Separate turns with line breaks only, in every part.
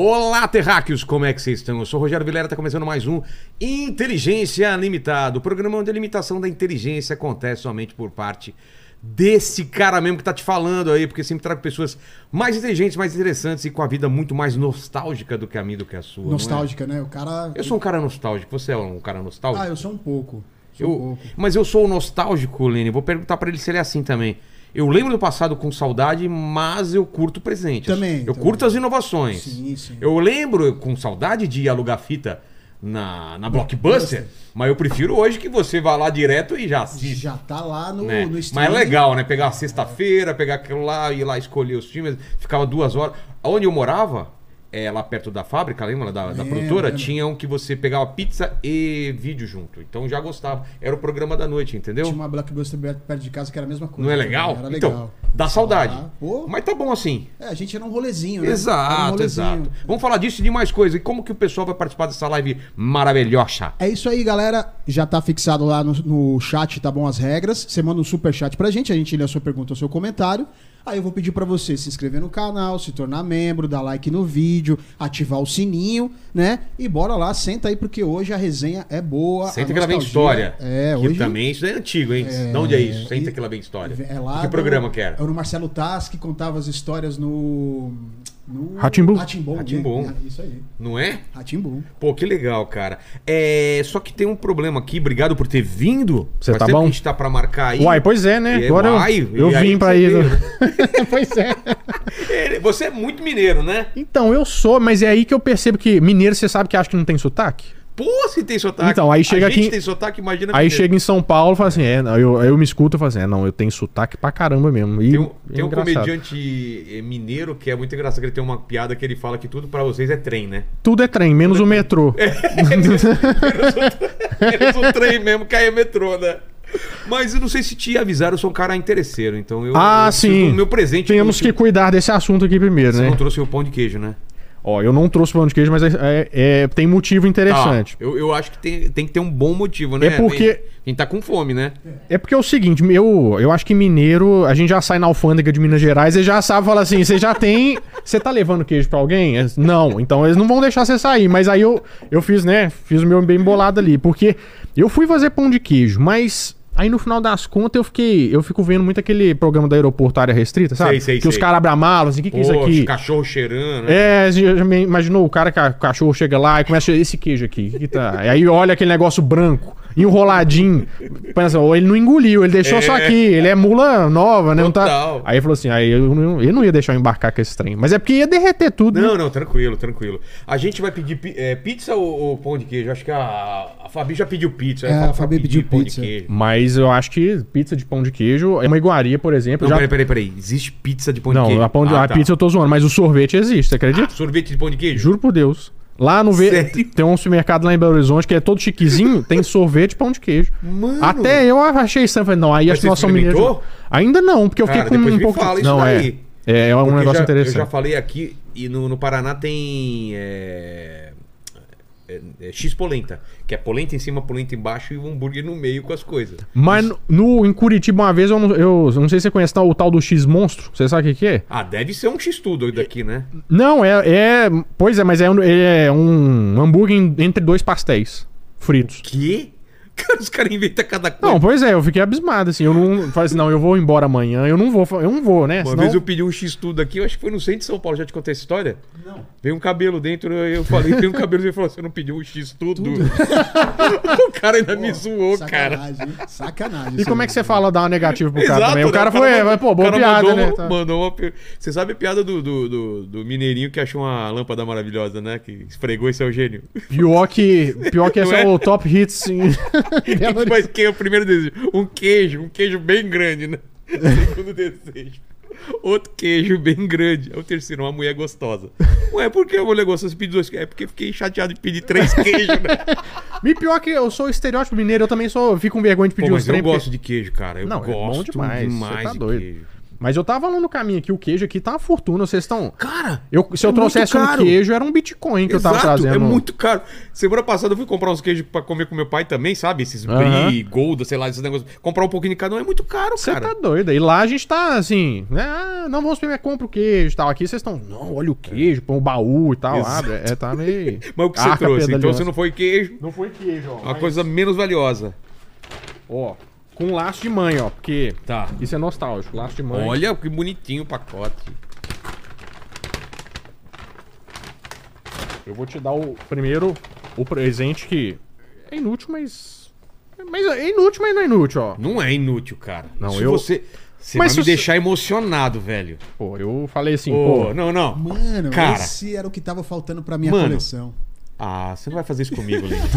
Olá, terráqueos, como é que vocês estão? Eu sou o Rogério Vilera, tá começando mais um Inteligência Limitada, o programa onde a limitação da inteligência acontece somente por parte desse cara mesmo que tá te falando aí, porque sempre trago pessoas mais inteligentes, mais interessantes e com a vida muito mais nostálgica do que a minha, do que a sua.
Nostálgica, né? O cara...
Eu sou um cara nostálgico, você é um cara nostálgico?
Ah, eu sou um pouco.
Mas eu sou nostálgico, Lene, vou perguntar pra ele se ele é assim também. Eu lembro do passado com saudade, mas eu curto o presente.
Também.
Curto as inovações.
Sim, sim.
Eu lembro com saudade de alugar fita na Blockbuster, mas eu prefiro hoje que você vá lá direto e já assiste.
Já tá lá no
Mas
streaming.
é legal, né? Pegar a sexta-feira, pegar aquilo lá, ir lá escolher os filmes. Ficava 2 horas. Onde eu morava, lá perto da fábrica, lembra da produtora? Tinha um que você pegava pizza e vídeo junto. Então já gostava. Era o programa da noite, entendeu?
Tinha uma Blockbuster perto de casa que era a mesma coisa.
Não é legal?
Era legal.
Então, dá saudade.
Pô.
Mas tá bom assim.
A gente era um rolezinho, né? Era um
Exato,
rolezinho.
exato. Vamos falar disso e de mais coisas. E como que o pessoal vai participar dessa live maravilhosa?
É isso aí, galera. Já tá fixado lá no chat, tá bom, as regras. Você manda um superchat pra gente, a gente lê a sua pergunta, o seu comentário. Aí eu vou pedir pra você se inscrever no canal, se tornar membro, dar like no vídeo, ativar o sininho, né? E bora lá, senta aí, porque hoje a resenha é boa.
Senta que ela vem história.
Hoje...
Que também, isso é antigo, hein? De onde é isso? Senta que ela vem história.
É lá
que programa que era?
Era o Marcelo Taz, que contava as histórias no
Rá-Tim-Bum.
Rá-Tim-Bum.
Isso aí.
Não é?
Rá-Tim-Bum.
Pô, que legal, cara. Só que tem um problema aqui. Obrigado por ter vindo.
Você
Faz
tá
tempo
bom?
que a gente tá pra marcar aí.
Uai, pois é, né? Agora eu vim pra ir. Pois é.
Você é muito mineiro, né?
Então, eu sou, mas é aí que eu percebo que mineiro, você sabe que acha que não tem sotaque?
Pô, se tem sotaque.
Então, aí chega
a gente
aqui...
tem sotaque, imagina.
Aí
mineiro.
chega em São Paulo e fala assim, eu me escuto e falo assim, não, eu tenho sotaque pra caramba mesmo. E
Tem um
engraçado.
Comediante mineiro que é muito engraçado, que ele tem uma piada que ele fala que tudo pra vocês é trem, né?
Tudo é trem, menos o metrô.
Menos o trem mesmo, que aí é metrô, né? Mas eu não sei se te avisaram, eu sou um cara interesseiro, então eu preciso
sim.
do meu presente.
Temos que cuidar desse assunto aqui primeiro,
Você
né?
não trouxe o pão de queijo, né?
Ó, eu não trouxe pão de queijo, mas tem motivo interessante.
Eu acho que tem que ter um bom motivo, né?
É porque...
Quem tá com fome, né?
É porque é o seguinte, eu acho que mineiro, a gente já sai na alfândega de Minas Gerais e já sabe, fala assim, você já tem... Você tá levando queijo pra alguém? Não, então eles não vão deixar você sair. Mas aí eu fiz, né? Fiz o meu bem bolado ali. Porque eu fui fazer pão de queijo, mas... Aí no final das contas eu fico vendo muito aquele programa da Aeroporto Área Restrita, sabe?
Sei.
Os caras abrem a mala, assim, o que é isso aqui?
Cachorro cheirando. Né?
Já me imaginou o cara que o cachorro chega lá e começa a esse queijo aqui, que tá? Aí olha aquele negócio branco, enroladinho. Pensa, ele não engoliu, ele deixou só aqui, ele é mula nova, né? Não tá... Aí ele falou assim, eu não ia deixar eu embarcar com esse trem. Mas é porque ia derreter tudo.
Não, tranquilo. A gente vai pedir pizza ou pão de queijo? Acho que a Fabi já pediu pizza.
A Fabi pediu
pão
pizza.
de queijo.
Mas eu acho que pizza de pão de queijo é uma iguaria, por exemplo.
Não, peraí. Existe pizza de pão de
não,
queijo?
A pizza eu tô zoando, mas o sorvete existe, você acredita?
Sorvete de pão de queijo?
Juro por Deus. Lá no tem um supermercado lá em Belo Horizonte que é todo chiquezinho, tem sorvete de pão de queijo.
Mano.
Até eu achei estranho, falei, não, aí acho que nós somos mineiros. Ainda não, porque eu fiquei com um pouco...
Fala isso
não,
daí.
É um
Porque
negócio interessante.
Eu já falei aqui, e no Paraná tem X-polenta, que é polenta em cima, polenta embaixo e um hambúrguer no meio com as coisas.
Mas em Curitiba uma vez, eu não sei se você conhece o tal do X-monstro, você sabe o que é?
Ah, deve ser um X-tudo daqui, né?
Não, pois é, mas é um hambúrguer entre 2 pastéis fritos.
Que? Os caras inventam cada coisa.
Não, pois é, eu fiquei abismado, assim, eu não falei assim, não, eu vou embora amanhã, eu não vou, né?
Uma vez eu pedi um X-tudo aqui, eu acho que foi no centro de São Paulo, já te contei essa história?
Não.
Veio um cabelo dentro, eu falei, veio um cabelo, ele falou, você não pediu um X-tudo? O cara ainda me zoou, cara.
Sacanagem.
E como é que você fala dar uma negativa pro cara
Exato,
também? O cara
mandou,
boa piada, né?
Mandou uma... Você sabe a piada do mineirinho que achou uma lâmpada maravilhosa, né? Que esfregou, esse é o gênio.
Pior que esse é o top hits.
Mas quem é o primeiro desejo? Um queijo bem grande, né? Segundo desejo. Outro queijo bem grande. É o terceiro, uma mulher gostosa. Ué, por que a mulher gostosa pediu 2 queijos? É porque fiquei chateado de pedir 3 queijos, né?
E pior que eu sou estereótipo mineiro, eu também fico com vergonha de pedir os
trem.
trem.
Eu gosto de queijo, cara. Eu gosto
é bom demais. Você tá
de
doido.
queijo.
Mas eu tava falando no caminho aqui, o queijo aqui tá uma fortuna, vocês estão...
Cara,
Se eu trouxesse um queijo, era um Bitcoin que eu tava trazendo.
É muito caro. Semana passada eu fui comprar uns queijos pra comer com meu pai também, sabe? Esses Brie, Golda, sei lá, esses negócios. Comprar um pouquinho de cada um é muito caro,
Você
cara.
tá doido. E lá a gente tá assim, né? Não vamos primeiro compra o queijo e tal. Aqui vocês estão, não, olha o queijo, põe um baú e tal,
Exato.
abre. Tá meio...
Mas o que você
Arca
trouxe?
pela
Então
aliança.
você não foi queijo,
Não foi queijo, ó.
uma coisa menos valiosa.
Ó, com laço de mãe, ó, porque
Tá.
isso é nostálgico, laço de mãe.
Olha que bonitinho o pacote.
Eu vou te dar o presente que é inútil, mas é inútil, mas não é inútil, ó.
Não é inútil, cara.
Não,
Isso
eu-
Você
Mas
vai me
se
deixar emocionado, velho.
Pô, eu falei assim,
Ô,
pô,
não.
Mano,
Cara.
esse era o que tava faltando pra minha
Mano.
coleção.
Ah, você não vai fazer isso comigo, Lene.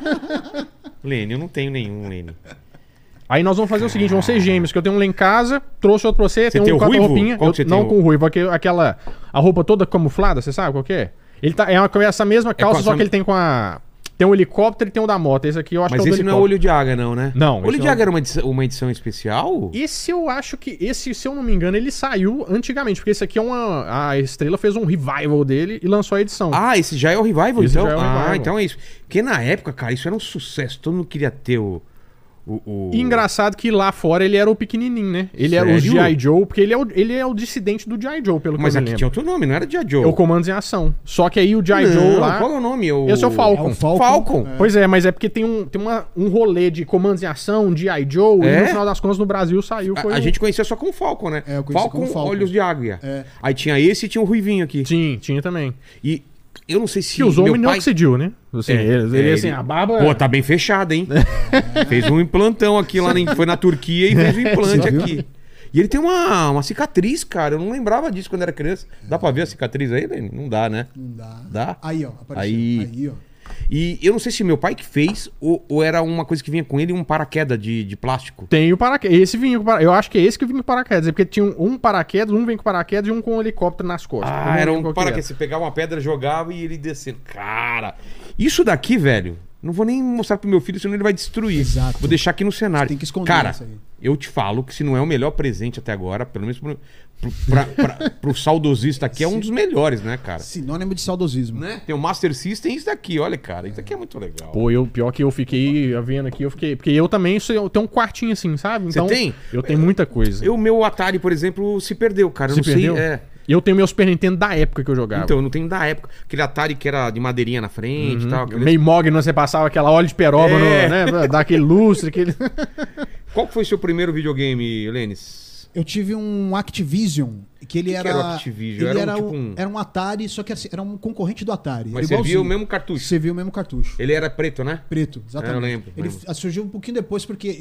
Lene, eu não tenho nenhum, Lene.
Aí nós vamos fazer o seguinte, vão ser gêmeos, que eu tenho um lá em casa, trouxe outro pra você, tem
tem
um
o
com a
ruivo?
roupinha.
Qual que você
não
tem?
com o ruivo, aquela a roupa toda camuflada, você sabe qual que é? Ele tá, essa mesma calça,
com
só
essa-
que ele tem com a... Tem um helicóptero e tem um da moto. Esse aqui eu acho
Mas
que é o do
esse não é
helicóptero.
Olho de Águia, não, né?
Não,
Olho
esse
de
não-
Águia era uma edição especial?
Esse eu acho que... Esse, se eu não me engano, ele saiu antigamente. Porque esse aqui é uma... A Estrela fez um revival dele e lançou a edição.
Ah, esse já é o Revival,
Esse
então?
já é o
Ah,
Revival.
então é isso. Porque na época, cara, isso era um sucesso. Todo mundo queria ter o...
E engraçado que lá fora ele era o pequenininho, né? Ele era o
Sério?
G.I. Joe, porque ele é o dissidente do G.I. Joe, pelo que
Mas
eu me
aqui
lembro.
tinha outro nome, não era G.I. Joe.
É o Comandos em Ação. Só que aí o G.I.
Não,
Joe lá...
qual é o nome?
Esse é o Falcon.
É o Falcon.
Falcon.
É.
Pois é, mas é porque tem um rolê de Comandos em Ação, G.I. Joe,
É?
e no final das contas no Brasil saiu. Foi
A gente conhecia só como Falcon, né?
É, eu conhecia
Falcon,
como Falcon.
Olhos de Águia.
É.
Aí tinha esse e tinha o Ruivinho aqui.
Tinha também.
E eu não sei se
Que usou o
meu pai...
minoxidil, né? Assim, ele assim, a barba...
Pô, tá bem fechado, hein? Fez um implantão aqui lá, foi na Turquia e fez um implante
Você viu?
aqui. E ele tem uma cicatriz, cara. Eu não lembrava disso quando era criança. Dá pra ver a cicatriz aí, Lene? Não dá, né?
Não dá.
Dá?
Aí, ó. Apareceu.
Aí.
Aí, ó.
E eu não sei se meu pai que fez ou era uma coisa que vinha com ele, um paraquedas de plástico.
Tem o paraquedas. Esse vinha com paraquedas. Eu acho que é esse que vinha com paraquedas. É porque tinha um paraquedas, um vem com paraquedas e um com um helicóptero nas costas. Eu não
Ah, era
lembro
um
qual que
paraquedas. Você pegava uma pedra, jogava e ele descendo. Cara, isso daqui, velho, não vou nem mostrar pro meu filho, senão ele vai destruir.
Exato.
Vou deixar aqui no cenário.
Tem que esconder
Cara,
isso aí.
eu te falo que se não é o melhor presente até agora, pelo menos pro saudosista aqui, é um dos melhores, né, cara?
Sinônimo de saudosismo.
Né? Tem o Master System e isso daqui, olha, cara. Isso aqui é muito legal.
Pô, pior que eu fiquei vendo aqui, porque eu também eu tenho um quartinho assim, sabe?
Você tem?
Eu tenho muita coisa.
O meu Atari, por exemplo, se perdeu, cara. Eu
Se
não
perdeu?
sei. É.
Eu tenho meu Super Nintendo da época que eu jogava.
Então, eu não tenho da época. Aquele Atari que era de madeirinha na frente e tal. aquele-
Meio mogno, você passava aquela óleo de peroba,
É.
né? Dá aquele lustre, aquele...
Qual que foi o seu primeiro videogame, Lênis?
Eu tive um Activision, que ele
que
era...
era o Activision?
Ele
Era
era,
um tipo um-
era um Atari, só que assim, era um concorrente do Atari.
Mas
Era
você
igualzinho.
via o mesmo cartucho.
Você viu o mesmo cartucho.
Ele era preto, né?
Preto, exatamente.
Eu lembro,
Ele
lembro.
surgiu um pouquinho depois porque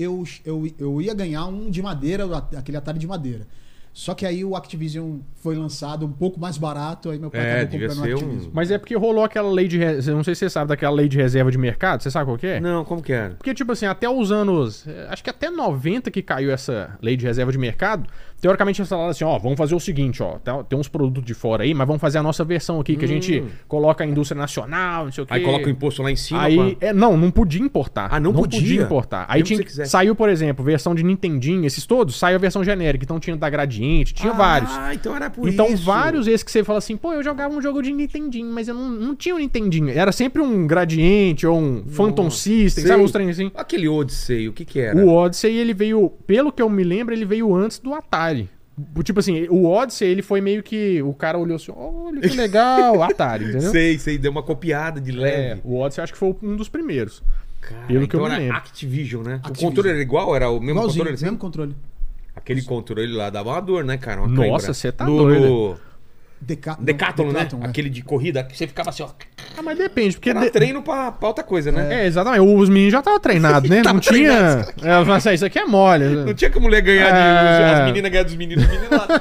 eu ia ganhar um de madeira, aquele Atari de madeira. Só que aí o Activision foi lançado um pouco mais barato, aí meu pai acabou
devia
comprando o
ser
Activision.
Mas é porque rolou aquela lei de... Não sei se você sabe daquela lei de reserva de mercado. Você sabe qual que é?
Não, como que era?
Porque, tipo assim, até os anos... Acho que até 90 que caiu essa lei de reserva de mercado, teoricamente eles falaram assim, ó, vamos fazer o seguinte, ó, tem uns produtos de fora aí, mas vamos fazer a nossa versão aqui, que a gente coloca a indústria nacional, não sei o quê.
Aí coloca o imposto lá em cima.
Aí,
pá.
não podia importar.
Ah, não podia?
importar. Aí
Mesmo
tinha,
se você quisesse.
saiu, por exemplo, versão de Nintendinho, esses todos, saiu a versão genérica. Então tinha da Gradiente, tinha vários.
Ah, então era por
Então
isso.
vários esses que você fala assim, pô, eu jogava um jogo de Nintendinho, mas eu não tinha um Nintendinho. Era sempre um Gradiente ou um Phantom System,
sei.
sabe uns trem assim?
Aquele Odyssey, o que que era?
O Odyssey, ele veio, pelo que eu me lembro, ele veio antes do Atari. Tipo assim, o Odyssey, ele foi meio que... O cara olhou assim, olha que legal, Atari, entendeu?
Sei, deu uma copiada de
É,
leve.
o Odyssey acho que foi um dos primeiros.
Cara,
pelo que eu
então
me
era
lembro.
Activision, né? O
Activision.
controle era igual? Era o mesmo
Igualzinho,
controle? Assim?
mesmo controle.
Aquele controle lá dava uma dor, né, cara? Uma
Nossa,
cãibra.
você tá
no,
doido.
No Decathlon, né?
é.
Aquele de corrida, que você ficava assim, ó.
Ah, mas depende, porque...
Era treino pra outra coisa, né?
É, exatamente. Os meninos já estavam treinados, né?
Tava
Não tinha... É, mas isso aqui é mole.
Não tinha que a mulher ganhar
É.
as meninas ganhar dos meninos. Os meninos lá.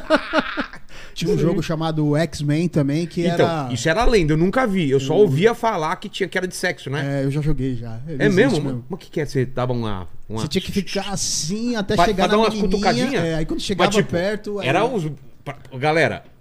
Tinha um jogo chamado X-Men também, que
Então,
era...
isso era lenda, eu nunca vi. Eu só ouvia falar que era de sexo, né?
É, eu já joguei já. Ele
É
existe
mesmo? Mas o que é? Você dava uma...
Você tinha que ficar assim até
Pra
chegar
dar
na
umas
menininha.
cutucadinhas?
Aí quando chegava
Mas, tipo,
perto...
Era os... Galera,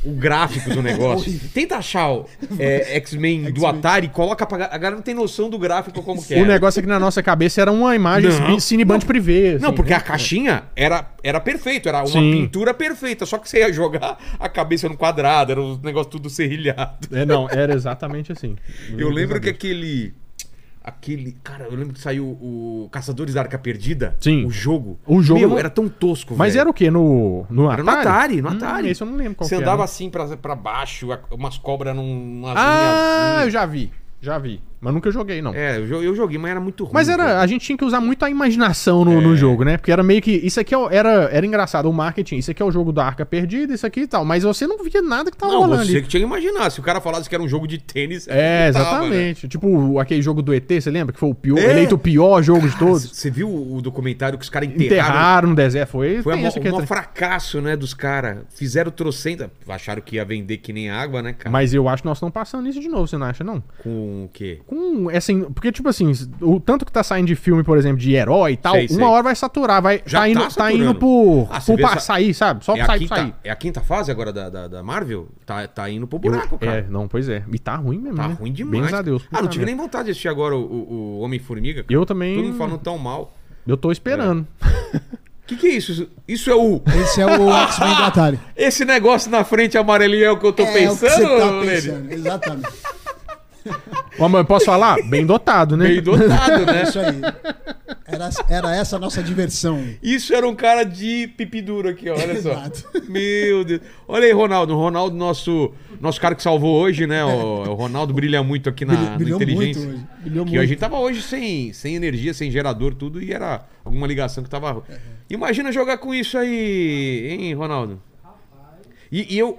o gráfico do negócio. Tenta achar o X-Men do Atari, coloca pra... A galera não tem noção do gráfico como que é.
O negócio aqui na nossa cabeça era uma imagem Cineband privê.
Não, porque a caixinha era perfeito, era uma pintura perfeita, só que você ia jogar a cabeça no quadrado, era um negócio tudo serrilhado.
Não, era exatamente assim.
Eu lembro que cara, eu lembro que saiu o Caçadores da Arca Perdida.
Sim.
O jogo.
O jogo
Meu, era tão tosco,
Mas
velho.
era o quê? No
Era no Atari, no Atari.
Esse eu não lembro qual
Você
que
andava
era.
assim pra baixo, umas cobras numas
Ah,
linhas.
eu já vi. Mas nunca joguei, não.
Eu joguei, mas era muito ruim.
Mas a gente tinha que usar muito a imaginação no jogo, né? Porque era meio que... Isso aqui era engraçado, o marketing. Isso aqui é o jogo da Arca Perdida, isso aqui e tal. Mas você não via nada que tava rolando
você
ali.
que tinha que imaginar. Se o cara falasse que era um jogo de tênis...
Exatamente. Tipo aquele jogo do ET, você lembra? Que foi o pior, eleito o pior jogo de todos.
Você viu o documentário que os caras
Enterraram no deserto. Foi
um fracasso, né, dos caras. Fizeram trocenta. Acharam que ia vender que nem água, né, cara?
Mas eu acho que nós estamos passando isso de novo, você não acha, não?
Com o quê?
Com essa... Porque, tipo assim, o tanto que tá saindo de filme, por exemplo, de herói e tal,
Sei.
uma hora vai saturar,
Já
tá indo por sair, sabe? Só
sair.
sair.
É a quinta fase agora da Marvel? Tá indo pro buraco, cara.
Pois é. E tá ruim mesmo,
Tá
né?
ruim demais.
Bem a Deus.
Não tive nem vontade de assistir agora o Homem-Formiga.
Eu também...
Todo mundo falando tão mal.
Eu tô esperando.
O que é isso? Isso é o...
Esse é o X-Men do Atari.
Esse negócio na frente amarelinho é o que eu tô pensando,
o que você tá
Lene?
pensando, exatamente.
Ô, mãe, posso falar? Bem dotado, né?
Bem dotado, né?
Isso aí. Era essa a nossa diversão.
Isso era um cara de pipi duro aqui, ó, olha só.
Exato.
Meu Deus. Olha aí, Ronaldo. O Ronaldo, nosso cara que salvou hoje, né? O Ronaldo brilha muito aqui no
Brilhou
Inteligência.
muito hoje. Brilhou
Que
muito.
a gente tava hoje sem energia, sem gerador, tudo, e era alguma ligação que tava... Imagina jogar com isso aí, hein, Ronaldo? E eu...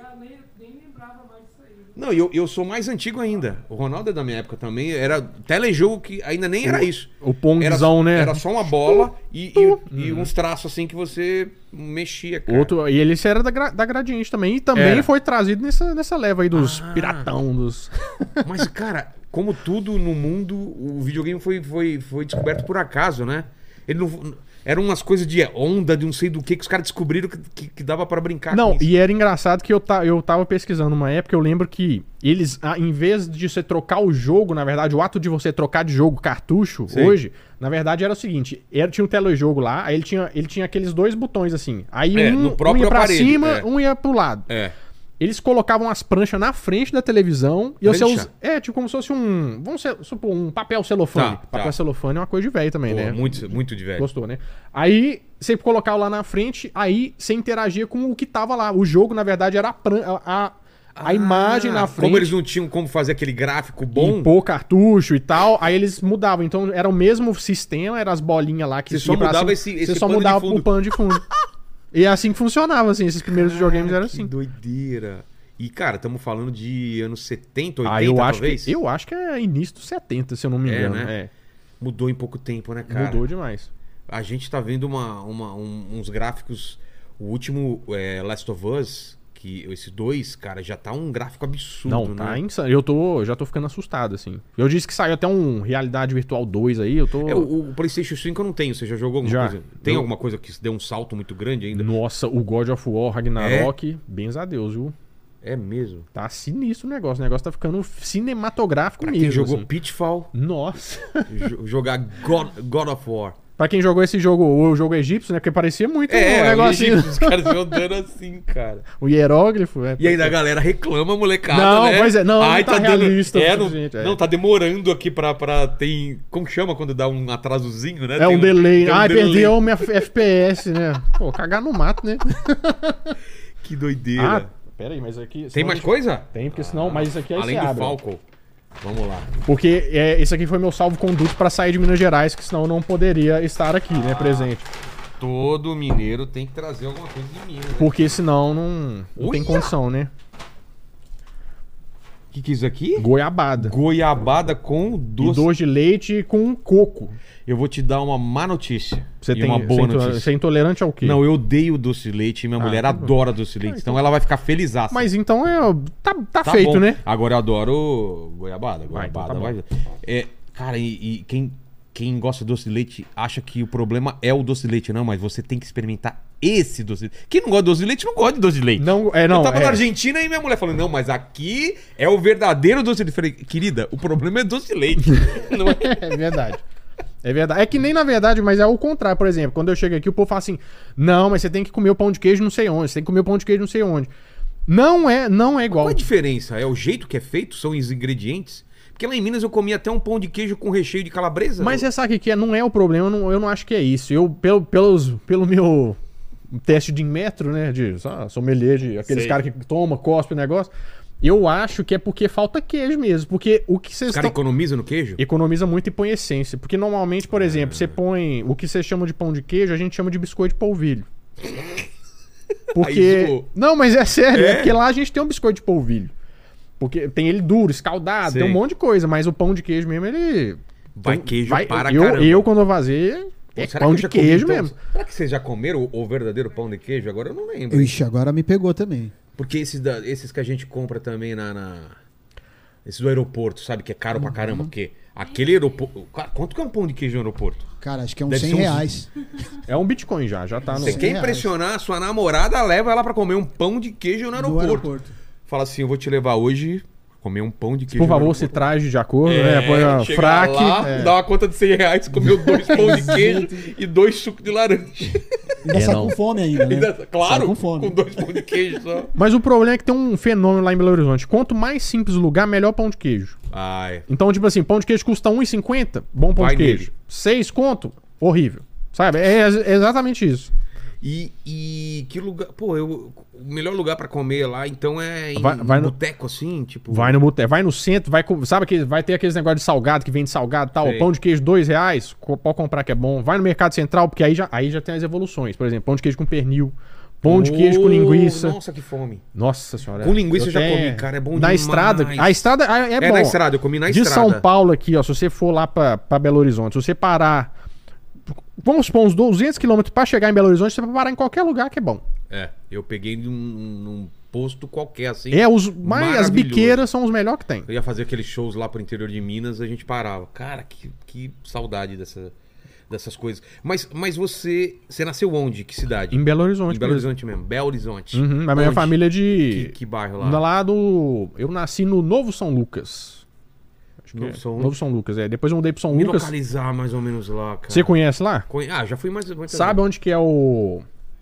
Não, eu sou mais antigo ainda. O Ronaldo é da minha época também. Era telejogo que ainda nem era isso.
O Pongzão, né?
Era só uma bola e uns traços assim que você mexia, cara.
E ele era da Gradiente também. E também foi trazido nessa leva aí dos piratão, dos...
Mas, cara, como tudo no mundo, o videogame foi descoberto por acaso, né? Ele não... Eram umas coisas de onda, de não sei do que os caras descobriram que dava pra brincar
Não,
com isso.
e era engraçado que eu tava pesquisando uma época, eu lembro que eles, em vez de você trocar o jogo, na verdade, o ato de você trocar de jogo cartucho,
Sim.
hoje, na verdade era o seguinte, tinha um telejogo lá, aí ele tinha aqueles dois botões assim, aí
no
um
próprio
ia pra
aparelho,
cima, um ia pro lado. Eles colocavam as pranchas na frente da televisão e você usa... tipo como se fosse vamos supor, um papel celofane. Papel celofane é uma coisa de velho também, né?
Muito de velho.
Gostou, né? Aí você colocava lá na frente, aí você interagia com o que tava lá. O jogo, na verdade, era a imagem na frente.
Como eles não tinham como fazer aquele gráfico bom...
E pôr cartucho e tal, aí eles mudavam. Então era o mesmo sistema, eram as bolinhas lá que
Você só mudava esse
Você só
pano de
mudava
fundo.
o pano de fundo. E é assim que funcionava, assim. Esses primeiros videogames eram assim.
Que doideira. E, cara, estamos falando de anos 70, 80,
eu
talvez?
acho que é início dos 70, se eu não me engano.
Né? Mudou em pouco tempo, né, cara?
Mudou demais.
A gente tá vendo uns gráficos... O último Last of Us, que esses dois, cara, já tá um gráfico absurdo,
Não,
né?
tá insano. Já tô ficando assustado, assim. Eu disse que saiu até um Realidade Virtual 2 aí, eu tô...
O PlayStation 5 eu não tenho, você já jogou alguma coisa? Tem alguma coisa que deu um salto muito grande ainda?
Nossa, o God of War, Ragnarok, bens a Deus, viu?
É mesmo?
Tá sinistro o negócio tá ficando cinematográfico
Pra
mesmo.
quem jogou
assim.
Pitfall,
Nossa.
jogar God of War.
Pra quem jogou esse jogo, o jogo egípcio, né? Porque parecia muito um negocinho.
Os caras andando assim, cara.
O hieróglifo,
E ainda a galera reclama, molecada,
Não,
né?
pois é, não,
Ai,
não tá realista o
não,
suficiente,
não, tá demorando aqui pra ter... Como chama quando dá um atrasozinho, né?
É um delay.
Tem um delay.
Perdeu minha FPS, né? Pô, cagar no mato, né?
Que doideira.
Pera aí, mas aqui...
Tem mais coisa?
Tem, porque senão... Mas isso aqui aí
Além
você
do
abre, ó.
Falcon. Vamos lá.
Porque esse aqui foi meu salvo-conduto pra sair de Minas Gerais, que senão eu não poderia estar aqui, né, presente.
Todo mineiro tem que trazer alguma coisa de Minas. Né?
Porque senão não tem condição, né?
O que é isso aqui?
Goiabada.
Goiabada com doce.
E doce de leite com coco.
Eu vou te dar uma má notícia.
Você tem
uma boa notícia.
Você é intolerante ao quê?
Não, eu odeio doce de leite e minha mulher adora doce de leite. Então ela vai ficar felizaça.
Mas então tá feito,
bom.
né?
Agora eu adoro goiabada. Goiabada
então tá
vai. Cara, quem gosta de doce de leite acha que o problema é o doce de leite. Não, mas você tem que experimentar esse doce de leite. Quem não gosta de doce de leite, não gosta de doce de leite.
Não,
Eu tava na Argentina e minha mulher falou, não, mas aqui é o verdadeiro doce de leite. Eu falei, querida, o problema é doce de leite. Não é?
É verdade. É verdade. É que nem na verdade, mas é o contrário. Por exemplo, quando eu chego aqui, o povo fala assim, não, mas você tem que comer o pão de queijo não sei onde, você tem que comer o pão de queijo não sei onde. Não é igual.
Qual a diferença? É o jeito que é feito? São os ingredientes? Porque lá em Minas eu comia até um pão de queijo com recheio de calabresa.
Mas você sabe o que é? Não é o problema, eu não acho que é isso. Eu, pelo meu teste de metro, né, de sommelier, de aqueles caras que toma, cospe o negócio, eu acho que é porque falta queijo mesmo. Porque o que vocês
Os caras economizam no queijo?
Economiza muito e põe essência. Porque normalmente, por exemplo, você põe o que vocês chamam de pão de queijo, a gente chama de biscoito de polvilho. Porque...
Aí,
não, mas é sério, é porque lá a gente tem um biscoito de polvilho. Porque tem ele duro, escaldado,
Sei.
tem um monte de coisa, mas o pão de queijo mesmo, ele...
Vai queijo para
eu,
caramba.
eu, quando eu fazer, é
Será
pão
que eu
de
já comi,
queijo
então?
mesmo.
Será que vocês já comeram o verdadeiro pão de queijo? Agora eu não lembro.
Ixi, agora me pegou também.
Porque esses que a gente compra também esses do aeroporto, sabe? Que é caro pra caramba. Porque aquele aeroporto... Cara, quanto que é um pão de queijo no aeroporto?
Cara, acho que é uns
Deve
100
ser uns-
reais.
É um Bitcoin já tá no...
Você quer
reais.
impressionar a sua namorada, leva ela pra comer um pão de queijo no
Do
aeroporto.
aeroporto.
Fala assim, eu vou te levar hoje comer um pão de queijo
Por
no
favor,
aeroporto.
se traje de acordo, né? Põe a
chega
fraque.
lá, dá uma conta de 100 reais, comeu 2 pão de queijo e 2 sucos de laranja.
Ainda sai
não.
com fome ainda, né?
Ainda- claro,
Sai com fome.
com 2 pão de queijo só.
Mas o problema é que tem um fenômeno lá em Belo Horizonte. Quanto mais simples o lugar, melhor pão de queijo.
Ai,
Então, tipo assim, pão de queijo custa R$1,50, bom pão
Vai
de queijo.
nele.
6 conto, horrível. Sabe? É exatamente isso.
E que lugar... Pô, o melhor lugar pra comer lá, então é em
Vai no-
boteco assim, tipo...
Vai no boteco, vai no centro, sabe que vai ter aqueles negócios de salgado que vende salgado e tal,
Sei.
pão de queijo R$2, pode comprar que é bom. Vai no Mercado Central, porque aí já tem as evoluções. Por exemplo, pão de queijo com pernil, pão de queijo com linguiça.
Nossa, que fome.
Nossa senhora.
Com linguiça eu já comi, cara, é bom
Na
demais.
estrada, a estrada é bom.
É na estrada, eu comi na
De
estrada.
São Paulo aqui, ó, se você for lá pra Belo Horizonte, se você parar, vamos supor, uns 200 quilômetros pra chegar em Belo Horizonte, você vai parar em qualquer lugar que é bom.
É, eu peguei num posto qualquer assim.
As
maravilhoso.
biqueiras são os melhores que tem.
Eu ia fazer aqueles shows lá pro interior de Minas, a gente parava. Cara, que saudade dessas coisas. Mas você nasceu onde? Que cidade?
Em Belo Horizonte.
Em Belo
mesmo.
Horizonte mesmo. Belo Horizonte.
Uhum, a minha
Onde?
família é de...
Que bairro lá?
Lá do... Eu nasci no Novo São Lucas. Acho que
Novo
é.
São-
Novo São Lucas, é. Depois eu mudei pro São
Me
Lucas.
localizar mais ou menos lá, cara.
Você conhece lá?
Já fui mais...
Sabe onde que é o...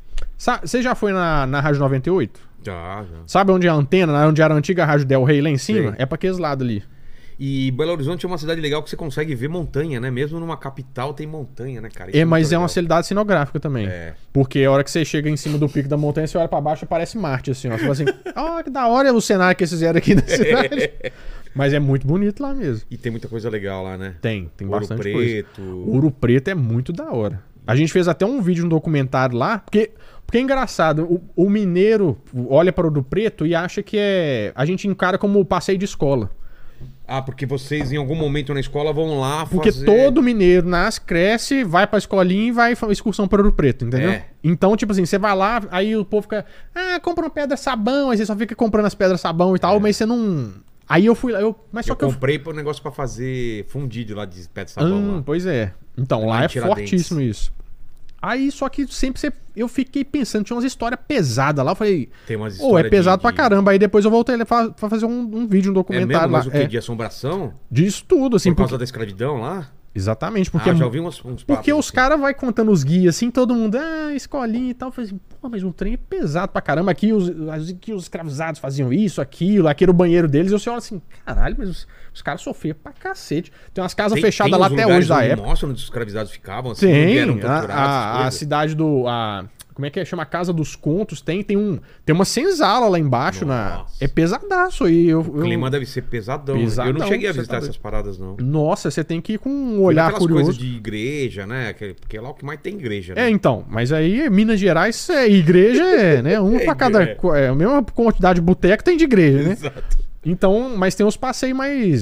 Você já foi na Rádio 98?
Já.
Sabe onde é a antena? Onde era a antiga Rádio Del Rey lá em cima?
Sei.
É pra aqueles lados ali.
E Belo Horizonte é uma cidade legal que você consegue ver montanha, né? Mesmo numa capital tem montanha, né, cara? Isso
Mas
muito
é uma
legal.
cidade cenográfica também.
É.
Porque a hora que você chega em cima do pico da montanha, você olha pra baixo e parece Marte, assim, ó. Você fala assim, que da hora o cenário que eles fizeram aqui na cidade. Mas é muito bonito lá mesmo.
E tem muita coisa legal lá, né?
Tem
Ouro
bastante
Preto.
coisa. Ouro Preto é muito da hora. A gente fez até um vídeo, um documentário lá, porque é engraçado, o mineiro olha para o Ouro Preto e acha que a gente encara como passeio de escola.
Porque vocês em algum momento na escola vão lá
Porque
fazer...
todo mineiro nasce, cresce, vai pra escolinha e vai excursão para Ouro Preto, entendeu?
É.
Então, tipo assim, você vai lá, aí o povo fica, compra uma pedra sabão, aí você só fica comprando as pedras sabão e tal, mas você não... Aí eu fui lá, mas só
Eu
que eu...
comprei um negócio pra fazer fundido lá de pé de sabão lá.
Pois é. Então, lá
Lá em
é
Tiradentes.
fortíssimo isso. Aí, só que sempre eu fiquei pensando, tinha umas histórias pesadas lá, eu falei,
Tem umas
é
histórias
pesado
de-
pra caramba. Aí depois eu voltei pra fazer um vídeo, um
É
documentário
mesmo? Mas
lá.
o quê? De assombração?
Disso tudo, assim.
Por causa
porque-
da escravidão lá?
Exatamente, porque...
Já ouvi uns papos
Porque os
assim.
caras vai contando os guias, assim, todo mundo, escolinha e tal. Eu falei assim, mas um trem é pesado pra caramba. Aqui os escravizados faziam isso, aquilo, aqui era o banheiro deles. E você olha assim, caralho, mas os caras sofriam pra cacete. Tem umas casas fechadas lá
uns
até
lugares
hoje da
onde
época.
mostra onde os escravizados ficavam, assim, onde eram
Tem,
torturados, essas
a
coisas.
cidade do... como é que é? Chama Casa dos Contos. Tem uma senzala lá embaixo.
Nossa.
É pesadaço aí.
O clima deve ser pesadão. né? Eu
Pesadão,
não cheguei a
você
visitar
tá
essas paradas, não.
Nossa, você tem que ir com um
Fui
olhar
naquelas
curioso.
coisas de igreja, né? Porque é lá o que mais tem igreja, né?
Então, mas aí Minas Gerais, igreja né? Um pra cada... a mesma quantidade de boteco tem de igreja, né?
Exato.
Então, mas tem uns passeios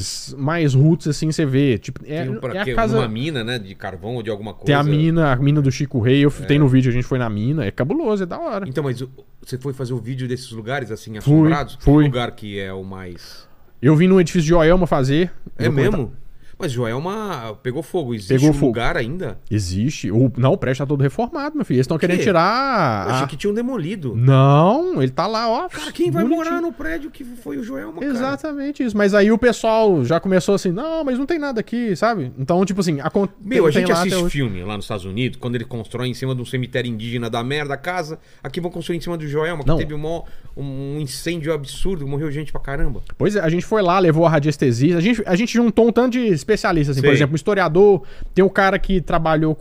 mais roots, assim, você vê. Tipo,
Tem
a casa...
uma mina, né? De carvão ou de alguma coisa.
Tem a mina do Chico Rei, tem no vídeo, a gente foi na mina. É cabuloso, é da hora.
Então, mas você foi fazer o vídeo desses lugares, assim,
Fui,
assombrados?
fui.
Que lugar que é o mais...
Eu vim num edifício de Joelma fazer.
É mesmo? Mas Joelma pegou fogo. Existe
Pegou
um
fogo.
lugar ainda?
Existe. Não, o prédio tá todo reformado, meu filho. Eles estão querendo
quê?
tirar...
Eu achei que tinham demolido.
Não, ele tá lá, ó.
Cara, quem vai
bonitinho.
morar no prédio que foi o Joelma, cara?
Exatamente isso. Mas aí o pessoal já começou assim, não, mas não tem nada aqui, sabe? Então, tipo assim...
Meu, a
tem
gente
lá até
assiste
hoje.
filme lá nos Estados Unidos, quando ele constrói em cima de um cemitério indígena da merda a casa. Aqui vão construir em cima do Joelma, que
Não.
teve um incêndio absurdo, morreu gente pra caramba.
Pois é, a gente foi lá, levou a radiestesista. A gente juntou um tanto de especialistas, assim,
Sei.
por exemplo, um historiador. Tem um cara que trabalhou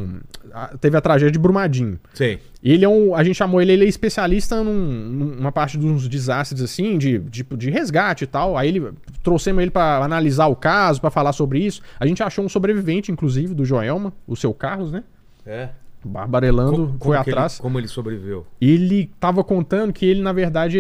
teve a tragédia de Brumadinho.
Sei.
Ele a gente chamou ele é especialista numa parte dos desastres, assim, de resgate e tal. Aí trouxemos ele pra analisar o caso, pra falar sobre isso. A gente achou um sobrevivente, inclusive, do Joelma, o seu Carlos, né?
É.
Barbarelando, foi atrás.
Como ele sobreviveu?
Ele tava contando que ele, na verdade,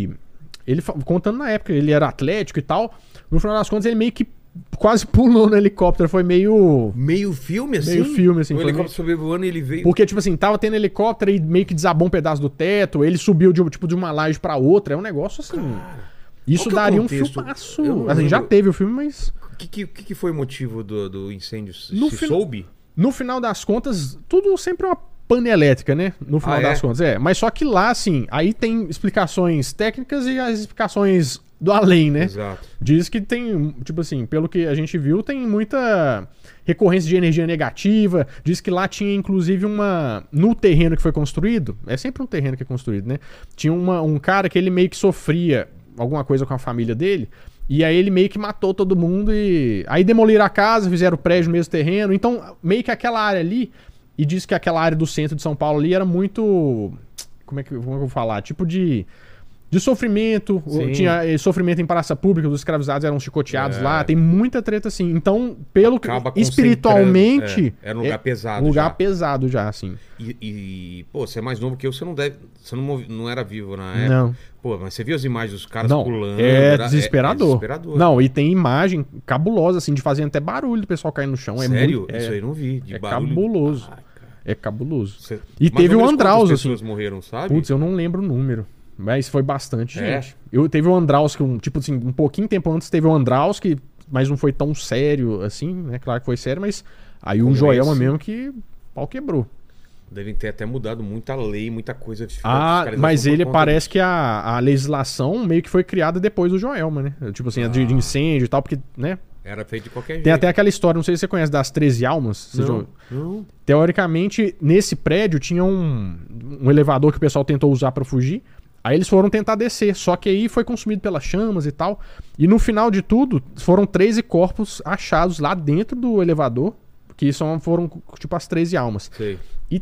contando na época, ele era atlético e tal. No final das contas, ele meio que quase pulou no helicóptero. Foi meio
Filme, assim?
Meio filme, assim.
O
foi
helicóptero sobrevoando e ele veio...
Porque, tipo assim, tava tendo helicóptero e meio que desabou um pedaço do teto. Ele subiu de uma laje pra outra. É um negócio assim. Isso
qual que é o
daria um
contexto?
filmaço.
Eu não
Assim, já
lembro.
teve o filme, mas...
O que foi o motivo do incêndio?
No
Se
fin-
soube?
No final das contas, tudo sempre é uma pane elétrica, né? No final
Ah,
das
é?
contas. Mas só que lá, assim, aí tem explicações técnicas e as explicações do além, né?
Exato.
Diz que tem, tipo assim, pelo que a gente viu, tem muita recorrência de energia negativa. Diz que lá tinha, inclusive, no terreno que foi construído, é sempre um terreno que é construído, né? Tinha um cara que ele meio que sofria alguma coisa com a família dele, e aí ele meio que matou todo mundo e... Aí demoliram a casa, fizeram o prédio no mesmo terreno. Então, meio que aquela área ali, e diz que aquela área do centro de São Paulo ali era muito... Como é que eu vou falar? Tipo de sofrimento,
Sim.
tinha sofrimento em praça pública, os escravizados eram chicoteados
É.
lá, tem muita treta assim. Então, pelo que
Acaba
espiritualmente,
concentrando, era um lugar pesado
um lugar
já.
pesado já, assim.
Pô, você é mais novo que eu, você não deve. Você não era vivo na época.
Não.
Pô, mas você viu as imagens dos caras
Não,
pulando.
é desesperador.
É desesperador.
Não, e tem imagem cabulosa assim de fazendo até barulho do pessoal caindo no chão.
Sério?
É muito,
Isso aí eu não vi. De
é
barulho.
cabuloso.
Ai, cara.
É cabuloso.
Você-
E
mais
teve
ou
o
menos
Andraus,
quantas
assim.
pessoas morreram, sabe?
Putz, eu não lembro o número. Mas foi bastante
É?
gente. Teve o Andraus, que tipo assim, um pouquinho tempo antes teve o Andraus, mas não foi tão sério assim, né? Claro que foi sério, mas aí
Como
o Joelma
esse?
mesmo que o pau quebrou.
Devem ter até mudado muita lei, muita coisa. de
Ah,
fiscalização
mas
por
ele
conta
parece
disso.
que a legislação meio que foi criada depois do Joelma, né? Tipo assim, a de incêndio e tal, porque, né?
Era feito de qualquer jeito.
Tem até aquela história, não sei se você conhece, das 13 almas. Você já-
Não.
Teoricamente, nesse prédio tinha um elevador que o pessoal tentou usar pra fugir. Aí eles foram tentar descer, só que aí foi consumido pelas chamas e tal. E no final de tudo, foram 13 corpos achados lá dentro do elevador, que foram tipo as 13 almas.
Sei.
E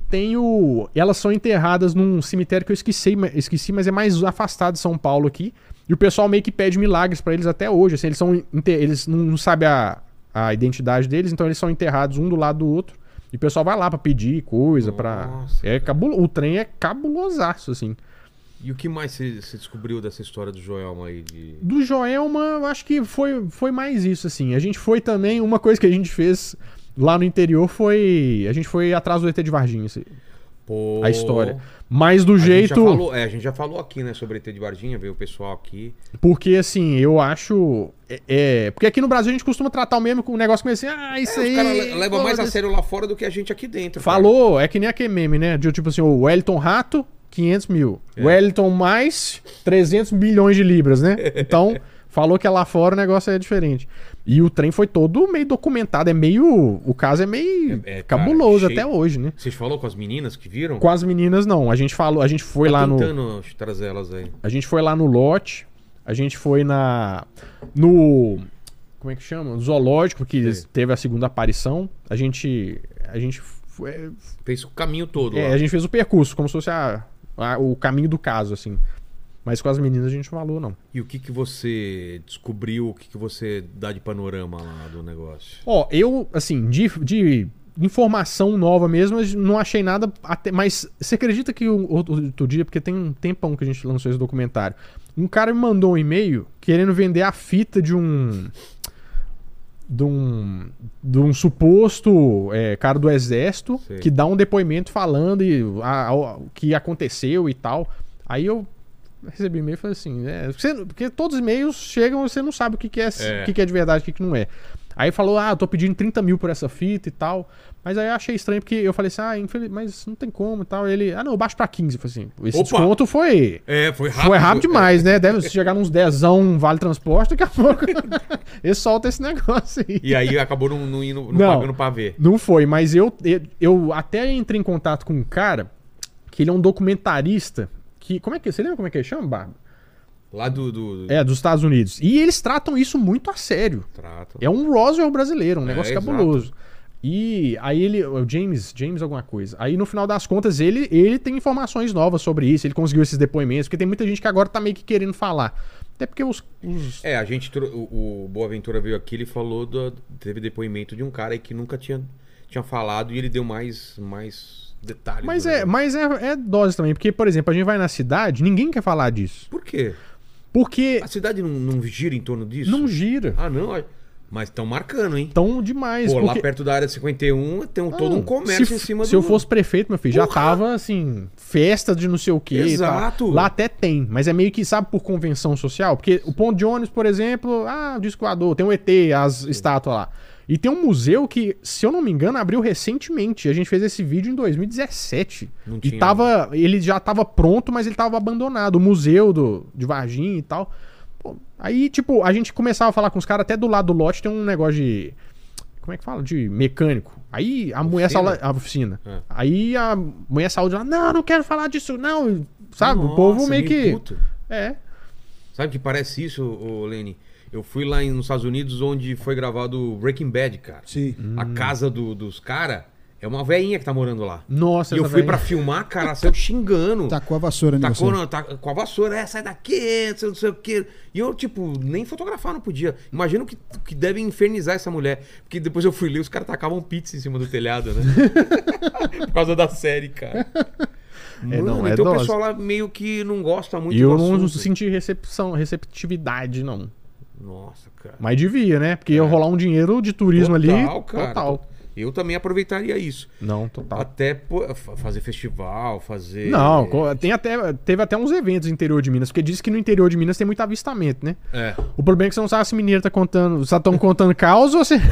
elas são enterradas num cemitério que eu esqueci, mas é mais afastado de São Paulo aqui. E o pessoal meio que pede milagres pra eles até hoje. Assim, eles não sabem a identidade deles, então eles são enterrados um do lado do outro. E o pessoal vai lá pra pedir coisa,
Nossa,
o trem é cabulosaço, assim.
E o que mais você descobriu dessa história do Joelma aí?
Do Joelma, eu acho que foi mais isso, assim. A gente foi também, uma coisa que a gente fez lá no interior a gente foi atrás do ET de Varginha, assim,
Pô,
a história. Mas do
a gente
jeito...
já falou, a gente já falou aqui, né, sobre ET de Varginha, veio o pessoal aqui.
Porque, assim, eu acho... Porque aqui no Brasil a gente costuma tratar o mesmo com o negócio como assim, isso aí...
Os caras levam mais a
foda-se.
sério lá fora do que a gente aqui dentro. cara.
Falou, é que nem aquele meme, né? De, tipo assim, o Wellington Rato, 500 mil.
É.
Wellington mais 300 bilhões de libras, né? Então, falou que lá fora o negócio é diferente. E o trem foi todo meio documentado, o caso é meio cabuloso
cara,
até hoje, né?
Vocês falou com as meninas que viram?
Com as meninas, não. A gente foi
Tá
lá no...
tentando trazer elas aí.
A gente foi lá no lote, a gente foi como é que chama? No zoológico, que
Sim.
teve a segunda aparição. A gente
Fez o caminho todo lá.
a gente fez o percurso, como se fosse o caminho do caso, assim. Mas com as meninas a gente não falou, não.
E o que você descobriu, o que você dá de panorama lá do negócio?
Ó, eu, assim, de informação nova mesmo, eu não achei nada mas você acredita que outro dia, porque tem um tempão que a gente lançou esse documentário, um cara me mandou um e-mail querendo vender a fita de um suposto cara do exército.
Sei.
Que dá um depoimento falando o que aconteceu e tal. Aí eu recebi e-mail e falei assim, porque todos os e-mails chegam e você não sabe o que é de verdade e o que não é. Aí falou, eu tô pedindo 30 mil por essa fita e tal. Mas aí eu achei estranho, porque eu falei assim, mas não tem como e tal. Ele, não, eu baixo pra 15. Eu falei assim, esse desconto foi...
Foi rápido.
Foi rápido demais, né? Deve chegar nos 10 vale transporte, daqui a pouco ele solta esse negócio aí.
E aí acabou não pagando pra ver.
Não foi, mas eu até entrei em contato com um cara, que ele é um documentarista, que... Você lembra como é que ele chama, Barba?
Lá dos
Estados Unidos. E eles tratam isso muito a sério.
Tratam.
É um Roswell brasileiro, um negócio cabuloso.
Exato.
E aí o James alguma coisa. Aí no final das contas ele tem informações novas sobre isso, ele conseguiu esses depoimentos, porque tem muita gente que agora tá meio que querendo falar. Até porque
o Boaventura veio aqui, ele falou teve depoimento de um cara aí que nunca tinha falado e ele deu mais detalhes.
Mas é dose também, porque, por exemplo, a gente vai na cidade, ninguém quer falar disso.
Por quê?
Porque...
A cidade não gira em torno disso?
Não gira.
Ah, não? Mas estão marcando, hein?
Estão demais.
Pô, lá perto da área 51 tem todo um comércio em cima do...
Se eu fosse prefeito, meu filho, já tava, assim, festa de não sei o quê.
Exato.
Lá até tem, mas é meio que, sabe, por convenção social. Porque o ponto de ônibus, por exemplo, o disco voador, tem o ET, as estátuas lá. E tem um museu que, se eu não me engano, abriu recentemente. A gente fez esse vídeo em 2017.
Não tinha,
ele já tava pronto, mas ele tava abandonado. O museu de Varginha e tal. Pô, aí, tipo, a gente começava a falar com os caras, até do lado do lote tem um negócio de... Como é que fala? De mecânico. Aí a mulher saiu lá... A oficina. É. Aí a mulher saiu de lá, não quero falar disso, não. Sabe? Nossa, o povo meio que...
Puto.
É.
Sabe que parece isso, Lene? Eu fui lá nos Estados Unidos, onde foi gravado Breaking Bad, cara.
Sim.
A casa dos caras é uma velhinha que tá morando lá.
Nossa,
e eu fui pra filmar, cara, saiu xingando.
Tá com a vassoura, né?
Tá com a vassoura, sai daqui, não sei o quê. E eu, tipo, nem fotografar não podia. Imagino que devem infernizar essa mulher. Porque depois eu fui ler, os caras tacavam pizza em cima do telhado, né? Por causa da série, cara. Mano, então o pessoal lá meio que não gosta muito
do assunto. E eu não senti receptividade, não.
Nossa, cara.
Mas devia, né? Porque ia rolar um dinheiro de turismo
total,
ali.
Cara, total. Eu também aproveitaria isso.
Não, total.
Até fazer festival, fazer...
Não, teve até uns eventos no interior de Minas, porque diz que no interior de Minas tem muito avistamento, né?
É.
O problema é que você não sabe se mineiro tá contando... Só estão contando caos ou se...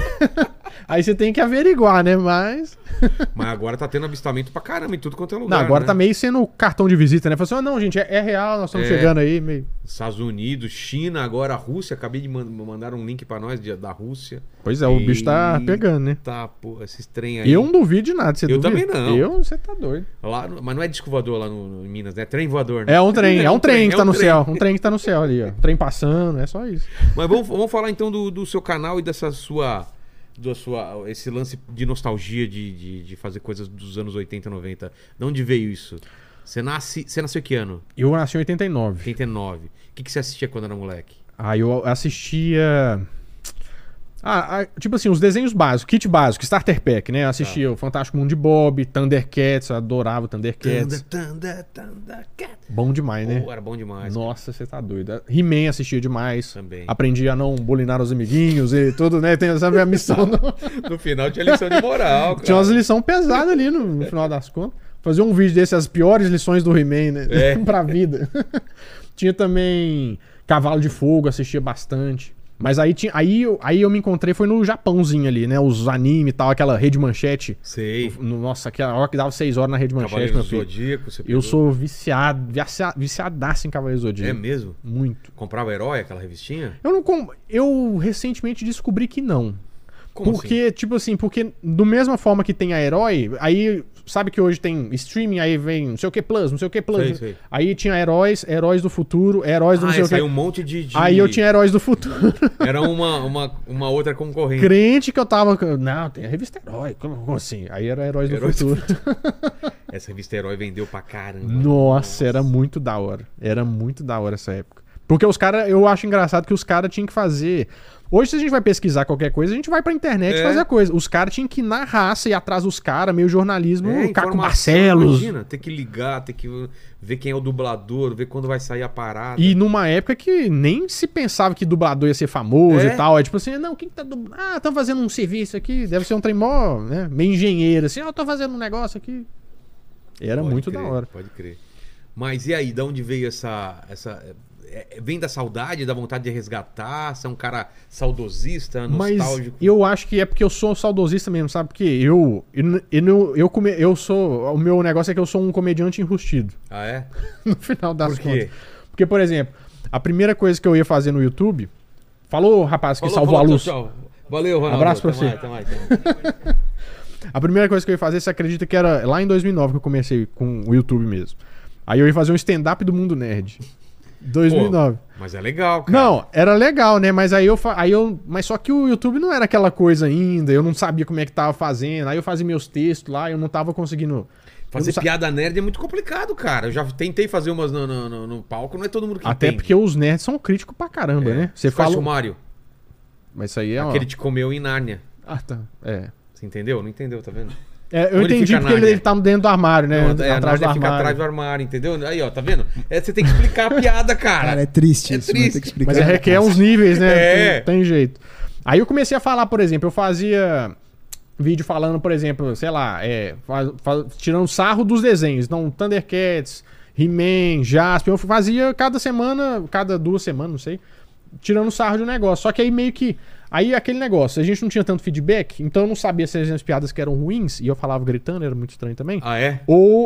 Aí você tem que averiguar, né? Mas
agora tá tendo avistamento pra caramba em tudo quanto é lugar.
Não, agora
né?
Tá meio sendo cartão de visita, né? Falou assim, não, gente, é real, nós estamos chegando aí. Meio...
Estados Unidos, China, agora a Rússia. Acabei de mandar um link pra nós da Rússia.
Pois é, o bicho tá pegando, né?
Tá, pô, esses trem aí.
Eu não duvido de nada, você duvida?
Eu também não.
Você tá doido.
Lá, mas não é disco voador lá em Minas, né? Trem voador, né?
É um trem que tá no céu. Um trem que tá no céu ali, ó. Um trem passando, é só isso.
Mas vamos falar então do seu canal e dessa sua... esse lance de nostalgia de fazer coisas dos anos 80, 90. De onde veio isso? Você nasceu que ano?
Eu nasci em 89.
89. O que você assistia quando era moleque?
Eu assistia... tipo assim, os desenhos básicos, kit básico, Starter Pack, né? Eu assistia o Fantástico Mundo de Bob, Thundercats, eu adorava Thundercats.
Thundercats.
Bom demais, né?
Era bom demais.
Nossa, você tá doido. He-Man assistia demais.
Também.
Aprendi a não bulinar os amiguinhos e tudo, né? Sabe a missão?
No final tinha lição de moral, cara.
Tinha umas lições pesadas ali no final das contas. Fazer um vídeo desse, as piores lições do He-Man, né? Pra vida. Tinha também Cavalo de Fogo, assistia bastante. Mas aí eu me encontrei, foi no Japãozinho ali, né? Os anime e tal, aquela Rede Manchete.
Sei.
Nossa, aquela hora que dava 6 horas na Rede Manchete, meu filho.
Zodíaco, você
eu sou viciadaço em Cavaleiro Zodíaco.
É mesmo?
Muito.
Comprava Herói, aquela revistinha?
Eu recentemente descobri que não.
Como
porque,
assim?
tipo assim, porque da mesma forma que tem a Herói, aí sabe que hoje tem streaming, aí vem não sei o que plus, não sei o que plus.
Sei.
Aí tinha Heróis do Futuro, Heróis do não sei o que.
Aí um monte de...
Aí eu tinha Heróis do Futuro.
Era uma outra concorrente.
Crente que eu tava... Não, tem a revista Herói, como assim? Aí era Heróis do Futuro.
Essa revista Herói vendeu pra caramba.
Nossa, era muito da hora. Era muito da hora essa época. Porque os caras, eu acho engraçado que os caras tinham que fazer... Hoje, se a gente vai pesquisar qualquer coisa, a gente vai pra internet fazer a coisa. Os caras tinham que ir na raça, ir atrás dos caras, meio jornalismo, Caco Barcelos.
Imagina, ter que ligar, ter que ver quem é o dublador, ver quando vai sair a parada.
E numa época que nem se pensava que dublador ia ser famoso e tal. É tipo assim, não, quem que tá dublando? Estão fazendo um serviço aqui, deve ser um trem mó, né? Meio engenheiro, assim, eu tô fazendo um negócio aqui. Era muito da hora.
Pode crer. Mas e aí, de onde veio essa vem da saudade, da vontade de resgatar? Você é um cara saudosista,
Mas
nostálgico?
eu acho que é porque eu sou saudosista mesmo, sabe? Porque eu sou... O meu negócio é que eu sou um comediante enrustido.
Ah, é?
No final das
Por quê?
contas. Porque, por exemplo, a primeira coisa que eu ia fazer no YouTube... Falou, rapaz, que salvou a luz.
Tchau. Valeu, Ronaldo.
Abraço pra
Até
você.
mais, até mais.
A primeira coisa que eu ia fazer, você acredita que era lá em 2009 que eu comecei com o YouTube mesmo. Aí eu ia fazer um stand-up do Mundo Nerd. 2009.
Pô, mas é legal, cara.
Não, era legal, né? Mas mas só que o YouTube não era aquela coisa ainda, eu não sabia como é que tava fazendo. Aí eu fazia meus textos lá, eu não tava conseguindo...
Fazer piada nerd é muito complicado, cara. Eu já tentei fazer umas no palco, não é todo mundo que
Até
entende.
porque os nerds são críticos pra caramba, né?
Você fala o Mario?
Mas isso aí é
Aquele te comeu em Nárnia.
Ah, tá. É.
Você entendeu? Não entendeu, tá vendo?
Eu
Onde
entendi
fica a
porque ele
Nárnia?
tá dentro do armário, né?
Não, a
atrás do
Nárnia fica
armário.
atrás do armário, entendeu? Aí, ó, tá vendo? Você tem que explicar a piada, cara.
Cara, é triste
É
isso,
triste.
Tem que explicar.
Mas requer uns níveis, né?
É.
Tem jeito. Aí eu comecei a falar, por exemplo, eu fazia vídeo falando, por exemplo, sei lá, tirando sarro dos desenhos. Então, Thundercats, He-Man, Jasper. Eu fazia cada semana, cada 2 semanas, não sei, tirando sarro de um negócio. Só que aí meio que... Aí aquele negócio, a gente não tinha tanto feedback, então eu não sabia se as piadas que eram ruins, e eu falava gritando, era muito estranho também.
Ah, é?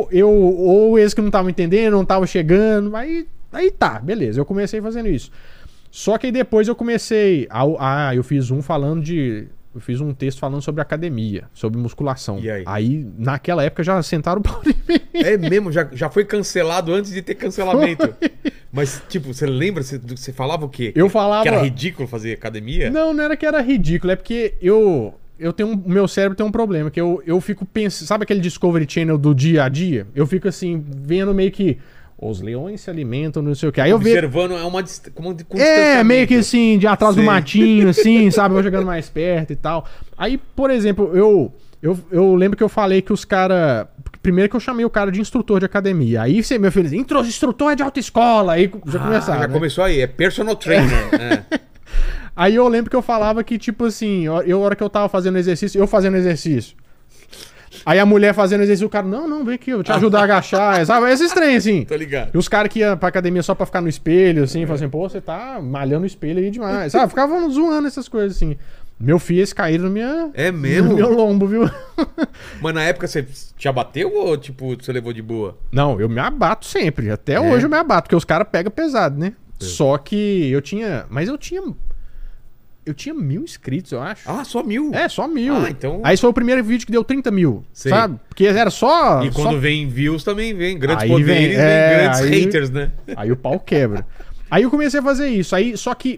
Ou eles que não estavam entendendo, não estavam chegando. Aí tá, beleza. Eu comecei fazendo isso. Só que aí depois eu comecei. Eu fiz eu fiz um texto falando sobre academia, sobre musculação.
E aí?
Naquela época, já sentaram o pau em mim.
É mesmo, já foi cancelado antes de ter cancelamento. Mas, tipo, você lembra? Você falava o quê?
Eu falava...
Que era ridículo fazer academia?
Não era que era ridículo, é porque o meu cérebro tem um problema, que eu fico pensando... Sabe aquele Discovery Channel do dia a dia? Eu fico assim, vendo meio que... Os leões se alimentam, não sei o que. Aí eu vejo...
Observando como um distanciamento.
meio que assim, de atrás do
Sei.
matinho, assim, sabe? Vou chegando mais perto e tal. Aí, por exemplo, eu lembro que eu falei que os caras... Primeiro que eu chamei o cara de instrutor de academia. Aí você, meu filho, instrutor é de autoescola. Aí já começava.
Já
né?
começou aí, é personal trainer. É.
Aí eu lembro que eu falava que, tipo assim, a hora que eu tava fazendo exercício, eu fazendo exercício. Aí a mulher fazendo exercício, o cara, não, vem aqui, eu vou te ajudar a agachar, sabe? Esses trem, assim.
Tô ligado.
E os caras que iam pra academia só pra ficar no espelho, assim, falavam assim, pô, você tá malhando o espelho aí demais, sabe? Ficavam zoando essas coisas, assim. Meu filho, eles caíram no meu lombo, viu?
Mas na época você te abateu ou, tipo, você levou de boa?
Não, eu me abato sempre. Até hoje eu me abato, porque os caras pegam pesado, né? Só que eu tinha 1.000 inscritos, eu acho.
Ah, só 1.000?
É, só 1.000.
Ah, então...
Aí esse foi o primeiro vídeo que deu 30 mil,
Sei.
sabe? Porque era só...
E quando vem views também vem. Grandes
Aí
poderes, vem grandes
aí-
haters, né?
Aí o pau quebra. Aí eu comecei a fazer isso. Aí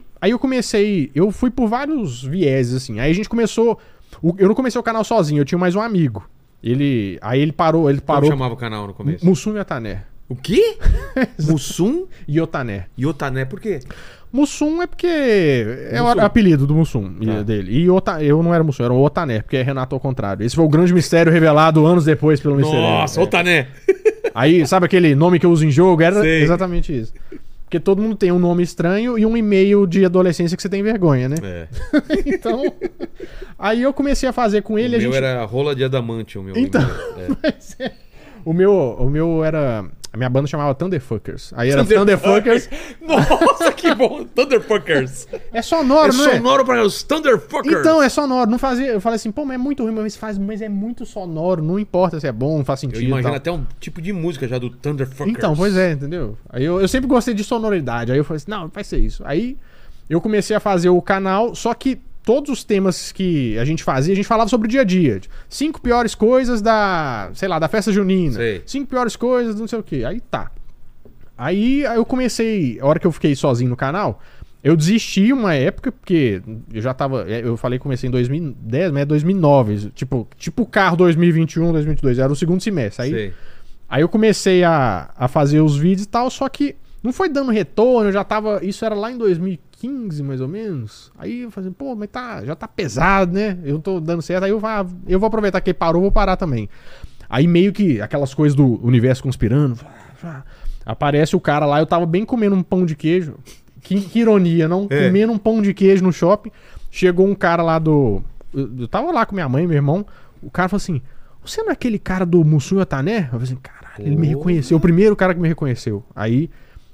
eu fui por vários vieses, assim. Aí a gente começou... Eu não comecei o canal sozinho, eu tinha mais um amigo. Aí ele parou.
Como chamava o canal no começo?
Mussum Yotané.
O quê? Mussum
Yotané.
Yotané, por quê?
Mussum é porque é
Mussum.
o apelido do Mussum dele. E eu não era Mussum, era o Otané, porque é Renato ao contrário. Esse foi o grande mistério revelado anos depois pelo Mr.
Nossa, Otané!
Aí, sabe aquele nome que eu uso em jogo? Era
Sei.
exatamente isso. Porque todo mundo tem um nome estranho e um e-mail de adolescência que você tem vergonha, né?
É.
Então, aí eu comecei a fazer com ele.
O meu era rola de adamante, o meu.
Então,
e-mail.
mas o meu era... A minha banda chamava Thunderfuckers. Aí era Thunderfuckers.
Nossa, que bom! Thunderfuckers!
É sonoro,
É
não é?
sonoro para os Thunderfuckers!
Então, é sonoro. Não fazia... Eu falei assim, pô, mas é muito ruim, mas é muito sonoro. Não importa se é bom, não faz
Eu
sentido.
imagino
tal.
até um tipo de música já do Thunderfuckers.
Então, pois é, entendeu? Aí eu sempre gostei de sonoridade. Aí eu falei assim, não, vai ser isso. Aí eu comecei a fazer o canal, só que todos os temas que a gente fazia, a gente falava sobre o dia a dia. 5 piores coisas da festa junina.
Sei.
5 piores coisas, não sei o quê. Aí tá. Aí eu comecei, a hora que eu fiquei sozinho no canal, eu desisti uma época, porque eu já tava, eu falei que comecei em 2010, mas é 2009. Tipo o carro 2021, 2022, era o segundo semestre.
Sei.
Aí eu comecei a fazer os vídeos e tal, só que não foi dando retorno, eu já tava... Isso era lá em 2015, mais ou menos. Aí eu falei, pô, mas já tá pesado, né? Eu não tô dando certo, aí eu vou aproveitar que ele parou, vou parar também. Aí meio que aquelas coisas do universo conspirando, aparece o cara lá, eu tava bem comendo um pão de queijo. Que ironia, não? Comendo um pão de queijo no shopping. Chegou um cara lá do... Eu tava lá com minha mãe e meu irmão. O cara falou assim, você não é aquele cara do Mussum Yotané? Eu falei assim, caralho, ele me reconheceu. O primeiro cara que me reconheceu. Aí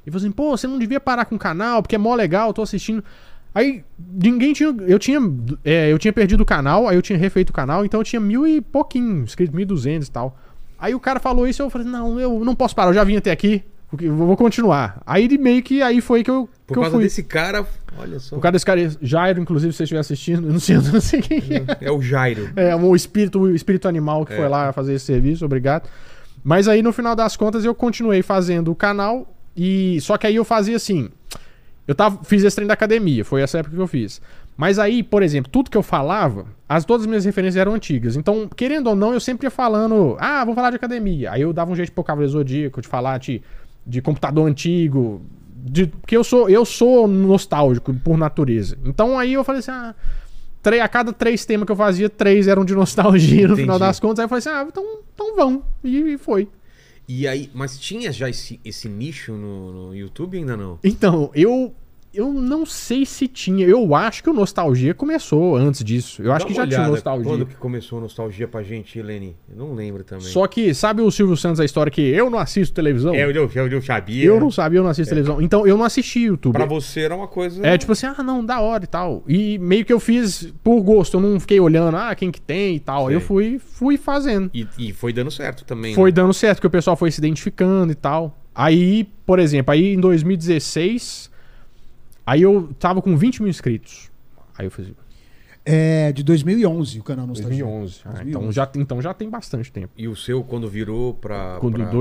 E falou assim, pô, você não devia parar com o canal, porque é mó legal, eu tô assistindo. Aí, ninguém tinha... Eu tinha perdido o canal, aí eu tinha refeito o canal, então eu tinha 1000 e pouquinho, inscritos, 1.200 e tal. Aí o cara falou isso, eu falei, não, eu não posso parar, eu já vim até aqui, eu vou continuar. Aí ele meio que, aí foi que eu
Por
que eu
causa
fui.
desse cara, olha só.
Por causa desse cara, Jairo, inclusive, se você estiver assistindo, eu não sei quem é.
É o Jairo.
É, o espírito animal que foi lá fazer esse serviço, obrigado. Mas aí, no final das contas, eu continuei fazendo o canal, só que aí eu fazia assim... Fiz esse treino da academia, foi essa época que eu fiz. Mas aí, por exemplo, tudo que eu falava, todas as minhas referências eram antigas. Então, querendo ou não, eu sempre ia falando, vou falar de academia. Aí eu dava um jeito de pôr Cavaleiro Zodíaco, de falar de computador antigo, porque eu sou nostálgico por natureza. Então aí eu falei assim, a cada 3 temas que eu fazia, 3 eram de nostalgia no final das contas. Aí eu falei assim, então vão. E foi.
E aí, mas tinha já esse nicho no YouTube ainda não?
Então, eu não sei se tinha. Eu acho que o Nostalgia começou antes disso. Eu acho que já tinha Nostalgia.
Quando que começou a Nostalgia pra gente, Helene? Eu não lembro também.
Só que, sabe o Silvio Santos, a história que eu não assisto televisão?
Eu sabia.
Eu não sabia, eu não assisto televisão. Então, eu não assisti YouTube.
Pra você era uma coisa...
Tipo assim, não, da hora e tal. E meio que eu fiz por gosto. Eu não fiquei olhando, quem que tem e tal.
Sei.
Eu fui fazendo.
E foi dando certo também,
Foi
né?
dando certo, que o pessoal foi se identificando e tal. Aí, por exemplo, em 2016... Aí eu tava com 20 mil inscritos. Aí eu fiz...
É de 2011 o canal Nostalgia.
2011.
2011.
Então já tem bastante tempo.
E o seu, quando virou pra...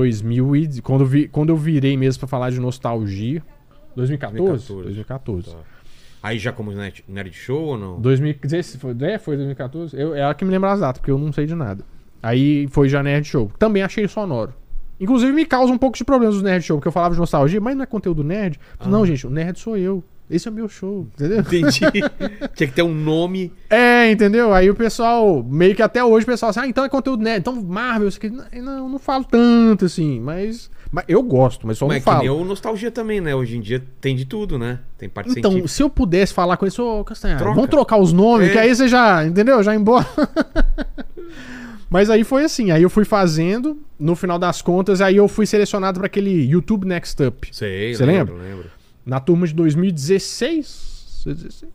Quando eu virei mesmo pra falar de nostalgia... 2014? 2014.
Tá. Aí já como Nerd Show ou não?
2016, foi 2014? É ela que me lembra as datas, porque eu não sei de nada. Aí foi já Nerd Show. Também achei sonoro. Inclusive me causa um pouco de problemas os Nerd Show, porque eu falava de nostalgia, mas não é conteúdo nerd. Não, gente, o nerd sou eu. Esse é o meu show, entendeu?
Entendi. Tinha que ter um nome.
Entendeu? Aí o pessoal, meio que até hoje o pessoal assim, então é conteúdo nerd, então Marvel, isso aqui. Não falo tanto assim, mas eu gosto, mas só não falo.
Mas que nem o Nostalgia também, né? Hoje em dia tem de tudo, né? Tem parte
Então,
científica.
se eu pudesse falar com isso, Castanhar,
Troca.
vamos trocar os nomes, que aí você já, entendeu? Já embora. Mas aí foi assim, aí eu fui fazendo, no final das contas, aí eu fui selecionado para aquele YouTube Next Up.
Sei,
Você lembra?
Lembro.
Na turma de 2016. 16?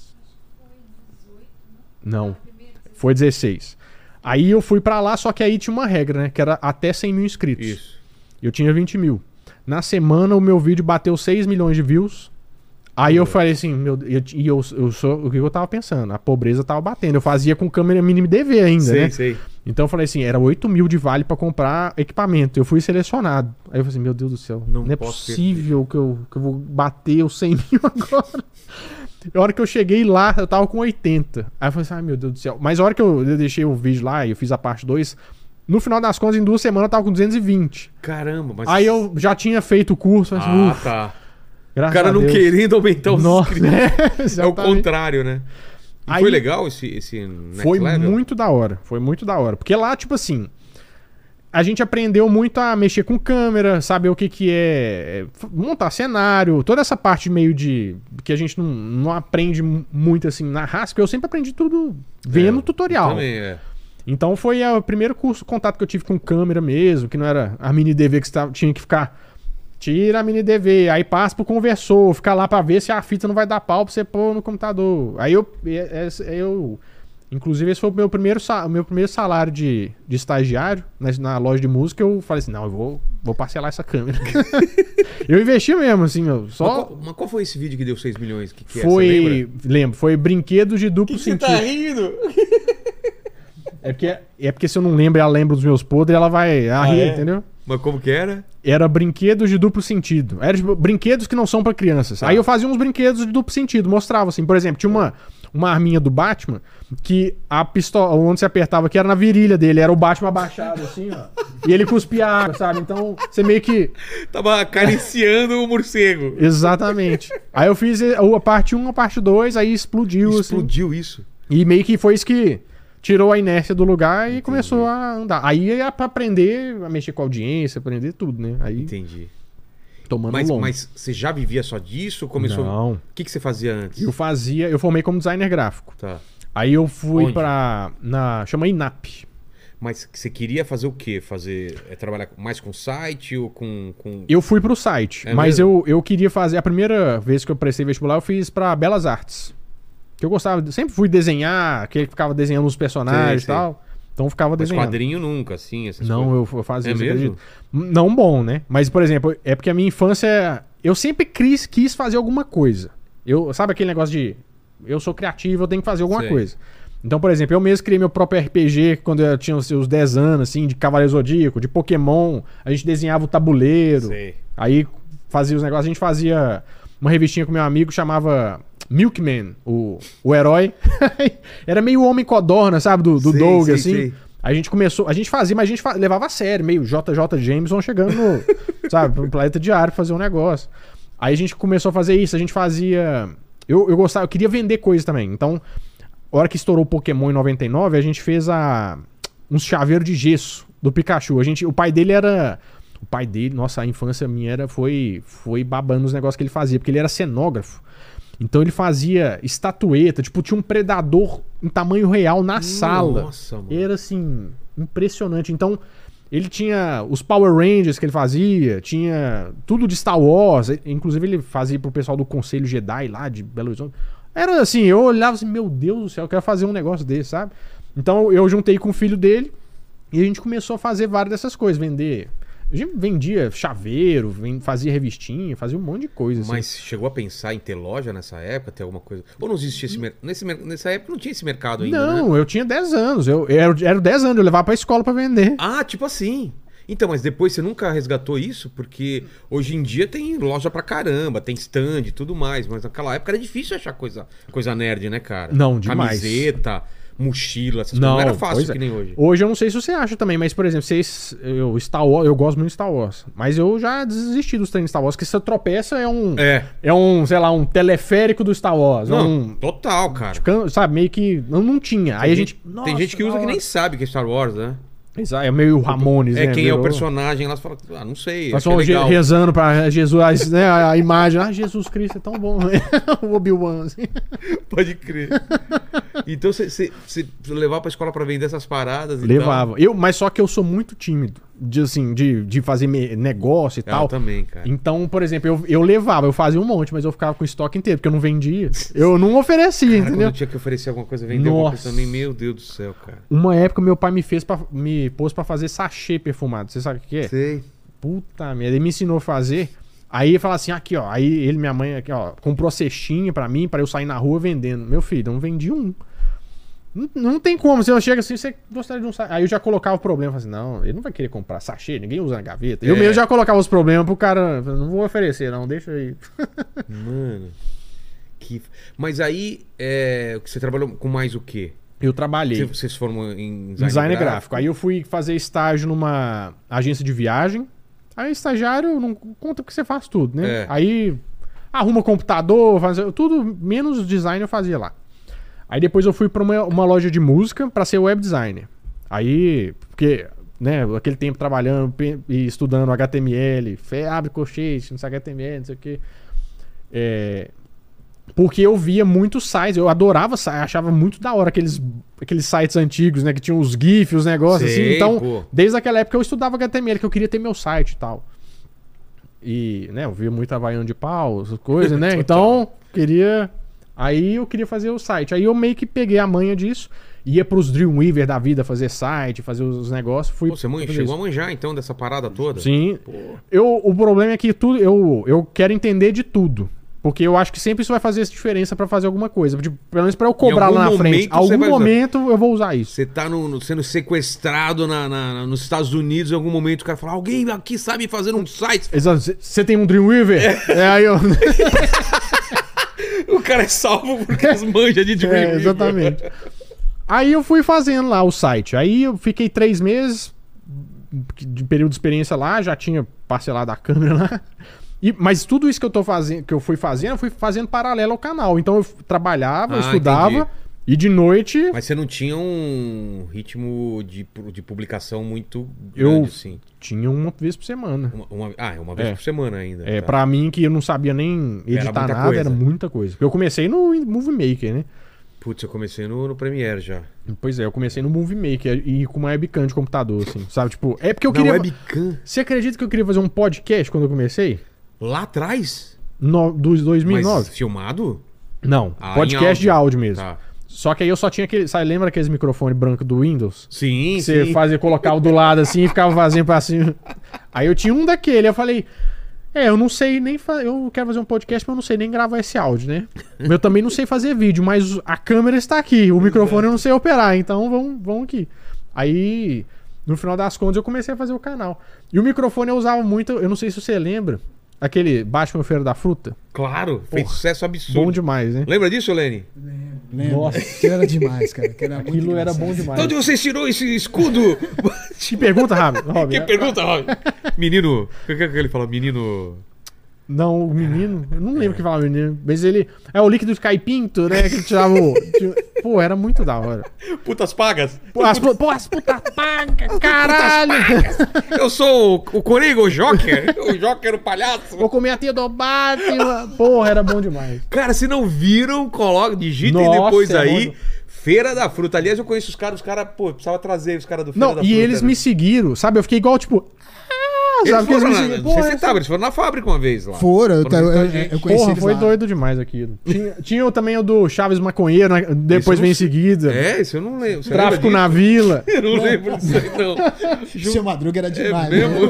Não, foi 16. Aí eu fui pra lá, só que aí tinha uma regra, né? Que era até 100 mil inscritos.
Isso.
Eu tinha 20 mil. Na semana o meu vídeo bateu 6 milhões de views. Aí eu falei assim, o que eu tava pensando? A pobreza tava batendo. Eu fazia com câmera mini DV ainda, né?
Sei.
Então eu falei assim, era 8 mil de vale pra comprar equipamento. Eu fui selecionado. Aí eu falei assim, meu Deus do céu, não é possível que eu vou bater os 100 mil agora. A hora que eu cheguei lá, eu tava com 80. Aí eu falei assim, meu Deus do céu. Mas a hora que eu deixei o vídeo lá e eu fiz a parte 2, no final das contas, em 2 semanas eu tava com 220.
Caramba, mas...
Aí eu já tinha feito o curso. Falei assim,
tá.
Graças
O cara
a
não
Deus.
querendo aumentar os inscritos. É o
exatamente.
contrário, né? E
Aí-
foi legal esse Next
Foi
Level?
muito da hora. Foi muito da hora. Porque lá, tipo assim, a gente aprendeu muito a mexer com câmera, saber o que é montar cenário, toda essa parte meio de... que a gente não aprende muito assim na raça, porque eu sempre aprendi tudo vendo tutorial.
Também
Então foi o primeiro contato que eu tive com câmera mesmo, que não era a mini DV que você tinha que ficar... Tira a mini DV, aí passa pro conversor, fica lá pra ver se a fita não vai dar pau pra você pôr no computador. Aí eu inclusive esse foi o meu primeiro salário de estagiário na loja de música. Eu falei assim, não, eu vou parcelar essa câmera. Eu investi mesmo, assim, só...
Mas qual foi esse vídeo que deu 6 milhões? Que é? Você lembra?
Lembro, foi brinquedos de duplo
Você
sentido.
tá rindo?
É porque se eu não lembro, ela lembra dos meus podres, ela vai rir,
é?
entendeu?
Mas como que era?
Era brinquedos de duplo sentido. Era tipo, brinquedos que não são pra crianças.
Tá.
Aí eu fazia uns brinquedos de duplo sentido, mostrava assim. Por exemplo, tinha uma arminha do Batman que a pistola, onde você apertava aqui era na virilha dele, era o Batman abaixado assim, ó. E ele cuspia água, sabe? Então você meio que...
Tava acariciando o morcego.
Exatamente. Aí eu fiz a parte 1, a parte 2, aí explodiu.
Explodiu isso.
E meio que foi isso que tirou a inércia do lugar e começou a andar. Aí é pra aprender a mexer com a audiência, aprender tudo, né? Aí
Entendi.
tomando
Mas,
longo.
mas você já vivia só disso? Começou...
Não.
O que você fazia antes?
Eu formei como designer gráfico.
Tá.
Aí eu fui
Onde?
chama INAP.
Mas você queria fazer o quê? Trabalhar mais com site ou com...
Eu fui pro site, mas eu queria fazer... A primeira vez que eu prestei vestibular, eu fiz pra Belas Artes. Que eu gostava... Sempre fui desenhar, que ele ficava desenhando os personagens e tal. Então eu ficava desenhando.
Mas quadrinho nunca, assim?
Não, eu fazia isso.
Mesmo?
Não bom, né? Mas, por exemplo, é porque a minha infância... Eu sempre quis fazer alguma coisa. Sabe aquele negócio de... Eu sou criativo, eu tenho que fazer alguma coisa. Então, por exemplo, eu mesmo criei meu próprio RPG quando eu tinha os seus 10 anos, assim, de Cavaleiro Zodíaco, de Pokémon. A gente desenhava o tabuleiro.
Sei.
Aí fazia os negócios. A gente fazia uma revistinha com meu amigo, chamava Milkman, o herói. Era meio Homem Codorna, sabe? Do Doug, assim. Sei. A gente começou... A gente fazia, mas a gente levava a sério. Meio JJ Jameson chegando no... sabe? Pro Planeta Diário fazer um negócio. Aí a gente começou a fazer isso. A gente fazia... Eu gostava... Eu queria vender coisas também. Então... A hora que estourou o Pokémon em 99, a gente fez uns chaveiros de gesso do Pikachu. O pai dele era... O pai dele, nossa, a infância minha foi babando os negócios que ele fazia, porque ele era cenógrafo. Então ele fazia estatueta, tipo, tinha um predador em tamanho real na sala.
Nossa, mano.
Era assim, impressionante. Então, ele tinha os Power Rangers que ele fazia, tinha tudo de Star Wars. Inclusive, ele fazia pro pessoal do Conselho Jedi lá de Belo Horizonte. Era assim, eu olhava assim, meu Deus do céu, eu quero fazer um negócio desse, sabe? Então eu juntei com o filho dele e a gente começou a fazer várias dessas coisas, vender. A gente vendia chaveiro, fazia revistinha, fazia um monte de coisa. Assim.
Mas chegou a pensar em ter loja nessa época, ter alguma coisa? Ou não existia esse mercado? Nessa época não tinha esse mercado ainda,
não,
né?
Eu tinha 10 anos, eu era 10 anos, eu levava pra escola pra vender.
Ah, tipo assim... Então, mas depois você nunca resgatou isso? Porque hoje em dia tem loja pra caramba, tem stand e tudo mais. Mas naquela época era difícil achar coisa nerd, né, cara?
Não, demais.
Camiseta, mochila, essas coisas. Não era fácil que nem hoje.
Hoje eu não sei se você acha também, mas, por exemplo, Star Wars, eu gosto muito de Star Wars. Mas eu já desisti dos treinos de Star Wars, que se você tropeça é um, sei lá, um teleférico do Star Wars.
Não, total, cara.
Sabe, meio que não tinha. Aí a gente...
Tem gente que usa que nem sabe que é Star Wars, né?
É meio Ramones, né?
Quem é o personagem lá, você fala, não sei.
Nós estamos rezando pra Jesus, né? A imagem, Jesus Cristo é tão bom, né? O Obi-Wan, assim.
Pode crer. Então você levava pra escola pra vender essas paradas e
levava. Tal? Mas só que eu sou muito tímido. De fazer negócio e tal.
Eu também, cara.
Então, por exemplo, eu fazia um monte, mas eu ficava com o estoque inteiro, porque eu não vendia. Eu não oferecia, cara, entendeu?
Quando eu tinha que oferecer alguma coisa, vender alguma coisa também, meu Deus do céu, cara.
Uma época meu pai me pôs pra fazer sachê perfumado. Você sabe o que é?
Sei.
Puta merda, ele me ensinou a fazer. Aí ele fala assim, aqui ó, aí ele, minha mãe, aqui ó, comprou cestinha pra mim, pra eu sair na rua vendendo. Meu filho, eu não vendi um. Não tem como, se eu chego assim, você gostaria de um sachê. Aí eu já colocava o problema, assim, não, ele não vai querer comprar sachê, ninguém usa na gaveta. Eu mesmo já colocava os problemas pro cara, não vou oferecer não, deixa aí.
Mano, mas aí, você trabalhou com mais o quê?
Eu trabalhei.
Você se formou em
design gráfico. Aí eu fui fazer estágio numa agência de viagem. Aí estagiário não conta que você faz tudo, né? Aí arruma computador, faz tudo, menos design eu fazia lá. Aí depois eu fui pra uma loja de música pra ser web designer. Aí, porque, né, aquele tempo trabalhando e estudando HTML, abre colchete, não sei HTML, não sei o quê. Porque eu via muitos sites, eu adorava, achava muito da hora aqueles sites antigos, né, que tinham os GIFs, os negócios assim. Então, desde aquela época eu estudava HTML, que eu queria ter meu site e tal. E, né, eu via muito Havaiano de pau, essas coisas, né? Então, aí eu queria fazer o site. Aí eu meio que peguei a manha disso, ia pros Dreamweaver da vida fazer site, fazer os negócios.
Você chegou a manjar então dessa parada toda?
Sim. O problema é que tudo eu quero entender de tudo. Porque eu acho que sempre isso vai fazer essa diferença pra fazer alguma coisa. Tipo, pelo menos pra eu cobrar lá na frente. Algum momento eu vou usar isso.
Você tá sendo sequestrado nos Estados Unidos, em algum momento o cara fala, alguém aqui sabe fazer um site.
Exato. Você tem um Dreamweaver? Aí eu...
O cara é salvo porque as manjas de Dreamweaver.
Exatamente. Aí eu fui fazendo lá o site. Aí eu fiquei 3 meses de período de experiência lá, já tinha parcelado a câmera lá. Mas tudo isso que eu fui fazendo paralelo ao canal. Então eu trabalhava, estudava, entendi. E de noite...
Mas você não tinha um ritmo de publicação muito grande, assim?
Tinha uma vez por semana.
Uma vez por semana ainda.
Tá. Pra mim, que eu não sabia nem editar nada, era muita coisa. Porque eu comecei no Movie Maker, né?
Putz, eu comecei no Premiere já.
Pois é, eu comecei no Movie Maker e com uma webcam de computador, assim, sabe? Tipo, é porque eu
Na
queria...
webcam?
Você acredita que eu queria fazer um podcast quando eu comecei?
Lá atrás?
Dos 2009?
Mas filmado?
Não,
Ah,
podcast de áudio mesmo.
Tá.
Só que aí eu só tinha aquele... Sabe, lembra aqueles microfones brancos do Windows?
Sim,
Que você
sim.
fazia, colocava do lado assim e ficava fazendo pra cima. Aí eu tinha um daquele, eu falei... eu não sei nem eu quero fazer um podcast, mas eu não sei nem gravar esse áudio, né? Eu também não sei fazer vídeo, mas a câmera está aqui, o microfone eu não sei operar, então vamos aqui. Aí, no final das contas, eu comecei a fazer o canal. E o microfone eu usava muito, eu não sei se você lembra, aquele Batman Feira da Fruta.
Claro, fez sucesso absurdo.
Bom demais, né?
Lembra disso, Lene?
Lembra?
Nossa.
Aquilo era demais, cara.
Aquilo era bom demais.
De onde você tirou esse escudo?
Que pergunta, Robin?
Que pergunta, Robin? Menino... O que é que ele fala? Menino...
Não, o menino, eu não lembro o que falava menino, mas ele... É o líquido de caipinto, né? Que tirava o... Pô, era muito da hora.
Putas pagas?
As putas pagas, caralho!
Eu sou o Coringa, o Joker. O Joker, o palhaço.
Vou comer a tia do Batman. Porra, era bom demais.
Cara, se não viram, coloca, digitem
Nossa,
depois
é
aí.
bom.
Feira da Fruta. Aliás, eu conheço os caras, pô, precisava trazer os caras do Feira
Não,
da
e
Fruta.
eles me seguiram, sabe? Eu fiquei igual, tipo...
Eles
sabe?
foram
me
na,
seguiram.
não sei se você
essa-
tava, eles foram na fábrica uma vez lá.
Foram,
visitar a gente.
eu conheci
Porra,
eles
foi
lá.
doido demais aquilo. Tinha também o do Chaves Maconheiro, né? Depois
Isso eu
vem em
não sei.
seguida.
É, isso eu não lembro. Você
Tráfico
lembra
na vila.
disso? Eu não lembro disso aí, não.
Seu Madruga era
É
demais.
mesmo?
né?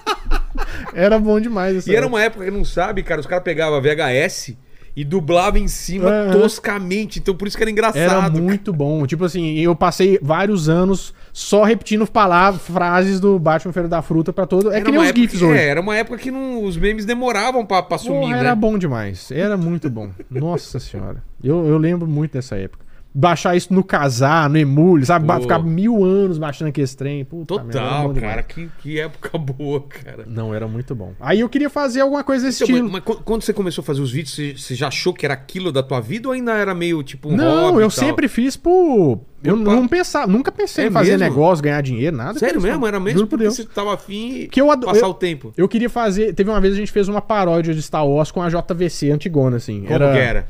Era bom demais. Essa
E era uma época que não sabe, cara, os caras pegavam VHS e dublavam em cima
Aham.
toscamente. Então por isso que era engraçado.
Era muito bom. Tipo assim, eu passei vários anos só repetindo frases do Batman Feira da Fruta pra todo. É
Era
que nem
uma
os
época
GIFs
que-
hoje.
era uma época que os memes demoravam pra sumir,
Porra,
né?
era bom demais. Era muito bom. Nossa senhora. Eu lembro muito dessa época. Baixar isso no Casar, no Emule, sabe?
Pô.
Ficar 1000 anos baixando aquele trem. Puta merda, era
Total,
bom demais.
cara. Que época boa, cara.
Não, era muito bom. Aí eu queria fazer alguma coisa desse
Então,
estilo.
mas quando você começou a fazer os vídeos, você já achou que era aquilo da tua vida ou ainda era meio tipo um
Não,
hobby
eu
e tal?
sempre fiz por... Eu
Opa.
não pensava, nunca pensei
É
em fazer
mesmo?
negócio, ganhar dinheiro, nada.
Sério
disso,
mesmo?
não.
Era mesmo
Juro por
porque
Deus.
você tava afim
Que eu
passar o tempo.
Eu queria fazer... Teve uma vez a gente fez uma paródia de Star Wars com a JVC antigona, assim.
Como que era?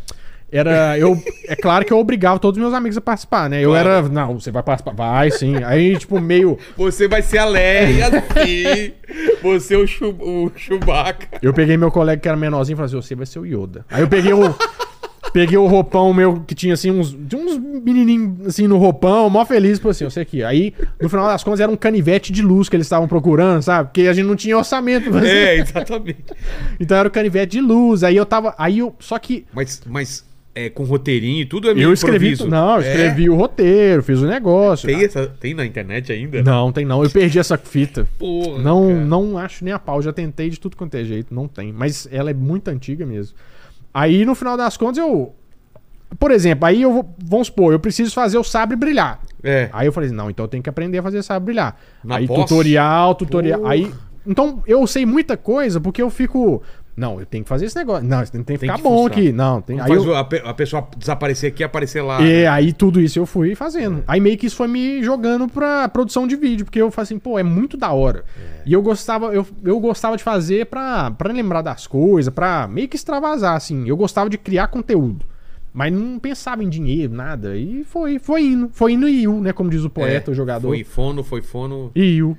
É claro que eu obrigava todos os meus amigos a participar, né? Eu
Claro.
era... Não, você vai participar. Vai, sim. Aí, tipo, meio...
Você vai ser a Leia, assim. Você é o Chewbacca.
Eu peguei meu colega que era menorzinho e falei assim, você vai ser o Yoda. Aí eu peguei o roupão meu que tinha assim uns menininhos assim no roupão, mó feliz, tipo assim, eu sei aqui. Aí, no final das contas, era um canivete de luz que eles estavam procurando, sabe? Porque a gente não tinha orçamento pra fazer.
É, exatamente.
Então era o canivete de luz. Só que
Mas com roteirinho e tudo é meio
eu escrevi,
improviso.
eu escrevi o roteiro, fiz o negócio.
Tem na internet ainda?
Não, tem não. Eu perdi essa fita.
Porra, cara.
Não acho nem a pau. Já tentei de tudo quanto é jeito. Não tem. Mas ela é muito antiga mesmo. Aí, no final das contas, por exemplo, aí vamos supor, eu preciso fazer o sabre brilhar.
É.
Aí eu falei, não, então eu tenho que aprender a fazer sabre brilhar.
Na
Aí
posse?
tutorial.
Porra.
Aí, então eu sei muita coisa porque eu fico... Não, eu tenho que fazer esse negócio. Não, tem que ficar
que
bom
fuçar.
aqui. Não, tem...
Não
Aí
faz
eu...
a pessoa desaparecer aqui e aparecer lá.
Aí tudo isso eu fui fazendo. Aí meio que isso foi me jogando pra produção de vídeo, porque eu falei assim, pô, é muito da hora. E eu gostava de fazer pra lembrar das coisas, pra meio que extravasar, assim. Eu gostava de criar conteúdo. Mas não pensava em dinheiro, nada. E foi indo. Foi indo e iu, né? Como diz o poeta, o jogador.
Foi fono.
E iu.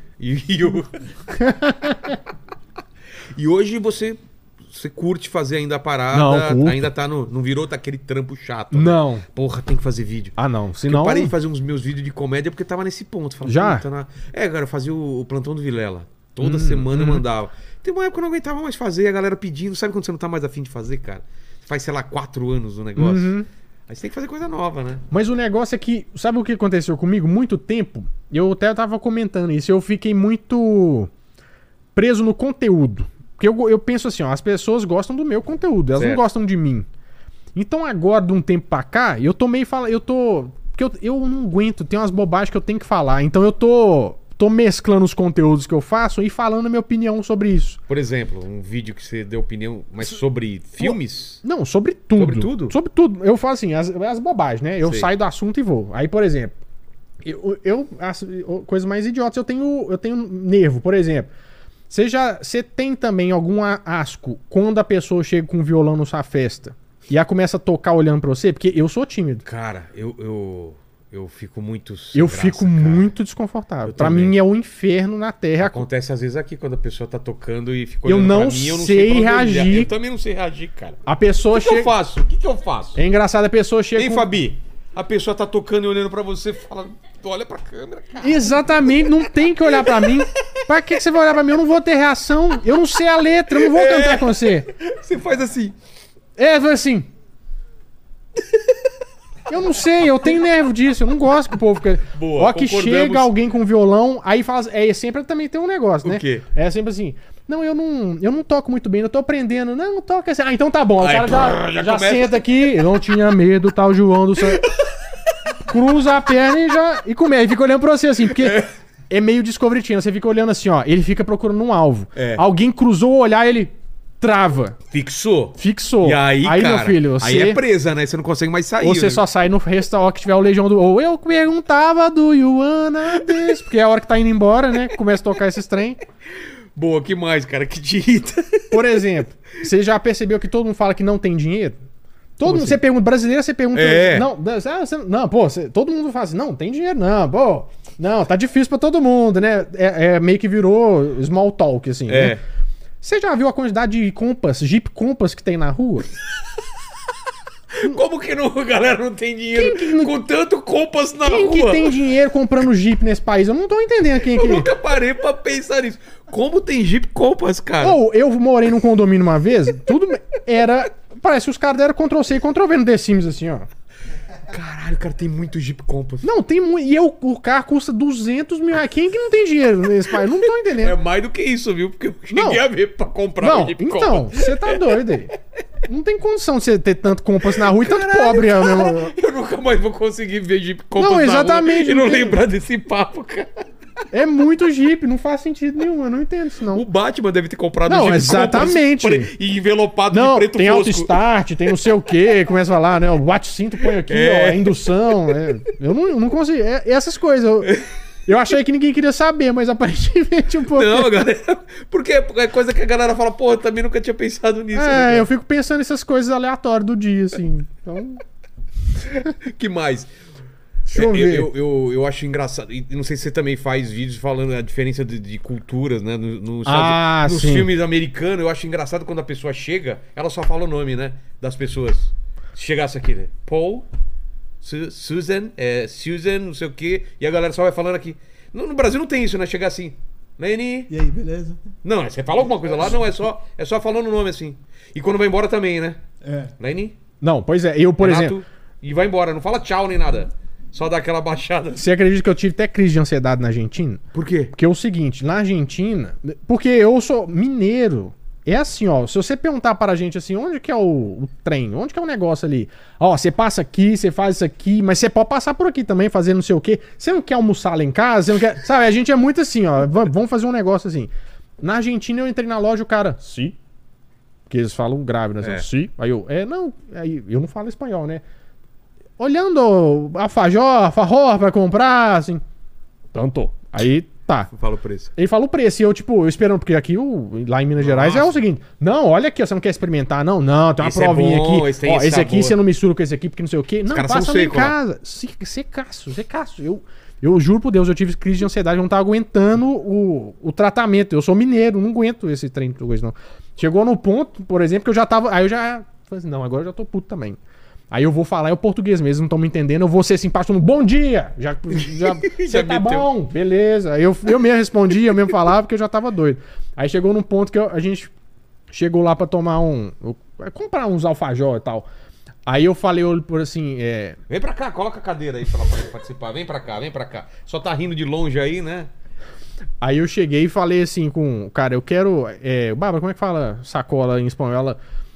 E hoje você curte fazer ainda a parada,
Não, curto.
ainda tá não virou aquele trampo chato. né?
Não.
Porra, tem que fazer vídeo.
Ah, não.
Porque
Senão...
eu parei de fazer uns meus vídeos de comédia porque tava nesse ponto. Falava,
Já?
puta, cara, eu fazia o plantão do Vilela. Toda semana eu mandava. Tem uma época que eu não aguentava mais fazer, a galera pedindo. Sabe quando você não tá mais afim de fazer, cara? Faz, sei lá, 4 anos o negócio. Aí você tem que fazer coisa nova, né?
Mas o negócio é que, sabe o que aconteceu comigo? Muito tempo, eu até tava comentando isso, eu fiquei muito preso no conteúdo. Porque eu penso assim, ó, as pessoas gostam do meu conteúdo, elas
Certo.
não gostam de mim. Então agora, de um tempo pra cá, eu tô meio falando, porque eu não aguento, tem umas bobagens que eu tenho que falar. Então eu tô mesclando os conteúdos que eu faço e falando a minha opinião sobre isso.
Por exemplo, um vídeo que você deu opinião, mas sobre filmes?
Não, sobre tudo.
Sobre tudo?
Sobre tudo. Eu falo assim, as bobagens, né? Eu
Sei.
saio do assunto e vou. Aí, por exemplo, coisa mais idiota, eu tenho nervo, por exemplo. Você tem também algum asco quando a pessoa chega com um violão na sua festa e ela começa a tocar olhando pra você, porque eu sou tímido.
Cara, eu fico muito
Eu fico muito desconfortável. Pra mim é o inferno na Terra.
Acontece às vezes aqui, quando a pessoa tá tocando e fica
Eu
olhando
não
pra mim, eu não
sei
pra onde
reagir.
olhar. Eu também não sei reagir, cara.
A pessoa
O que eu faço? O que eu faço?
É engraçado, a pessoa chega.
Ei, Fabi, a pessoa tá tocando e olhando pra você, fala, olha pra câmera, cara.
Exatamente, não tem que olhar pra mim. Pra que você vai olhar pra mim? Eu não vou ter reação. Eu não sei a letra, eu não vou cantar com você.
Você faz assim.
Foi assim. Eu não sei, eu tenho nervo disso, eu não gosto que o povo fica.
Boa,
Ó, que chega alguém com violão, aí fala. Sempre também tem um negócio, né?
O quê?
É sempre assim. Não, eu não toco muito bem, eu tô aprendendo. Não toca assim. Ah, então tá bom.
Aí,
O cara já
começa.
senta aqui, eu não tinha medo, tal, João do céu. Cruza a perna e começa. E fica olhando pra você assim, porque é meio Discovery Channel. Você fica olhando assim, ó. Ele fica procurando um alvo.
É.
Alguém cruzou o olhar, ele trava.
Fixou.
Fixou.
E aí, cara,
meu filho, você...
aí é presa, né? Você não consegue mais sair.
Ou você
né?
só sai no restaurante que tiver o Legião do... Ou eu perguntava do Yuana desse, porque é a hora que tá indo embora, né? Começa a tocar esses trem.
Boa, que mais, cara? Que te irrita.
Por exemplo, você já percebeu que todo mundo fala que não tem dinheiro? Todo mundo,
assim?
você pergunta, brasileiro, você pergunta...
É.
Todo mundo fala assim, não tem dinheiro não, pô. Não, tá difícil pra todo mundo, né? Meio que virou small talk, assim, né? Você já viu a quantidade de Compass, Jeep Compass que tem na rua?
Como que não, a galera não tem dinheiro com tanto Compass na
Quem
rua?
que tem dinheiro comprando Jeep nesse país? Eu não tô entendendo quem
Eu
que...
nunca parei pra pensar nisso. Como tem Jeep Compass, cara?
Ou eu morei num condomínio uma vez, tudo era... Parece que os caras deram Ctrl-C e Ctrl-V no The Sims, assim, ó.
Caralho, cara, tem muito Jeep Compass.
Não, tem muito... E o carro custa 200 mil reais. Quem que não tem dinheiro nesse país? Eu não tô entendendo.
É mais do que isso, viu? Porque eu cheguei
Não.
a ver pra comprar
Não,
um Jeep
então,
Compass.
você tá doido aí. Não tem condição de você ter tanto Compass na rua e tanto pobre. É, mesmo.
Eu nunca mais vou conseguir ver Jeep Compass
Não,
na
exatamente,
rua e não
não tem-
lembrar desse papo, cara.
É muito Jeep, não faz sentido nenhum. Eu não entendo isso, não.
O Batman deve ter comprado
Não,
um Jeep
exatamente.
Compass e envelopado
Não,
de preto
tem
fosco.
auto-start, tem não sei o que, começa a falar, né? O bate-cinto põe aqui, ó, a indução. Eu não consigo. Essas coisas. Eu achei que ninguém queria saber, mas aparentemente um pouco.
Não, galera. Porque é coisa que a galera fala, pô, eu também nunca tinha pensado nisso. né?
Eu fico pensando nessas coisas aleatórias do dia, assim. Então,
Que mais?
deixa eu ver.
Eu acho engraçado. E não sei se você também faz vídeos falando a diferença de culturas, né? Nos
sim.
filmes americanos, eu acho engraçado quando a pessoa chega, ela só fala o nome, né? Das pessoas. Se chegasse aqui, né? Paul, Susan, não sei o quê, e a galera só vai falando aqui. No Brasil não tem isso, né? Chegar assim. Lenny.
E aí, beleza?
Não, você fala alguma coisa lá, não, é só falando o nome assim. E quando vai embora também, né?
É.
Lenny,
Não, pois é, eu, por
Renato,
exemplo,
e vai embora, não fala tchau nem nada. Só dá aquela baixada.
você acredita que eu tive até crise de ansiedade na Argentina?
Por quê?
Porque é o seguinte, na Argentina, porque eu sou mineiro, é assim, ó, se você perguntar para a gente assim, onde que é o trem, onde que é o negócio ali? Ó, você passa aqui, você faz isso aqui, mas você pode passar por aqui também, fazer não sei o quê. Você não quer almoçar lá em casa? Você não quer... Sabe, a gente é muito assim, ó, vamos fazer um negócio assim. Na Argentina eu entrei na loja e o cara, sim. Porque eles falam grave, né? Sim. Aí eu, não, aí eu não falo espanhol, né? Olhando alfajor pra comprar, assim. Tanto. Aí, tá.
Fala o preço.
Ele fala o preço e eu, tipo, eu esperando, porque aqui, lá em Minas Gerais, é o seguinte: não, olha aqui, ó, você não quer experimentar? Não, tem uma
Esse é
provinha
bom,
aqui.
esse tem
Ó,
esse
esse aqui
sabor.
você não mistura com esse aqui, porque não sei o quê. Não,
caras
passa
são
lá em
secos lá.
casa. Secaço. Eu juro por Deus, eu tive crise de ansiedade, eu não tava aguentando o tratamento. Eu sou mineiro, não aguento esse trem de coisa, não. Chegou no ponto, por exemplo, que eu já tava. Aí eu já falei assim, não, agora eu já tô puto também. Aí eu vou falar, é o português mesmo, não estão me entendendo. Eu vou ser simpático no bom dia! Já você tá
meteu.
bom, beleza. Aí eu mesmo respondi, eu mesmo falava, porque eu já tava doido. Aí chegou num ponto que a gente chegou lá pra tomar comprar uns alfajor e tal. Aí eu falei por assim,
Vem pra cá, coloca a cadeira aí pra ela poder participar. Vem pra cá. Só tá rindo de longe aí, né?
Aí eu cheguei e falei assim com o cara, eu quero. Bárbara, como é que fala sacola em espanhol? Ela.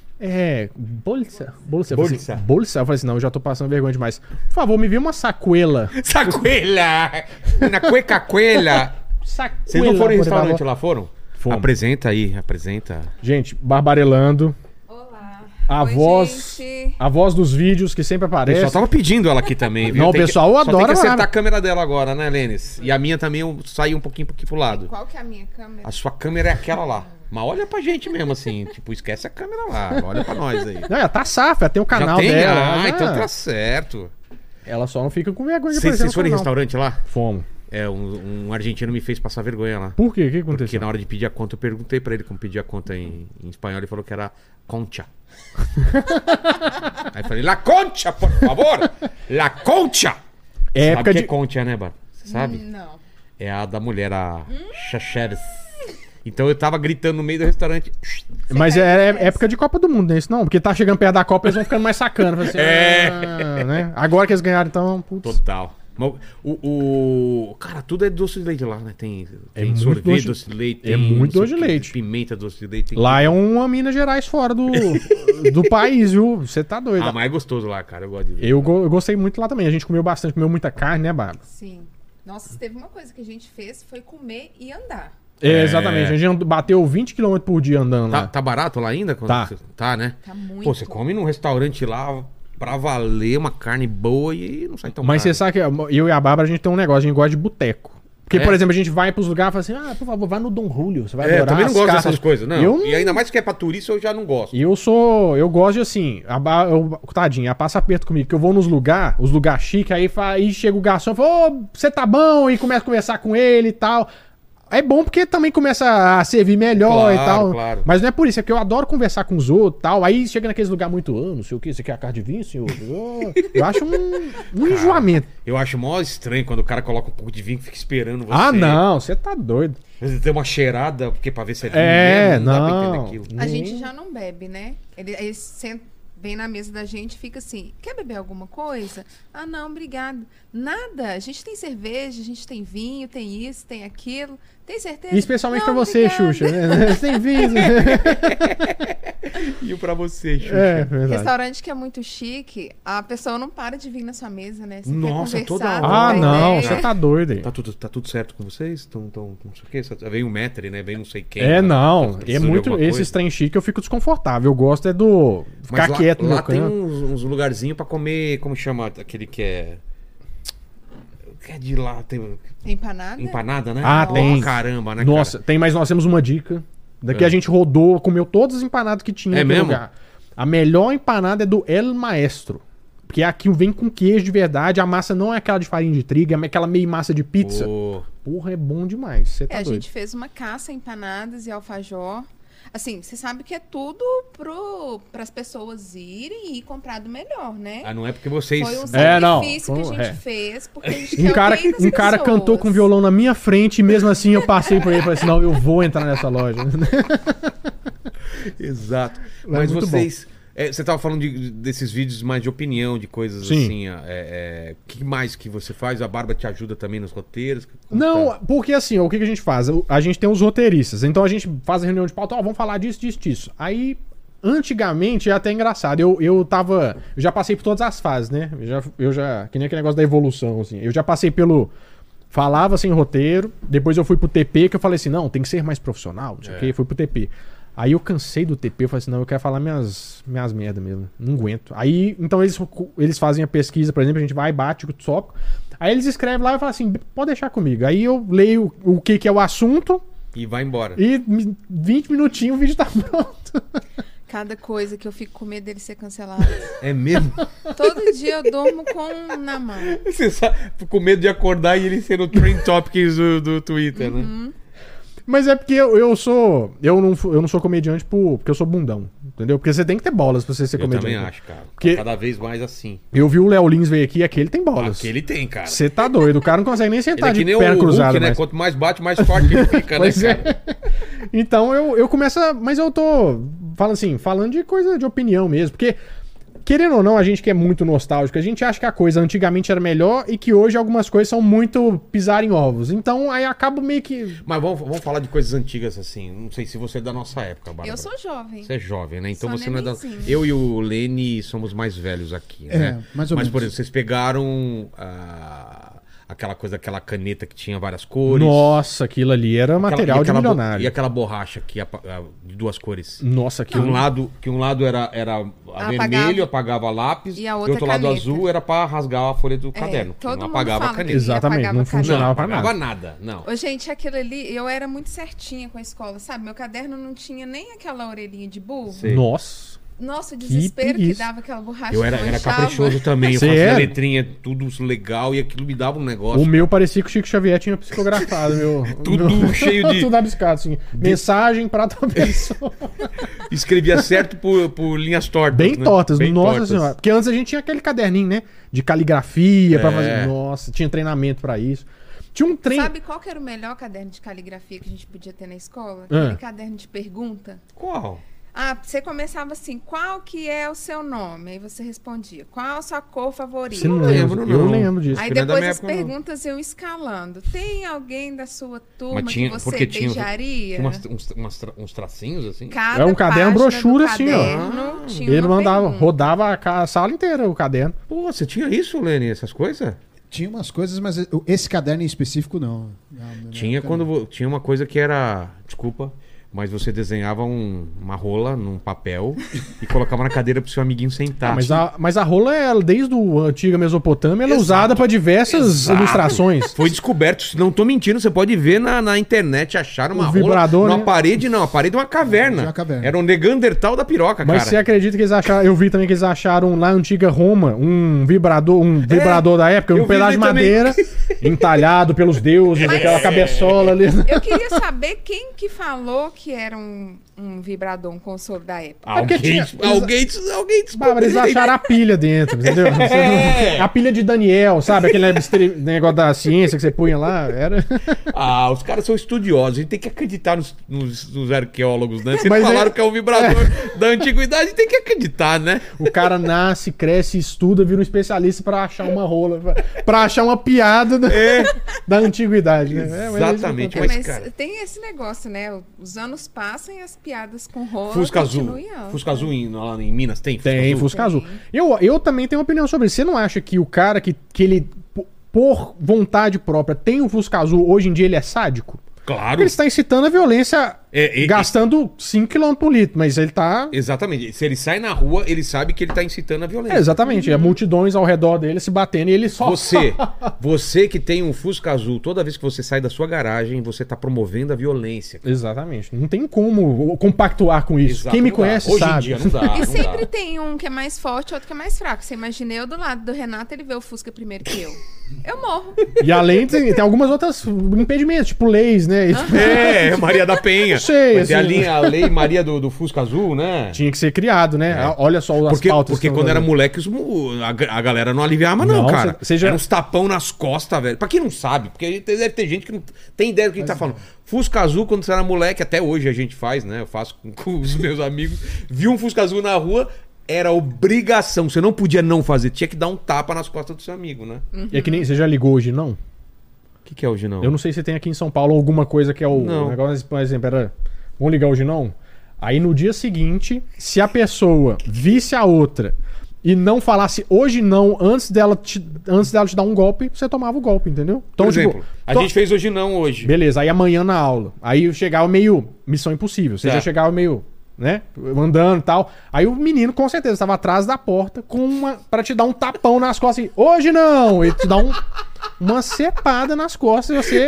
Bolsa. Eu falei assim, bolsa? Eu falei assim, não, eu já tô passando vergonha demais. Por favor, me vê uma sacuela.
Sacuela! Na cuecacuela!
Sacuela.
Vocês não foram em
por
restaurante
favor.
lá, foram?
Fomos.
Apresenta aí, apresenta.
Gente, barbarelando.
Olá.
A
Oi,
voz.
gente.
A voz dos vídeos que sempre
O
aparece.
pessoal tava pedindo ela aqui também, viu?
Não, o
Tem que-
pessoal
só
adora
tem que acertar
lá.
a câmera dela agora, né, Lênis? E a minha também eu saí um pouquinho pro lado.
Qual que é a minha câmera?
A sua câmera é aquela lá. Mas olha pra gente mesmo, assim. Tipo, esquece a câmera lá. Olha pra nós aí.
Não, ela tá safra, tem o canal
Já tem?
dela.
Ah,
já-
então tá certo.
Ela só não fica com vergonha de
Vocês
aparecer no
foram em
canal.
restaurante lá?
Fomos.
É, um argentino me fez passar vergonha lá.
Por quê? O que
Porque
aconteceu?
na hora de pedir a conta, eu perguntei pra ele como pedir a conta em espanhol. Ele falou que era concha. Aí eu falei, la concha, por favor! La concha!
É
Sabe
época
que
de...
é concha, né, Bar? Você sabe?
Não.
É a da mulher, a Chacheres. Então eu tava gritando no meio do restaurante.
Mas
caiu
é
nessa.
época de Copa do Mundo, né? Isso não, porque tá chegando perto da Copa, eles vão ficando mais sacana. Assim, né? Agora que eles ganharam, então... Putz.
Total. Mas cara, tudo é doce de leite lá, né? Tem
muito
sorvete,
doce-
doce de leite.
é
tem
muito
não sei
doce
o
de
quê,
leite.
Pimenta, doce de leite. tem
Lá
tudo.
é uma Minas Gerais fora do país, viu? Você tá doido.
Ah, mas é gostoso lá, cara. Eu gosto de ver.
Eu gostei muito lá também. A gente comeu bastante, comeu muita carne, né, Bárbara?
Sim. Nossa, se teve uma coisa que a gente fez foi comer e andar.
É, exatamente. A gente bateu 20 km por dia andando lá.
Tá barato lá ainda?
Tá.
Tá, né?
Tá muito.
Pô, você come num restaurante lá pra valer uma carne boa e não sai tão
Mas você
caro.
sabe que eu e a Bárbara, a gente tem um negócio, a gente gosta de boteco. Porque,
É?
por exemplo, a gente vai pros lugares e fala assim, por favor, vai no Dom Julio, você vai
É, eu
adorar
também não
as
gosto
cartas.
dessas coisas, não.
Eu não-
E ainda mais que é pra turista, eu já não gosto.
Eu gosto de assim, tadinha, passa aperto comigo, que eu vou nos lugares, os lugares chiques, aí chega o garçom e fala, ô, você tá bom? E começa a conversar com ele e tal. É bom porque também começa a servir melhor e
Claro,
tal.
claro.
Mas não é por isso, é porque eu adoro conversar com os outros e tal. Aí chega naqueles lugares muito, não sei o que, você quer a carta de vinho, senhor? Eu acho um enjoamento.
Eu acho mó estranho quando o cara coloca um pouco de vinho e fica esperando você.
Ah, não, você tá doido.
Às vezes tem uma cheirada, porque pra ver se é vinho
É,
mesmo, dá pra
não.
entender aquilo.
A gente já não bebe, né? Eles sentam bem na mesa da gente e fica assim, quer beber alguma coisa? Ah, não, obrigado. Nada. A gente tem cerveja, a gente tem vinho, tem isso, tem aquilo. Tem certeza?
E especialmente
Não,
pra você,
obrigada.
Xuxa, né? Você tem vinho.
E o pra você, Xuxa?
É, verdade.
Restaurante que é muito chique, a pessoa não para de vir na sua mesa, né? Você
Nossa,
quer
toda
conversar,
hora.
Ah,
trocar
não,
ideia.
você tá doido aí.
Tá tudo certo com vocês? Não sei o quê? Vem um metre, né? Vem não sei quem.
É,
lá.
não.
Tá
É
precisando de
muito.
alguma
Esses
coisa.
trem chique eu fico desconfortável. Eu gosto é do. Ficar
Mas
quieto no
lá
meu
tem
canto.
uns lugarzinhos pra comer, como chama aquele que é... Que é de lá, tem
Empanada?
empanada, né?
Ah,
Bom
tem.
pra caramba, né,
Nossa, tem, mas nós temos uma dica. Daqui
É.
a gente rodou, comeu todas as empanadas que tinha
É
naquele
mesmo?
lugar. A melhor empanada é do El Maestro. Porque aqui vem com queijo de verdade. A massa não é aquela de farinha de trigo, é aquela meio massa de pizza.
cara? Pô,
Porra, é bom demais. Você tá
A
doido.
gente fez uma caça a empanadas e alfajor. Assim, você sabe que é tudo para as pessoas irem e comprar do melhor, né?
ah, não é porque vocês...
Foi um
não,
sacrifício que a gente
é.
fez, porque a gente
Um
quer
cara,
o bem das
um cara
pessoas.
cantou com violão na minha frente e mesmo assim eu passei por ele e falei assim, não, eu vou entrar nessa loja.
Exato.
Lá é
Mas
muito
vocês... você tava falando desses vídeos mais de opinião, de coisas
Sim.
assim. O que mais que você faz? A Bárbara te ajuda também nos roteiros? Como
Não,
tá?
porque assim, o que que a gente faz? A gente tem os roteiristas, então a gente faz a reunião de pauta, ó, vamos falar disso, disso, disso. Aí, antigamente, é até engraçado, eu já passei por todas as fases, né? Eu já, que nem aquele negócio da evolução, assim, eu já passei pelo... Falava sem roteiro, depois eu fui pro TP, que eu falei assim, não, tem que ser mais profissional, não sei o quê, fui pro TP. Aí eu cansei do TP, eu falei assim, não, eu quero falar minhas merda mesmo, não aguento. Aí, então eles fazem a pesquisa, por exemplo, a gente vai, bate o tópico, aí eles escrevem lá e falam assim, pode deixar comigo. Aí eu leio o que é o assunto
E vai embora.
e 20 minutinhos o vídeo tá pronto.
Cada coisa que eu fico com medo dele ser cancelado.
É mesmo?
Todo dia eu durmo com um na mão.
Você sabe, com medo de acordar e ele ser o Trend Topics do Twitter, né?
Mas é porque eu não sou comediante porque eu sou bundão, entendeu? Porque você tem que ter bolas pra você ser
Eu
comediante.
também acho, cara.
Porque-
Cada vez mais assim.
Eu vi o Léo Lins veio aqui, aquele tem bolas.
Aquele tem, cara.
Você tá doido, o cara não consegue nem
Ele
sentar
é que
de
nem o
perna
Hulk,
cruzada.
né?
mas-
Quanto mais bate, mais forte ele fica, né,
Pois é.
cara?
Então eu começo mas eu tô falando de coisa de opinião mesmo, porque querendo ou não, a gente que é muito nostálgico, a gente acha que a coisa antigamente era melhor e que hoje algumas coisas são muito pisar em ovos. Então aí acaba meio que...
Mas vamos falar de coisas antigas, assim. Não sei se você é da nossa época, Bárbara.
Eu sou jovem.
Você é jovem, né? Então
Sou
você não é da...
nenenzinho.
Eu e o Lene somos mais velhos aqui, né?
mais ou
Mas,
menos.
por exemplo, vocês pegaram aquela coisa, aquela caneta que tinha várias cores.
Nossa, aquilo ali era material de milionário.
E aquela borracha que de 2 cores.
Nossa,
Que um lado era vermelho, apagava lápis,
E a
e
outra
outro lado
caneta.
azul era pra rasgar a folha do caderno.
todo
Não
mundo
apagava a
fala que
caneta.
Exatamente,
apagava
não
a caneta.
funcionava pra
Não apagava nada, não.
Ô, gente, aquilo ali, eu era muito certinha com a escola, sabe? Meu caderno não tinha nem aquela orelhinha de burro.
Sei.
Nossa.
Nossa, o desespero que
preguiça.
dava aquela borracha.
Eu era
manchava.
caprichoso também, eu
Você
fazia
era?
letrinha, tudo legal, e aquilo me dava um negócio.
O meu parecia que o Chico Xavier tinha psicografado, meu.
Tudo cheio de-
Tudo abiscado, assim. Mensagem pra tua pessoa.
Escrevia certo por linhas tortas.
Bem
né?
tortas,
Bem
nossa
tortas.
senhora. Porque antes a gente tinha aquele caderninho, né? De caligrafia pra
É.
fazer. Nossa, tinha treinamento pra isso. Tinha um treino.
Sabe qual que era o melhor caderno de caligrafia que a gente podia ter na escola?
Ah.
Aquele caderno de pergunta.
Qual?
Ah, você começava assim, qual que é o seu nome? Aí você respondia, qual a sua cor favorita?
Você não
lembro,
lembra? Eu
não.
lembro disso.
Aí
que não é da
depois
minha
as
época, não.
perguntas iam escalando. Tem alguém da sua turma
Mas tinha-
que você
porque tinha-
beijaria?
Uns tracinhos assim?
Cada
É um caderno
página
brochura
do
assim, ó.
caderno tinha
Ele
uma
mandava,
pergunta.
rodava a sala inteira, o caderno.
Pô, você tinha isso, Lene, essas coisas?
Tinha umas coisas, mas esse caderno em específico não.
Tinha tinha uma coisa que era, desculpa, mas você desenhava uma rola num papel e colocava na cadeira pro seu amiguinho sentar.
Mas a rola, ela, desde a antiga Mesopotâmia, ela é
Exato.
usada pra diversas
Exato.
ilustrações.
Foi descoberto, não tô mentindo, você pode ver na internet, acharam uma
O vibrador,
rola numa
né?
parede, não, a parede de uma caverna.
De uma caverna.
Era o Neandertal da piroca,
Mas
cara.
você acredita que eles acharam. Eu vi também que eles acharam lá na antiga Roma um vibrador da época,
eu
um
vi
pedaço de
também.
madeira, entalhado pelos deuses,
Mas-
aquela cabeçola ali.
Eu queria saber quem que falou que era um vibrador, um console da época.
Alguém,
porque tinha-
alguém
Bah, mas eles acharam a pilha dentro, entendeu?
É.
A pilha de Daniel, sabe? Aquele negócio da ciência que você punha lá. Era.
Ah, os caras são estudiosos, a gente tem que acreditar nos arqueólogos, né? Se
Mas
eles
é-
falaram que é um vibrador da antiguidade, tem que acreditar, né?
O cara nasce, cresce, estuda, vira um especialista pra achar uma rola, pra achar uma piada da antiguidade, né? Mas
Exatamente.
É,
Mas,
mas
cara-
tem esse negócio, né? Os anos passam e as piadas com rola
Fusca Azul.
continuam em alta.
Fusca Azul lá em Minas tem?
Tem, Fusca Azul. Eu também tenho uma opinião sobre isso. Você não acha que o cara que ele, por vontade própria, tem o Fusca Azul, hoje em dia ele é sádico?
Claro.
Porque ele está incitando a violência
É,
gastando 5 km por litro, mas ele tá...
Exatamente. Se ele sai na rua, ele sabe que ele tá incitando a violência.
exatamente, é multidões ao redor dele se batendo e ele só...
Você que tem um Fusca Azul, toda vez que você sai da sua garagem, você tá promovendo a violência.
Exatamente, não tem como compactuar com isso.
Exato,
Quem me
não dá.
conhece
Hoje
sabe.
em dia não dá.
E
não
sempre
dá.
tem um que é mais forte, outro que é mais fraco. Você imagina eu do lado do Renato, ele vê o Fusca primeiro que eu. Eu morro.
E além tem algumas outras impedimentos, tipo leis, né?
É, Maria da Penha.
Não sei,
Mas tem
assim.
a lei Maria do Fusca Azul, né?
Tinha que ser criado, né? Olha só as
Porque
pautas. que
quando
estão
era
fazendo.
moleque, a galera não aliviava, não,
Não,
cara.
seja-
Era uns tapão nas costas, velho. Pra quem não sabe, porque deve ter gente que não tem ideia do que a gente tá falando. Fusca Azul, quando você era moleque, até hoje a gente faz, né? Eu faço com os meus amigos. Vi um Fusca Azul na rua, era obrigação. Você não podia não fazer. Tinha que dar um tapa nas costas do seu amigo, né?
É que nem você já ligou hoje, não?
O que é hoje não?
Eu não sei se tem aqui em São Paulo alguma coisa que é o
Não.
negócio, por exemplo, era vamos ligar hoje não? Aí no dia seguinte, se a pessoa visse a outra e não falasse hoje não antes dela te dar um golpe, você tomava o golpe, entendeu? Então,
Por exemplo, a
to-
gente fez hoje não hoje.
beleza, aí amanhã na aula. Aí eu chegava meio missão impossível. Você
Tá.
já chegava meio, né, andando e tal. Aí o menino com certeza estava atrás da porta para te dar um tapão nas costas. Assim, hoje não! E te dá uma cepada nas costas e você...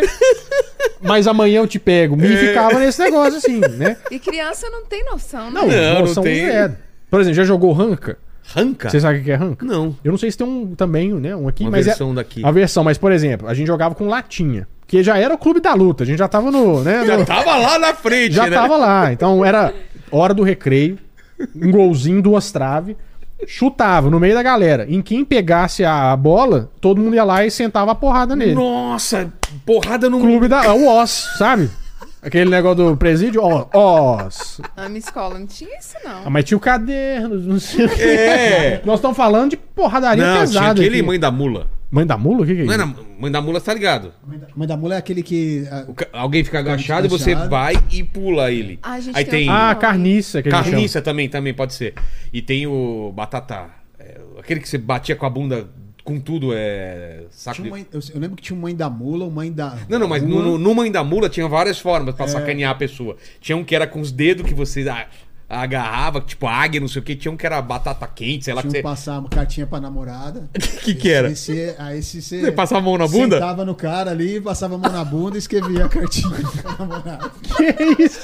Mas amanhã eu te pego. Me ficava nesse negócio assim, né?
E criança não tem noção, né?
Não
noção
tem.
zero. Por exemplo, já jogou ranca?
Ranca?
Você sabe o que é ranca?
Não.
Eu não sei se tem um também, né? Um aqui,
Uma
mas
versão daqui.
A versão, mas por exemplo, a gente jogava com latinha. Que já era o clube da luta. A gente já tava no... Né,
Já
no-
tava lá na frente,
já
né?
tava lá. Então era hora do recreio, um golzinho, 2 traves, chutava no meio da galera. Em quem pegasse a bola, todo mundo ia lá e sentava a porrada nele.
Nossa, porrada no
Clube da... O OS, sabe? Aquele negócio do presídio, OS.
Na minha escola não tinha isso,
Ah,
não.
mas tinha o caderno, não sei o quê.
É.
Nós estamos falando de porradaria
Não, tinha
pesada.
aquele
aqui.
Mãe da Mula.
Mãe da mula? O que é
Não
isso?
era Mãe da Mula, tá ligado?
Mãe da mula é aquele que.
Alguém fica agachado e você
agachado.
vai e pula ele.
Ah, a gente
Aí
tem
tem
um-
Ah, carniça. Que a gente
carniça também pode ser. E tem o batata. Aquele que você batia com a bunda Com tudo, saco
Tinha
de...
eu lembro que tinha Mãe da Mula, Mãe da...
Não, mas
Rua.
no Mãe da Mula tinha várias formas pra sacanear a pessoa. Tinha um que era com os dedos que você agarrava, tipo águia, não sei o que. Tinha um que era batata quente, sei lá.
Tinha
Que
um passar uma cartinha pra namorada.
que era?
Aí
Você passava a mão na bunda?
Sentava no cara ali, passava a mão na bunda e escrevia a cartinha pra namorada.
Que isso?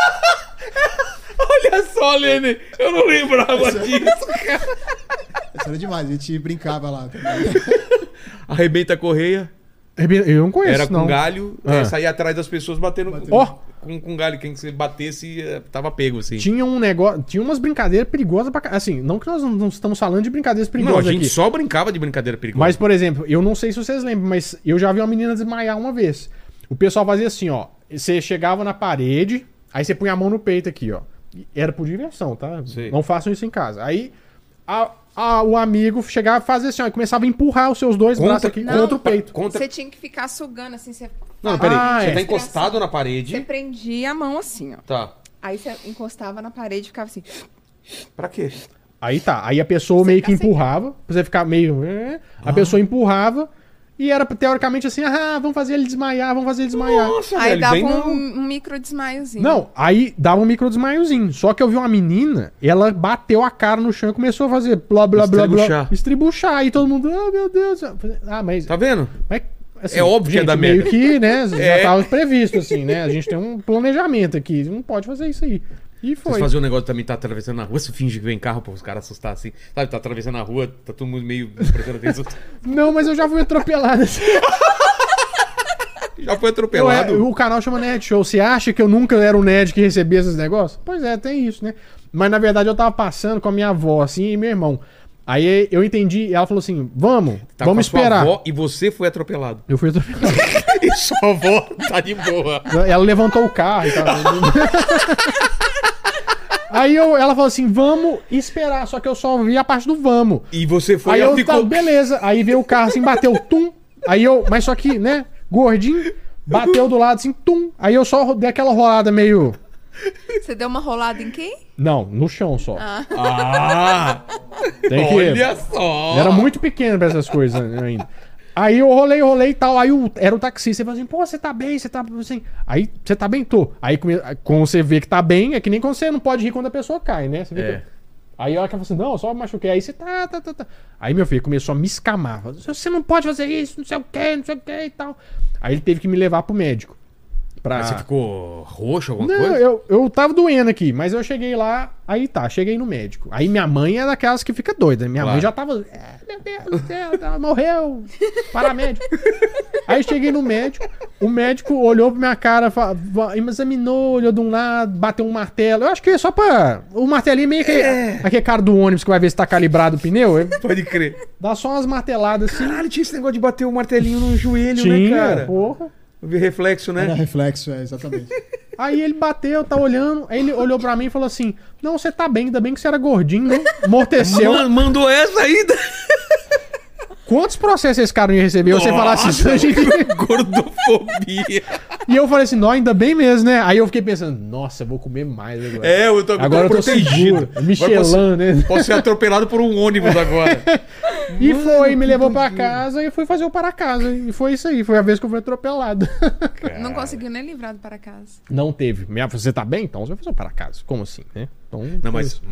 Olha só, Lene, eu não lembrava disso, cara.
Isso era demais, a gente brincava lá também.
Arrebenta a correia,
Eu não conheço,
era com
não.
galho, saía atrás das pessoas batendo.
Ó.
Com galho, quem você batesse, tava pego, assim.
Tinha um negócio, tinha umas brincadeiras perigosas pra assim, não que nós não estamos falando de brincadeiras
Não, a
perigosas
gente
aqui.
só brincava de brincadeira perigosa.
Mas, por exemplo, eu não sei se vocês lembram, mas eu já vi uma menina desmaiar uma vez. O pessoal fazia assim, ó. Você chegava na parede, aí você punha a mão no peito aqui, ó. Era por diversão, tá?
Sei.
Não façam isso em casa. Aí o amigo chegava e fazia assim, ó, e começava a empurrar os seus dois braços aqui
Não.
contra o peito.
Você tinha que ficar sugando assim. Você
Não, peraí,
Ah,
você
é.
tá encostado na
Você
parede.
prendia a mão assim, ó.
Tá.
Aí você encostava na parede e ficava assim.
Pra quê?
Aí tá, aí a pessoa meio que
ficar sem
empurrava, pra você ficar meio... A pessoa empurrava e era teoricamente assim, vamos fazer ele desmaiar, vamos fazer ele desmaiar.
Nossa,
Aí
velho,
dava
bem
um micro desmaiozinho.
Não, aí dava um micro desmaiozinho. Só que eu vi uma menina, ela bateu a cara no chão e começou a fazer blá blá blá blá.
Estribuchar.
Estribuchar. Aí todo mundo, meu Deus. Mas.
Tá vendo?
assim,
É óbvio que é
gente,
da
meio
merda.
que, né? Já
É.
tava previsto, assim, né? A gente tem um planejamento aqui. Não pode fazer isso aí. E
Vocês
foi.
faziam um negócio também, tá atravessando na rua, você finge que vem carro pra os caras assustar assim. Sabe, tá atravessando a rua, tá todo mundo meio prestando atenção.
Não, mas eu já fui atropelado. Assim.
Já foi atropelado.
O canal chama Nerd Show. Você acha que eu nunca era o nerd que recebia esses negócios? Pois é, tem isso, né? Mas na verdade eu tava passando com a minha avó, assim, e meu irmão. Aí eu entendi, ela falou assim: vamos
Tá
vamos
com a sua
esperar.
avó e você foi atropelado.
Eu fui atropelado.
E sua avó tá de boa.
Ela levantou o carro e tal. Aí ela falou assim: vamos esperar. Só que eu só vi a parte do vamos.
E você foi
Aí
e
eu
ficou...
tá, beleza. Aí veio o carro assim, bateu, tum. Aí mas só que, né, gordinho, bateu do lado assim, tum. Aí eu só dei aquela rolada meio.
Você deu uma rolada em quem?
Não, no chão só.
Ah!
Tem que...
Olha só!
Era muito pequeno pra essas coisas ainda. Aí eu rolei e tal. Aí era o taxista. Ele falou assim: pô, você tá bem? Você tá assim. Aí, você tá bem? Tô. Aí quando você vê que tá bem, é que nem quando você não pode rir quando a pessoa cai, né? Você vê
É.
que... Aí ela falou assim: não, eu só machuquei. Aí você tá. Aí meu filho começou a me escamar. Falou, você não pode fazer isso, não sei o que e tal. Aí ele teve que me levar pro médico.
Mas você ficou roxo, alguma
Não,
coisa?
eu tava doendo aqui, mas eu cheguei lá, aí tá, cheguei no médico. Aí minha mãe é daquelas que fica doida. Minha
Claro.
mãe já tava. Meu Deus do céu, morreu. Paramédico. Aí cheguei no médico, o médico olhou pra minha cara, examinou, olhou de um lado, bateu um martelo. Eu acho que é só pra. O martelinho meio que. Aquele cara do ônibus que vai ver se tá calibrado o pneu.
Pode crer.
Dá só umas marteladas assim.
Caralho, tinha esse negócio de bater o martelinho no joelho, né, cara?
porra.
Eu vi reflexo,
Era
né?
reflexo, exatamente.
Aí ele bateu, tá olhando, aí ele olhou pra mim e falou assim: não, você tá bem, ainda bem que você era gordinho, né? Amorteceu.
Mandou essa ainda?
Quantos processos esse cara não ia receber? Você falasse isso, a gente...
Gordofobia.
E eu falei assim: não, ainda bem mesmo, né? Aí eu fiquei pensando: nossa, eu vou comer mais agora.
É, eu tô
Agora eu tô seguro. Michelin, né?
Posso ser atropelado por um ônibus agora.
E foi, me levou pra casa e fui fazer o para casa. E foi isso aí, foi a vez que eu fui atropelado.
Não conseguiu nem livrar do para casa.
Não teve. Você tá bem? Então você vai fazer o para casa. Como assim, né? Então,
Não, mas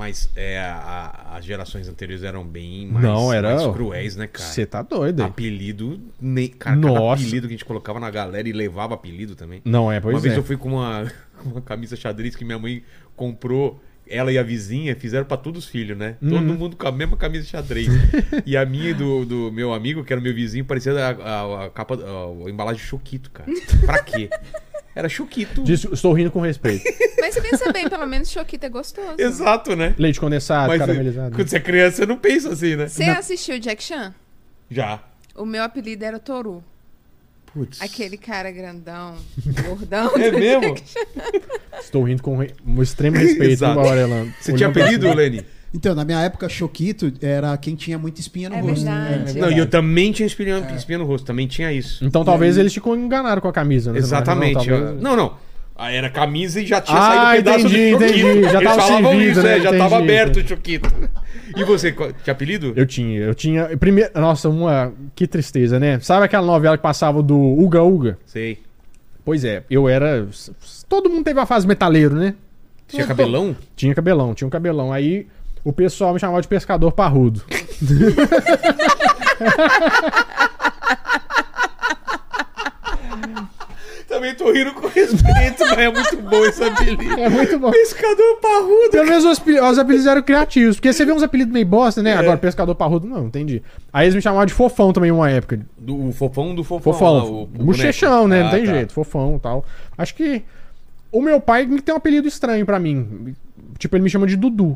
as gerações anteriores eram bem mais,
Não, era-
mais cruéis, né, cara?
você tá doido.
Apelido, cara, cada
Nossa.
apelido que a gente colocava na galera e levava apelido também.
Não é,
Uma
pois
vez
é.
eu fui com uma camisa xadrez que minha mãe comprou, ela e a vizinha fizeram pra todos os filhos, né?
Uhum.
Todo mundo com a mesma camisa xadrez. E a minha e do meu amigo, que era meu vizinho, parecia a capa, a embalagem de Choquito, cara. Pra quê? Era Choquito.
Estou rindo com respeito.
Mas você pensa bem, pelo menos choquito é gostoso.
Exato, né?
Leite condensado,
Mas
caramelizado.
quando você é criança, você não pensa assim, né?
Você assistiu Jack Chan?
Já.
O meu apelido era Toru.
Putz.
Aquele cara grandão, gordão.
É mesmo?
Estou rindo com um extremo respeito,
Exato.
viu, Aurelano?
Você tinha apelido, Lenny?
Então, na minha época, Choquito era quem tinha muita espinha no
É
rosto.
verdade.
Não, e eu também tinha espinha no rosto, também tinha isso.
Então talvez eles te enganaram com a camisa, né?
Exatamente.
Não, talvez-
Não. Ah, era camisa e já tinha
Ah,
saído um pedaço
entendi,
do Choquito.
entendi. Já
Eles
tava
falavam
servido,
isso,
né?
Já tava
Entendi.
aberto o Choquito. E você, tinha apelido?
Eu tinha. Primeiro, nossa, que tristeza, né? Sabe aquela novela que passava do Uga Uga?
Sei.
Pois é, eu era. Todo mundo teve a fase metaleiro, né?
Tinha cabelão?
Tinha um cabelão. Aí o pessoal me chamava de pescador parrudo.
Também tô rindo com respeito, mas é muito bom esse apelido.
É muito bom.
Pescador parrudo.
Pelo menos os apelidos eram criativos. Porque você vê uns apelidos meio bosta, né? Agora, pescador parrudo, não, entendi. Aí eles me chamavam de fofão também uma época.
O fofão do fofão.
Fofão.
Lá, o
Bochechão, né? Não tem
tá.
jeito. Fofão e tal. Acho que o meu pai tem um apelido estranho pra mim. Tipo, ele me chama de Dudu.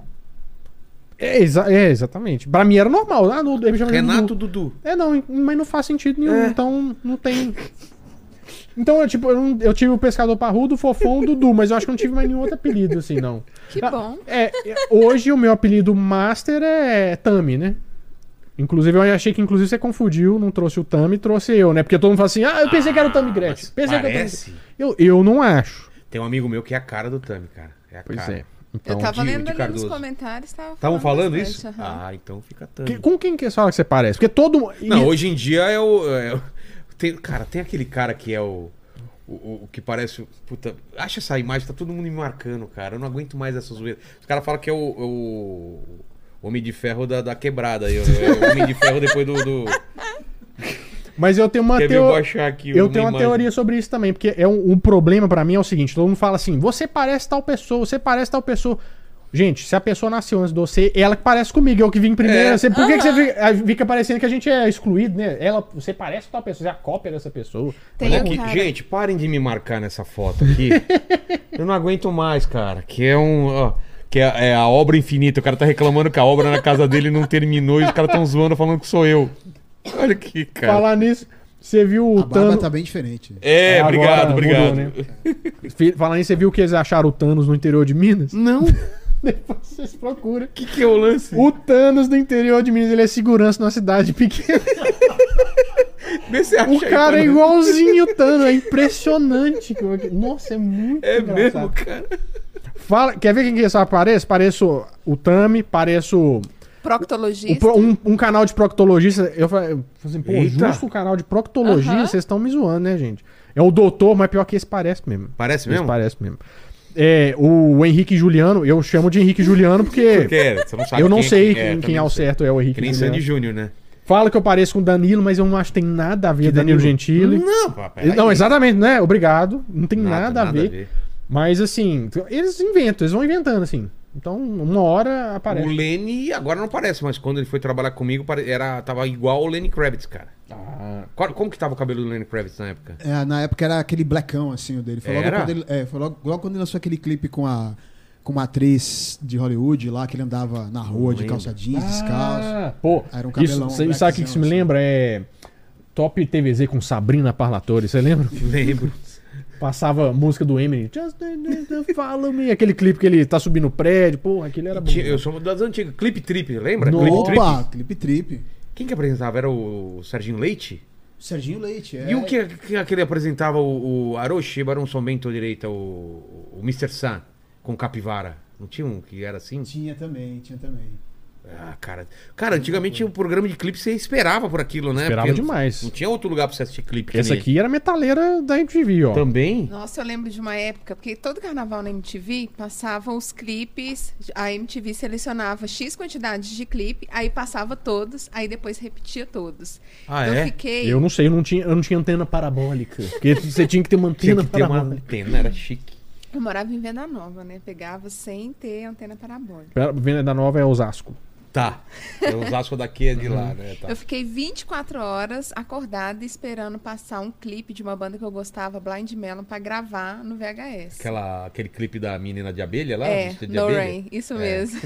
Exatamente. Pra mim era normal. Ah, ele me chama de
Renato Dudu.
Não, mas não faz sentido nenhum. Então, não tem... Então, eu tive o pescador parrudo, o fofão, o Dudu, mas eu acho que não tive mais nenhum outro apelido, assim, não.
Que bom.
Hoje o meu apelido master é Tami, né? Inclusive, eu achei que você confundiu, não trouxe o Tami, trouxe eu, né? Porque todo mundo fala assim, eu pensei que era o Tami Gretchen. Pensei
parece.
Que era o Tami... Eu não acho.
Tem um amigo meu que é a cara do Tami, cara. É a
Pois
cara.
é. Então,
Eu tava
de
lendo ali nos
Cardoso.
comentários.
Estavam falando
bastante,
isso?
aham.
Então fica Tami.
com quem que você fala que você parece? Porque todo...
Não, hoje em dia tem aquele cara que é o que parece. Puta, acha essa imagem, tá todo mundo me marcando, cara. Eu não aguento mais essa zoeira. Os caras falam que é o Homem de Ferro da quebrada. É o Homem de Ferro depois do...
Mas eu tenho uma
Quer ver, eu vou achar aqui
Eu
uma
tenho uma
imagem.
teoria sobre isso também, porque um problema pra mim é o seguinte, todo mundo fala assim, você parece tal pessoa, você parece tal pessoa. Gente, se a pessoa nasceu antes de você, ela que parece comigo, eu que vim primeiro. Por que você fica parecendo que a gente é excluído, né? Você parece tal pessoa, você é a cópia dessa pessoa.
Tem
Olha
a
aqui,
cara.
gente, parem de me marcar nessa foto aqui. Eu não aguento mais, cara. Que é que é a obra infinita. O cara tá reclamando que a obra na casa dele não terminou e os caras tão zoando falando que sou eu. Olha aqui, cara.
Falar nisso, você viu o
A barba
Thanos...
tá bem diferente.
Obrigado,
agora
obrigado.
mudou, né? Falar nisso, você viu que eles acharam o Thanos no interior de Minas?
Não.
Depois vocês procuram.
O que é o lance?
O Thanos do interior de Minas, ele é segurança numa cidade pequena.
Vê se acha
O
aí
cara
pra
é
nós.
igualzinho o Thanos, é impressionante. Nossa, é muito
É
engraçado.
mesmo, cara.
Quer ver quem que esse aparece? Pareço o Tami, pareço
Proctologista.
um canal de proctologista. Eu falei assim, pô,
Eita.
justo um canal de proctologia,
Aham.
vocês estão me zoando, né, gente? É o doutor, mas pior que esse parece mesmo.
Parece
Esse
mesmo?
parece mesmo. O Henrique Juliano, eu chamo de Henrique Juliano porque
Porque você não sabe
eu não sei
quem
quem é
também
o certo, é o
Que
Henrique
nem
Juliano.
Sandy Júnior, né?
Fala que eu pareço com o Danilo, mas eu não acho que tem nada a ver Danilo Gentili.
Não, peraí.
Não, exatamente, né? Obrigado. Não tem nada a ver. Mas assim, eles vão inventando, assim. Então, uma hora aparece.
O Lenny agora não parece, mas quando ele foi trabalhar comigo, tava igual o Lenny Kravitz, cara. Como que tava o cabelo do Lenny Kravitz na época?
Na época era aquele blackão, assim, o dele. Foi logo
Era?
quando ele, foi logo quando ele lançou aquele clipe com uma atriz de Hollywood lá, que ele andava na rua de
lembro.
calça jeans, descalço.
Pô,
Era um cabelão,
isso, sabe o que isso me
blackzão,
lembra? É Top TVZ com Sabrina Parlatore, você lembra?
Lembro.
Passava a música do Eminem. Just follow me. Aquele clipe que ele tá subindo o prédio. Pô, aquele era bom.
Eu sou das antigas. Clip Trip, lembra? Clip Trip?
Opa, Clipe Trip.
Quem que apresentava? Era o Serginho Leite?
Serginho Leite,
E o que aquele apresentava o Aroshi, Barão São Bento direita, o Mr. Sun com Capivara? Não tinha um que era assim?
Tinha também.
Ah, cara. Cara, antigamente o programa de clipe você esperava por aquilo, né?
Esperava
Porque
demais.
Não tinha outro lugar pra você assistir clipe. que
Essa
nem
aqui era metaleira da MTV, ó.
também?
Nossa, eu lembro de uma época, porque todo carnaval na MTV passavam os clipes, a MTV selecionava X quantidade de clipe, aí passava todos, aí depois repetia todos.
Ah,
eu
é?
fiquei.
Eu não sei, eu não tinha antena parabólica. Porque você tinha que ter uma
Tinha
antena
que ter uma
parabólica.
antena, era chique.
Eu morava em Venda Nova, né? Pegava sem ter antena parabólica.
Venda da Nova é Osasco.
Tá. O Osasco daqui é de lá, né? Tá.
Eu fiquei 24 horas acordada esperando passar um clipe de uma banda que eu gostava, Blind Melon, pra gravar no VHS.
Aquele clipe da menina de abelha lá? vestida de
No
abelha?
Rain, isso mesmo.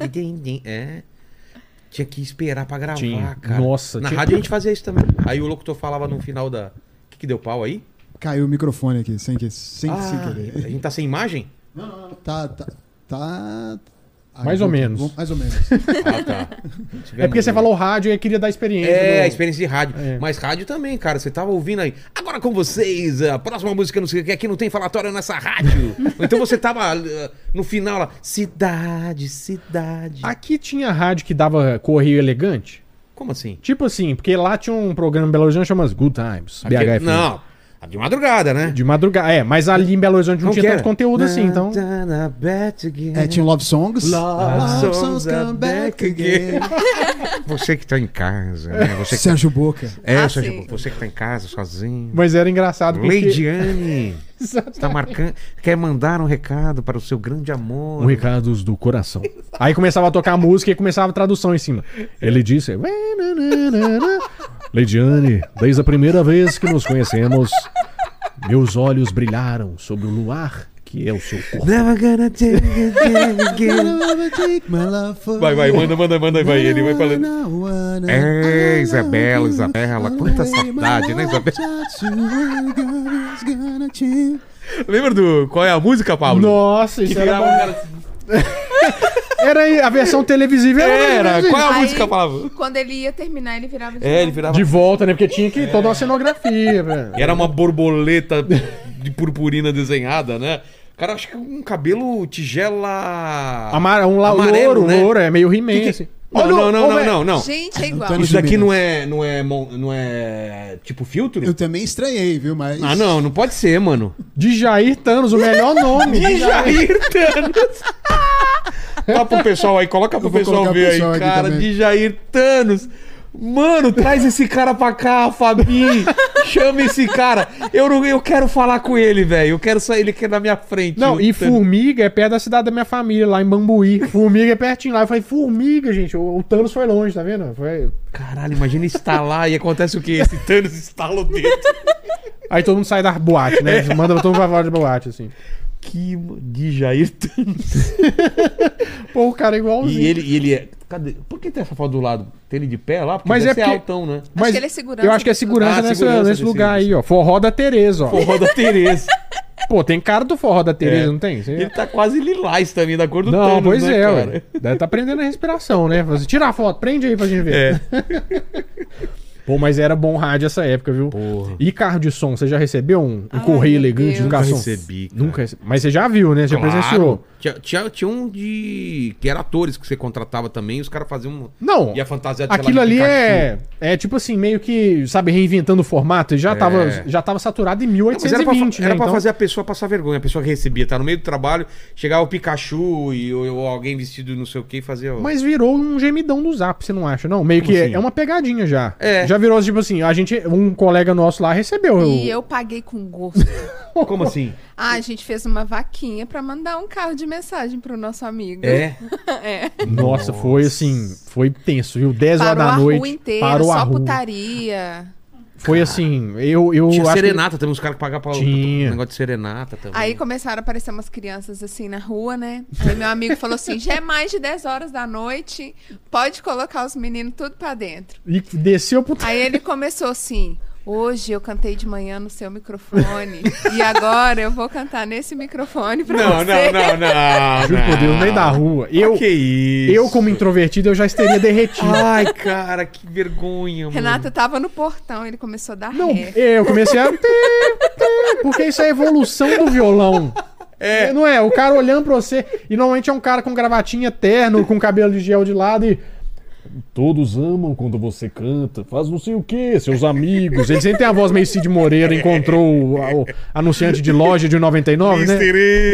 É. Tinha que esperar pra gravar,
Tinha.
cara.
Nossa,
Na
tinha-
rádio a gente fazia isso também. Aí o locutor falava no final da... O que deu pau aí?
Caiu o microfone aqui, sem
A
querer.
gente tá sem imagem?
Não. Tá
Mais ou menos.
Mais ou menos.
Ah, tá.
É porque você falou rádio e eu queria dar experiência.
A experiência de rádio. Mas rádio também, cara. Você tava ouvindo aí. Agora com vocês, a próxima música, não sei o que, aqui não tem falatório nessa rádio. Então você tava no final lá, cidade.
Aqui tinha rádio que dava correio elegante?
Como assim?
Tipo assim, porque lá tinha um programa em Belo Horizonte chamado Good Times,
Aqui,
BHF.
não. De madrugada, né?
De madrugada, mas ali em Belo Horizonte não tinha tanto conteúdo assim, então...
Tinha Love Songs.
Love Songs come back again. Você que tá em casa, né? Você que
Sérgio Boca.
Sérgio,
sim.
você que tá em casa sozinho.
Mas era engraçado porque...
Leidiane, tá marcando, quer mandar um recado para o seu grande amor.
Um recados do coração. Aí começava a tocar a música e começava a tradução em cima. Ele disse... Leidiane, desde a primeira vez que nos conhecemos, meus olhos brilharam sobre o luar que é o seu corpo.
Never gonna take it again. Vai, manda, vai. Ele vai falando. Isabela, quanta saudade, né, Isabela? Lembra do... Qual é a música, Pablo?
Nossa, isso era bom. Era a versão televisiva.
Era. Qual é a
Aí,
música, Pablo?
Quando ele ia terminar, ele virava de
Ele
novo.
virava...
De volta, né? Porque tinha que toda uma cenografia, velho.
E era uma borboleta de purpurina desenhada, né? Cara, acho que um cabelo tigela...
Amarelo,
Amarelo, né?
louro, é meio He-Man, assim.
Não.
Gente, é igual.
Antônio
Isso daqui
Jimenez.
não é tipo filtro?
Eu também estranhei, viu? Mas.
Ah, não pode ser, mano.
De Jair Thanos, o melhor nome.
De Jair Thanos. Dá pro pessoal aí, coloca pro
Eu vou
pessoal
colocar
ver
o pessoal
aí,
aqui
cara.
também.
De Jair Thanos. Mano, traz esse cara pra cá, Fabi. Chama esse cara. Eu quero falar com ele, velho. Eu quero sair ele aqui na minha frente.
Não, e
Thanos.
Formiga é perto da cidade da minha família, lá em Bambuí. Formiga é pertinho lá. Eu falei, Formiga, gente. O Thanos foi longe, tá vendo?
Caralho, imagina estalar e acontece o quê? Esse Thanos estala o dedo.
Aí todo mundo sai da boate, né? Manda todo mundo pra fora de boate, assim.
Que de Jair Thanos.
Pô, o cara é igualzinho.
E ele é... Cadê? Por que tem essa foto do lado? Tem ele de pé lá? Porque
Mas
deve
é
ser
porque-
altão, né?
Mas
que ele é segurança
eu acho que é
desse
segurança,
lugar. Ah, segurança
nesse
desse-
lugar aí, ó. Forró da Tereza, ó.
Forró da Tereza.
Pô, tem cara do Forró da Tereza, não tem?
Ele tá quase lilás também, da cor do
Não,
Thanos,
pois
né,
é,
cara?
ué. Deve tá prendendo a respiração, né? Você tira a foto, prende aí pra gente ver.
É.
Pô, mas era bom rádio essa época, viu?
Porra.
E carro de som, você já recebeu um
Ai,
correio
meu
elegante de
Deus.
garçom?
Nunca recebi, cara.
Nunca recebi. Mas você já viu, né? Você
Claro.
presenciou.
Tinha um de... Que era atores que você contratava também, e os caras faziam...
Não,
E a fantasia de, sei lá,
aquilo
de
ali
Pikachu.
é tipo assim, meio que, sabe, reinventando o formato. Já tava saturado em
Não, mas
1820,
era
né?
pra
Então,
fazer a pessoa passar vergonha. A pessoa que recebia, tá no meio do trabalho, chegava o Pikachu ou alguém vestido não sei o que e fazia...
mas virou um gemidão do Zap, você não acha? Não, meio
Como
que
assim?
é uma pegadinha já.
É.
Já virou, tipo assim, um colega nosso lá recebeu.
E eu paguei com gosto.
Como assim?
Ah, a gente fez uma vaquinha pra mandar um carro de mensagem pro nosso amigo.
É?
É.
Nossa, foi assim, foi tenso, viu? 10 horas
Parou
da
a
noite.
rua inteira,
parou a
só
rua.
putaria.
Foi assim, eu
Tinha
acho que-
serenata, tem uns caras que pagavam pra
Tinha.
um negócio de serenata também.
Aí começaram a aparecer umas crianças assim na rua, né? Aí meu amigo falou assim: já é mais de 10 horas da noite, pode colocar os meninos tudo pra dentro.
E desceu pro...
Aí ele começou assim: hoje eu cantei de manhã no seu microfone e agora eu vou cantar nesse microfone pra
Não.
Juro por Deus, no meio da rua.
Que isso?
Eu, como introvertido, eu já estaria derretido.
Ai, cara, que vergonha, mano.
Renato tava no portão, ele começou a dar
Não,
ré.
eu comecei a... Porque isso é a evolução do violão. É. Não é? O cara olhando pra você... E normalmente é um cara com gravatinha terno, com cabelo de gel de lado e... Todos amam quando você canta, faz não sei o que, seus amigos. Ele sempre tem a voz meio Cid Moreira, encontrou o anunciante de loja de 99, né?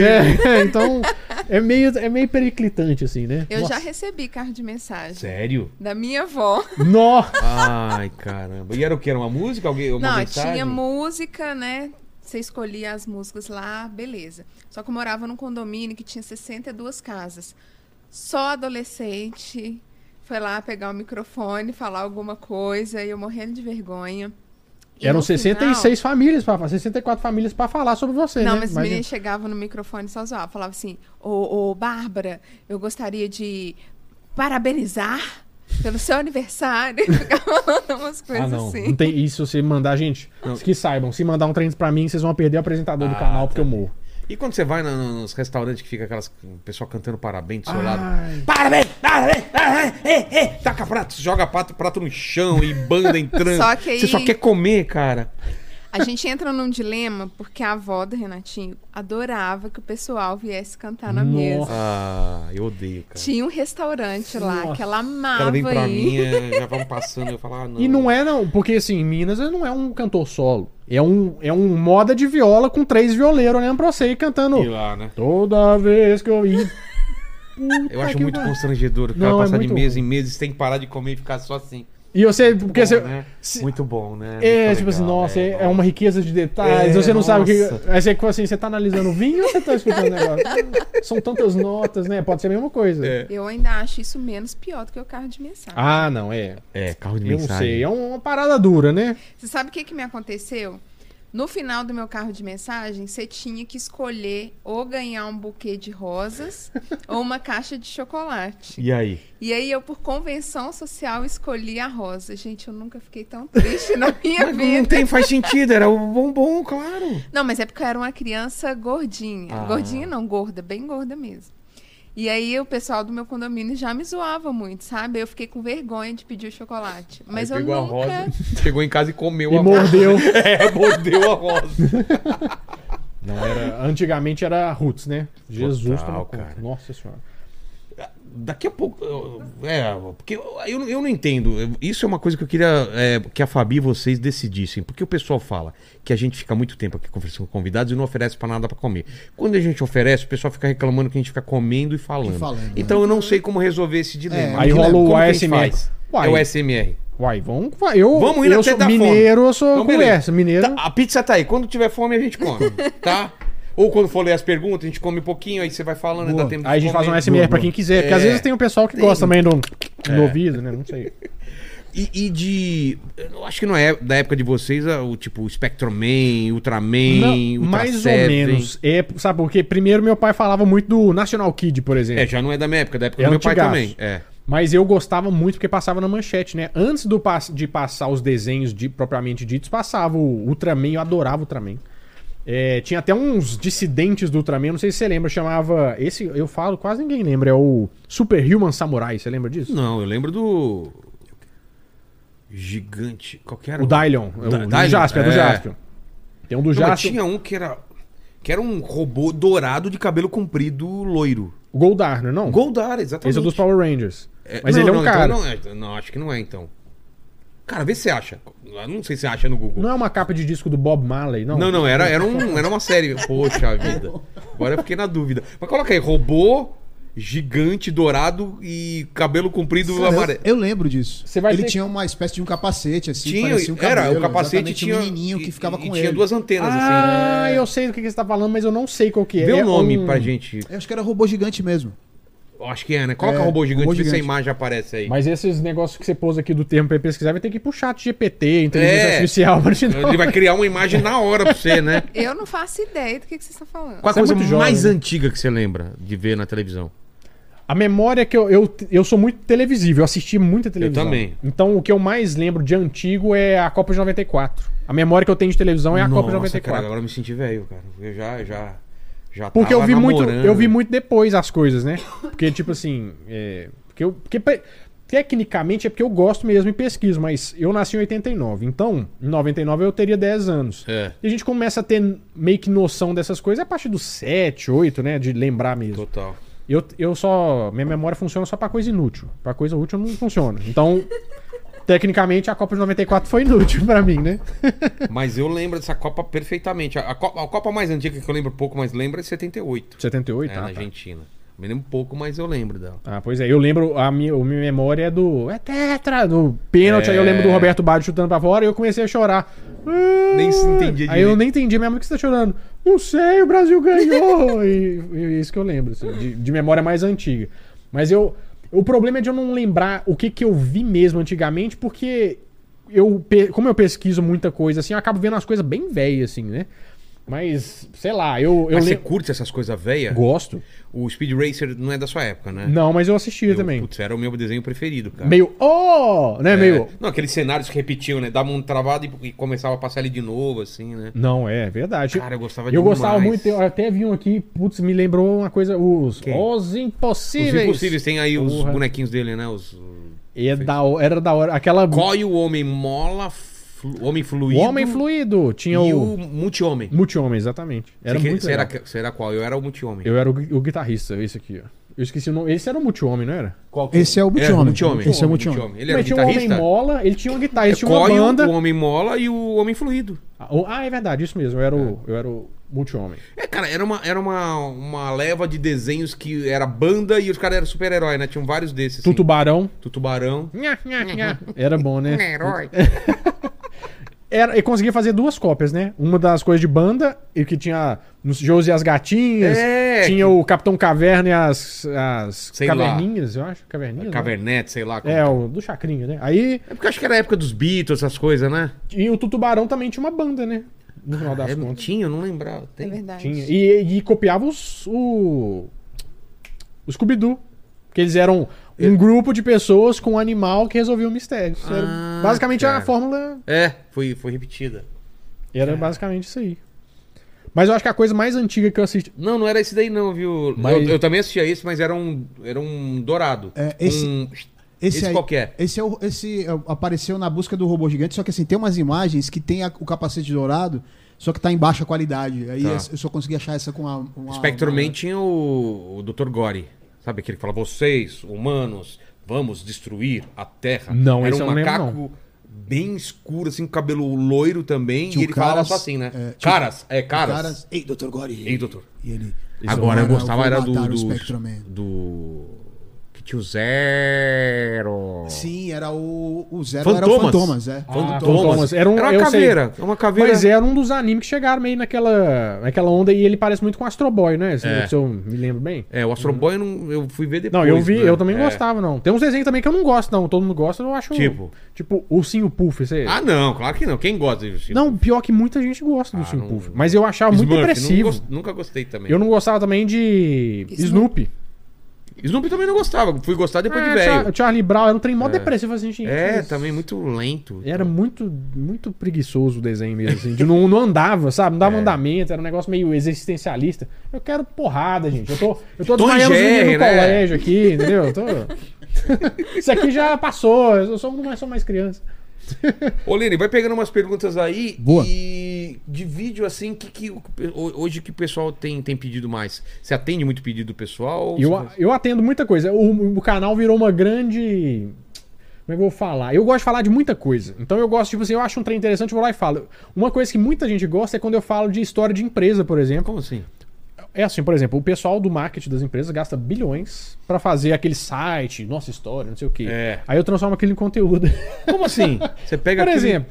Então é meio periclitante, assim, né?
Eu
Nossa.
já recebi carro de mensagem
Sério?
da minha avó.
Nó!
Ai, caramba. E era o que? Era uma música? Uma
Não,
mensagem?
tinha música, né? Você escolhia as músicas lá, beleza. Só que eu morava num condomínio que tinha 62 casas. Só adolescente foi lá pegar o microfone, falar alguma coisa, e eu morrendo de vergonha. E
Eram
no
66 famílias, 64 famílias pra falar sobre você,
Não,
né?
mas os
Imagina.
meninos chegavam no microfone e só zoavam. Falava assim, ô Bárbara, eu gostaria de parabenizar pelo seu aniversário. Ficava falando umas coisas
Não
assim.
tem isso. Se mandar, gente, que saibam, se mandar um trem pra mim, vocês vão perder o apresentador do canal, porque eu morro.
E quando você vai nos restaurantes que fica aquelas o pessoal cantando parabéns do seu lado.
Ai.
Parabéns, parabéns, parabéns, taca prato, joga prato no chão e banda entrando.
Só que aí-
Você só quer comer, cara.
A gente entra num dilema porque a avó do Renatinho adorava que o pessoal viesse cantar na
Nossa.
mesa.
Ah, eu odeio, cara.
Tinha um restaurante lá
Nossa.
que ela amava
Ela vem pra
ir.
mim, já vão passando, eu falo, ah, não.
E não é não, porque assim, Minas não é um cantor solo. É um moda de viola com 3 violeiros olhando pra você e cantando.
Ir lá, né?
Toda vez que eu ir.
Eu acho
que
muito
pariu.
constrangedor o cara
Não, é
passar de
muito
mesa
ruim.
em mesa e você tem que parar de comer e ficar só assim.
E você, porque
Bom,
você.
né?
se-
Muito bom, né?
É,
Muito
tipo assim,
legal,
nossa, é uma riqueza de detalhes.
É,
Você não sabe o que.
nossa.
Aí você, assim, você tá analisando o vinho ou você tá escutando o negócio? São tantas notas, né? Pode ser a mesma coisa.
É.
Eu ainda acho isso menos pior do que o carro de mensagem.
Ah, não, é.
É, carro de
Eu não
mensagem.
sei. É uma parada dura, né?
Você sabe o que me aconteceu? No final do meu carro de mensagem, você tinha que escolher ou ganhar um buquê de rosas ou uma caixa de chocolate.
E aí?
E aí eu, por convenção social, escolhi a rosa. Gente, eu nunca fiquei tão triste na minha
Mas
vida.
não tem, faz sentido, era o bombom, claro.
Não, mas é porque eu era uma criança gordinha.
Ah.
Gordinha não, gorda, bem gorda mesmo. E aí o pessoal do meu condomínio já me zoava muito, sabe? Eu fiquei com vergonha de pedir o chocolate. Mas
Aí
eu
pegou a
nunca...
rosa, chegou em casa e comeu
E
a
mordeu.
rosa. É, mordeu a rosa.
Não, antigamente era Roots, né? Jesus
Total,
toma conta.
cara.
Nossa senhora.
Daqui a pouco. Porque eu não entendo. Isso é uma coisa que eu queria que a Fabi e vocês decidissem. Porque o pessoal fala que a gente fica muito tempo aqui conversando com convidados e não oferece pra nada pra comer. Quando a gente oferece, o pessoal fica reclamando que a gente fica comendo e falando. Então eu não sei como resolver esse dilema.
Aí rola o
Como que a gente
ASMR.
faz?
Uai.
É o ASMR.
Uai, vamos indo
Vamos até
sou
dar
mineiro,
fome.
eu sou
Então, beleza.
conversa. Mineiro.
Tá, a pizza tá aí. Quando tiver fome, a gente come. Tá? Ou quando for ler as perguntas, a gente come um pouquinho, aí você vai falando e dá tempo de
Aí a gente faz um
comer.
SMR pra quem quiser. Porque às vezes tem um pessoal que gosta também do ouvido, né? Não sei.
E de. Eu acho que não é da época de vocês, o tipo Spectrum Man, Ultraman,
Não,
Ultra
mais ou
Seven.
menos. É, sabe, porque primeiro meu pai falava muito do National Kid, por exemplo.
É, já não é da minha época, da época
É
do meu pai
antigaço.
também. É.
Mas eu gostava muito porque passava na manchete, né? Antes de passar os desenhos propriamente ditos, passava o Ultraman, eu adorava o Ultraman. É, tinha até uns dissidentes do Ultraman, não sei se você lembra, chamava... Esse eu falo, quase ninguém lembra, é o Superhuman Samurai, você lembra disso?
Não, eu lembro do. Gigante. Qual que era?
O Dylion, é o do
Dylion,
Jaspion, é do Jaspion. Tem um do
Não, mas
Jaspion,
tinha um que era um robô dourado de cabelo comprido loiro.
o Goldarner, não?
Goldar, exatamente.
Esse é dos Power Rangers.
É,
Mas
não,
ele é um
não,
cara.
Então não, acho que não é, então. Cara, vê se você acha. Eu não sei se você acha no Google.
Não é uma capa de disco do Bob Marley, não?
Não, era uma série. Poxa vida. Agora eu fiquei na dúvida. Mas coloca aí, robô, gigante, dourado e cabelo comprido
Cara,
amarelo.
eu lembro disso.
Você vai
ele
ter-
tinha uma espécie de um capacete, assim,
Tinha,
parecia um
era,
cabelo,
o capacete
exatamente,
tinha
um menininho que ficava
e
com
tinha
ele.
duas antenas
Ah,
assim.
eu sei do que você tá falando, mas eu não sei qual que é.
Vê
É
o nome
um-
pra gente.
Eu acho que era robô gigante mesmo.
Eu acho que é, né? Coloca
É,
robô gigante,
robô
vê se a
gigante.
imagem aparece aí.
Mas esses negócios que você pôs aqui do termo pra pesquisar, vai ter que ir pro chat GPT, inteligência
É.
artificial pra te dar.
Ele vai criar uma imagem na hora pra você, né?
Eu não faço ideia do que vocês estão falando.
Qual a
Você é
coisa
muito jovem,
mais
né?
antiga que você lembra de ver na televisão?
A memória é que eu sou muito televisivo, eu assisti muita televisão.
também.
Então o que eu mais lembro de antigo é a Copa de 94. A memória que eu tenho de televisão é a Copa de
Nossa,
94.
cara, agora eu me senti velho, cara. Eu já
Porque
tava
eu vi
namorando.
muito depois as coisas, né? Porque, tipo assim. Tecnicamente é porque eu gosto mesmo e pesquiso, mas eu nasci em 89. Então, em 99 eu teria 10 anos.
É,
E a gente começa a ter meio que noção dessas coisas a partir dos 7, 8, né? De lembrar mesmo.
total.
Eu só. Minha memória funciona só pra coisa inútil. Pra coisa útil não funciona. Então, tecnicamente, a Copa de 94 foi inútil pra mim, né?
Mas eu lembro dessa Copa perfeitamente. A Copa mais antiga que eu lembro pouco, mas lembro é 78.
78,
Na Argentina. Me lembro pouco, mas eu lembro dela.
Ah, pois é, eu lembro, a minha memória é do. É tetra, do pênalti, aí eu lembro do Roberto Baggio chutando pra fora e eu comecei a chorar.
Nem se entendia
Aí eu
direito.
nem entendi, minha mãe, que você tá chorando? Não sei, o Brasil ganhou! e isso que eu lembro, assim, de memória mais antiga. Mas o problema é de eu não lembrar o que eu vi mesmo antigamente, porque como eu pesquiso muita coisa assim, eu acabo vendo as coisas bem velhas, assim, né? Mas, sei lá, eu
Mas você curte essas coisas velhas?
gosto.
O Speed Racer não é da sua época, né?
Não, mas eu assistia também.
Putz, era o meu desenho preferido, cara.
Meio, né?
É.
Meio...
Não, aqueles cenários que repetiam, né? Dava um travado e começava a passar ali de novo, assim, né?
Não, é verdade.
Cara, eu gostava
Eu
demais.
gostava muito, eu até vi um aqui, putz, me lembrou uma coisa, os
Quem?
Os
Os
Impossíveis.
Impossíveis, tem aí os
Porra.
bonequinhos dele, né?
Era da hora. Aquela...
Coy, o Homem Mola, Homem
O
Fluido.
Homem Fluido. Tinha
e
o...
o Multi-Homem.
Multi-Homem, exatamente. Era muito
Você
legal.
era qual? Eu era o Multi-Homem.
Eu era o guitarrista, esse aqui, ó. Eu esqueci o nome. Esse era o Multi-Homem, não era?
Qual que-
Esse é o Multi-Homem.
Multi-Homem.
Esse é o Multi-Homem.
Ele era
Mas tinha o Homem
guitarrista?
Mola, ele tinha uma guitarra, ele tinha
Coy,
uma banda.
o Homem Mola e o Homem Fluido.
Ah, é verdade, isso mesmo. Eu era o Multi-Homem.
Cara, era uma leva de desenhos que era banda e os caras eram super-herói, né? Tinham vários desses. Assim.
Tubarão.
Tubarão.
Era bom, né?
Herói.
Ele conseguia fazer duas cópias, né? Uma das coisas de banda, e que tinha nos Josie e as Gatinhas,
É.
tinha o Capitão Caverna e as
Sei
Caverninhas, eu acho. Caverninhas, né?
Cavernete, sei lá. como
É,
que
o do Chacrinha, né? Aí,
É porque eu acho que era a época dos Beatles, essas coisas, né?
e o Tubarão também tinha uma banda, né? No final das
Não
contas.
tinha, eu não lembrava.
É
Tem.
verdade.
Tinha. E copiava o Scooby-Doo. Que eles eram um grupo de pessoas com um animal que resolvia o mistério. Isso era basicamente
cara.
a fórmula.
Foi repetida.
Era basicamente isso aí. Mas eu acho que a coisa mais antiga que eu assisti.
Não era esse daí não, viu?
Mas-
Eu também assistia esse, mas era um dourado.
É, esse
Esse
aí,
qual que é?
Esse apareceu na busca do robô gigante, só que assim, tem umas imagens que tem o capacete dourado, só que tá em baixa qualidade. Aí
Tá.
eu só consegui achar essa com uma
Spectrum Man tinha o Dr. Gore. Sabe aquele que fala, vocês, humanos, vamos destruir a Terra.
Não,
era
esse
um
eu não lembro,
macaco bem escuro, assim, com cabelo loiro também.
Tinha
e
o
ele falava
Caras,
só assim, né?
tinha-
Caras.
Ei, Dr. Gore.
Ei, doutor.
E ele...
Agora eu gostava era
vou matar o
do
Spectrum Man.
que tinha o Zero.
Sim, era o Zero,
Fantomas.
era o Fantomas, é.
Fantomas. Era uma
eu
caveira.
Sei. Uma caveira.
Mas era um dos animes que chegaram meio naquela onda e ele parece muito com Astro Boy, né? Se eu me lembro bem.
O Astro Boy eu fui ver depois.
Não, eu vi,
né?
eu também não gostava, não. Tem uns desenhos também que eu não gosto, não. Todo mundo gosta, eu acho.
Tipo?
Tipo, Ursinho Puff.
Ah, não, claro que não. Quem gosta disso?
Não, pior que muita gente gosta do Ursinho
não-
Puff. Mas eu achava muito
Smurf,
depressivo.
Nunca gostei também.
Eu não gostava também de Snoopy.
Snoopy também não gostava. Fui gostar depois de velho.
Charlie Brown era um trem mó depressivo, assim, gente. mas
Também muito lento.
Era muito, muito preguiçoso o desenho mesmo, assim. Não andava, sabe? Não dava andamento, era um negócio meio existencialista. Eu quero porrada, gente. Eu tô desmaiando os meninos no
né?
colégio aqui, entendeu? Isso aqui já passou, eu não sou mais criança.
Ô, Lene, vai pegando umas perguntas aí.
Boa.
E de vídeo, assim, hoje que o pessoal tem pedido mais? Você atende muito pedido do pessoal?
Eu atendo muita coisa. O canal virou uma grande... Como é que eu vou falar? Eu gosto de falar de muita coisa. Então eu gosto, tipo assim, eu acho um trem interessante, eu vou lá e falo. Uma coisa que muita gente gosta é quando eu falo de história de empresa, por exemplo.
Como assim?
É assim, por exemplo, o pessoal do marketing das empresas gasta bilhões pra fazer aquele site, nossa história, não sei o quê.
É.
Aí eu transformo aquilo em conteúdo.
Como assim? Você pega
Por
aquele-
exemplo,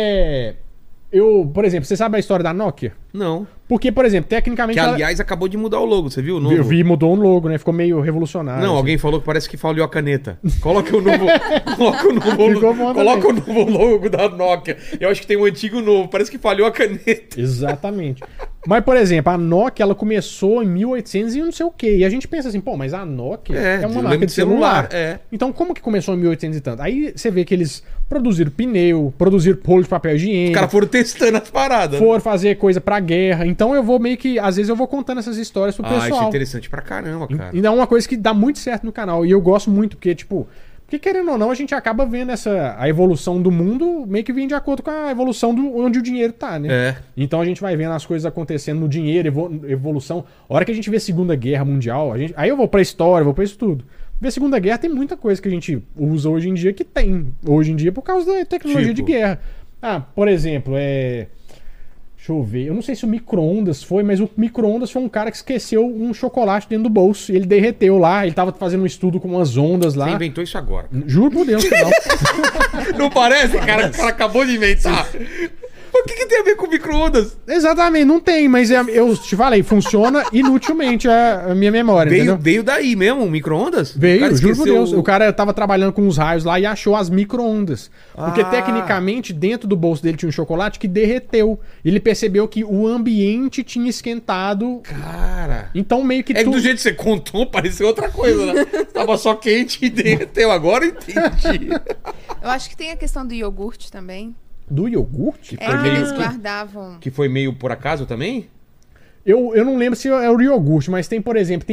você sabe a história da Nokia?
Não.
Porque, por exemplo, tecnicamente...
Que, aliás, acabou de mudar o logo, você viu? O novo?
Eu vi, mudou um logo, né? Ficou meio revolucionário.
Não,
assim.
alguém falou que parece que falhou a caneta. Coloca o novo.
Ficou bom
Coloca o novo logo da Nokia. Eu acho que tem um antigo novo. Parece que falhou a caneta.
Exatamente. Mas, por exemplo, a Nokia, ela começou em 1800 e não sei o quê. E a gente pensa assim, pô, mas a Nokia é uma
eu
marca
lembro
de celular.
É.
Então, como que começou em 1800 e tanto? Aí você vê que eles produziram pneu, produziram rolo de papel higiênico.
Os caras foram testando as paradas.
Foram fazer coisa pra guerra. Então eu vou meio que... Às vezes eu vou contando essas histórias pro
Isso é
pessoal.
interessante pra caramba, cara.
Então é uma coisa que dá muito certo no canal. E eu gosto muito, porque, tipo... Porque, querendo ou não, a gente acaba vendo a evolução do mundo meio que vem de acordo com a evolução onde o dinheiro tá, né?
É.
Então a gente vai vendo as coisas acontecendo no dinheiro, evolução. A hora que a gente vê Segunda Guerra Mundial, aí eu vou pra história, vou pra isso tudo. Ver Segunda Guerra tem muita coisa que a gente usa hoje em dia que tem. Hoje em dia por causa da tecnologia de guerra. Por exemplo, deixa eu ver. Eu não sei se o micro-ondas foi, mas o micro-ondas foi um cara que esqueceu um chocolate dentro do bolso. E ele derreteu lá, ele tava fazendo um estudo com umas ondas lá.
Você inventou isso agora.
Juro por Deus que não.
Não parece, cara? O cara acabou de inventar. Por que tem tem a ver com micro-ondas?
Exatamente, não tem, mas eu te falei, funciona inutilmente a minha memória, entendeu?
Veio daí mesmo, micro-ondas? O
Veio,
cara
juro por
esqueceu
Deus. O cara tava trabalhando com os raios lá e achou as micro-ondas. Porque
Ah.
tecnicamente, dentro do bolso dele tinha um chocolate que derreteu. Ele percebeu que o ambiente tinha esquentado.
Cara...
Então meio que
É que
tudo...
do jeito que você contou, pareceu outra coisa, né? Tava só quente e derreteu. Agora eu entendi.
Eu acho que tem a questão do iogurte também.
Do iogurte?
Que
É
foi
que
meio
eles
que-
guardavam.
Que foi meio por acaso também?
Eu não lembro se é o iogurte, mas tem, por exemplo,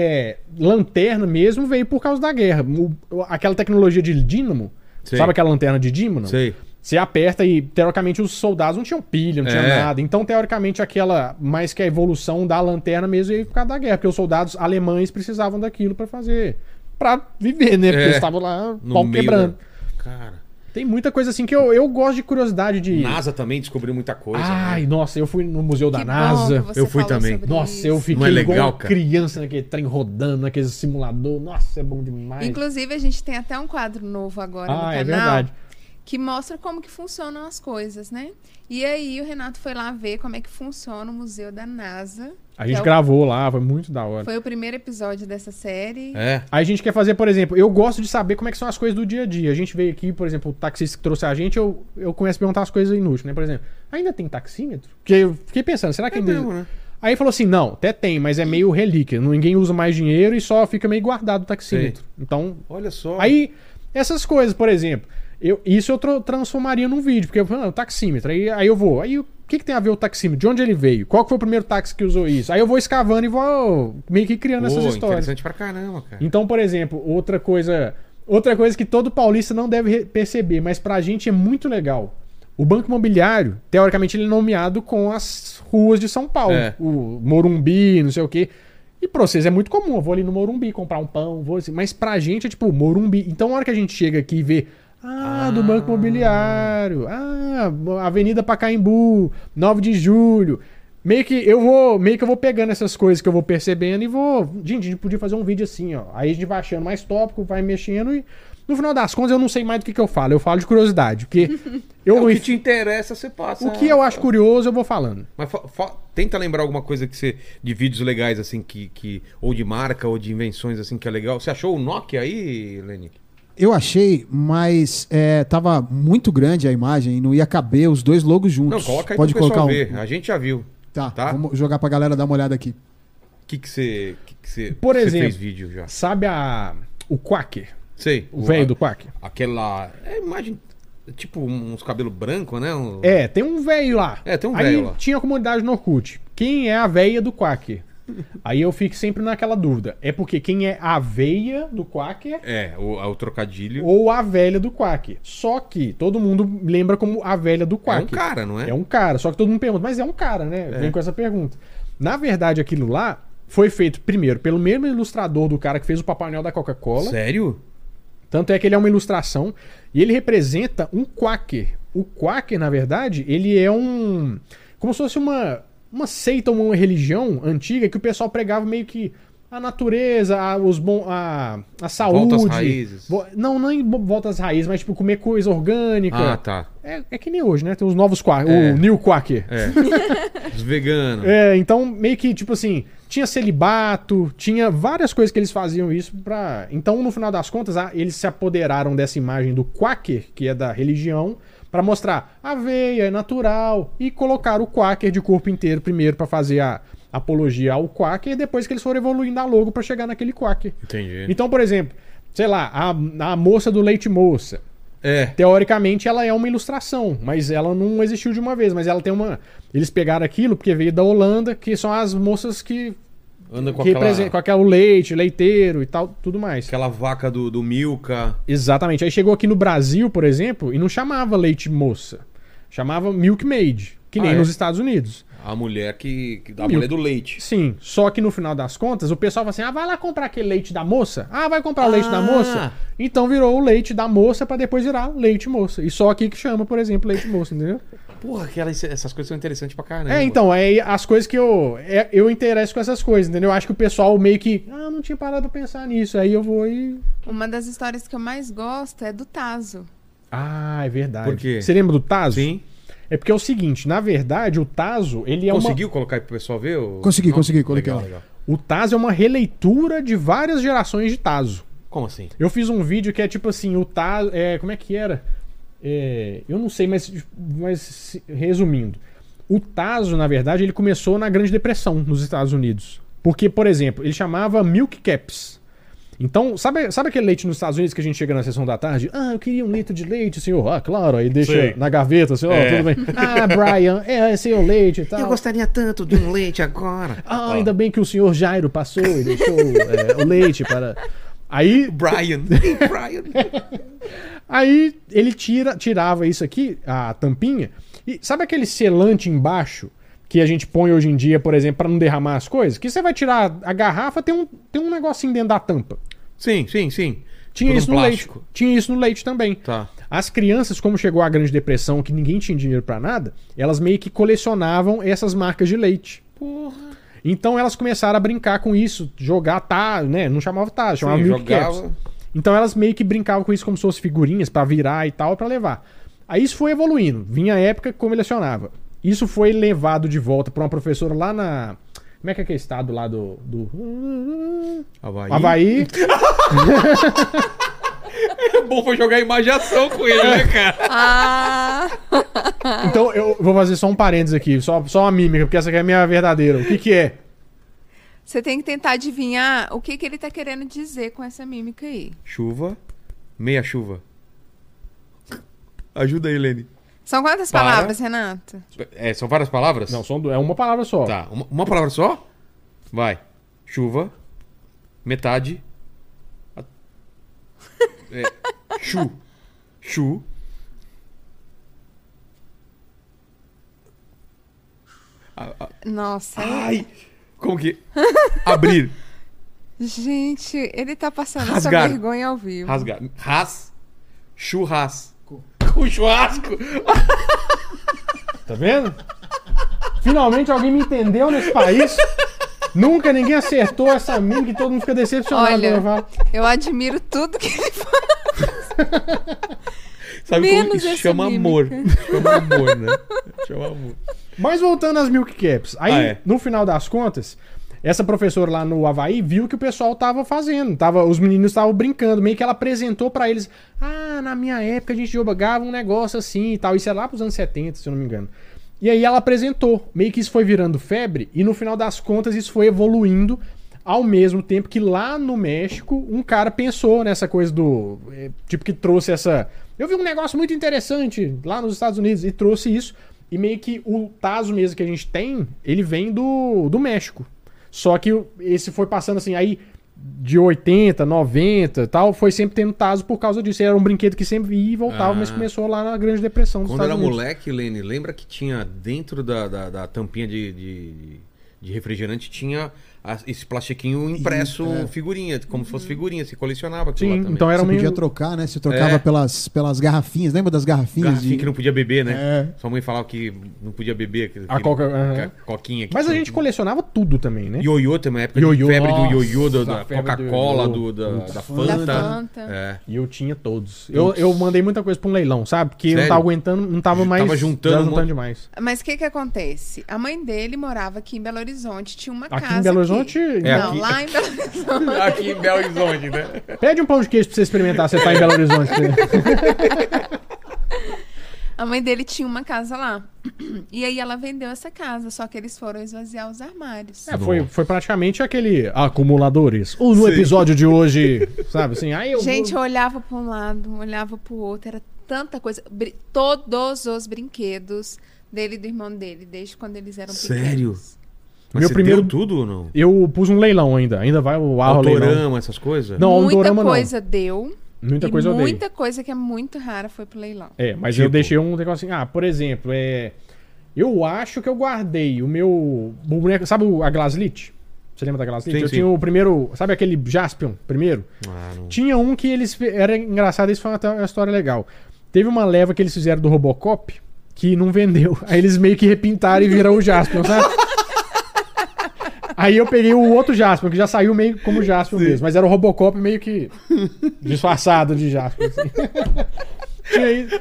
lanterna mesmo, veio por causa da guerra. Aquela tecnologia de dínamo,
Sei.
sabe aquela lanterna de dínamo?
Sei.
Você aperta e, teoricamente, os soldados não tinham pilha, não tinha
É.
nada. Então, teoricamente, mais que a evolução da lanterna mesmo veio por causa da guerra, porque os soldados alemães precisavam daquilo pra viver, né? Porque eles estavam lá,
No
pau
meio
quebrando.
da- Cara...
Tem muita coisa assim que eu gosto de curiosidade de...
NASA também descobriu muita coisa.
Ai,
né?
nossa, eu fui no Museu da
Que bom
NASA.
que você
Eu fui
falou
também.
sobre
Nossa,
isso.
eu fiquei
Não é legal,
igual
cara?
criança naquele trem rodando, naquele simulador. Nossa, é bom demais.
Inclusive, a gente tem até um quadro novo agora no canal.
É verdade.
Que mostra como que funcionam as coisas, né? E aí o Renato foi lá ver como é que funciona o Museu da NASA.
A
que
gente
é o-
gravou lá, foi muito da hora.
Foi o primeiro episódio dessa série.
É.
Aí a gente quer fazer, por exemplo, eu gosto de saber como é que são as coisas do dia a dia. A gente veio aqui, por exemplo, o taxista que trouxe a gente, eu começo a perguntar as coisas inúteis, né? Por exemplo, ainda tem taxímetro? Porque eu fiquei pensando, será que
É
ainda...
mesmo, né?
Aí ele falou assim, não, até tem, mas é meio relíquia. Ninguém usa mais dinheiro e só fica meio guardado o taxímetro. Então,
Olha só.
aí, essas coisas, por exemplo, isso eu transformaria num vídeo, porque eu falo, o taxímetro, aí eu vou, aí o que tem a ver o taxímetro? De onde ele veio? Qual que foi o primeiro táxi que usou isso? Aí eu vou escavando e vou meio que criando essas
Pô,
histórias.
interessante pra caramba, cara.
Então, por exemplo, outra coisa que todo paulista não deve perceber, mas pra gente é muito legal. O Banco Imobiliário, teoricamente, ele é nomeado com as ruas de São Paulo.
É.
O Morumbi, não sei o quê. E pra vocês é muito comum. Eu vou ali no Morumbi comprar um pão, vou assim. Mas pra gente é tipo Morumbi. Então, na hora que a gente chega aqui e vê... do Banco Imobiliário. Avenida Pacaembu, 9 de julho. Meio que eu vou pegando essas coisas que eu vou percebendo e vou... Gente, a gente podia fazer um vídeo assim, ó. Aí a gente vai achando mais tópico, vai mexendo e... No final das contas, eu não sei mais do que eu falo. Eu falo de curiosidade, porque...
O que te interessa, você passa.
O que eu acho curioso, eu vou falando.
Mas tenta lembrar alguma coisa de vídeos legais, assim, ou de marca, ou de invenções, assim, que é legal. Você achou o Nokia aí, Lenny?
Eu achei, mas tava muito grande a imagem e não ia caber os dois logos juntos.
Não, coloca aí
Pode
pro pessoal
colocar um.
ver. A gente já viu.
Tá,
Tá?
vamos jogar pra galera dar uma olhada aqui.
O que você
Por
você
exemplo,
fez vídeo já?
Sabe o Quaker?
Sei.
O velho do Quaker?
Aquela... imagem... Tipo uns cabelos brancos, né?
Tem um velho lá.
Tem um
Aí
velho lá.
tinha a comunidade no Orkut. Quem é a veia do Quaker? Aí eu fico sempre naquela dúvida. É porque quem é a veia do Quaker
O trocadilho.
ou a velha do Quaker? Só que todo mundo lembra como a velha do
É
Quaker.
um cara, não é?
É um cara. Só que todo mundo pergunta, mas é um cara, né? Vem com essa pergunta. Na verdade, aquilo lá foi feito primeiro pelo mesmo ilustrador do cara que fez o Papai Noel da Coca-Cola.
Sério?
Tanto é que ele é uma ilustração e ele representa um Quaker. O Quaker, na verdade, ele é como se fosse uma seita, uma religião antiga que o pessoal pregava meio que a natureza, a saúde.
Volta às raízes.
Não em volta às raízes, mas tipo comer coisa orgânica.
Ah, tá.
É que nem hoje, né? Tem os novos Quaker,
É.
o New Quaker.
Os veganos.
Então meio que, tipo assim, tinha celibato, tinha várias coisas que eles faziam isso pra... Então, no final das contas, eles se apoderaram dessa imagem do Quaker, que é da religião, pra mostrar a veia é natural e colocar o Quaker de corpo inteiro primeiro pra fazer a apologia ao Quaker e depois que eles foram evoluindo a logo pra chegar naquele Quaker.
Entendi.
Então, por exemplo, sei lá, a moça do leite moça.
É.
Teoricamente ela é uma ilustração, mas ela não existiu de uma vez, mas ela tem eles pegaram aquilo porque veio da Holanda, que são as moças que
Anda com
representam com aquele leite, leiteiro e tal, tudo mais.
aquela vaca do Milka.
Exatamente. Aí chegou aqui no Brasil, por exemplo, e não chamava leite moça, chamava milkmaid, que nem
Ah, é?
nos Estados Unidos.
A mulher a mulher do leite.
Sim, só que no final das contas, o pessoal fala assim, vai lá comprar aquele leite da moça? Vai comprar o leite da moça? Então virou o leite da moça pra depois virar leite moça. E só aqui que chama, por exemplo, leite moça, entendeu?
Porra, essas coisas são interessantes pra caramba.
Então, as coisas que eu interesso com essas coisas, entendeu? Eu acho que o pessoal meio que, não tinha parado pra pensar nisso, aí eu vou e...
Uma das histórias que eu mais gosto é do Tazo.
É verdade.
Por quê?
Você lembra do Tazo?
Sim.
É porque é o seguinte, na verdade, o Tazo, ele é
Conseguiu colocar aí pro pessoal ver?
Consegui, coloquei
legal,
lá.
legal.
O Tazo é uma releitura de várias gerações de Tazo.
Como assim?
Eu fiz um vídeo que é tipo assim, o Tazo... como é que era? Eu não sei, mas resumindo. O Tazo, na verdade, ele começou na Grande Depressão, nos Estados Unidos. Porque, por exemplo, ele chamava Milk Caps. Então, sabe aquele leite nos Estados Unidos que a gente chega na sessão da tarde? Ah, eu queria um litro de leite, senhor. Ah, claro. Aí deixa
Sim.
na gaveta, senhor, tudo bem. Ah, Brian, esse é o leite e tal.
Eu gostaria tanto de um leite agora.
Ah, ainda bem que o senhor Jairo passou e deixou o leite para... Aí...
Brian. Brian.
Aí ele tirava isso aqui, a tampinha, e sabe aquele selante embaixo que a gente põe hoje em dia, por exemplo, para não derramar as coisas? Que você vai tirar a garrafa, tem um negocinho dentro da tampa.
Sim.
Tinha
Por
isso
um
no
plástico.
leite. Tinha isso no leite também.
Tá.
As crianças, como chegou a Grande Depressão, que ninguém tinha dinheiro pra nada, elas meio que colecionavam essas marcas de leite.
Porra.
Então elas começaram a brincar com isso, jogar né? Não chamava Tazo, chamava Milk Caps. Então elas meio que brincavam com isso como se fossem figurinhas pra virar e tal, pra levar. Aí isso foi evoluindo. Vinha a época que colecionava. Isso foi levado de volta pra uma professora lá na... Como é que é aquele estado lá do... Havaí.
É bom pra jogar imaginação com ele, né, cara?
Ah!
Então eu vou fazer só um parênteses aqui, só uma mímica, porque essa aqui é a minha verdadeira. O que é?
Você tem que tentar adivinhar o que ele tá querendo dizer com essa mímica aí.
Chuva, meia chuva. Ajuda aí, Lene.
São quantas
Para.
palavras, Renato?
São várias palavras?
Não, é uma palavra só.
Tá, uma palavra só? Vai. Chuva, metade. Chu.
Nossa.
Ai! Como que? Abrir.
Gente, ele tá passando
Rasgar.
essa vergonha ao vivo.
Rasgar. Churrasco. Com churrasco.
Tá vendo? Finalmente alguém me entendeu nesse país. Nunca ninguém acertou essa mímica e todo mundo fica decepcionado quando eu
Olha,
falo.
eu admiro tudo que ele faz.
Sabe
Menos
como isso
essa
chama
mímica.
amor? Chama amor, né? Chama amor.
Mas voltando às Milk Caps. Aí, no final das contas, essa professora lá no Havaí viu que o pessoal tava fazendo. Os meninos estavam brincando. Meio que ela apresentou pra eles. Ah, na minha época a gente jogava um negócio assim e tal. Isso é lá pros anos 70, se eu não me engano. E aí ela apresentou. Meio que isso foi virando febre. E no final das contas isso foi evoluindo. Ao mesmo tempo que lá no México, um cara pensou nessa coisa do... Tipo, que trouxe essa... Eu vi um negócio muito interessante lá nos Estados Unidos e trouxe isso. E meio que o Tazo mesmo que a gente tem, ele vem do México. Só que esse foi passando assim, aí de 80, 90 e tal, foi sempre tendo Tazo por causa disso. Era um brinquedo que sempre ia e voltava, mas começou lá na Grande Depressão dos
Quando
Estados
era
Unidos.
moleque, Lene, lembra que tinha dentro da tampinha de refrigerante, tinha esse plastiquinho impresso, figurinha, como se fosse figurinha, se colecionava aquilo lá
Sim,
também.
então era
Você
meio...
podia trocar, né? Você trocava pelas garrafinhas. Lembra das garrafinhas?
Garrafinha que não podia beber, né?
É.
Sua mãe falava que não podia beber.
A coca...
a coquinha. Que
Mas a
tinha-
gente colecionava tudo também, né?
Ioiô tem uma época
Ioiô,
de febre do
nossa,
ioiô, da
a febre do
Coca-Cola,
ioiô.
da
Da
Fanta.
Fanta.
É.
E eu tinha todos. Eu mandei muita coisa pra um leilão, sabe? Porque eu não
Sério?
tava aguentando, não tava mais...
Tava juntando
já
um monte-
demais.
Mas o que acontece? A mãe dele morava aqui em Belo Horizonte, tinha uma casa
Aqui em Belo Horizonte...
Não,
aqui.
lá em Belo Horizonte.
Aqui em Belo Horizonte, né?
Pede um pão de queijo pra você experimentar, você tá em Belo Horizonte.
A mãe dele tinha uma casa lá. E aí ela vendeu essa casa, só que eles foram esvaziar os armários.
Foi praticamente aquele acumuladores. Ou no episódio de hoje, sabe assim, aí eu
Gente, eu olhava pra um lado, olhava pro outro, era tanta coisa. Todos os brinquedos dele e do irmão dele, desde quando eles eram
Sério?
pequenos.
Mas
Meu
você
primeiro-
deu tudo ou não?
Eu pus um leilão ainda vai o leilão.
Autorama, essas coisas?
Não,
Muita
Autorama não.
coisa deu.
Muita
e
coisa eu dei.
muita coisa que é muito rara foi pro leilão.
Mas
Tipo?
eu deixei um negócio assim, por exemplo, eu acho que eu guardei o meu boneco, sabe a Glaslit? Você lembra da Glaslit?
Sim,
Eu
sim.
tinha o primeiro, sabe aquele Jaspion primeiro?
Ah, não.
Tinha um que era engraçado, isso foi uma história legal. Teve uma leva que eles fizeram do Robocop que não vendeu. Aí eles meio que repintaram e viram o Jaspion, sabe? Aí eu peguei o outro Jaspion, que já saiu meio como Jaspion mesmo, mas era o Robocop meio que disfarçado de Jaspion. Assim. Tinha isso.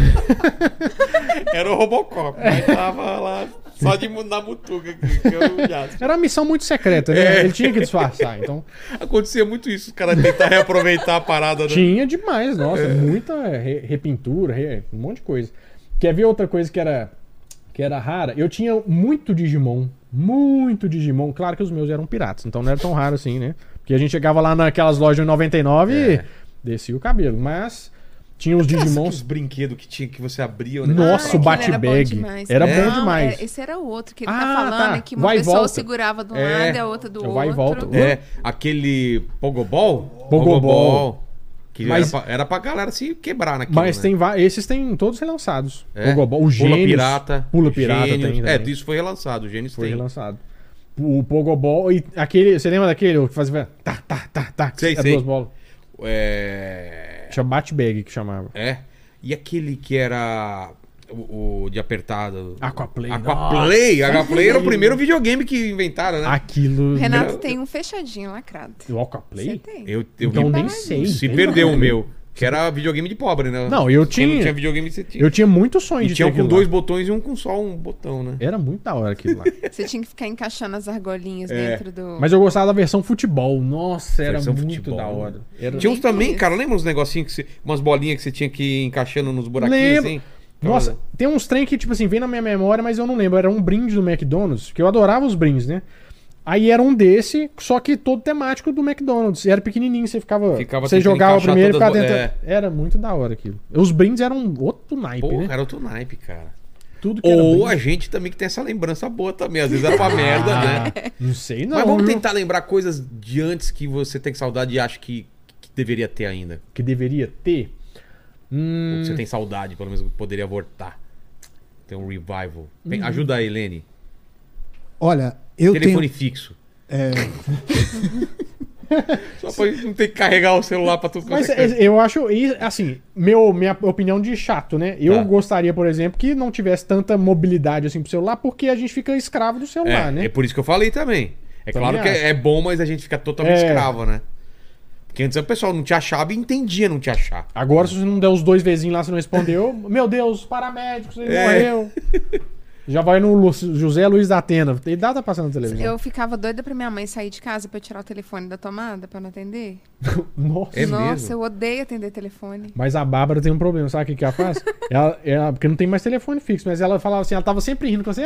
Era o Robocop, mas tava lá só de na butuca aqui, que eu já...
Era uma missão muito secreta, né? Ele tinha que disfarçar, então...
Acontecia muito isso, os caras tentar reaproveitar a parada, né?
Tinha demais, nossa, muita repintura, um monte de coisa. Quer ver outra coisa que era rara? Eu tinha muito Digimon. Claro que os meus eram piratas, então não era tão raro assim, né? Porque a gente chegava lá naquelas lojas em 99 e descia o cabelo. Mas tinha os Digimons.
Os brinquedos que tinha que você abria, né?
Nossa, o
aquele
Bat-Bag. Era bom demais.
Esse era o outro que ele tá falando,
tá.
né? Que uma
Vai e
pessoa
volta.
segurava de um lado e a outra do outro.
Vai e volta.
É, aquele Pogobol?
Pogobol.
Que
Mas-
era pra galera se quebrar naquilo,
Mas
né?
tem esses têm todos relançados.
É.
O
Pula
Gênios.
Pirata.
Pula Pirata
Gênios.
tem também.
Isso foi relançado, o Gênios
Foi
tem.
relançado. O Pogobol e aquele... Você lembra daquele que fazia... Tá.
Sei,
As
sei.
duas bolas.
É...
Tinha Bat-Bag que chamava.
É. E aquele que era o de apertado.
Aquaplay.
Aquaplay era o primeiro videogame que inventaram, né?
Aquilo...
Renato tem um fechadinho lacrado.
O Aquaplay?
Você tem.
Eu
Então
vi-
nem sei.
Se perdeu o meu. Que era videogame de pobre, né?
Não, eu
Quem não
tinha...
tinha videogame, você tinha.
Eu tinha muito sonho
E
de
tinha
ter
um com
aquilo
dois
lá.
botões e um com só um botão, né?
Era muito da hora aquilo lá.
Você tinha que ficar encaixando as argolinhas
É.
dentro do...
Mas eu gostava da versão futebol. Nossa, era
Versão
muito
futebol.
da hora. Era...
Tinha uns
Nem
também,
conheço.
cara, lembra uns negocinhos que você, umas bolinhas que você tinha que ir encaixando nos buraquinhos
Lembro.
assim?
Nossa, tem uns trem que, tipo assim, vem na minha memória, mas eu não lembro. Era um brinde do McDonald's, que eu adorava os brindes, né? Aí era um desse, só que todo temático do McDonald's. Era pequenininho, você ficava você
tentando
jogava
encaixar
primeiro e
todas
ficava
as
dentro. Era muito da hora aquilo. Os brindes eram outro naipe,
Pô,
né?
era outro naipe, cara.
Tudo que era
Ou
brinde.
a gente também que tem essa lembrança boa também. Às vezes era pra merda, né?
Não sei não,
Mas vamos
viu?
tentar lembrar coisas de antes que você tem saudade e acha que deveria ter ainda.
Que deveria ter.
Ou que você tem saudade, pelo menos poderia voltar. Tem um revival. Ajuda a Helene.
Olha, eu
Telefone
tenho...
fixo.
é,
Só pra não ter que carregar o celular pra tudo
Mas
quanto é canto.
eu acho, assim, minha opinião de chato, né? Eu
Tá.
gostaria, por exemplo, que não tivesse tanta mobilidade assim pro celular, porque a gente fica escravo do celular, né?
É por isso que eu falei também. É
Também
claro que
acho.
é bom, mas a gente fica totalmente
É.
escravo, né? Porque antes o pessoal não te achava e entendia não te achar.
Agora, se você não der os dois vizinhos lá, você não respondeu, meu Deus, paramédicos, ele
É.
morreu. Já vai no José Luiz da Atena. Ele tá passando na televisão.
Eu ficava doida pra minha mãe sair de casa pra eu tirar o telefone da tomada pra não atender.
Nossa.
É
Nossa,
mesmo?
eu odeio atender telefone.
Mas a Bárbara tem um problema, sabe o que ela faz? Porque não tem mais telefone fixo, mas ela falava assim, ela tava sempre rindo com assim,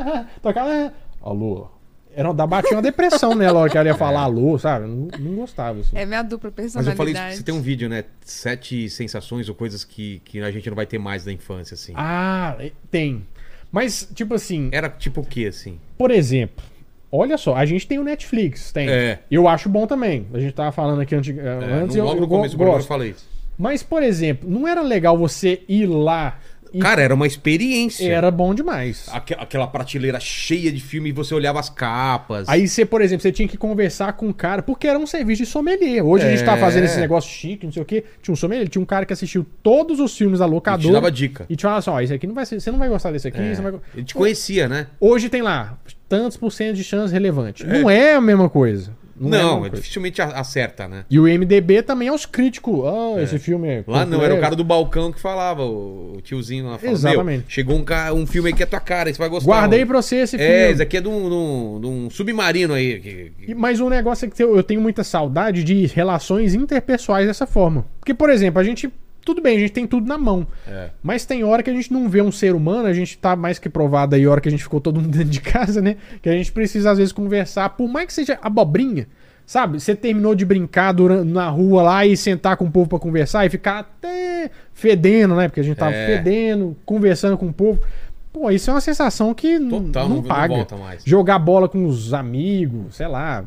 tocava, alô. Batia uma depressão nela a hora que ela ia falar alô, sabe? Não gostava, assim.
É minha dupla
Mas eu falei,
personalidade.
você tem um vídeo, né? 7 sensações ou coisas que a gente não vai ter mais da infância, assim.
Ah, tem. Mas, tipo assim,
Era tipo o quê, assim?
por exemplo, olha só, a gente tem o Netflix, tem.
É.
Eu acho bom também. A gente tava falando aqui antes
Logo no começo do programa eu
gosto.
falei isso.
Mas, por exemplo, não era legal você ir lá e
Cara, era uma experiência.
era bom demais.
Aquela prateleira cheia de filme e você olhava as capas.
Aí você, por exemplo, você tinha que conversar com um cara, porque era um serviço de sommelier. Hoje a gente tá fazendo esse negócio chique, não sei o quê. Tinha um sommelier, tinha um cara que assistiu todos os filmes da
E
locadora.
te dava dica.
E te falava assim, ó, esse aqui não vai ser, você não vai gostar desse aqui,
É.
você não vai...
Ele te conhecia, né?
Hoje tem lá, tantos por cento de chance relevante. Não é a mesma coisa. é a mesma
Não,
coisa.
dificilmente acerta, né?
E o IMDB também é os críticos. Esse filme é...
Lá não, era o
complexo.
cara do balcão que falava, o tiozinho lá falava,
Exatamente.
"Meu, chegou um filme aí que é tua cara, você vai gostar.
Guardei
mano."
pra você esse filme.
É, esse aqui é de um submarino aí.
Mas um negócio é que eu tenho muita saudade de relações interpessoais dessa forma. Porque, por exemplo, a gente... Tudo bem, a gente tem tudo na mão.
É.
Mas tem hora que a gente não vê um ser humano, a gente tá mais que provado aí, a hora que a gente ficou todo mundo dentro de casa, né? Que a gente precisa, às vezes, conversar, por mais que seja abobrinha, sabe? Você terminou de brincar na rua lá e sentar com o povo pra conversar e ficar até fedendo, né? Porque a gente tava fedendo, conversando com o povo. Pô, isso é uma sensação que
Total,
não paga.
volta mais.
Jogar bola com os amigos, sei lá,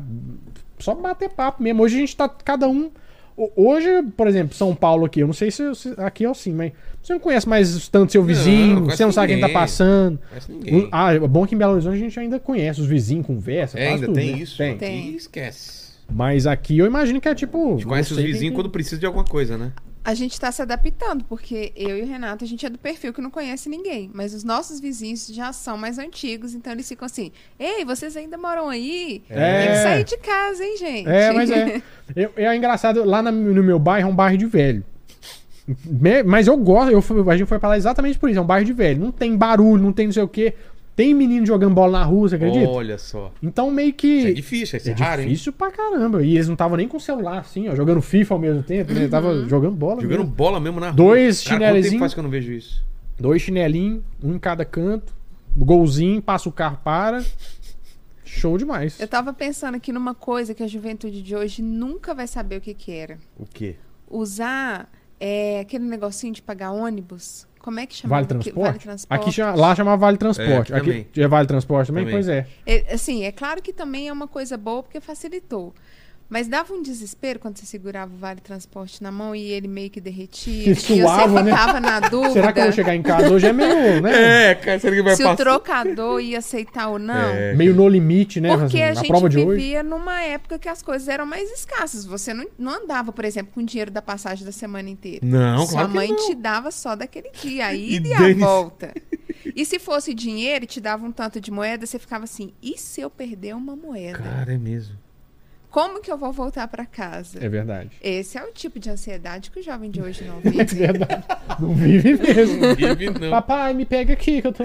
só bater papo mesmo. Hoje a gente tá cada um... Hoje, por exemplo, São Paulo aqui, eu não sei se aqui é assim, mas você não conhece mais tanto seu vizinho,
não
você não sabe quem tá
ninguém.
passando.
Conhece ninguém.
É bom que em Belo Horizonte a gente ainda conhece os vizinhos, conversa, faz
Ainda
tudo,
tem
né?
isso?
Tem.
Tem.
Ih, esquece.
Mas aqui eu imagino que é tipo...
A gente conhece os
você tem
vizinhos
que-
quando precisa de alguma coisa, né?
A gente tá se adaptando, porque eu e o Renato, a gente é do perfil que não conhece ninguém. Mas os nossos vizinhos já são mais antigos, então eles ficam assim, ei, vocês ainda moram aí?
É.
Tem que sair de casa, hein, gente?
É, mas é. É engraçado, lá no meu bairro é um bairro de velho. Mas eu gosto, a gente foi pra lá exatamente por isso. É um bairro de velho. Não tem barulho, não tem não sei o quê. Tem menino jogando bola na rua, você acredita?
Olha só.
Então meio que...
Isso é difícil, isso é raro, hein?
difícil pra caramba. E eles não estavam nem com o celular, assim, ó, jogando FIFA ao mesmo tempo. Né? Tava jogando bola.
Jogando
mesmo.
bola mesmo na rua.
Dois
Cara, quanto
chinelinhos.
tempo faz que eu não vejo isso?
2 chinelinhos, um em cada canto. Golzinho, passa o carro, para. Show demais.
Eu tava pensando aqui numa coisa que a juventude de hoje nunca vai saber o que que era.
O quê?
Usar aquele negocinho de pagar ônibus. Como é que chama?
Vale transporte?
Vale transporte.
Aqui lá chama Vale Transporte.
É,
aqui
também.
é Vale Transporte também?
Também.
Pois é.
Assim, é claro que também é uma coisa boa porque facilitou. Mas dava um desespero quando você segurava o Vale Transporte na mão e ele meio que derretia.
Que suava,
e você
né?
ficava na dúvida.
Será que eu vou chegar em casa hoje? É meio, né?
É, cara, será que vai
se o trocador ia aceitar ou não.
Meio no limite, né?
Porque a
a
gente
prova de hoje.
vivia numa época que as coisas eram mais escassas. Você não andava, por exemplo, com o dinheiro da passagem da semana inteira.
Não,
Sua
claro que
mãe
não.
te dava só daquele dia, a ida e a
dane-se.
volta. E se fosse dinheiro e te dava um tanto de moeda, você ficava assim, e se eu perder uma moeda?
Cara, é mesmo.
Como que eu vou voltar pra casa?
É verdade.
Esse é o tipo de ansiedade que o jovem de hoje não
É
vive.
verdade. Não vive mesmo.
Vive não.
Papai, me pega aqui que eu tô...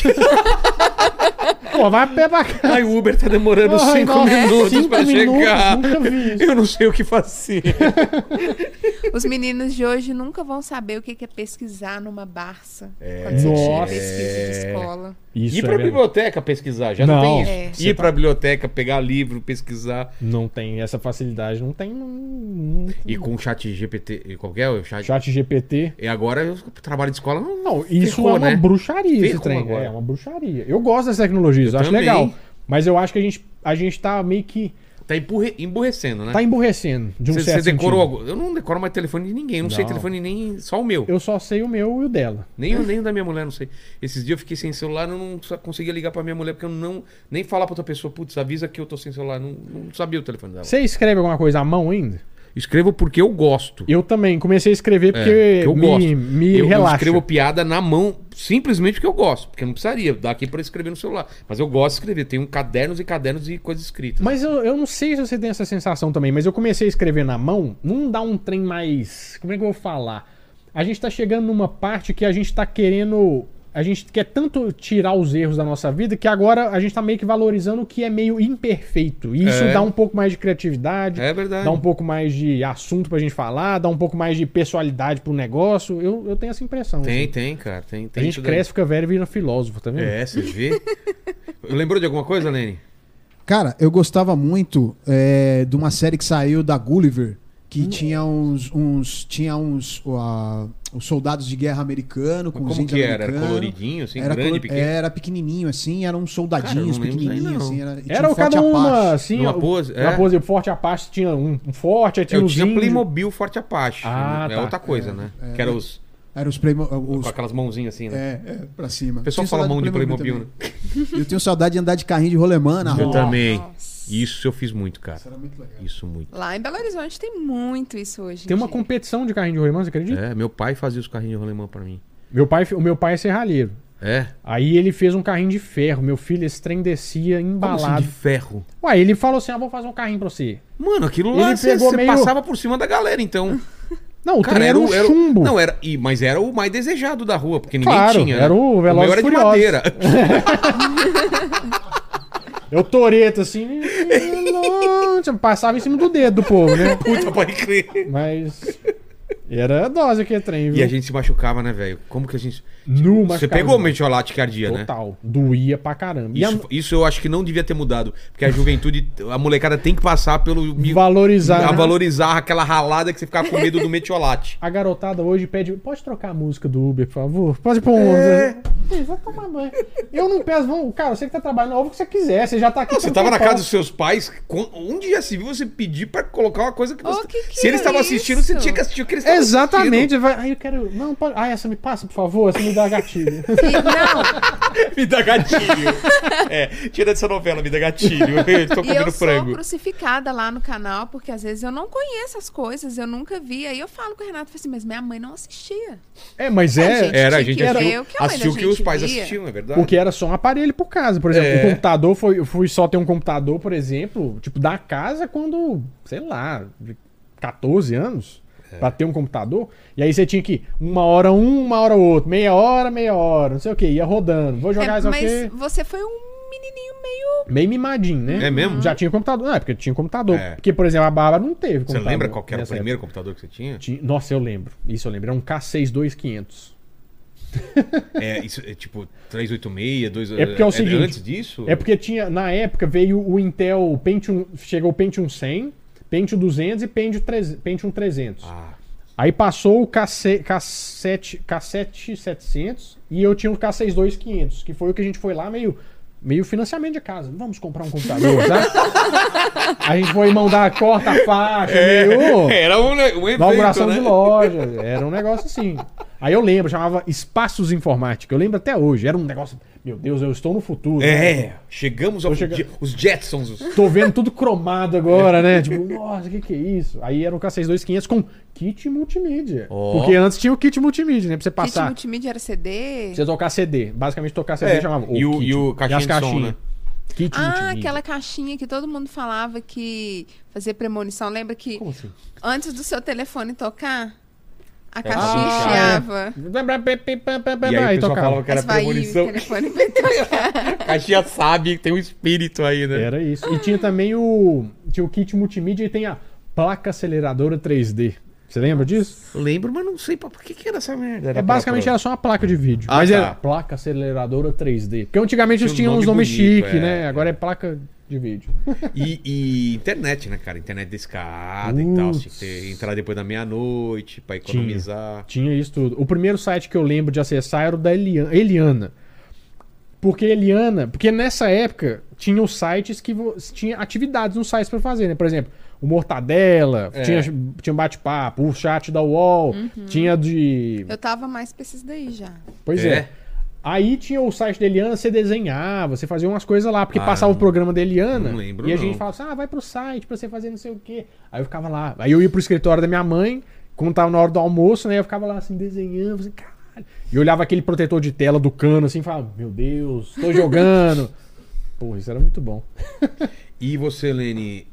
Pô, vai a pé pra casa.
Ai, o Uber tá demorando
Ai,
5
nossa,
minutos
5
pra
minutos,
chegar.
nunca vi isso.
Eu não sei o que fazer.
Os meninos de hoje nunca vão saber o que é pesquisar numa Barça.
É.
Quando você tinha
Nossa.
pesquisa de escola.
Isso
Ir
é
pra
verdade.
biblioteca pesquisar, já não,
Não.
tem isso.
É.
Ir pra biblioteca, pegar livro, pesquisar.
Não tem essa facilidade, não tem.
E com o chat GPT, e qual que é o chat?
Chat GPT.
E agora o trabalho de escola não.
Não, isso
Ferrou,
é uma
né?
bruxaria, esse
Ferrou
trem.
agora.
É uma bruxaria. Eu gosto dessa tecnologia, eu acho
também.
legal. Mas eu acho que a gente tá meio que.
Tá emburrecendo, né?
Tá emburrecendo, de um
Você
certo
decorou
sentido.
algo? Eu não decoro mais telefone de ninguém. Eu não sei
Não.
telefone nem. Só o meu.
Eu só sei o meu e o dela.
Nem o da minha mulher, não sei. Esses dias eu fiquei sem celular, eu não conseguia ligar pra minha mulher, porque eu não. Nem falar pra outra pessoa, putz, avisa que eu tô sem celular. Não sabia o telefone dela.
Você escreve alguma coisa à mão ainda?
Escrevo porque eu gosto.
Eu também comecei a escrever porque
eu gosto.
me
eu
relaxa.
escrevo piada na mão simplesmente porque eu gosto. Porque eu não precisaria dar aqui pra escrever no celular. Mas eu gosto de escrever. Tenho cadernos e cadernos e coisas escritas.
Mas eu não sei se você tem essa sensação também, mas eu comecei a escrever na mão, não dá um trem mais... Como é que eu vou falar? A gente tá chegando numa parte que a gente tá querendo... A gente quer tanto tirar os erros da nossa vida que agora a gente tá meio que valorizando o que é meio imperfeito. E isso dá um pouco mais de criatividade.
É verdade.
Dá um pouco mais de assunto pra gente falar, dá um pouco mais de pessoalidade pro negócio. Eu tenho essa impressão.
Tem,
assim.
tem, cara. Tem
A gente
isso daí.
cresce, fica velho e vira filósofo, tá vendo?
É, você vê. Lembrou de alguma coisa, Lene?
Cara, eu gostava muito de uma série que saiu da Gulliver, que tinha os soldados de guerra americano com
Mas
os
como
índios
que era? Era
americanos.
coloridinho, assim, grande, pequeno?
Era pequenininho, assim, eram uns soldadinhos
Cara, eu não lembro
pequenininhos,
disso aí,
assim.
não.
E tinha
Era
um Forte
cada uma,
Apache.
assim,
Numa pose,
uma pose forte Apache, tinha um forte, aí tinha
Eu
os
tinha
índios.
Playmobil Forte Apache.
Ah,
é
tá.
outra coisa, né? Que era os...
Era os
Com aquelas mãozinhas assim, né?
pra cima.
O pessoal
Tinha
fala
saudade
mão de
do
Playmobil, né?
também. Eu tenho saudade de andar de carrinho de rolemã na
Eu
rua.
também.
Nossa.
Isso eu fiz muito, cara.
Isso era muito legal.
Isso muito.
Lá em Belo Horizonte tem muito isso hoje.
Tem
em
uma
dia.
competição de carrinho de rolemã, você acredita?
É, meu pai fazia os carrinhos de rolemã pra mim.
O meu pai é serralheiro.
É?
Aí ele fez um carrinho de ferro. Meu filho, esse trem descia
Como assim,
embalado.
de ferro?
Ué, ele falou assim: vou fazer um carrinho pra você.
Mano, aquilo lá
Ele
você
pegou meio-
passava por cima da galera, então.
Não, o
Cara,
trem era um chumbo.
Não, mas era o mais desejado da rua, porque ninguém
Claro,
tinha.
era
né?
o Velozes
meu era de
Furiosos.
madeira.
Eu toreto assim. Passava em cima do dedo do povo, né?
Puta, pode crer.
Mas. Era dose que é trem, viu?
E a gente se machucava, né, velho? Como que a gente.
Nu,
Você
machucava
pegou
demais.
metiolate cardia, né?
Total. Doía pra caramba. E
Isso eu acho que não devia ter mudado. Porque a juventude, a molecada tem que passar pelo.
valorizar.
A valorizar aquela ralada que você ficava com medo do metiolate.
A garotada hoje pede, pode trocar a música do Uber, por favor? Pode pôr um. Vai tomar banho. Eu não peço, cara, você que tá trabalhando, óbvio que você quiser, você já tá aqui.
Você tava na casa dos seus pais, onde já se viu você pedir pra colocar uma coisa que você.
que
Se eles
é
estavam assistindo, você
isso?
tinha que assistir o que eles estavam
Exatamente. Ai, eu quero. Não, pode. Ai, essa me passa, por favor, essa me dá gatilho.
Não,
Me dá gatilho. É, tira dessa novela, me dá gatilho. Eu tô
e
comendo
eu sou
frango.
crucificada lá no canal, porque às vezes eu não conheço as coisas, eu nunca vi. Aí eu falo com o Renato, assim, mas minha mãe não assistia.
É, mas
A
é.
gente
Era, a
tinha
gente
que ver
assistiu,
o que a mãe da
assistiu o que os
gente
pais
via.
assistiam, é verdade?
Porque era só um aparelho por casa. Por exemplo,
É.
o computador eu fui só ter um computador, por exemplo, tipo, da casa quando, sei lá, 14 anos. pra ter um computador. E aí você tinha que 1 hora outro, meia hora, não sei o que, ia rodando. Vou jogar isso aqui.
Mas você foi um menininho
meio mimadinho, né?
É mesmo?
Já tinha computador. Não, é porque tinha computador.
É.
Porque, por exemplo, a Bárbara não teve
Você
computador.
lembra qual que era o
nessa
primeiro
época.
computador que você tinha?
Nossa, eu lembro. Isso eu lembro. Era um K62500.
Isso é tipo 386, 2...
É porque é o seguinte,
antes disso?
É porque tinha, na época, veio o Intel Pentium, chegou o Pentium 100, Pentium 200 e Pentium 300.
Ah,
Aí passou o K7 700 e eu tinha o K62500, que foi o que a gente foi lá meio financiamento de casa. Vamos comprar um computador, sabe? A gente foi mandar corta-faixa, meio...
era um evento,
inauguração
né?
de loja, era um negócio assim. Aí eu lembro, chamava Espaços Informática, eu lembro até hoje, era um negócio, meu Deus, eu estou no futuro. Né?
Chegamos ao...
chegando.
Os Jetsons.
Tô vendo tudo cromado agora, né? Tipo, nossa, o que é isso? Aí era um K62500 com kit multimídia.
Ó.
Porque antes tinha o kit multimídia, né? Pra você
Kit
passar,
multimídia era CD?
pra você tocar CD. Basicamente tocar CD chamava
E o
kit.
caixinha
as
de som,
caixinhas.
né?
Kit multimídia.
Aquela caixinha que todo mundo falava que fazia premonição. Lembra que
Como assim?
antes do seu telefone tocar, a
pra
caixinha
puxar.
chiava.
E aí o pessoal
tocava.
falava que era
Mas vai o
premonição.
telefone vai tocar.
A caixinha sabe, tem um espírito aí, né?
Era isso. E tinha também tinha o kit multimídia e tem a placa aceleradora 3D. Você lembra disso?
Lembro, mas não sei por que era essa merda. Era
Basicamente
pra-
era só uma placa de vídeo.
Ah,
mas
tá.
era placa aceleradora 3D. Porque antigamente
Tinha
eles
um
tinham uns
nome
nomes
bonito,
chiques,
é.
né? Agora é placa de vídeo.
E internet, né, cara? Internet discada e tal. Tinha que entrar depois da meia-noite pra economizar.
Tinha isso tudo. O primeiro site que eu lembro de acessar era o da Eliana. Porque nessa época tinha os sites que tinha atividades nos sites pra fazer, né? Por exemplo, o Mortadela, tinha bate-papo, o chat da UOL, tinha de...
Eu tava mais pra esses daí já.
Pois é. Aí tinha o site da Eliana, você desenhava, você fazia umas coisas lá, porque
Ah,
passava o programa da Eliana.
não lembro,
e a
não.
gente falava assim, vai pro site pra você fazer não sei o quê. Aí eu ficava lá. Aí eu ia pro escritório da minha mãe, quando tava na hora do almoço, né? Eu ficava lá assim, desenhando, assim, caralho. E eu olhava aquele protetor de tela do cano, assim, e falava, meu Deus, tô jogando. Porra, isso era muito bom.
E você, Lene,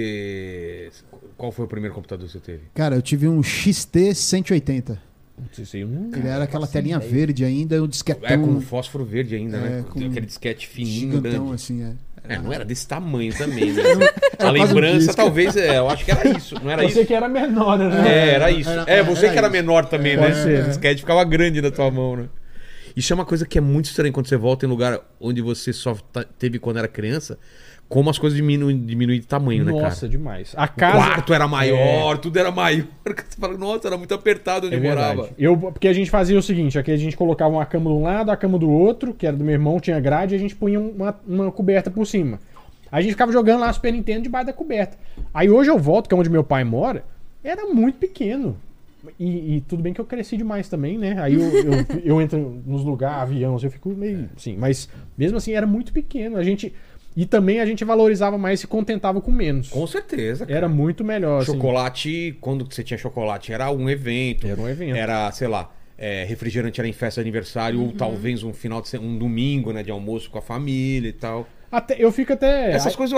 qual foi o primeiro computador que você teve?
Cara, eu tive um XT 180.
Não sei, eu não...
Ele era aquela telinha verde ainda, um disquetão.
É, com fósforo verde ainda, né?
com
Aquele disquete fininho,
gigantão,
grande.
assim,
Não era desse tamanho também, né? A
quase um
lembrança,
disco.
talvez, eu acho que era isso. Não era
Você
isso?
que era menor, né?
Era isso. Você
era
que era
isso.
menor também, né?
Pode ser.
O disquete ficava grande na tua mão, né? Isso é uma coisa que é muito estranha quando você volta em lugar onde você só teve quando era criança, como as coisas diminuem de tamanho, né, cara?
Nossa, demais. A
O
casa...
quarto era maior, tudo era maior. Você fala, nossa, era muito apertado onde
É
eu
verdade.
morava.
Porque a gente fazia o seguinte, aqui a gente colocava uma cama de um lado, a cama do outro, que era do meu irmão, tinha grade, e a gente punha uma coberta por cima. Aí a gente ficava jogando lá Super Nintendo debaixo da coberta. Aí hoje eu volto, que é onde meu pai mora, era muito pequeno. E tudo bem que eu cresci demais também, né? Aí eu entro nos lugares, avião, eu fico meio assim. Mas mesmo assim era muito pequeno. E também a gente valorizava mais e se contentava com menos.
Com certeza, cara.
Era muito melhor. assim.
Chocolate, quando você tinha chocolate, era um evento.
Era um evento.
Era, sei lá, refrigerante era em festa de aniversário, ou talvez um final de semana, um domingo, né, de almoço com a família e tal.
Eu fico até...
Essas coisas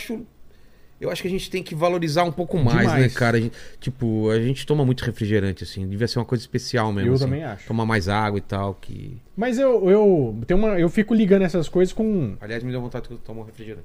eu acho que a gente tem que valorizar um pouco mais,
Demais.
né, cara? A gente toma muito refrigerante, assim. Devia ser uma coisa especial mesmo.
Eu
assim.
também acho.
Tomar mais água e tal, que...
Mas eu fico ligando essas coisas com...
Aliás, me deu vontade de tomar um refrigerante.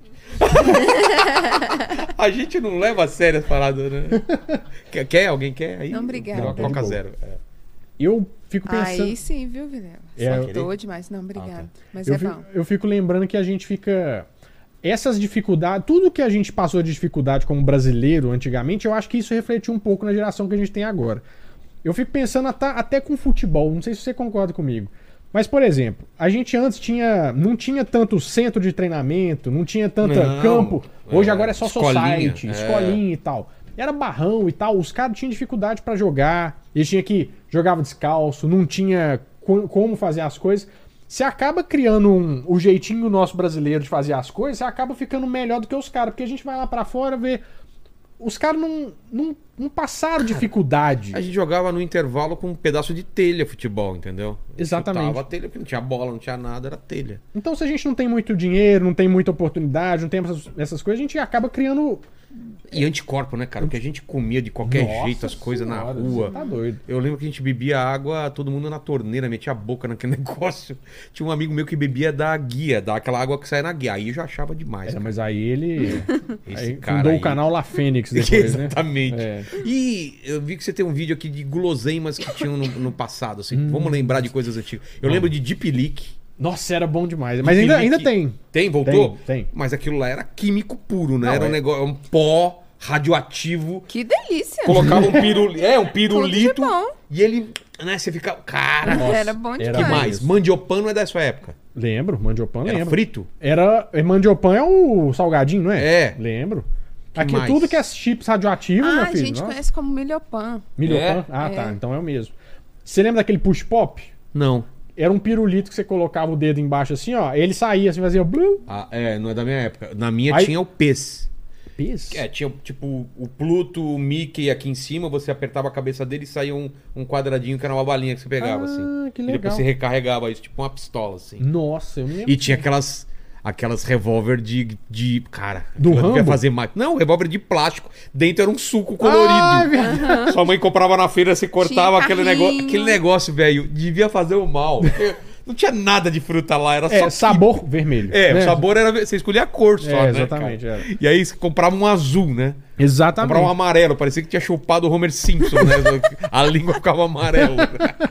A gente não leva a sério as paradas, né? Quer? Alguém quer? Aí,
Não, obrigada.
Coca
Tá de boa.
zero.
Eu fico pensando...
Aí sim, viu, Vilela?
É,
Faltou demais. Não, obrigada. Mas
Eu
é
fico,
bom.
eu fico lembrando que a gente fica... Essas dificuldades, tudo que a gente passou de dificuldade como brasileiro antigamente, eu acho que isso refletiu um pouco na geração que a gente tem agora. Eu fico pensando até com futebol, não sei se você concorda comigo. Mas, por exemplo, a gente antes não tinha tanto centro de treinamento, não tinha tanto
Não,
campo. Hoje agora é só
escolinha,
society, escolinha e tal. Era barrão e tal, os caras tinham dificuldade pra jogar, eles tinham que jogava descalço, não tinha como fazer as coisas. Você acaba criando o jeitinho nosso brasileiro de fazer as coisas, você acaba ficando melhor do que os caras, porque a gente vai lá pra fora ver. Os caras não passaram dificuldade.
A gente jogava no intervalo com um pedaço de telha futebol, entendeu?
Exatamente.
Chutava a telha, porque não tinha bola, não tinha nada, era telha.
Então, se a gente não tem muito dinheiro, não tem muita oportunidade, não tem essas coisas, a gente acaba criando
E anticorpo, né, cara? Porque a gente comia de qualquer
Nossa
jeito as coisas na
senhora,
rua.
você tá doido.
Eu lembro que a gente bebia água, todo mundo na torneira, metia a boca naquele negócio. Tinha um amigo meu que bebia da guia, daquela água que sai na guia. Aí eu já achava demais.
É,
cara.
mas aí ele
Esse
aí
cara
fundou
aí.
o canal La Fênix depois, né?
Exatamente.
É.
E eu vi que você tem um vídeo aqui de guloseimas que tinham no passado, assim. Vamos lembrar de coisas antigas. Eu lembro de Deep Leak.
Nossa, era bom demais. Mas ainda tem.
Tem? Voltou?
Tem.
Mas aquilo lá era químico puro, né?
Não,
Era um negócio, um pó radioativo.
Que delícia.
Colocava um pirulito.
Tudo de bom.
E ele, né, você fica, cara,
Nossa,
Era bom
era
que
demais.
mais? Mandiopan não é da sua época?
Lembro, mandiopan,
Era
lembro.
frito?
Mandiopan é o salgadinho, não é?
É.
Lembro.
Que
Aqui
mais?
tudo que é chips radioativos, meu
Ah, a
filho.
gente
nossa.
conhece como milhopan.
Milhopan?
É?
Ah,
É.
tá. Então é o mesmo. Você lembra daquele push pop?
Não.
Era um pirulito que você colocava o dedo embaixo assim, ó. Ele saía assim, fazia blum.
Ah, não é da minha época. Na minha
Aí-
tinha o PES.
Pis.
Tinha tipo o Pluto, o Mickey aqui em cima, você apertava a cabeça dele e saía um quadradinho que era uma balinha que você pegava,
Ah,
assim.
que
E depois
legal.
você recarregava isso, tipo uma pistola, assim.
Nossa, eu me lembro.
E tinha aquelas revólver de. Cara,
Do
aquilo devia
Rambo?
fazer mais. Não, revólver de plástico. Dentro era um suco colorido.
Ah, é verdade.
Sua mãe comprava na feira, você cortava
Tinha
aquele
carrinho.
negócio. Aquele negócio, velho, devia fazer o mal. Porque não tinha nada de fruta lá, era só.
Sabor vermelho.
É,
né?
o sabor era. Você escolhia a cor só,
É,
né?
exatamente,
cara?
era.
E aí você comprava um azul, né?
Exatamente.
Comprava um amarelo, parecia que tinha chupado o Homer Simpson, né? A língua ficava amarela.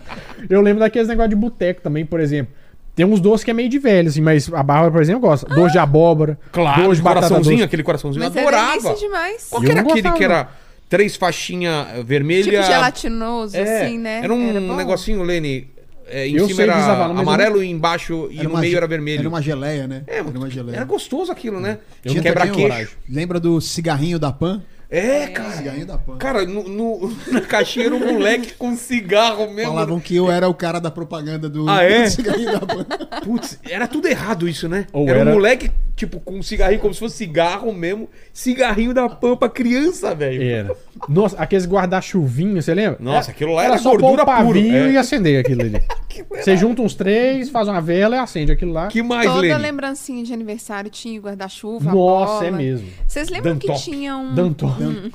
Eu lembro daqueles negócios de boteco também, por exemplo. Tem uns doces que é meio de velho, assim, mas a Bárbara, por exemplo, gosta. Doce de abóbora, doce de batata
coraçãozinho,
doce.
aquele coraçãozinho,
Mas
eu
é
adorava.
delícia demais.
Qual que era
Eu não
aquele
gostava,
que era 3 faixinhas vermelhas?
Tipo gelatinoso, assim, né?
Era um
bom.
negocinho, Lene. Em
Eu
cima
sei
era
desavar, mas
amarelo e embaixo e no meio era vermelho.
Era uma geleia, né?
É,
Era uma geleia.
era gostoso aquilo, né?
Eu
Tinha
não
também
Quebra-queixo.
Lembra do cigarrinho da Pan?
Cara.
Cigarrinho da Pan.
Cara, na caixinha era um moleque com cigarro mesmo.
Falavam que eu era o cara da propaganda do,
Ah, é?
do cigarrinho da Pan.
Putz, era tudo errado isso, né?
Ou
era
era-
um moleque, tipo, com um cigarrinho como se fosse cigarro mesmo. Cigarrinho da Pampa criança, velho.
Era. Nossa, aqueles guarda-chuvinhos, você lembra?
Nossa, aquilo lá era
só pôr
gordura
o pavio
pura.
e acender aquilo ali. Você junta uns 3, faz uma vela e acende aquilo lá.
Que mais,
Toda
Lene?
lembrancinha de aniversário tinha guarda-chuva,
Nossa,
bola.
é mesmo.
Vocês lembram
Dantop.
que tinha
Danton.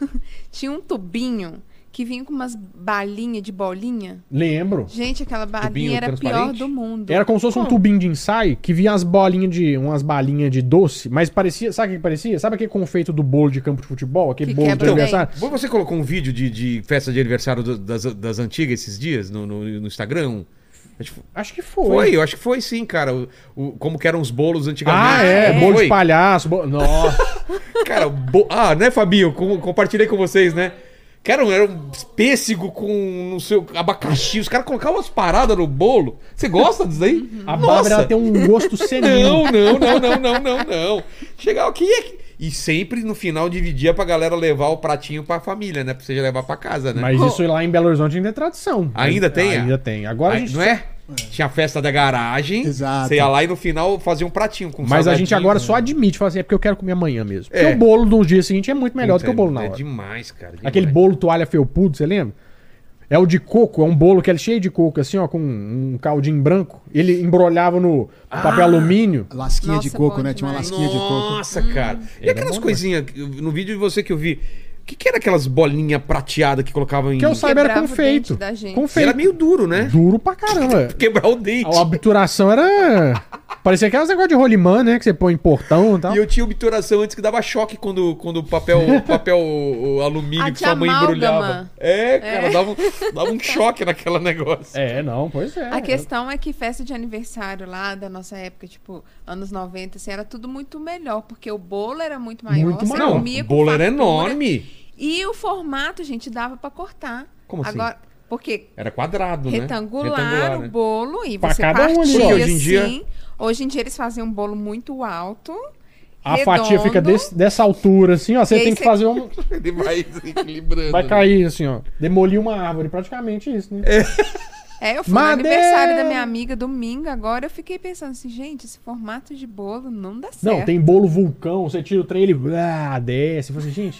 tinha um tubinho que vinha com umas balinhas de bolinha?
Lembro.
Gente, aquela
Tubinho
balinha era a pior
transparente?
do mundo.
Era como se fosse um
Como?
tubinho de ensaio que vinha umas balinhas de doce, mas parecia. Sabe o que parecia? Sabe aquele confeito do bolo de campo de futebol? Aquele
Que
bolo de
quebra
aniversário?
Você colocou um vídeo de festa de aniversário das antigas esses dias no Instagram?
Acho que foi.
Foi, eu acho que foi sim, cara. Como que eram os bolos antigamente.
Ah, é.
é?
Bolo
Foi.
de palhaço. Nossa.
Cara, né, Fabinho? Compartilhei com vocês, né? Que era um pêssego com, não sei, abacaxi. Os caras colocavam umas paradas no bolo. Você gosta disso aí?
A Bárbara ela tem um gosto senil.
Não. Chegava aqui e sempre no final dividia pra galera levar o pratinho pra família, né? Pra você levar pra casa, né?
Mas isso lá em Belo Horizonte ainda é tradição.
Ainda tem?
Ainda tem. Agora a
Aí,
gente.
não é? Tinha a festa da garagem.
Exato.
Você ia lá e no final fazia um pratinho com
Mas a gente
salgadinho.
agora só admite, fala assim, é porque eu quero comer amanhã mesmo. Porque
É.
o bolo no dia seguinte é muito melhor do que o bolo na
É
hora.
demais, cara. demais.
Aquele bolo toalha felpudo, você lembra? É o de coco, é um bolo que é cheio de coco, assim, ó, com um caldinho branco. Ele embrolhava no papel alumínio.
Lasquinha de
Nossa,
coco,
bom
né? Tinha uma
demais.
lasquinha de coco.
Nossa, cara. E
Era
aquelas
bom
coisinhas, no vídeo de você que eu vi, o que era aquelas bolinhas prateadas que colocavam em...
Que eu saiba era
Quebrava o
confeito.
dente da gente.
Confeito.
Era meio duro, né?
Duro pra caramba.
Quebrar o dente.
A obturação era... Parecia aquelas negócios de rolimã, né? Que você põe em portão e tal.
E eu tinha obturação antes que dava choque quando o papel o alumínio
A
que sua mãe
de
embrulhava.
amálgama.
Cara, dava um choque naquele negócio.
É, não, pois é.
A questão é que festa de aniversário lá da nossa época, tipo, anos 90, assim, era tudo muito melhor, porque o bolo era muito maior,
Muito
você
maior.
Não,
comia
o
com
bolo era
fartura,
enorme.
E o formato, gente, dava pra cortar.
Como assim?
Agora, porque
Era quadrado, né?
retangular o
né?
bolo e
Pra
você
cada um ali,
partia
ó.
Hoje em dia-
assim. Hoje em dia eles fazem um bolo muito alto.
A fatia fica dessa altura, assim, ó. Você
E aí
tem que
você-
fazer um...
Ele vai desequilibrando.
Vai cair, assim, ó. Demolir uma árvore, praticamente isso, né?
Eu fui
Madeira!
no aniversário da minha amiga domingo, agora eu fiquei pensando assim, gente, esse formato de bolo não dá certo.
Não, tem bolo vulcão, você tira o trem, ele desce. Você fala assim, gente,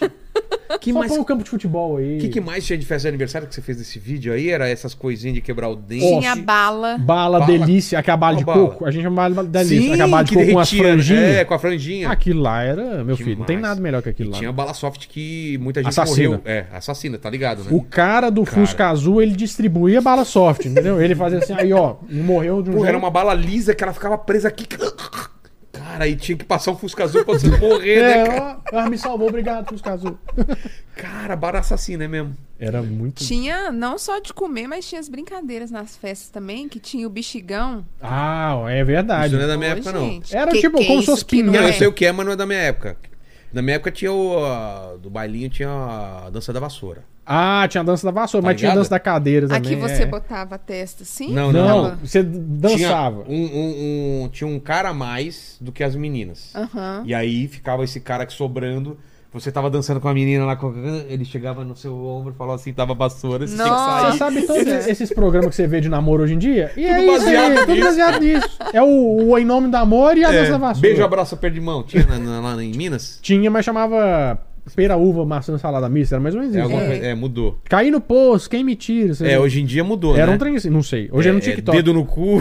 Que
Só
mais...
põe um campo de futebol aí.
O que mais tinha de festa de aniversário que você fez desse vídeo aí? Era essas coisinhas de quebrar o dente?
Tinha bala.
Bala delícia, aquela bala de
Qual
coco. A gente chama bala delícia.
Sim,
Aquela bala de
que
coco com as
derretia,
franjinhas.
É, com a franjinha.
Aquilo lá era, meu filho, não tem
Demais.
nada melhor que aquilo lá.
Tinha bala soft que muita gente
Assassina.
morreu. É, assassina, tá ligado, né?
O cara do Fusca Azul, ele distribuía bala soft, entendeu? Ele fazia assim, aí ó, morreu de um
Pô,
jeito.
era uma bala lisa que ela ficava presa aqui. Cara, aí tinha que passar um Fusca Azul pra você morrer, né, cara?
Me salvou, obrigado, Fusca Azul.
Cara, bala assassina, é mesmo.
Era muito...
Tinha não só de comer, mas tinha as brincadeiras nas festas também, que tinha o bexigão.
Ah, é verdade.
Isso não é da minha
Ô,
época, não.
gente,
Era
que
tipo
é
como se
isso
fosse
que não
Não,
pinhão.
eu sei o que é, mas não é da minha época. Na minha época tinha do bailinho tinha a dança da vassoura.
Ah, tinha a dança da vassoura,
Tá
mas tinha a
ligado?
dança da cadeira também.
Aqui você
é.
botava a testa assim?
Não,
Não, você dançava.
Tinha um cara a mais do que as meninas.
Aham.
E aí ficava esse cara que sobrando. Você tava dançando com a menina lá, ele chegava no seu ombro e falava assim, tava vassoura, você tinha que
Nossa.
sair.
Você sabe todos esses programas que você vê de namoro hoje em dia? E
Tudo
é isso
baseado
aí, tudo
nisso.
baseado nisso. É o Em Nome do Amor e a dança da vassoura.
Beijo, abraço, aperto de mão. Tinha lá em Minas?
Tinha, mas chamava pera, uva, maçã, salada mista. Era mais ou menos isso.
Alguma
né?
coisa- mudou.
Cair no poço, quem me tira? sei lá.
Hoje em dia mudou,
Era
né?
um trem assim, não sei. Hoje é no TikTok.
Dedo no cu.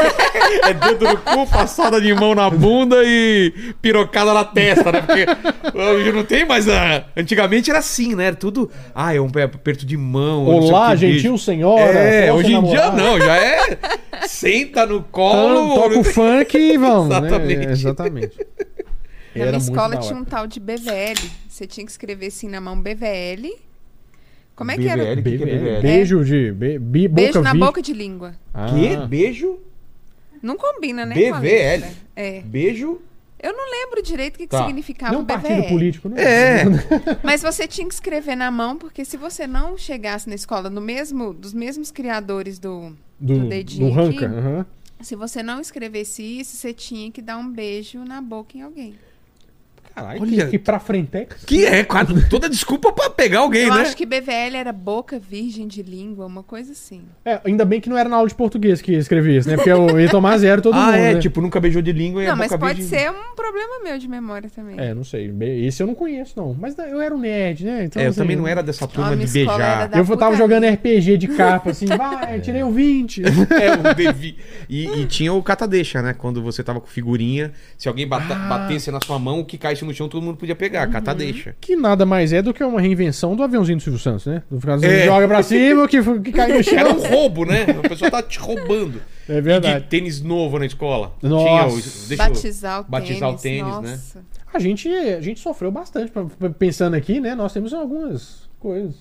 É dedo no cu, passada de mão na bunda e pirocada na testa, né? Porque hoje não tem mais. Antigamente era assim, né? Era tudo. É um aperto de mão. não sei
Olá,
o que,
gentil
beijo.
senhora. posso
Hoje em dia
namorar?
não, já é. Senta no colo.
Toca o funk e vamos.
Exatamente.
Né? Exatamente.
Na
Era
minha
muito
escola
da
tinha
hora.
um tal de BVL. Você tinha que escrever assim na mão BVL. Como é que era?
BVL? que é BVL?
Beijo de boca
Beijo na
virgem.
boca de língua.
Ah.
Que? Beijo?
Não combina, né?
BVL?
com a letra. É.
Beijo?
Eu não lembro direito o que
Tá.
significava
Não é
o
um partido
BVL.
político, né?
É.
Mas você tinha que escrever na mão, porque se você não chegasse na escola dos mesmos criadores do dedinho
do
aqui,
ranca. aham.
se você não escrevesse isso, você tinha que dar um beijo na boca em alguém.
Caralho,
Olha.
que pra frentex.
Que é, quase toda desculpa pra pegar alguém,
Eu
né?
acho que BVL era boca virgem de língua, uma coisa assim.
É, ainda bem que não era na aula de português que escrevia isso, né? Porque eu ia tomar zero todo mundo, né?
Tipo, nunca beijou de língua e a
Não, mas
boca
pode
virgem.
ser um problema meu de memória também.
É, não sei. Esse eu não conheço, não. Mas eu era um nerd, né? Então,
Eu
assim,
também não era dessa turma
minha
de
escola
beijar.
era da
Eu tava
putaria.
jogando RPG de capa, assim, vai, tirei o 20.
O Devi. E tinha o cata-deixa, né? Quando você tava com figurinha, se alguém batesse na sua mão, o que caísse no chão, todo mundo podia pegar. Cata-deixa.
Que nada mais é do que uma reinvenção do aviãozinho do Silvio Santos, né? Do caso,
É.
joga pra cima, que cai no
Era um
chão.
roubo, né? A pessoa tá te roubando.
É
E
verdade.
de tênis novo na escola.
Nossa.
Tinha deixa eu-
Batizar o tênis,
né?
nossa.
A gente sofreu bastante. Pensando aqui, né? Nós temos algumas coisas.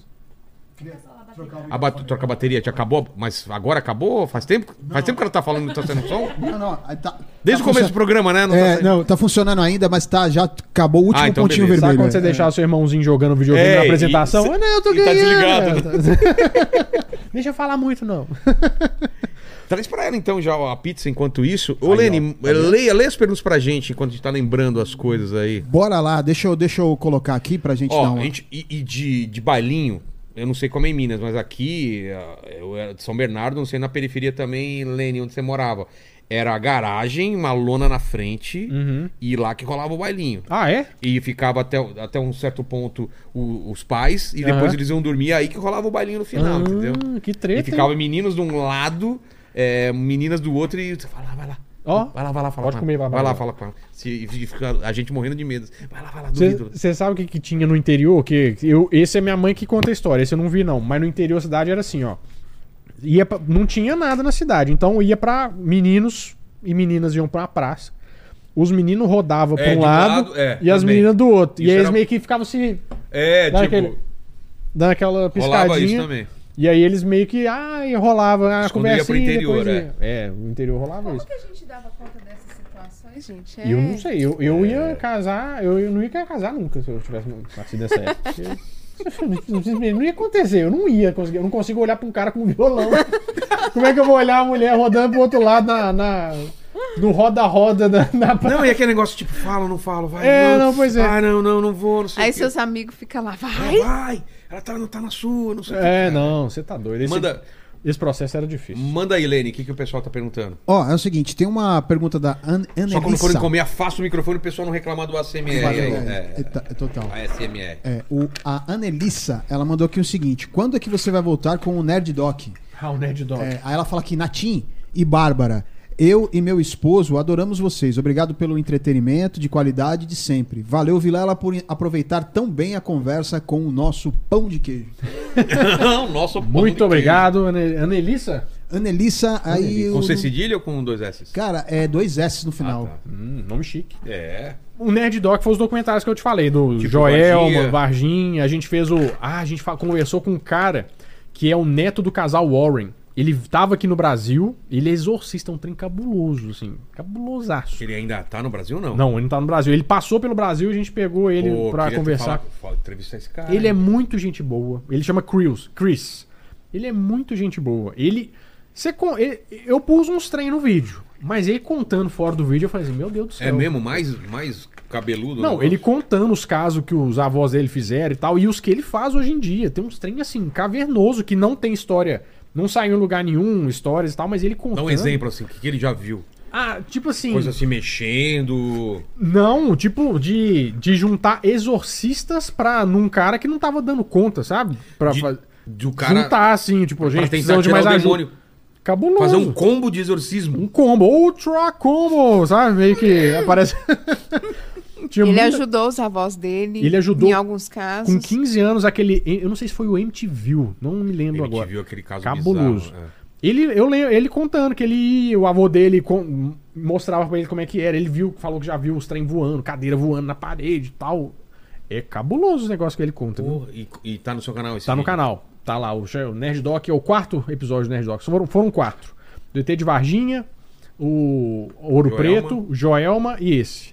Troca a bateria, já acabou? Mas agora acabou? Faz tempo que ela tá falando que tá sendo som?
Não, aí tá,
Desde o começo do programa, né? Não tá saindo.
não, tá funcionando ainda, mas já acabou o último
então
pontinho
beleza.
Sabe
vermelho.
quando você
né?
deixar o seu irmãozinho jogando videogame na apresentação?
e
Não, eu tô
e tá
ganhando.
desligado.
Deixa eu falar muito, não.
Traz pra ela então já a pizza enquanto isso. Ô,
Aí,
Lene,
ó, tá vendo?
leia as perguntas pra gente enquanto a gente tá lembrando as coisas aí.
Bora lá, deixa eu colocar aqui pra gente dar
Ó,
uma...
a gente, e de bailinho, eu não sei como é em Minas, mas aqui, eu era de São Bernardo, não sei na periferia também, Lene, onde você morava. Era a garagem, uma lona na frente, e lá que rolava o bailinho.
Ah, é?
E ficava até um certo ponto os pais, e depois
Aham.
eles iam dormir, aí que rolava o bailinho no final, entendeu?
Que treta.
E ficava meninos de um lado, meninas do outro, e você fala, vai lá.
Ó,
Vai lá, fala
pode
com ela.
comer, vai
lá,
lá.
fala com ela. E fica a gente morrendo de medo. Vai lá, duvido.
Você sabe o que tinha no interior? Esse é minha mãe que conta a história, esse eu não vi não. Mas no interior da cidade era assim, ó. Não tinha nada na cidade, então ia pra meninos e meninas iam pra uma praça. Os meninos rodavam pra
de
um
um
lado, e as
também.
meninas do outro.
Isso
e aí eles
era-
meio que ficavam se
tipo,
Dá dando aquela
rolava isso
piscadinha.
também.
E aí eles meio que rolava a
Isso quando ia pro
conversinha.
interior,
depois ia. É, no interior rolava
Como
isso.
que a gente dava conta dessas situações, gente?
E eu não sei, eu ia casar, eu não ia querer casar nunca se eu tivesse nascido nessa época. Porque não ia acontecer, eu não ia conseguir, eu não consigo olhar pra um cara com um violão. Como é que eu vou olhar a mulher rodando pro outro lado no roda-roda na
Não, e aquele negócio tipo, fala, não fala, vai.
pois é.
Ah, não vou, não sei
Aí
o quê.
seus amigos ficam lá,
Ah,
vai.
vai, ela tá na sua, não sei o quê.
Não, você tá doido.
Manda
Esse processo era difícil.
Manda aí, Lene, o que o pessoal tá perguntando?
Ó, é o seguinte, tem uma pergunta da Anelissa.
Só quando forem comer, afasta o microfone o pessoal não reclamar do ASMR aí.
É total.
ASMR.
A Anelissa, ela mandou aqui o seguinte: quando é que você vai voltar com o Nerd Doc?
Ah, o Nerd Doc.
Aí ela fala aqui, Natim e Bárbara, eu e meu esposo adoramos vocês. Obrigado pelo entretenimento de qualidade de sempre. Valeu, Vilela, por aproveitar tão bem a conversa com o nosso pão de queijo.
Nosso pão
Muito
de
obrigado, Anelissa.
Anelissa, aí...
queijo. Com C cedilha ou com 2 S?
Cara, é 2 S no final.
Ah, tá.
Nome chique.
É.
O Nerd Doc foi os documentários que eu te falei, do
Tipo
Joelma, Varginha. A gente fez a gente conversou com um cara que é o neto do casal Warren. Ele tava aqui no Brasil, ele é exorcista, um trem cabuloso, assim, cabulosaço.
Ele ainda tá no Brasil, não?
Não, ele não tá no Brasil. Ele passou pelo Brasil e a gente pegou ele pra conversar.
Entrevistar esse cara.
Ele é muito gente boa. Ele chama Chris. Ele é muito gente boa. Eu pus uns trem no vídeo, mas ele contando fora do vídeo, eu falei assim, meu Deus do céu.
É mesmo? Mais cabeludo?
Não, ele contando os casos que os avós dele fizeram e tal, e os que ele faz hoje em dia. Tem uns trem, assim, cavernoso, que não tem história, não saiu em lugar nenhum, histórias e tal, mas ele contando...
Dá um exemplo, assim, o que ele já viu.
Ah, tipo assim...
Coisa se mexendo...
Não, tipo, de juntar exorcistas num cara que não tava dando conta, sabe?
Do cara...
Juntar, assim, tipo, gente,
precisando
de mais
o
ajuda.
demônio.
Cabuloso.
Fazer um combo de exorcismo.
Um combo, ultra combo, sabe? Meio que aparece...
Ele ajudou os avós dele.
Ele ajudou
em alguns casos.
Com 15 anos, eu não sei se foi o MTV, não me lembro agora.
MTV, aquele caso
cabuloso.
bizarro.
Eu lembro ele contando que o avô dele mostrava pra ele como é que era. Ele falou que já viu os trem voando, cadeira voando na parede e tal. É cabuloso os negócios que ele conta.
Porra, e tá no seu canal esse
Tá no
vídeo?
canal. Tá lá, o Nerd Doc é o 4º episódio do Nerd Doc. Foram 4. Do ET de Varginha, o Ouro
Joelma.
Preto, o Joelma e esse.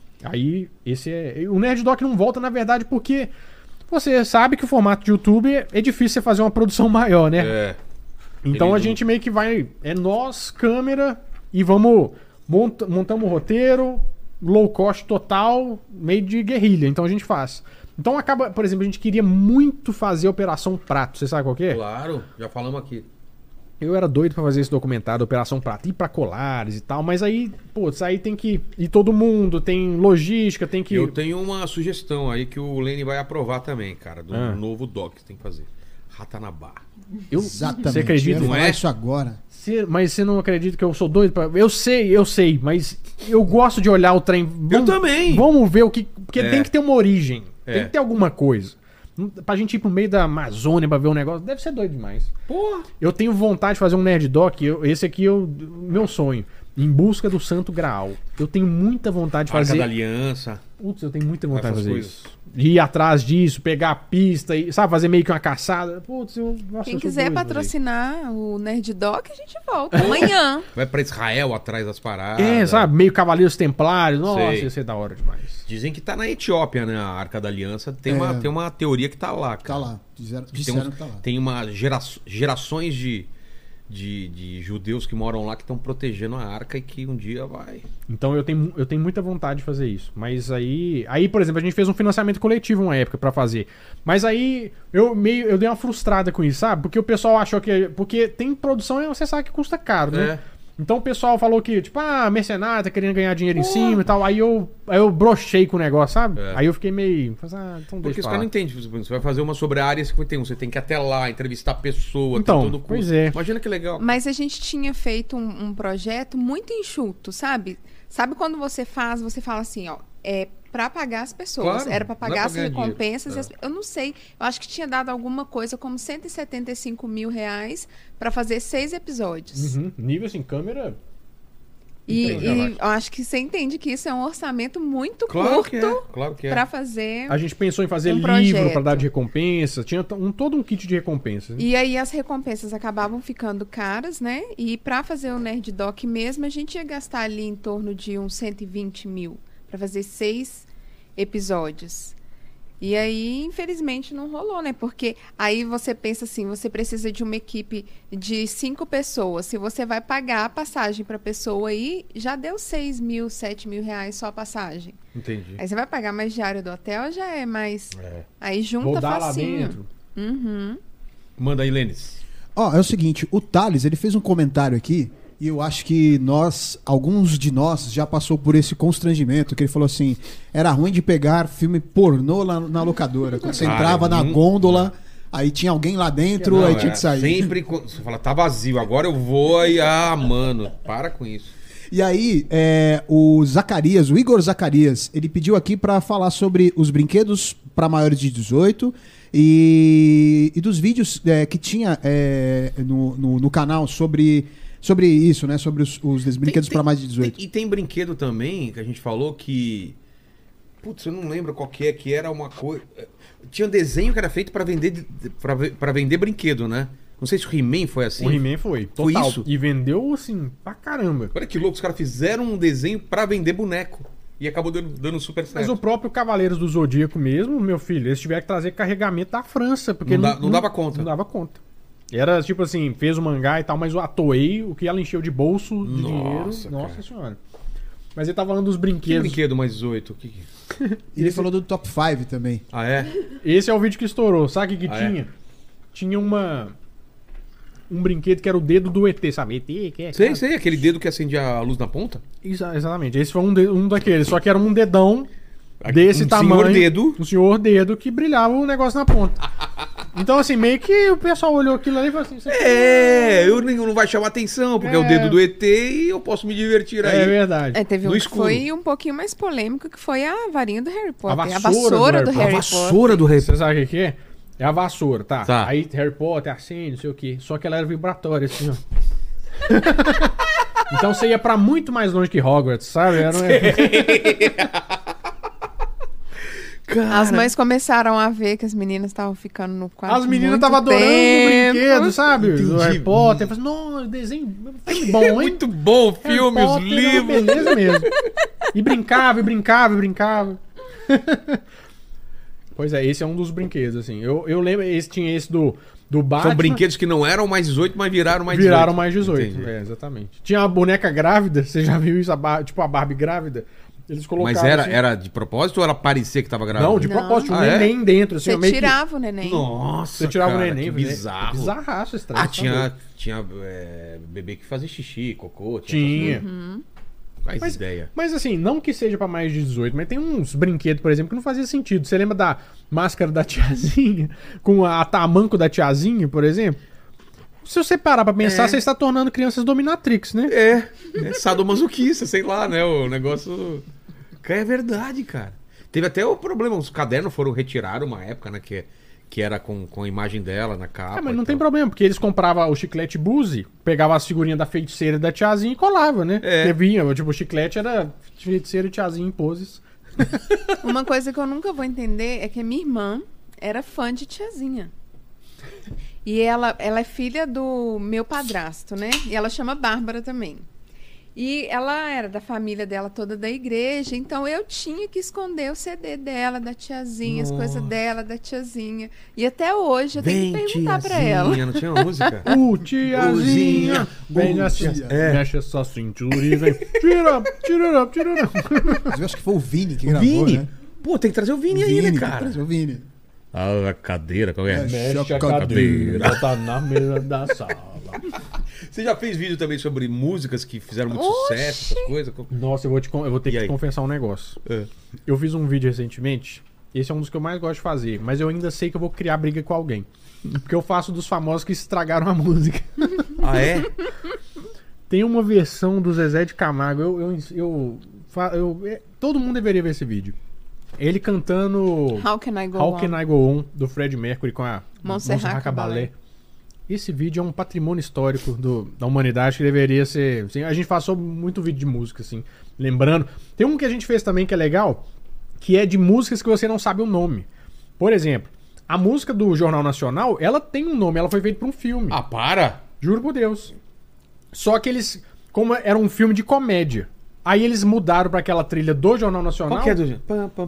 Aí, esse é... O Nerd Doc não volta, na verdade, porque você sabe que o formato de YouTube é difícil você fazer uma produção maior, né?
É.
Então
Ele
a gente meio que vai... É nós, câmera, e vamos... Montamos o roteiro, low cost total, meio de guerrilha. Então a gente faz. Então acaba... Por exemplo, a gente queria muito fazer Operação Prato. Você sabe qual que é?
Claro, já falamos aqui.
Eu era doido pra fazer esse documentário, Operação Prato, ir pra Colares e tal, mas aí, pô, isso aí tem que ir todo mundo, tem logística, tem que...
Eu tenho uma sugestão aí que o Lene vai aprovar também, cara, do novo doc que você tem que fazer. Ratanabá.
Exatamente.
Você acredita?
Eu ia
Não
falar
é?
isso agora.
Mas você não acredita que eu sou doido pra... Eu sei, mas eu gosto de olhar o trem.
Também.
Vamos ver o que... Porque tem que ter uma origem, tem
É.
que ter alguma coisa. Pra gente ir pro meio da Amazônia pra ver um negócio, deve ser doido demais.
Porra.
Eu tenho vontade de fazer um Nerd Doc, esse aqui é o meu sonho. Em busca do Santo Graal. Eu tenho muita vontade de
Arca
fazer...
da Aliança.
Putz, eu tenho muita vontade de
Essas
fazer
coisas.
isso. Ir atrás disso, pegar a pista, e, sabe, fazer meio que uma caçada. Putz, nossa,
Quem
eu sou
quiser
doido,
patrocinar o Nerd Doc, a gente volta amanhã.
Vai pra Israel atrás das paradas.
É, sabe, meio Cavaleiros Templários. Nossa,
Sei.
ia ser da hora demais.
Dizem que tá na Etiópia, né? A Arca da Aliança. Tem uma teoria que tá lá,
Tá
cara.
lá. Disseram
Tem,
que tá lá.
tem uma gerações de judeus que moram lá que estão protegendo a arca e que um dia vai.
Então eu tenho muita vontade de fazer isso. Mas aí, por exemplo, a gente fez um financiamento coletivo uma época pra fazer. Mas aí eu dei uma frustrada com isso, sabe? Porque o pessoal achou que... Porque tem produção e você sabe que custa caro, né?
É.
Então o pessoal falou que, tipo, mercenário tá querendo ganhar dinheiro em cima e tal. Aí eu brochei com o negócio, sabe?
É.
Aí eu fiquei meio... Então
Porque
deixa
os
pra
caras não
lá.
entendem. Você vai fazer uma sobre áreas que tem. Você tem que ir até lá, entrevistar a pessoa,
Então,
tem todo o custo.
pois é.
Imagina que legal.
Mas a gente tinha feito um projeto muito enxuto, sabe? Sabe quando você fala assim, ó, é pra pagar as pessoas.
Claro,
Era pra
não é
pagar
pra
as
ganhar
recompensas.
dinheiro.
Eu não sei, eu acho que tinha dado alguma coisa como R$175 mil pra fazer 6 episódios.
Uhum. Nível assim, câmera...
E
Entendi.
eu acho que você entende que isso é um orçamento muito
Claro
curto
que é. Claro que é.
pra fazer.
A gente pensou em fazer
Um
livro
projeto.
pra dar de recompensa. Tinha todo um kit de recompensa.
E aí as recompensas acabavam ficando caras, né? E pra fazer o Nerd Doc mesmo, a gente ia gastar ali em torno de uns 120 mil pra fazer 6 episódios. E aí, infelizmente, não rolou, né? Porque aí você pensa assim, você precisa de uma equipe de 5 pessoas. Se você vai pagar a passagem pra pessoa aí, já deu 6 mil, 7 mil reais só a passagem.
Entendi.
Aí você vai pagar mais diário do hotel, já é mais...
É.
Aí junta
Rodar lá
facinho.
dentro.
Uhum.
Manda aí, Lênis.
Ó, é o seguinte, o Thales, ele fez um comentário aqui, e eu acho que alguns de nós já passou por esse constrangimento, que ele falou assim, era ruim de pegar filme pornô lá na locadora. Quando você entrava na gôndola, aí tinha alguém lá dentro, aí tinha que sair.
Sempre, você fala, tá vazio, agora eu vou aí, mano, para com isso.
E aí, o Igor Zacarias, ele pediu aqui pra falar sobre os brinquedos pra maiores de 18 e dos vídeos que tinha no canal sobre isso, né? Sobre os brinquedos pra mais de 18.
E tem brinquedo também, que a gente falou que... Putz, eu não lembro qual que era uma coisa... Tinha um desenho que era feito pra vender brinquedo, né? Não sei se o He-Man foi assim.
O He-Man foi.
Foi
Total.
isso?
E vendeu, assim, pra caramba.
Olha que louco, os caras fizeram um desenho pra vender boneco. E acabou dando super certo.
Mas o próprio Cavaleiros do Zodíaco mesmo, meu filho, eles tiveram que trazer carregamento da França. Porque
não dava conta.
Não dava conta. Era tipo assim, fez o mangá e tal, mas a Toei, o que ela encheu de bolso, de dinheiro. Nossa senhora. Mas ele tá falando dos
Que
brinquedos.
brinquedo mais 18?
Ele falou do Top 5 também.
Ah, é?
Esse é o vídeo que estourou. Sabe o que
Ah,
tinha?
é?
Tinha um brinquedo que era o dedo do ET, sabe? ET, que é?
Sei, aquele dedo que acendia a luz na ponta?
Exatamente. Esse foi um daqueles. Só que era um dedão desse tamanho.
Senhor dedo.
Um senhor dedo que brilhava o negócio na ponta. Então, assim, meio que o pessoal olhou aquilo ali e falou assim...
Não vai chamar atenção, porque é o dedo do ET e eu posso me divertir aí.
É verdade.
Teve
No
um que
escuro.
foi um pouquinho mais polêmico, que foi a varinha do Harry Potter.
A vassoura do Harry
A vassoura do Harry
Você sabe o que é? É a vassoura, tá?
Tá.
Aí Harry Potter, assim, não sei o quê. Só que ela era vibratória, assim, ó. Então você ia pra muito mais longe que Hogwarts, sabe?
As mães começaram a ver que as meninas estavam ficando no quarto.
As meninas
estavam
estavam adorando o brinquedo, sabe?
Entendi.
Do Harry Potter. Falei, não, desenho, filme bom,
É
hein?
muito bom,
Harry
filmes,
Potter é uma
livros.
beleza mesmo. E brincava. Pois é, esse é um dos brinquedos, assim. Eu lembro, tinha esse do Batman.
São brinquedos que não eram mais 18, mas viraram mais 18.
Viraram mais 18,
Entendi.
exatamente. Tinha a boneca grávida, você já viu isso? Tipo a Barbie grávida? Eles colocaram
Mas era,
assim-
era de propósito ou era parecer que tava grávida?
Não, de
Não.
propósito, tinha um
Ah, é?
neném dentro. Assim,
Você
meio que-
tirava o neném.
Nossa,
Você tirava
cara,
o neném.
que
né?
bizarro.
Bizarraço esse trem,
Tinha bebê que fazia xixi, cocô.
Tinha.
Faz ideia.
Mas assim, não que seja pra mais de 18, mas tem uns brinquedos, por exemplo, que não fazia sentido. Você lembra da máscara da tiazinha? Com a tamanco da tiazinha, por exemplo? Se você parar pra pensar, você está tornando crianças dominatrix, né?
É sadomasoquista, sei lá, né? O negócio... É verdade, cara. Teve até o problema, os cadernos foram retirados uma época, né? Que era com a imagem dela na capa.
Mas
e
não tem
tal.
problema, porque eles compravam o chiclete Buzi, pegavam as figurinhas da feiticeira e da tiazinha e colava, né?
É.
Porque vinha, tipo, o chiclete era feiticeira e tiazinha em poses.
Uma coisa que eu nunca vou entender é que a minha irmã era fã de tiazinha. E ela é filha do meu padrasto, né? E ela chama Bárbara também. E ela era da família dela toda da igreja, então eu tinha que esconder o CD dela, da tiazinha, as coisas dela, da tiazinha. E até hoje eu tenho que perguntar pra ela.
Não tinha música?
Tiazinha, vem
Bom
assim,
dia.
mexe essa cintura e vem, tira, tira.
Mas eu acho que foi o Vini que
O
gravou,
Vini?
né?
Pô, tem que trazer o Vini aí, né,
tem que
cara?
trazer o Vini.
A cadeira, qual é?
Mexe a
cadeira.
cadeira, bota na mesa da sala.
Você já fez vídeo também sobre músicas que fizeram muito
Oxi!
sucesso, essas coisas?
Nossa, eu vou ter
E
que
aí?
te confessar um negócio.
É.
Eu fiz um vídeo recentemente, esse é um dos que eu mais gosto de fazer, mas eu ainda sei que eu vou criar briga com alguém. Porque eu faço dos famosos que estragaram a música.
Ah, é?
Tem uma versão do Zezé de Camargo, todo mundo deveria ver esse vídeo. Ele cantando
How Can I Go
How
On?
Can I Go On, do Fred Mercury com a
Montserrat
Caballé. Esse vídeo é um patrimônio histórico da humanidade que deveria ser... Assim, a gente passou muito vídeo de música, assim, lembrando. Tem um que a gente fez também que é legal, que é de músicas que você não sabe o nome. Por exemplo, a música do Jornal Nacional, ela tem um nome, ela foi feita para um filme.
Ah, para!
Juro por Deus. Só que eles... Como era um filme de comédia, aí eles mudaram para aquela trilha do Jornal Nacional.
Qual que é do...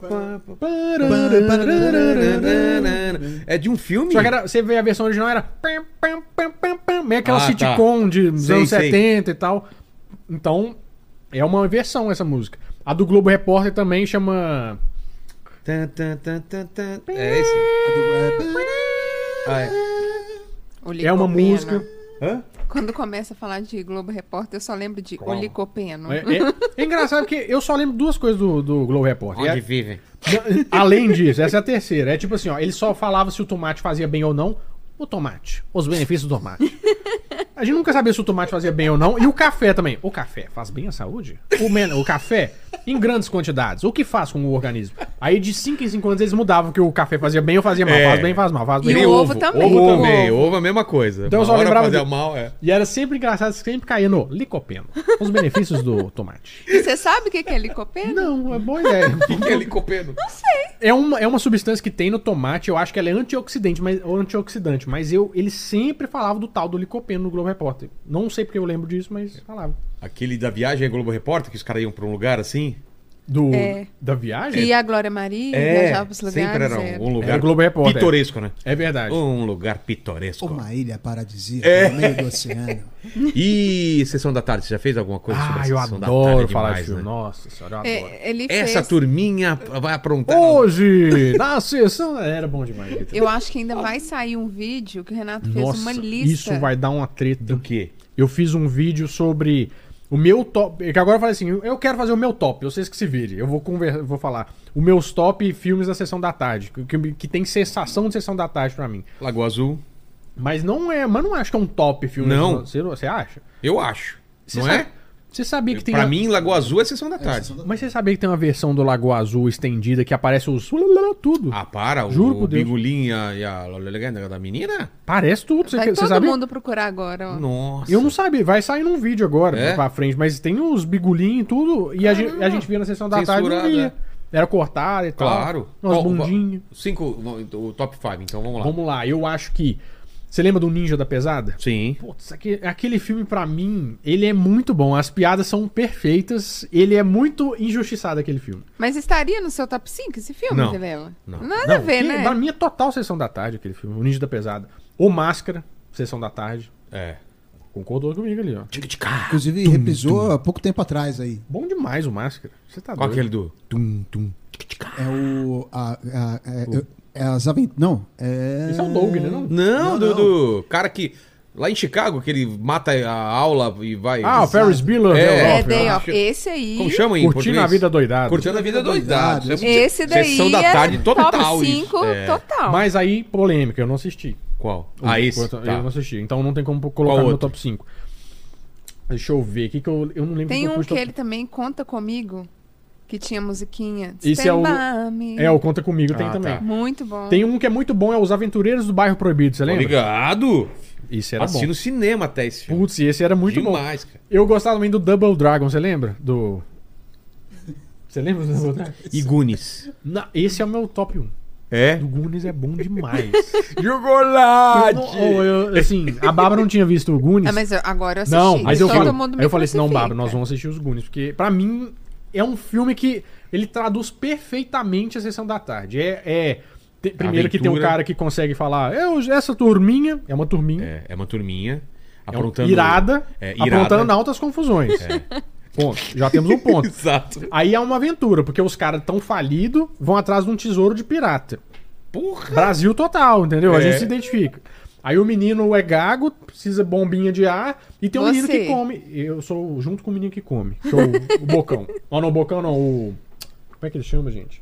É de um filme?
Só que você vê a versão original, era meio aquela sitcom dos
Sei,
anos
sei.
70 e tal. Então, é uma versão essa música. A do Globo Repórter também chama...
É esse? Ah, é.
O
É uma
Licopeno.
música. Hã?
Quando começa a falar de Globo Repórter, eu só lembro de O Licopeno.
É engraçado porque eu só lembro duas coisas do Globo Repórter.
Onde vivem?
Além disso, essa é a terceira. É tipo assim, ó, ele só falava se o tomate fazia bem ou não. O tomate. Os benefícios do tomate. A gente nunca sabia se o tomate fazia bem ou não. E o café também. O café faz bem à saúde? O café, em grandes quantidades. O que faz com o organismo? Aí de 5 em 5 anos eles mudavam que o café fazia bem ou fazia mal. Faz bem, faz mal. Faz bem.
E o ovo também.
Ovo
O
também.
ovo.
Ovo é a mesma coisa.
Então eu
Uma
só
hora
lembrava
fazia
de-
mal, é.
E era sempre engraçado, sempre caía no licopeno. Os benefícios do tomate.
E você sabe o que é Licopeno?
Não, é boa ideia.
O que é licopeno?
É uma substância que tem no tomate, eu acho que ela é antioxidante, mas eles sempre falavam do tal do licopeno no Globo Repórter. Não sei porque eu lembro disso, mas falavam.
Aquele da viagem é Globo Repórter, que os caras iam pra um lugar assim?
Da viagem?
E a Glória Maria
É,
viajava pros lugares.
sempre era um lugar
Era Globo Repórter.
pitoresco, né?
É verdade.
Um lugar pitoresco.
Uma ilha paradisíaca no meio do oceano.
E Sessão da Tarde, você já fez alguma coisa sobre a
Eu
Sessão da
adoro
Tarde?
falar
demais,
de filme.
né?
Nossa senhora, eu adoro.
Ele
Essa
fez...
turminha vai aprontar.
Hoje, na sessão... Era bom demais. Vitor.
Eu acho que ainda vai sair um vídeo que o Renato fez uma
Nossa,
lista.
isso vai dar uma treta.
Do quê?
Eu fiz um vídeo sobre o meu top. Que agora eu falei assim: eu quero fazer o meu top, vocês que se virem. Eu vou falar. Os meus top filmes da sessão da tarde. Que tem sensação de sessão da tarde pra mim.
Lagoa Azul,
Mas não acho que é um top filme.
Não.
Você acha?
eu acho.
Você
Não
sabe-
é?
Você sabia que tem.
Pra mim, Lagoa Azul é Sessão da Tarde.
Mas você sabia que tem uma versão do Lagoa Azul estendida que aparece os. Tudo.
Ah, para.
Juro
o
por Deus.
Bigolim e a legenda da menina?
Parece tudo.
Vai
Você
todo
sabia?
mundo procurar agora, ó.
Nossa.
Eu não sabia, vai sair num vídeo agora,
É?
pra frente, mas tem os bigulinhos e tudo, e a gente via na sessão da tarde e não
Censurado,
via. Era cortado e tal.
Claro.
Umas
Qual-
bundinhas.
5, o top 5, então vamos lá.
Vamos lá, eu acho que... Você lembra do Ninja da Pesada?
Sim.
Putz, aquele filme pra mim, ele é muito bom, as piadas são perfeitas, ele é muito injustiçado aquele filme.
Mas estaria no seu top 5 esse filme,
Não.
Vilela?
Não.
Nada a ver,
que,
né?
Pra mim é total sessão da tarde aquele filme, o Ninja da Pesada. O Máscara, sessão da tarde.
É.
Concordou comigo ali, ó.
Inclusive, reprisou há pouco tempo atrás aí.
Bom demais o Máscara. Você tá
Qual
doido.
aquele do... Tum, tum.
É o. É as aventuras. Não, é.
Esse é o Doug, né? Não?
Não, do cara que... Lá em Chicago, que ele mata a aula e vai...
Ah, o Ferris Bueller.
É,
É, Day
eu
Off.
acho-
Esse aí.
Como chama em
Curtindo
português?
a vida doidada.
Curtindo a vida doidado.
Esse daí
Sessão da
é
Tarde total.
top
isso.
5
É.
total.
Mas aí, polêmica, eu não assisti.
Qual? Ah, esse.
Eu
Tá.
não assisti. Então não tem como colocar
Qual
no meu
outro?
top 5. Deixa eu ver. O que eu não lembro
Tem
que eu
um
pus
que
top...
ele também conta comigo, que tinha musiquinha.
Esse é o-
Stand by me.
É, o Conta Comigo tem
Ah,
também.
tá.
Muito bom.
Tem um que é muito bom, é Os Aventureiros do Bairro Proibido, você lembra?
Obrigado.
Esse era
Assisti
bom.
no cinema até esse filme.
Putz, esse era muito
Demais,
bom.
cara.
Eu gostava também do Double Dragon, você lembra? Você lembra do Double Dragon?
E Goonies.
Não, esse é o meu top 1.
É?
Do Goonies é bom demais.
Chocolate!
Assim, a Bárbara não tinha visto o Goonies.
Ah, mas agora eu assisti.
Não, mas eu
Todo
falei,
mundo me
aí eu falei assim, não,
crucifica.
Bárbara, nós vamos assistir os Goonies, porque pra mim é um filme que ele traduz perfeitamente a Sessão da Tarde. Primeiro que tem um
Aventura.
cara que consegue falar, essa turminha, é uma turminha,
É uma turminha
é
aprontando...
irada,
irada.
aprontando altas confusões. Ponto, já temos um ponto.
Exato.
Aí é uma aventura, porque os caras tão falidos, vão atrás de um tesouro de pirata.
Porra!
Brasil total, entendeu? A
É.
gente se identifica. Aí o menino é gago, precisa de bombinha de ar, e tem um menino
Você.
que come. Eu sou junto com o menino que come, que é o Bocão. Não, o Bocão não, o... Como é que ele chama, gente?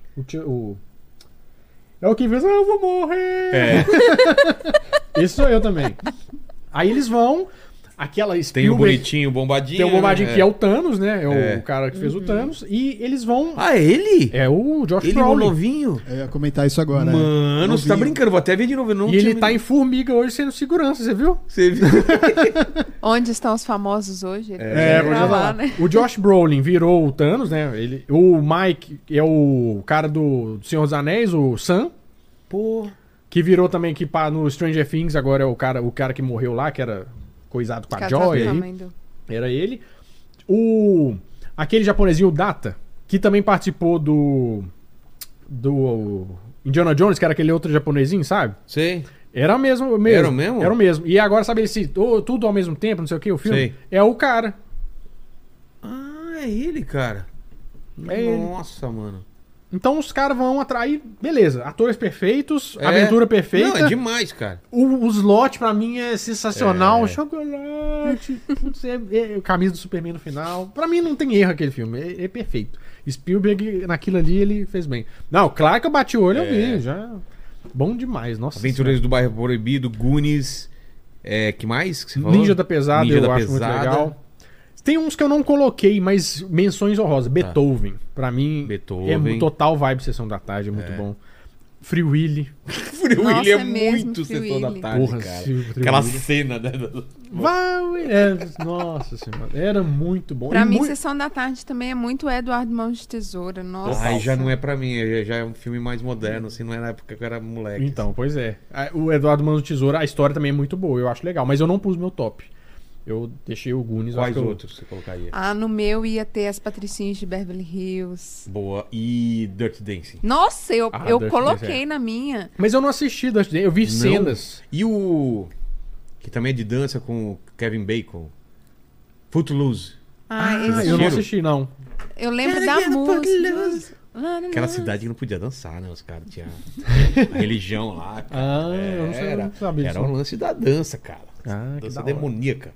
É o que fez, eu vou morrer!
É.
Esse sou eu também. Aí eles vão, aquela
Tem o
Spielberg-
bonitinho, o bombadinho.
Tem o Bombadinho,
né?
que é o Thanos, né? É
É.
o cara que fez o Thanos. E eles vão...
Ah, é ele?
É o Josh
Ele, o
Brolin.
novinho?
Eu ia comentar isso agora.
Mano, você tá brincando, vou até ver de novo. Eu não
E ele
tinha
tá
me-
em Formiga hoje sendo segurança, você viu?
Você viu?
Onde estão os famosos hoje? Ele
É,
podia ir pra lá, né?
O Josh Brolin virou o Thanos, né? O Mike é o cara do Senhor dos Anéis, o Sam,
Pô.
que virou também que no Stranger Things, agora é o cara que morreu lá, que era coisado com a
Casado
Joy
com a
aí.
mãe do-
Era ele. Aquele japonesinho, o Data, que também participou do Indiana Jones, que era aquele outro japonesinho, sabe?
Sei.
Era mesmo.
Era o mesmo?
Era o mesmo. E agora, sabe esse tudo ao mesmo tempo, não sei o que, o filme?
Sei.
É o cara.
Ah, é ele, cara.
É ele.
Nossa, mano.
Então os caras vão atrair, beleza, atores perfeitos,
É.
aventura perfeita.
Não, é demais, cara.
O slot pra mim é sensacional. Chocolate, putz, camisa do Superman no final. Pra mim não tem erro aquele filme, é perfeito. Spielberg, naquilo ali, ele fez bem. Não, claro que eu bati o olho, eu vi, já... Bom demais, nossa.
Aventureiros do Bairro Proibido, Goonies. Que mais que você falou?
Ninja da Pesada,
Ninja
eu
da
acho
Pesada.
muito legal. Tem uns que eu não coloquei, mas menções honrosas. Beethoven, pra mim,
Beethoven.
é total vibe Sessão da Tarde, é muito bom. Free Willy.
Free
Nossa,
Willy é
é mesmo,
muito
Free
Sessão da
Willy.
Tarde,
Porra,
cara.
Free
Aquela
Willy.
cena, né?
Nossa senhora, era muito bom.
Pra
E
mim,
mui-
Sessão da Tarde também é muito Eduardo Mãos de Tesoura. Nossa.
Aí já não é pra mim, já é um filme mais moderno, assim, não é na época que eu era moleque.
Então, pois é. O Eduardo Mãos de Tesoura, a história também é muito boa, eu acho legal. Mas eu não pus meu top. Eu deixei o Goonies. eu acho
Quais
que eu-
outros você colocaria?
No meu ia ter As Patricinhas de Beverly Hills.
Boa. E Dirty Dancing?
Nossa, eu
Dirty
coloquei
Dancing,
na minha.
Mas eu não assisti, eu vi
Não.
cenas.
E o... que também é de dança com o Kevin Bacon. Footloose.
Eu não
assistiram?
assisti, não.
Eu lembro da música.
Aquela cidade que não podia dançar, né? Os caras tinham a religião lá. Cara.
Eu não sei, eu não sabia
Era
disso.
o lance da dança, cara.
Que
Dança
da hora.
demoníaca.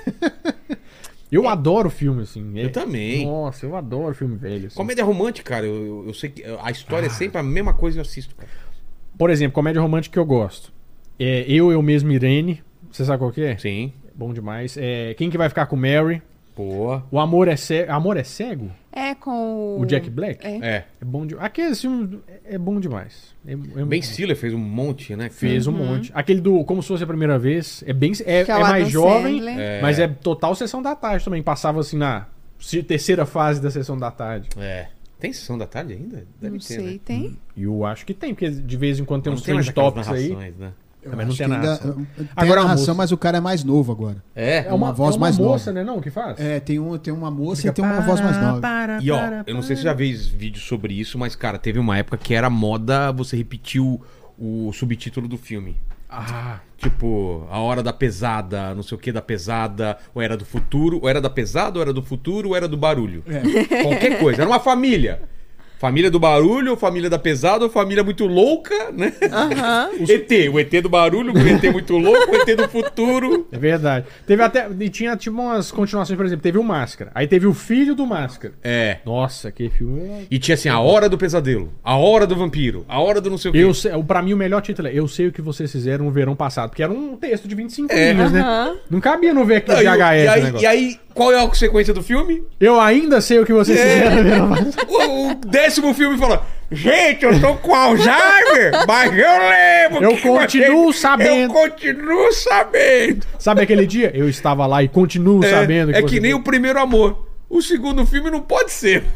Eu adoro filme, assim.
Eu também.
Nossa, eu adoro filme velho. assim.
Comédia romântica, cara, eu sei que a história é sempre a mesma coisa e eu assisto, cara.
Por exemplo, comédia romântica que eu gosto. Eu mesmo, Irene. Você sabe qual que é?
Sim.
Bom demais. Quem que vai ficar com Mary?
Boa.
O Amor é Cego. Amor é Cego?
É com
O Jack Black?
É.
É.
É bom demais. Aquele filme é bom demais. É
Ben
muito
Stiller fez um monte, né? cara?
Fez um monte. Aquele do Como Se Fosse a Primeira Vez. É bem. É
Que é o
mais
Adam
jovem,
Sandler.
mas é total Sessão da Tarde também. Passava assim na terceira fase da Sessão da Tarde.
É. Tem sessão da tarde ainda? Deve
Não
ter,
sei,
né?
tem?
E eu acho que tem, porque de vez em quando tem
Não
uns
tem mais
trend
aquelas
topics aí.
narrações, né?
Mas não
Acho
tem
que ainda-
narração.
Tem
Agora
a
a
narração,
moça.
mas o cara é mais novo agora.
É.
É uma
voz mais
moça,
nova.
né? Não, que faz?
Tem uma moça e tem uma voz mais nova.
E ó, eu não sei se você já fez vídeo sobre isso, mas, cara, teve uma época que era moda você repetir o subtítulo do filme.
Ah,
Tipo, a hora da pesada, não sei o que da pesada, ou era do futuro, ou era da pesada, ou era do futuro, ou era do barulho. Qualquer coisa. Era uma família. Família do barulho, ou família da pesada, ou família muito louca, né? ET, o ET do barulho, o ET muito louco, o ET do futuro.
é verdade. Teve até. E tinha tipo umas continuações, por exemplo, teve o Máscara. Aí teve o filho do Máscara.
É.
Nossa, que filme.
E tinha assim, a hora do pesadelo, a hora do vampiro, a hora do não sei o quê.
Pra mim, o melhor título é Eu Sei o que vocês fizeram no verão passado. Porque era um texto de 25
É.
linhas, né? Não cabia no ver aqui
Não,
de VHS. o
e
negócio.
aí, qual é a consequência do filme?
Eu ainda sei o que vocês fizeram no verão passado.
O 10º filme fala: gente, eu tô com Alzheimer, mas eu lembro.
Eu
que
continuo
vocês-
sabendo.
Eu continuo sabendo.
Sabe aquele dia? Eu estava lá e continuo sabendo
É
você
que nem
fez.
o primeiro amor. O segundo filme não pode ser.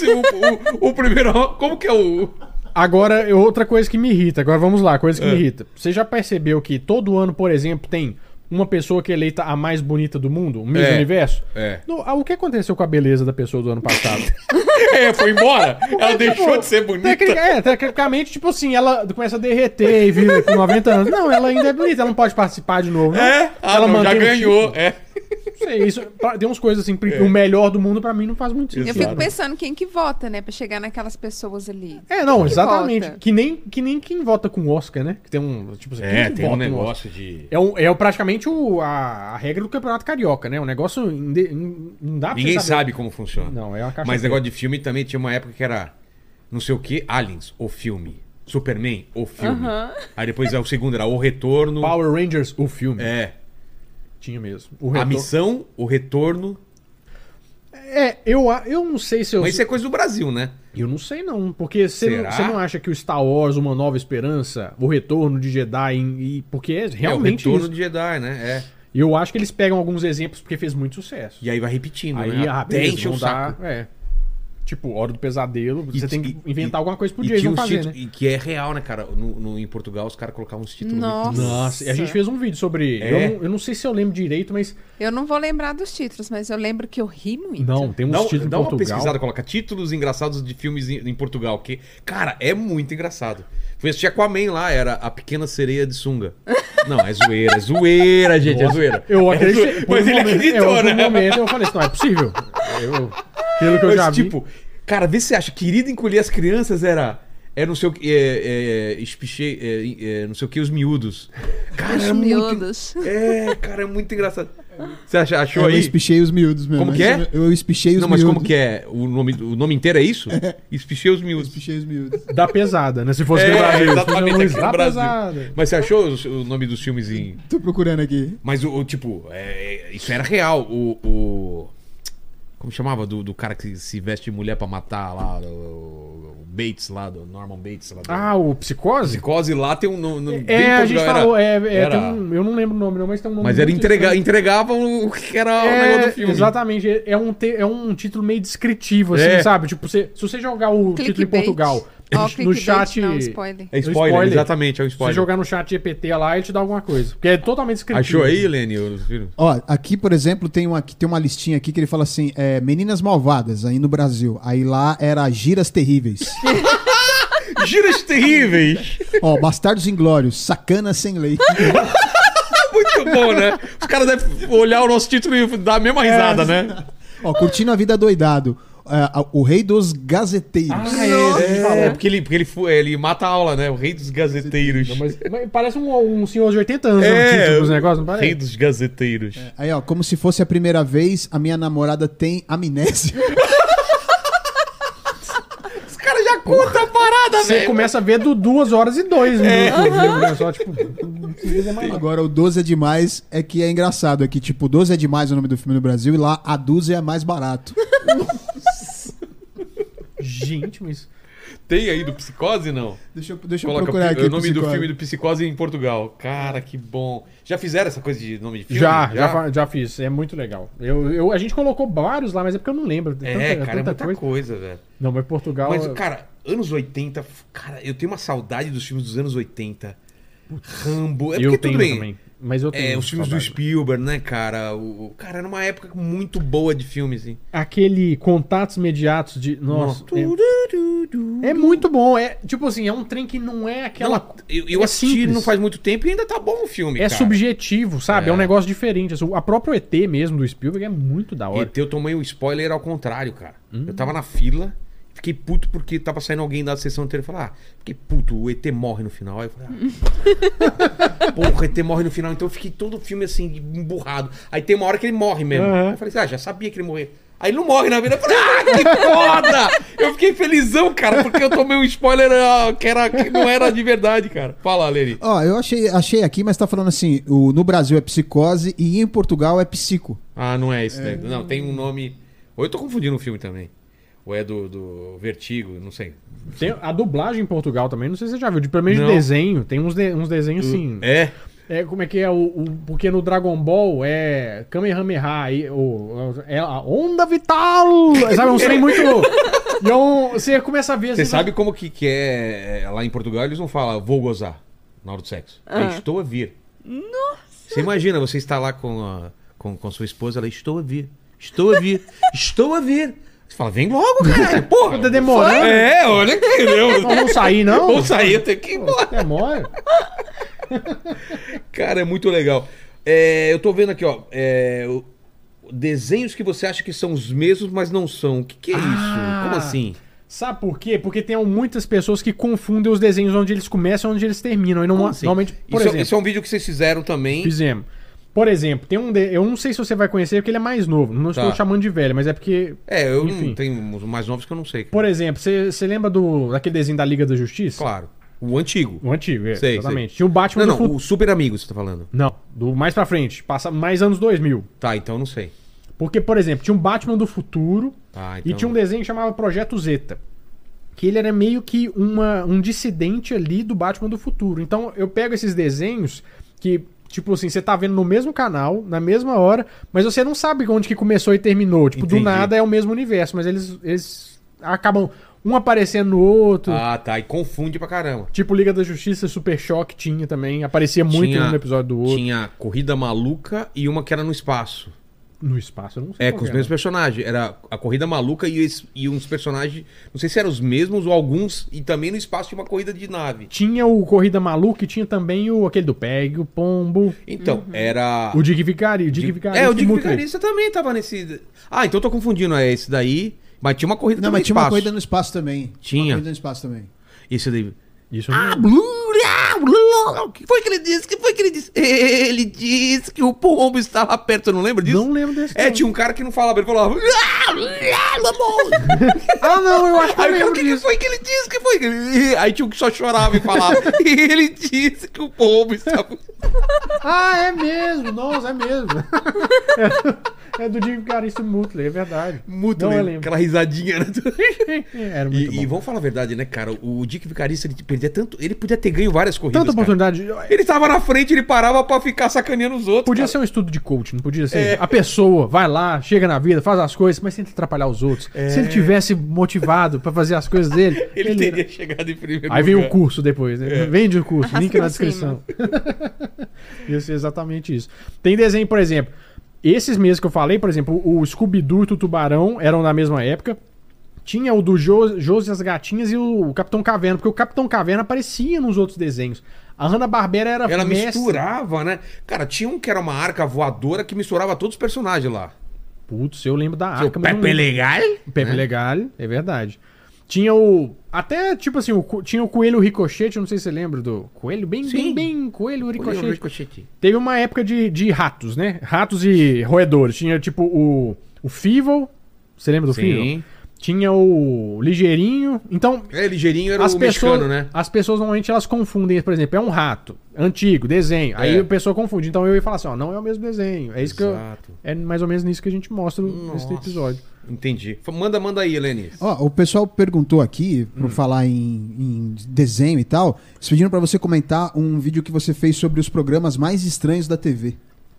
O primeiro amor. Como que é o.
Agora, outra coisa que me irrita. Agora vamos lá, coisa
É.
que me irrita. Você já percebeu que todo ano, por exemplo, tem uma pessoa que é eleita a mais bonita do mundo? O Miss
É.
Universo?
É.
O que aconteceu com a beleza da pessoa do ano passado?
Foi embora? Ela deixou de ser bonita.
Tecnicamente, tipo assim, ela começa a derreter e vira com 90 anos. Não, ela ainda é bonita, ela não pode participar de novo. Não.
Ela já
mantém o
ganhou.
título. Não sei, tem umas coisas assim, o melhor do mundo pra mim não faz muito sentido.
Eu fico pensando quem que vota, né? Pra chegar naquelas pessoas ali.
Não,
Quem
exatamente.
vota?
Que nem quem vota com o Oscar, né? Que tem um. Tipo assim, quem que
Tem um
vota no
negócio de.
Oscar? É praticamente a regra do Campeonato Carioca, né? Um negócio. Não dá pra
Ninguém
você saber.
sabe como funciona.
Não, é uma caixa
Mas
preta.
negócio de filme também tinha uma época que era não sei o que, Aliens, o filme. Superman, o filme. Aí depois o segundo era O Retorno.
Power Rangers, o filme.
É.
Tinha mesmo. O
A
retorno-
Missão, O Retorno.
Eu não sei se eu.
Mas isso é coisa do Brasil, né?
Eu não sei não, porque você
Será?
não acha que o Star Wars, Uma Nova Esperança, o Retorno de Jedi, porque é realmente
o Retorno
isso.
de Jedi, né? É.
E eu acho que eles pegam alguns exemplos porque fez muito sucesso.
E aí vai repetindo,
Aí
né? Até
beleza,
enche o
vão
saco.
dar, Tipo, Hora do Pesadelo, você tem que
E-
inventar alguma coisa pro
e tinha
Jason
uns
fazer,
títulos-
né?
E que é real, né, cara? Em Portugal os caras colocavam uns títulos.
Nossa.
Nossa, e a gente fez um vídeo sobre...
É?
Eu não sei se eu lembro direito, mas...
Eu não vou lembrar dos títulos, mas eu lembro que eu ri muito.
Não, tem uns títulos
Dá
em
uma
Portugal.
pesquisada, coloca títulos engraçados de filmes em Portugal. Que, cara, é muito engraçado. Fui assistir Aquaman lá, era A Pequena Sereia de Sunga. Não, é zoeira, gente, é zoeira.
Eu
É
acreditei.
Mas ele acreditou,
Por
né?
um momento eu falei assim, não é possível. Pelo que eu já
Mas,
vi...
tipo, Cara, vê se você acha. Querido Encolher as Crianças era não sei o que. Não sei o que, os miúdos. Cara,
Os
era
miúdos.
muito. Cara, é muito engraçado. Você achou
Eu
aí?
espichei os miúdos mesmo.
Como que é?
Eu espichei os
Não,
miúdos.
mas como que é? O nome inteiro é isso? Espichei os
Eu
miúdos.
espichei os miúdos.
Da pesada, né? Se fosse
É,
no Brasil.
exatamente,
Luiz,
aqui no
da
Brasil.
pesada.
Mas você achou o nome dos filmes em.
Tô procurando aqui.
Mas isso era real. Como chamava do cara que se veste de mulher pra matar lá? O Bates lá, do Norman Bates lá.
Ah, o Psicose?
Psicose lá tem um nome.
A gente falou,
era-
tem eu não lembro o nome não, mas tem um nome
Mas era
muito estranho.
entregava o que era o negócio do filme.
Exatamente, é um título meio descritivo, assim,
É.
sabe? Tipo, se você jogar o título em
Clickbait.
Portugal
Ó,
no
clickbait,
chat...
não, spoiler.
É spoiler,
spoiler.
exatamente, é um
Se você
spoiler.
jogar no chat GPT lá, ele te dá alguma coisa. Porque é totalmente descritivo.
Achou aí, Helene? os filmes?
Ó, aqui, por exemplo, tem uma listinha aqui que ele fala assim, Meninas Malvadas, aí no Brasil. Aí lá era Giras Terríveis.
Giras Terríveis!
Ó, Bastardos Inglórios, Sacana Sem Lei.
Muito bom, né? Os caras devem olhar o nosso título e dar a mesma risada, né?
Ó, Curtindo a Vida Doidado, O Rei dos Gazeteiros.
Ah, é,
Porque ele mata a aula, né? O rei dos gazeteiros.
mas parece um senhor de 80 anos, né, o título dos negócios, não parece?
Rei dos gazeteiros.
Aí, ó, Como Se Fosse a Primeira Vez, a minha namorada tem amnésia.
Os caras já curtam a parada,
Você
velho.
começa a ver do 2 horas e 2 minutos, né? Só, tipo, não precisa dizer mais nada.
Agora, o 12 é demais, é que é engraçado. É que, tipo, 12 é demais o nome do filme no Brasil e lá a 12 é mais barato.
Gente, mas...
Tem aí do Psicose, não?
Deixa eu
Coloca
procurar aqui
o nome do
Psicose.
filme do Psicose em Portugal. Cara, que bom. Já fizeram essa coisa de nome de filme?
Já fiz. É muito legal. A gente colocou vários lá, mas é porque eu não lembro. Tem
Cara, é muita coisa, velho.
Não, mas Portugal...
Mas, cara, anos 80, cara, eu tenho uma saudade dos filmes dos anos 80. Rambo. É
eu
porque
tenho
tudo bem.
também. Mas eu tenho
Os filmes do
saudade.
Spielberg, né, cara? Cara, era uma época muito boa de filmes, assim.
Aquele Contatos Imediatos de... Nossa, é muito bom. É, tipo assim, é um trem que não é aquela...
Não, eu
é
assisti
simples.
não faz muito tempo e ainda tá bom o filme,
É
cara.
subjetivo, sabe? É um
É.
negócio diferente. A própria ET mesmo do Spielberg é muito da hora.
ET eu tomei um spoiler ao contrário, cara. Eu tava na fila, fiquei puto porque tava saindo alguém da sessão inteira e falei, fiquei puto, o ET morre no final. Aí eu falei, porra, o ET morre no final. Então eu fiquei todo o filme assim, emburrado. Aí tem uma hora que ele morre mesmo.
Uhum.
Aí eu falei, já sabia que ele morria. Aí ele não morre na vida. Eu falei, que foda! Eu fiquei felizão, cara, porque eu tomei um spoiler que não era de verdade, cara. Fala, Leni.
Ó, eu achei aqui, mas tá falando assim, no Brasil é Psicose e em Portugal é Psico.
Ah, não é esse, né? Não, tem um nome... Ou eu tô confundindo o filme também. Ou é do Vertigo, não sei.
Tem a dublagem em Portugal também, não sei se você já viu. Pelo menos de
Não.
desenho, tem uns desenhos assim.
É?
Como é que é porque no Dragon Ball é Kamehameha, é a onda vital, sabe? É um trem muito... E você começa a ver...
Você
assim,
sabe como que é lá em Portugal? Eles não falam vou gozar na hora do sexo. É estou a vir. Nossa! Você imagina, você está lá com sua esposa, ela estou a vir. Estou a vir. Estou a vir. Você fala, vem logo, cara. Porra.
Tá demorando.
Olha aqui, meu.
Vamos sair, não?
Vamos sair, eu tenho que ir embora.
Demora.
Cara, é muito legal. Eu tô vendo aqui, ó. Desenhos que você acha que são os mesmos, mas não são. O que é isso? Como assim?
Sabe por quê? Porque tem muitas pessoas que confundem os desenhos onde eles começam e onde eles terminam. E não,
Como assim?
normalmente, por
Isso,
exemplo,
isso é um vídeo que vocês fizeram também.
fizemos. Por exemplo, tem eu não sei se você vai conhecer porque ele é mais novo. Não estou
Tá.
chamando de velho, mas é porque...
Eu
Enfim.
não tenho os mais novos que eu não sei.
Por exemplo, você lembra daquele desenho da Liga da Justiça?
Claro. O antigo.
O antigo,
Sei,
exatamente. Tinha o Batman
Não,
do futuro.
o Super Amigo você tá falando.
Não, do mais pra frente. Passa mais anos 2000.
Tá, então eu não sei.
Porque, por exemplo, tinha um Batman do futuro
Tá,
e
então...
tinha um desenho que chamava Projeto Zeta. Que ele era meio que um dissidente ali do Batman do futuro. Então eu pego esses desenhos que, tipo assim, você tá vendo no mesmo canal, na mesma hora, mas você não sabe onde que começou e terminou. Tipo,
Entendi.
do nada é o mesmo universo, mas eles acabam um aparecendo no outro.
Ah, tá. E confunde pra caramba.
Tipo, Liga da Justiça, Super Choque tinha também. Aparecia muito
Tinha-
um no episódio do outro.
Tinha Corrida Maluca e uma que era no espaço.
No espaço, eu não sei.
É,
qual
com os
que
mesmos personagens. Era a Corrida Maluca e uns personagens... Não sei se eram os mesmos ou alguns. E também no espaço tinha uma corrida de nave.
Tinha o Corrida Maluca e tinha também aquele do Pegue, o Pombo,
Então, era...
o Dick Vicarista. O Dick Vicarista.
o Dick
muito
Vicarista também tava nesse... Ah, então eu tô confundindo. É esse daí. Mas tinha uma corrida
Não,
também
mas tinha uma corrida no espaço também.
Tinha.
Uma corrida no espaço também.
Isso daí.
Isso
O que foi que ele disse? O que foi que ele disse? Ele disse que o pombo estava perto. Você não lembra disso?
Não lembro desse.
É, tinha um cara que não falava. Ele falava...
Ah, não, eu acho que eu
Aí o
lembro
que
disso.
foi que ele disse? Que foi que ele... Aí tinha um que só chorava e falava. Ele disse que o pombo estava...
Ah, é mesmo. Nossa, é mesmo. É do Jim Carista Mutley, é verdade.
Muito
Não, eu
lembro.
lembro.
Aquela risadinha, né?
Era muito
E
bom.
vamos falar a verdade, né, cara? O Dick Vicarista, ele perdia tanto... Ele podia ter ganho várias corridas,
Tanta
cara.
oportunidade.
Ele tava na frente, ele parava pra ficar sacaneando os outros.
Podia
cara.
ser um estudo de coaching, não podia ser. A pessoa vai lá, chega na vida, faz as coisas, mas tenta atrapalhar os outros. Se ele tivesse motivado pra fazer as coisas dele,
Ele teria chegado em primeiro
Aí vem o
lugar.
curso depois, né? Vende o curso,
Arrasta
link na
pra
descrição. Ia ser exatamente isso. Tem desenho, por exemplo, esses mesmos que eu falei, por exemplo, o Scooby-Doo e o Tubarão eram da mesma época. Tinha o do Josi e as Gatinhas e o Capitão Caverna, porque o Capitão Caverna aparecia nos outros desenhos. A Hanna-Barbera era
Ela
mestre.
misturava, né? Cara, tinha um que era uma arca voadora que misturava todos os personagens lá.
Putz, eu lembro da
Seu
Arca. mas não
Pepe
lembro.
Legal?
Pepe
né?
Legal, é verdade. Tinha o... Até, tipo assim, tinha o Coelho Ricochete, eu não sei se você lembra do... Coelho?
Sim.
Bem, Coelho Ricochete.
Ricochete.
Teve uma época de ratos, né? Ratos e roedores. Tinha, tipo, o Fievel. Você lembra do Fievel?
Sim.
Tinha o Ligeirinho. Então,
É, ligeirinho era
as
o
pessoas,
mexicano, né?
as pessoas normalmente elas confundem, por exemplo, é um rato antigo, desenho. Aí
É.
a pessoa confunde. Então eu ia falar assim, ó, não é o mesmo desenho. É isso que eu...
Exato.
É mais ou menos nisso que a gente mostra nesse
Nossa.
episódio.
Entendi. Manda aí, Helene.
Ó, o pessoal perguntou aqui, por falar em desenho e tal, eles pediram pra você comentar um vídeo que você fez sobre os programas mais estranhos da TV.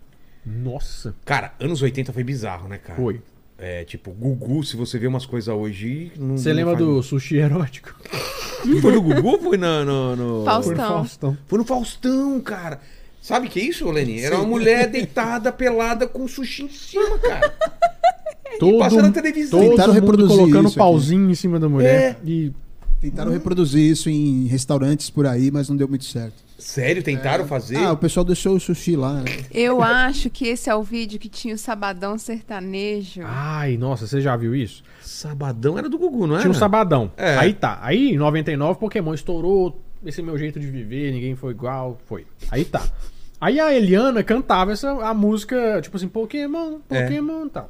Nossa,
Cara, anos 80 foi bizarro, né, cara?
foi.
É, tipo, Gugu, se você vê umas coisas hoje... Não,
Você
não
lembra
faz-
do sushi erótico?
Foi no Gugu ou foi no...
Faustão.
Foi no Faustão.
Foi no Faustão, cara. Sabe o que é isso, Leni? Era uma mulher deitada, pelada, com sushi em cima, cara. passando na televisão.
Todo
Tentaram
mundo
reproduzir
colocando
isso
pauzinho em cima da mulher. E
Tentaram reproduzir isso em restaurantes por aí, mas não deu muito certo.
Sério? Tentaram fazer?
Ah, o pessoal deixou o sushi lá, né?
Eu acho que esse é o vídeo que tinha o Sabadão Sertanejo.
Ai, nossa, você já viu isso?
Sabadão era do Gugu, não era?
Tinha um sabadão.
É.
Aí tá. Aí, em 99, Pokémon estourou. Esse é meu jeito de viver, ninguém foi igual. Foi. Aí tá. Aí a Eliana cantava a música, tipo assim, Pokémon e tal.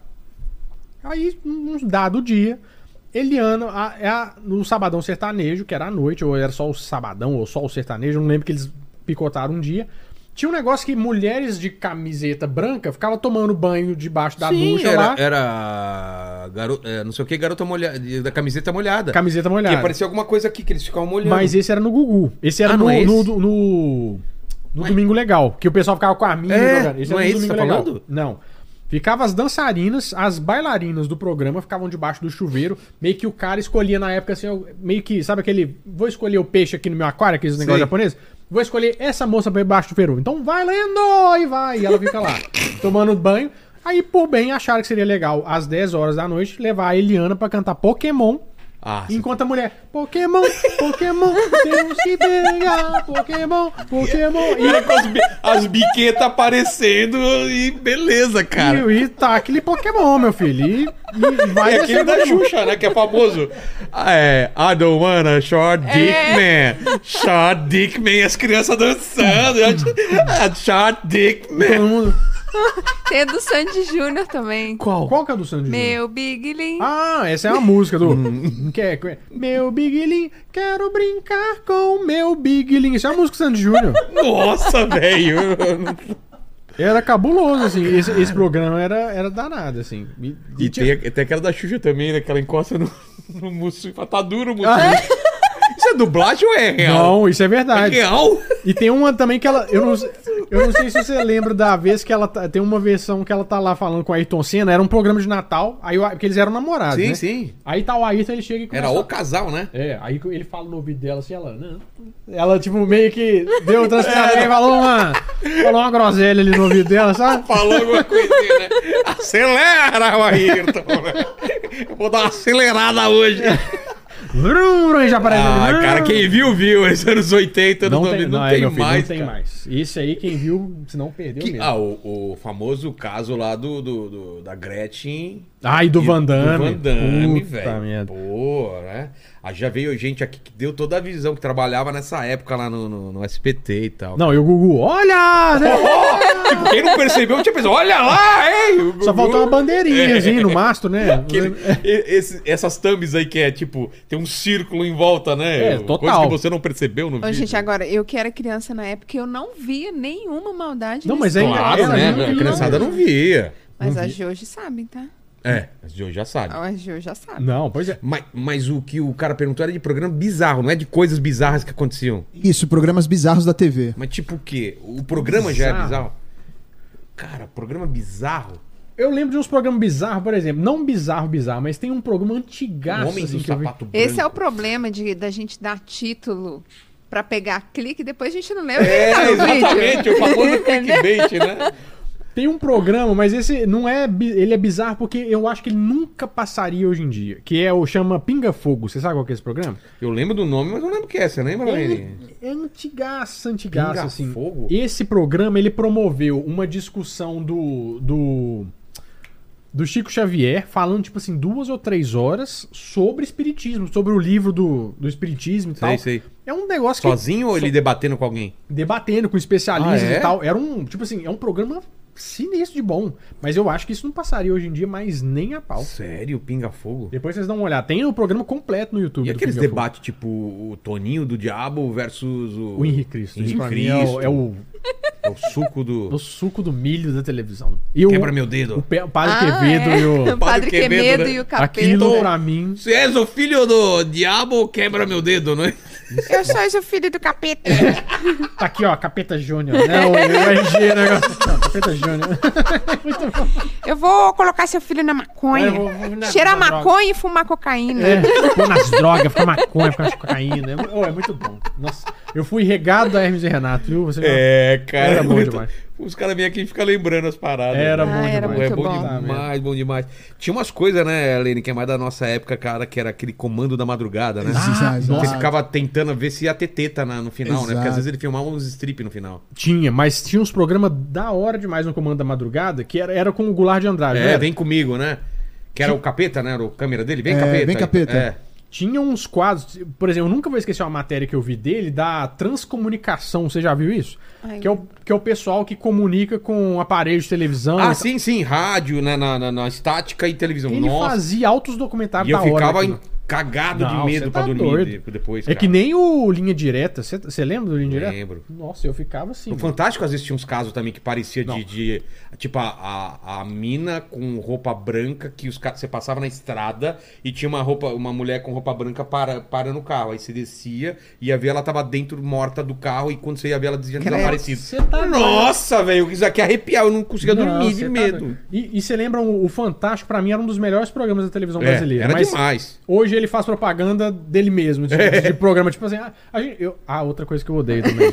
Aí, num dado dia, Eliana, no Sabadão Sertanejo, que era à noite, ou era só o Sabadão, ou só o Sertanejo, eu não lembro que eles picotaram um dia. Tinha um negócio que mulheres de camiseta branca ficavam tomando banho debaixo da
Sim,
ducha lá.
era não sei o que, garota molhada, da camiseta molhada.
Camiseta
Que
molhada.
aparecia alguma coisa aqui, que eles ficavam molhando.
Mas esse era no Gugu. Esse era
Ah,
no,
não é esse?
no Domingo Legal. Que o pessoal ficava com a arminha
É?
jogando. Esse
Não
era
é
no
esse que
Domingo
você tá
Legal.
falando?
Não. Ficava as dançarinas, as bailarinas do programa ficavam debaixo do chuveiro. Meio que o cara escolhia na época assim, meio que, sabe aquele. Vou escolher o peixe aqui no meu aquário, aqueles negócios japoneses. Vou escolher essa moça pra debaixo do chuveiro. Então vai lendo e vai. E ela fica lá, tomando banho. Aí, por bem, acharam que seria legal, às 10 horas da noite, levar a Eliana pra cantar Pokémon.
Ah,
Enquanto a mulher, Pokémon, Pokémon, temos que pegar, Pokémon, Pokémon.
E com as biquetas aparecendo e beleza, cara.
E tá aquele Pokémon, meu filho. E vai
É aquele
descer
da
Pokémon.
Xuxa, né? Que é famoso. I don't wanna short dick man. Short dick man. As crianças dançando. Short dick
Todo
man.
mundo...
Tem a do Sandy Júnior também.
Qual?
Qual que é do Sandy Júnior?
Meu Big Lin.
Ah, essa é a música do... Meu Big Lin, quero brincar com meu Big Lin. Isso é a música do Sandy Júnior.
Nossa, velho.
Era cabuloso, assim. Esse programa era danado, assim.
E tem aquela da Xuxa também, né? Que ela encosta no mousse e fala, tá duro o mousse. Isso é dublagem ou é real?
Não, isso é
É
verdade.
real?
E tem uma também que ela... Eu não sei se você lembra da vez que ela... Tem uma versão que ela tá lá falando com a Ayrton Senna. Era um programa de Natal. Aí, porque eles eram namorados,
Sim,
né?
sim.
Aí tá o Ayrton, ele chega e começa...
Era o casal, né?
É, aí ele fala no ouvido dela assim, ela... Não. Ela, tipo, meio que deu transpirador e falou uma groselha ali no ouvido dela, sabe?
Falou alguma coisinha, né? Acelera, o Ayrton, né? Eu vou dar uma acelerada hoje.
E já aparece ali.
Cara, quem viu, viu. Esses anos 80, anos 90, não tem
meu filho,
mais,
não tem
cara.
mais. Esse aí, quem viu, se não perdeu mesmo.
O famoso caso lá da Gretchen...
E do Van Damme.
Do Van Damme,
Puta
velho.
merda.
Pô, né? Aí já veio gente aqui que deu toda a visão, que trabalhava nessa época lá no SBT e tal.
Não, e o Gugu, olha! Né?
Tipo, quem não percebeu, tinha pensado, olha lá, hein? O
Só
Gugu.
faltou uma bandeirinha, assim, no mastro, né?
Essas thumbs aí que é, tipo, tem um círculo em volta, né?
É, total.
Coisa que você não percebeu no
Ô,
vídeo.
gente, agora, eu que era criança na época, eu não via nenhuma maldade.
Não, mas
nesse
é
Claro,
Ela
né?
não
A
via,
criançada não via.
Mas
não
as
vi.
de hoje sabem, tá?
As de hoje já sabe.
As de hoje já sabem.
Não, pois é.
Mas o que o cara perguntou era de programa bizarro, não é de coisas bizarras que aconteciam.
Isso, programas bizarros da TV.
Mas tipo o quê? O programa já é
Bizarro.
bizarro? Cara, programa bizarro?
Eu lembro de uns programas bizarros, por exemplo. Não bizarro, mas tem um programa antigaço,
Homens
assim,
do
que eu vi.
sapato branco.
Esse é o problema da gente dar título pra pegar clique e depois a gente não lembra quem tá no
Exatamente,
vídeo.
o famoso clickbait, né?
Tem um programa, mas esse não é... Ele é bizarro porque eu acho que ele nunca passaria hoje em dia. Que chama Pinga Fogo. Você sabe qual que é esse programa?
Eu lembro do nome, mas não lembro o que é. Você lembra, Lene?
É antigaço,
Pinga
assim.
Fogo?
Esse programa, ele promoveu uma discussão do Chico Xavier, falando, tipo assim, 2 ou 3 horas sobre espiritismo, sobre o livro do espiritismo e tal.
Sei.
É um negócio que...
Sozinho ou ele debatendo com alguém?
Debatendo com especialistas
Ah, é?
e tal. Era um, tipo assim, é um programa sinistro de bom. Mas eu acho que isso não passaria hoje em dia mais nem a pau.
Sério? Pinga Fogo?
Depois vocês dão uma olhada. Tem o programa completo no YouTube.
E
do
aqueles
Pinga Fogo.
debates, tipo, o Toninho do Diabo versus
O Henrique Cristo. Isso
Henrique
pra mim
Cristo.
é o
É o suco do...
suco do milho da televisão. E
Quebra meu dedo.
o Padre Quevedo e o...
Padre
Padre Quevedo,
Quevedo
né?
e o capeta.
Aquilo pra mim...
Se és o filho do diabo, quebra meu dedo, não é?
Eu sou o filho do capeta.
Tá aqui, ó, Capeta Júnior, né? O RG, negócio. Não, Capeta Júnior. Muito bom.
Eu vou colocar seu filho na maconha.
Vou na
Cheirar
droga.
maconha e fumar cocaína.
Pôr nas drogas, ficar maconha, ficar cocaína. É muito bom. Nossa, eu fui regado a Hermes e Renato, viu? Você
Cara.
Era bom
muito-
demais.
Os caras vêm aqui e ficam lembrando as paradas.
Era
né?
bom
era
demais.
É
muito
bom
bom.
demais, bom demais. Tinha umas coisas, né, Lene, que é mais da nossa época, cara, que era aquele comando da madrugada, né?
Exato.
Você ficava tentando ver se ia ter teta no final, né? Porque
Exato.
às vezes ele filmava uns strip no final.
Tinha, mas tinha uns programas da hora demais no Comando da Madrugada, que era com o Goulart de Andrade, né?
Vem comigo, né? Que era o capeta, né? Era o câmera dele. Vem,
É,
capeta.
vem, capeta.
É.
Tinha uns quadros, por exemplo, eu nunca vou esquecer uma matéria que eu vi dele da transcomunicação, você já viu isso?
Ai.
Que é o pessoal que comunica com aparelhos de televisão.
Ah,
e
sim, rádio, né? Na estática e televisão.
tal. Ele
Nossa.
fazia altos documentários
E eu
da hora.
ficava
daquilo.
cagado
Não,
de medo
você
pra
tá
dormir
doido.
depois,
É
cara.
que nem o Linha Direta. Você lembra do Linha Direta?
Lembro.
Nossa, eu ficava assim.
No Fantástico, às vezes, tinha uns casos também que parecia
Não.
de tipo, a mina com roupa branca, que você passava na estrada e tinha uma mulher com roupa branca parando o carro. Aí você descia, ia ver, ela tava dentro, morta do carro, e quando você ia ver, ela tinha desaparecido.
Você tá
Nossa, velho, isso aqui arrepiar, eu não conseguia dormir de
você tá
medo.
doido. E você lembra, o Fantástico, pra mim, era um dos melhores programas da televisão brasileira.
Era
mas
demais.
hoje ele faz propaganda dele mesmo, de programa. Tipo assim, outra coisa que eu odeio também.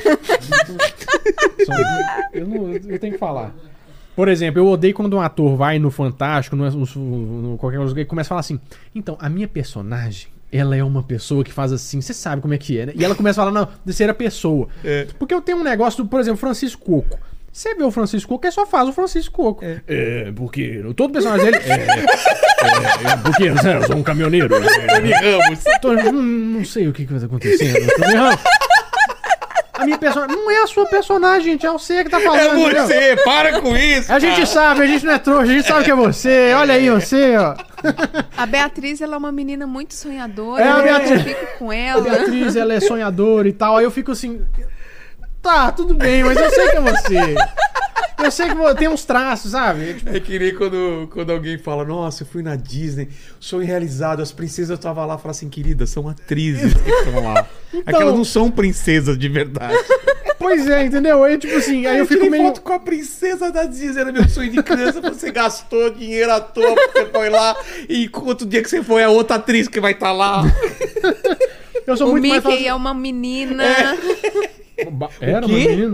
Eu tenho que falar. Por exemplo, eu odeio quando um ator vai no Fantástico, no qualquer coisa, e começa a falar assim: então, a minha personagem, ela é uma pessoa que faz assim, você sabe como é que é, né? E ela começa a falar, não, de ser a pessoa. Porque eu tenho um negócio do, por exemplo, Francisco Coco. Você vê o Francisco Coco, ele só faz o Francisco Coco. Porque todo personagem dele. Porque eu sou um caminhoneiro.
Tony Ramos.
Não sei o que vai acontecendo. Tony Ramos. A minha personagem. Não é a sua personagem, gente. É você que tá falando.
É
entendeu?
você, para com isso.
A gente sabe, a gente não é trouxa, a gente sabe que é você. Olha aí, você, ó.
A Beatriz, ela é uma menina muito sonhadora.
É, a Beatriz-
Eu fico com
A
ela.
Beatriz, ela é sonhadora e tal. Aí eu fico assim. Tá, tudo bem, mas eu sei que é você. Eu sei que tem uns traços, sabe? Tipo,
É que nem quando alguém fala, nossa, eu fui na Disney, sonho realizado, as princesas estavam lá, fala assim, querida, são atrizes que estão lá. Aquelas não são princesas de verdade.
pois é, entendeu? Aí, tipo assim, aí eu fico
tirei
meio.
foto com a princesa da Disney, era meu sonho de criança, você gastou dinheiro à toa, você foi lá, e outro dia que você foi, é outra atriz que vai estar lá.
Eu sou
O
muito mais
Mickey
fácil.
é uma menina.
Era
O
uma
quê?
menina.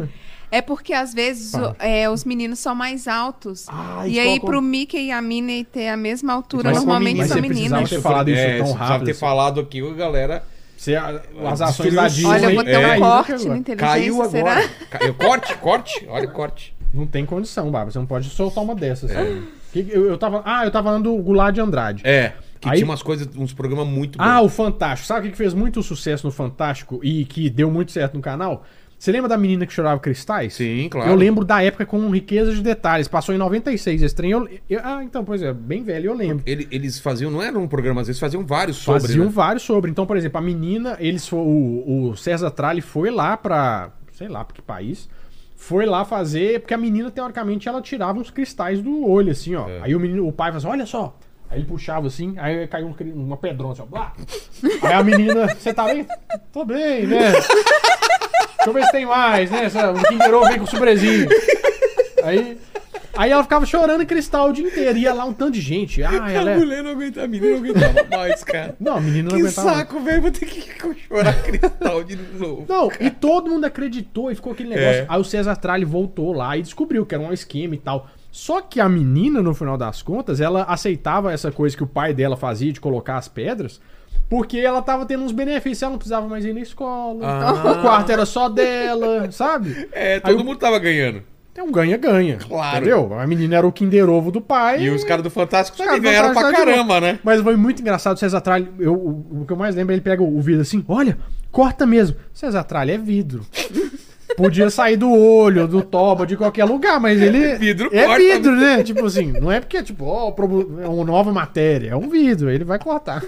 É porque às vezes
Fala.
os meninos são mais altos.
Ah,
E
isso
aí
coloca-
pro Mickey e a Minnie ter a mesma altura,
Mas
normalmente
mas
são
você precisava
meninas.
ter falado isso tão
você precisava
rápido.
ter
assim.
falado aqui, ô, galera.
As ações da Disney...
Olha, eu vou ter um
caíram
corte
agora.
na inteligência,
Caiu
será?
agora. Corte. Olha o corte.
Não tem condição, Bárbara. Você não pode soltar uma dessas. Eu tava falando do Goulart de Andrade.
Que
Aí-
tinha umas coisas, uns programas muito bons.
Ah, o Fantástico. Sabe o que fez muito sucesso no Fantástico e que deu muito certo no canal? Você lembra da menina que chorava cristais?
Sim, claro.
Eu lembro da época com riqueza de detalhes. Passou em 96 esse trem. Então, pois é, bem velho, eu lembro.
Eles faziam, não era um programa, às vezes faziam vários sobre,
Faziam
né?
vários sobre. Então, por exemplo, a menina, o César Tralli foi lá pra... sei lá pra que país. Foi lá fazer... Porque a menina, teoricamente, ela tirava uns cristais do olho, assim, ó. Aí o pai falou assim, olha só. Aí ele puxava assim, aí caiu uma pedrona, assim, ó. Blá. Aí a menina, você tá bem? Tô bem, né? Deixa eu ver se tem mais, né? O Kinder Ovo vem com surpresinha. Aí ela ficava chorando em cristal o dia inteiro. Ia lá um tanto de gente.
A mulher não aguentava, a menina não aguentava mais, cara.
Não, a menina não
Que
aguentava.
saco, velho, vou ter que chorar cristal de novo.
Não, e todo mundo acreditou e ficou aquele negócio.
É.
Aí o César Tralli voltou lá e descobriu que era um esquema e tal. Só que a menina, no final das contas, ela aceitava essa coisa que o pai dela fazia de colocar as pedras, porque ela tava tendo uns benefícios. Ela não precisava mais ir na escola. O quarto era só dela, sabe?
Todo mundo tava ganhando.
É um ganha-ganha.
Claro.
Entendeu? A menina era o Kinder Ovo do pai.
E os caras do Fantástico
Os
também
caras
ganharam pra
Fantástico
caramba, né?
Mas foi muito engraçado. O César Tralli, o que eu mais lembro, ele pega o vidro assim, olha, corta mesmo. César Tralli é vidro. Podia sair do olho, do toba, de qualquer lugar, mas ele
Vidro
é
corta.
vidro, né? Tipo assim, não é porque, tipo, é uma nova matéria, é um vidro, ele vai cortar.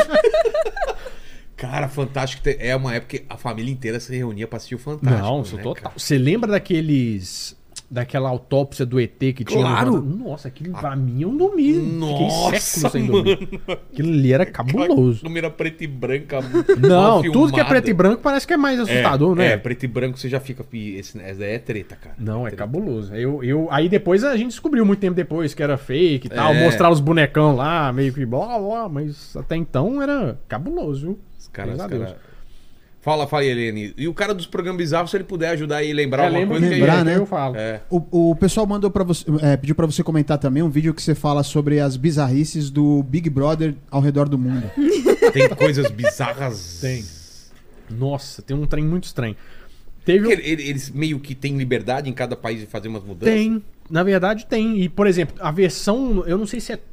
Cara, Fantástico é uma época que a família inteira se reunia pra assistir o Fantástico.
Não,
né,
isso total.
cara?
Você lembra daquela autópsia do ET que tinha?
Claro.
Nossa, aquilo pra mim eu não dormi.
Nossa,
Fiquei séculos sem dormir. Aquilo ali era cabuloso.
Câmera preta e branca.
Não,
mal
tudo que é
filmada.
preto e branco parece que é mais assustador, né?
Preto e branco você já fica. Essa é treta, cara.
Não, é
treta.
cabuloso. Aí depois a gente descobriu muito tempo depois que era fake e tal,
É.
mostrar os bonecão lá, meio que blá blá, mas até então era cabuloso, viu?
Os caras.
Pesadelo.
Fala, Helene. E o cara dos programas bizarros, se ele puder ajudar aí e lembrar alguma
lembra
coisa
que
que
lembrar, né?
eu falo.
É.
O pessoal mandou para você, pediu pra você comentar também um vídeo que você fala sobre as bizarrices do Big Brother ao redor do mundo.
Tem coisas bizarras.
Tem. Nossa, tem um trem muito estranho. Teve
Porque eles meio que têm liberdade em cada país de fazer umas mudanças?
Tem, na verdade tem. E, por exemplo, a versão, eu não sei se é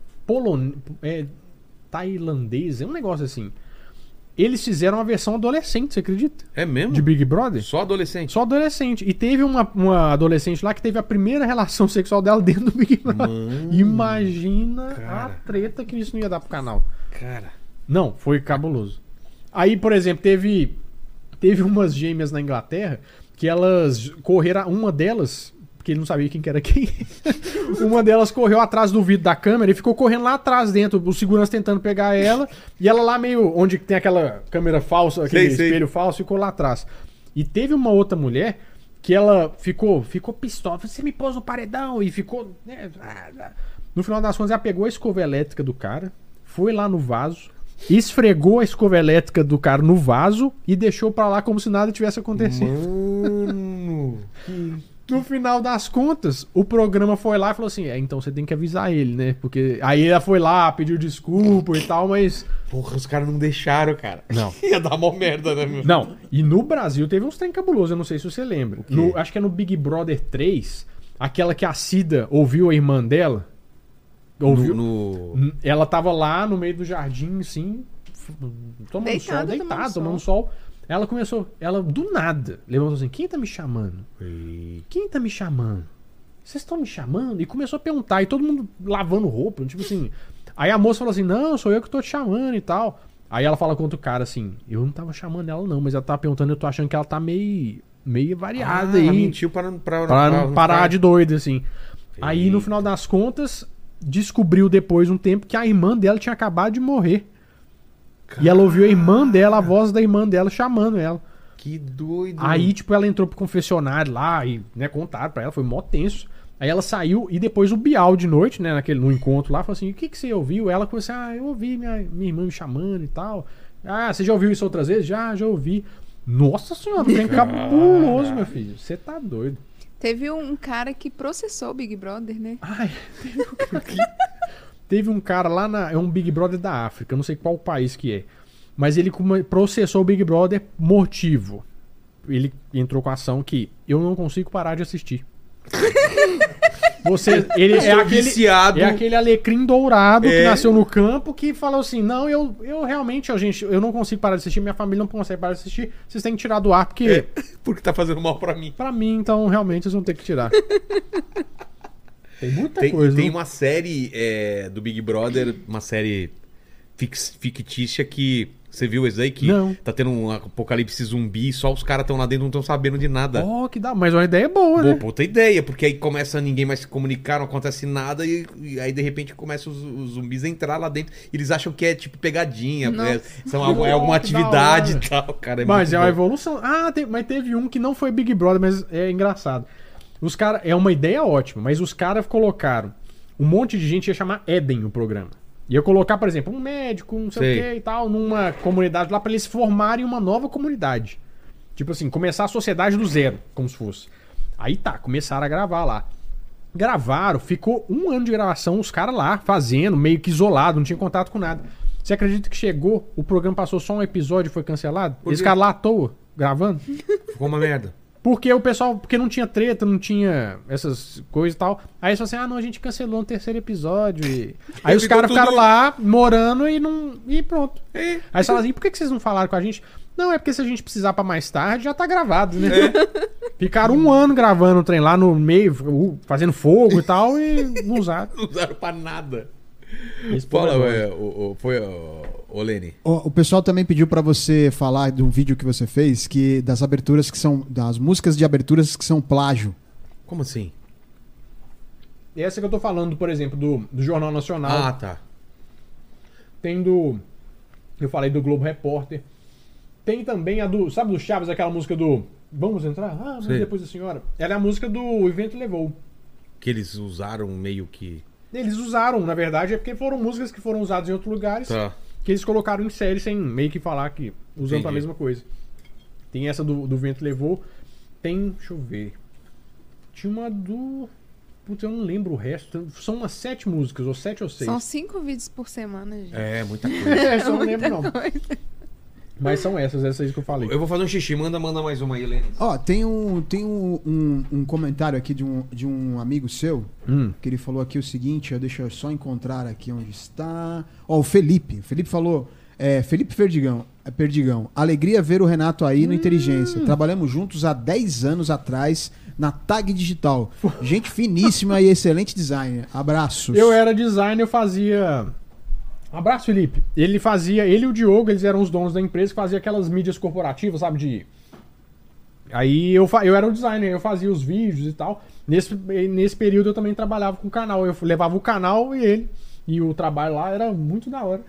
tailandês, é um negócio assim. Eles fizeram uma versão adolescente, você acredita?
É mesmo?
De Big Brother?
Só adolescente?
Só adolescente. E teve uma adolescente lá que teve a primeira relação sexual dela dentro do Big Brother. Imagina
cara.
a treta que isso não ia dar pro canal.
Cara.
Não, foi cabuloso. Aí, por exemplo, teve umas gêmeas na Inglaterra que elas correram, uma delas, porque ele não sabia quem que era quem, uma delas correu atrás do vidro da câmera e ficou correndo lá atrás dentro, o segurança tentando pegar ela, e ela lá meio, onde tem aquela câmera falsa, aquele
Sei.
espelho falso, ficou lá atrás. E teve uma outra mulher que ela ficou pistola, você me pôs no paredão, e ficou... né, no final das contas, ela pegou a escova elétrica do cara, foi lá no vaso, esfregou a escova elétrica do cara no vaso e deixou pra lá como se nada tivesse acontecido.
Mano.
No final das contas, o programa foi lá e falou assim, então você tem que avisar ele, né? Porque aí ela foi lá, pediu desculpa e tal, mas...
Porra, os caras não deixaram, cara.
Não.
Ia dar mó merda, né, meu?
Não, e no Brasil teve uns trem cabulosos, eu não sei se você lembra. Acho que é no Big Brother 3, aquela que a Cida ouviu a irmã dela. Ouviu? Ela tava lá no meio do jardim, assim, tomando sol, deitada, tomando sol. Ela começou, do nada, levantou assim, quem tá me chamando? Quem tá me chamando? Vocês estão me chamando? E começou a perguntar, e todo mundo lavando roupa, tipo assim. Aí a moça falou assim, não, sou eu que tô te chamando e tal. Aí ela fala com outro cara assim, eu não tava chamando ela não, mas ela tava perguntando, eu tô achando que ela tá meio variada aí.
Ela mentiu pra não
parar de doida, assim. Aí no final das contas, descobriu depois um tempo que a irmã dela tinha acabado de morrer. E ela ouviu a irmã dela, a voz da irmã dela chamando ela.
Que doido.
Aí, tipo, ela entrou pro confessionário lá e, né, contaram pra ela, foi mó tenso. Aí ela saiu e depois o Bial de noite, né, no encontro lá, falou assim, o que você ouviu? Ela começou assim, eu ouvi minha irmã me chamando e tal. Ah, você já ouviu isso outras vezes? Já ouvi. Nossa senhora, tem cabuloso, meu filho. Você tá doido.
Teve um cara que processou o Big Brother, né?
Ai, teve um cara lá é um Big Brother da África, eu não sei qual país que é. Mas ele processou o Big Brother motivo. Ele entrou com a ação que eu não consigo parar de assistir. Ele é aquele alecrim dourado que nasceu no campo que falou assim: não, eu realmente, gente, eu não consigo parar de assistir, minha família não consegue parar de assistir, vocês têm que tirar do ar, porque
porque tá fazendo mal pra mim.
Pra mim, então realmente vocês vão ter que tirar. Tem muita coisa.
Tem uma série do Big Brother, uma série fictícia que... Você viu isso aí? Que
não.
Tá tendo um apocalipse zumbi e só os caras estão lá dentro, não estão sabendo de nada.
Oh, que dá. Mas uma ideia boa, né?
Puta ideia, porque aí começa ninguém mais se comunicar, não acontece nada e aí de repente começam os zumbis a entrar lá dentro. E eles acham que é tipo pegadinha, é alguma atividade e tal, cara.
Mas é uma evolução. Mas teve um que não foi Big Brother, mas é engraçado. Os caras, é uma ideia ótima, mas os caras colocaram um monte de gente, ia chamar Éden o programa. Ia colocar, por exemplo, um médico, não sei o que e tal, numa comunidade lá pra eles formarem uma nova comunidade. Tipo assim, começar a sociedade do zero, como se fosse. Aí começaram a gravar lá. Gravaram, ficou 1 ano de gravação, os caras lá fazendo, meio que isolado, não tinha contato com nada. Você acredita que chegou, o programa passou só um episódio e foi cancelado? Eles ficaram lá à toa, gravando.
Ficou uma merda.
Porque o pessoal, porque não tinha treta, não tinha essas coisas e tal. Aí eles falaram assim, não, a gente cancelou no 3º episódio. Aí os caras ficaram lá, morando e pronto. Aí eles falaram assim, por que vocês não falaram com a gente? Não, é porque se a gente precisar pra mais tarde, já tá gravado, né? Ficaram 1 ano gravando o trem lá no meio, fazendo fogo e tal, e não usaram.
Não usaram pra nada.
Fala,
Lene.
O pessoal também pediu pra você falar de um vídeo que você fez, que das aberturas que são, das músicas de aberturas que são plágio.
Como assim?
Essa que eu tô falando, por exemplo, do Jornal Nacional.
Ah, tá.
Tem eu falei do Globo Repórter. Tem também a sabe do Chaves, aquela música do Vamos Entrar? Mas depois da senhora. Ela é a música do O Vento Levou.
Que eles usaram meio que...
Eles usaram, na verdade, é porque foram músicas que foram usadas em outros lugares, que eles colocaram em série sem meio que falar que usando a mesma coisa. Tem essa do Vento Levou. Tem, deixa eu ver. Tinha uma do... Putz, eu não lembro o resto. São umas 7 músicas, ou 7 ou 6.
São 5 vídeos por semana, gente.
É, muita coisa.
Eu só não lembro, não. Mas são essas que eu falei.
Eu vou fazer um xixi, manda mais uma aí, Helene.
Ó, tem um comentário aqui de um amigo seu, que ele falou aqui o seguinte, deixa eu só encontrar aqui onde está. Ó, o Felipe. O Felipe falou, Felipe Perdigão, alegria ver o Renato aí no Inteligência. Trabalhamos juntos há 10 anos atrás na Tag Digital. Gente finíssima e excelente designer. Abraços.
Eu era designer, eu fazia... Abraço, Felipe. Ele e o Diogo, eles eram os donos da empresa que faziam aquelas mídias corporativas, sabe? Aí eu era o designer, eu fazia os vídeos e tal. Nesse período eu também trabalhava com o canal. Eu levava o canal e ele. E o trabalho lá era muito da hora.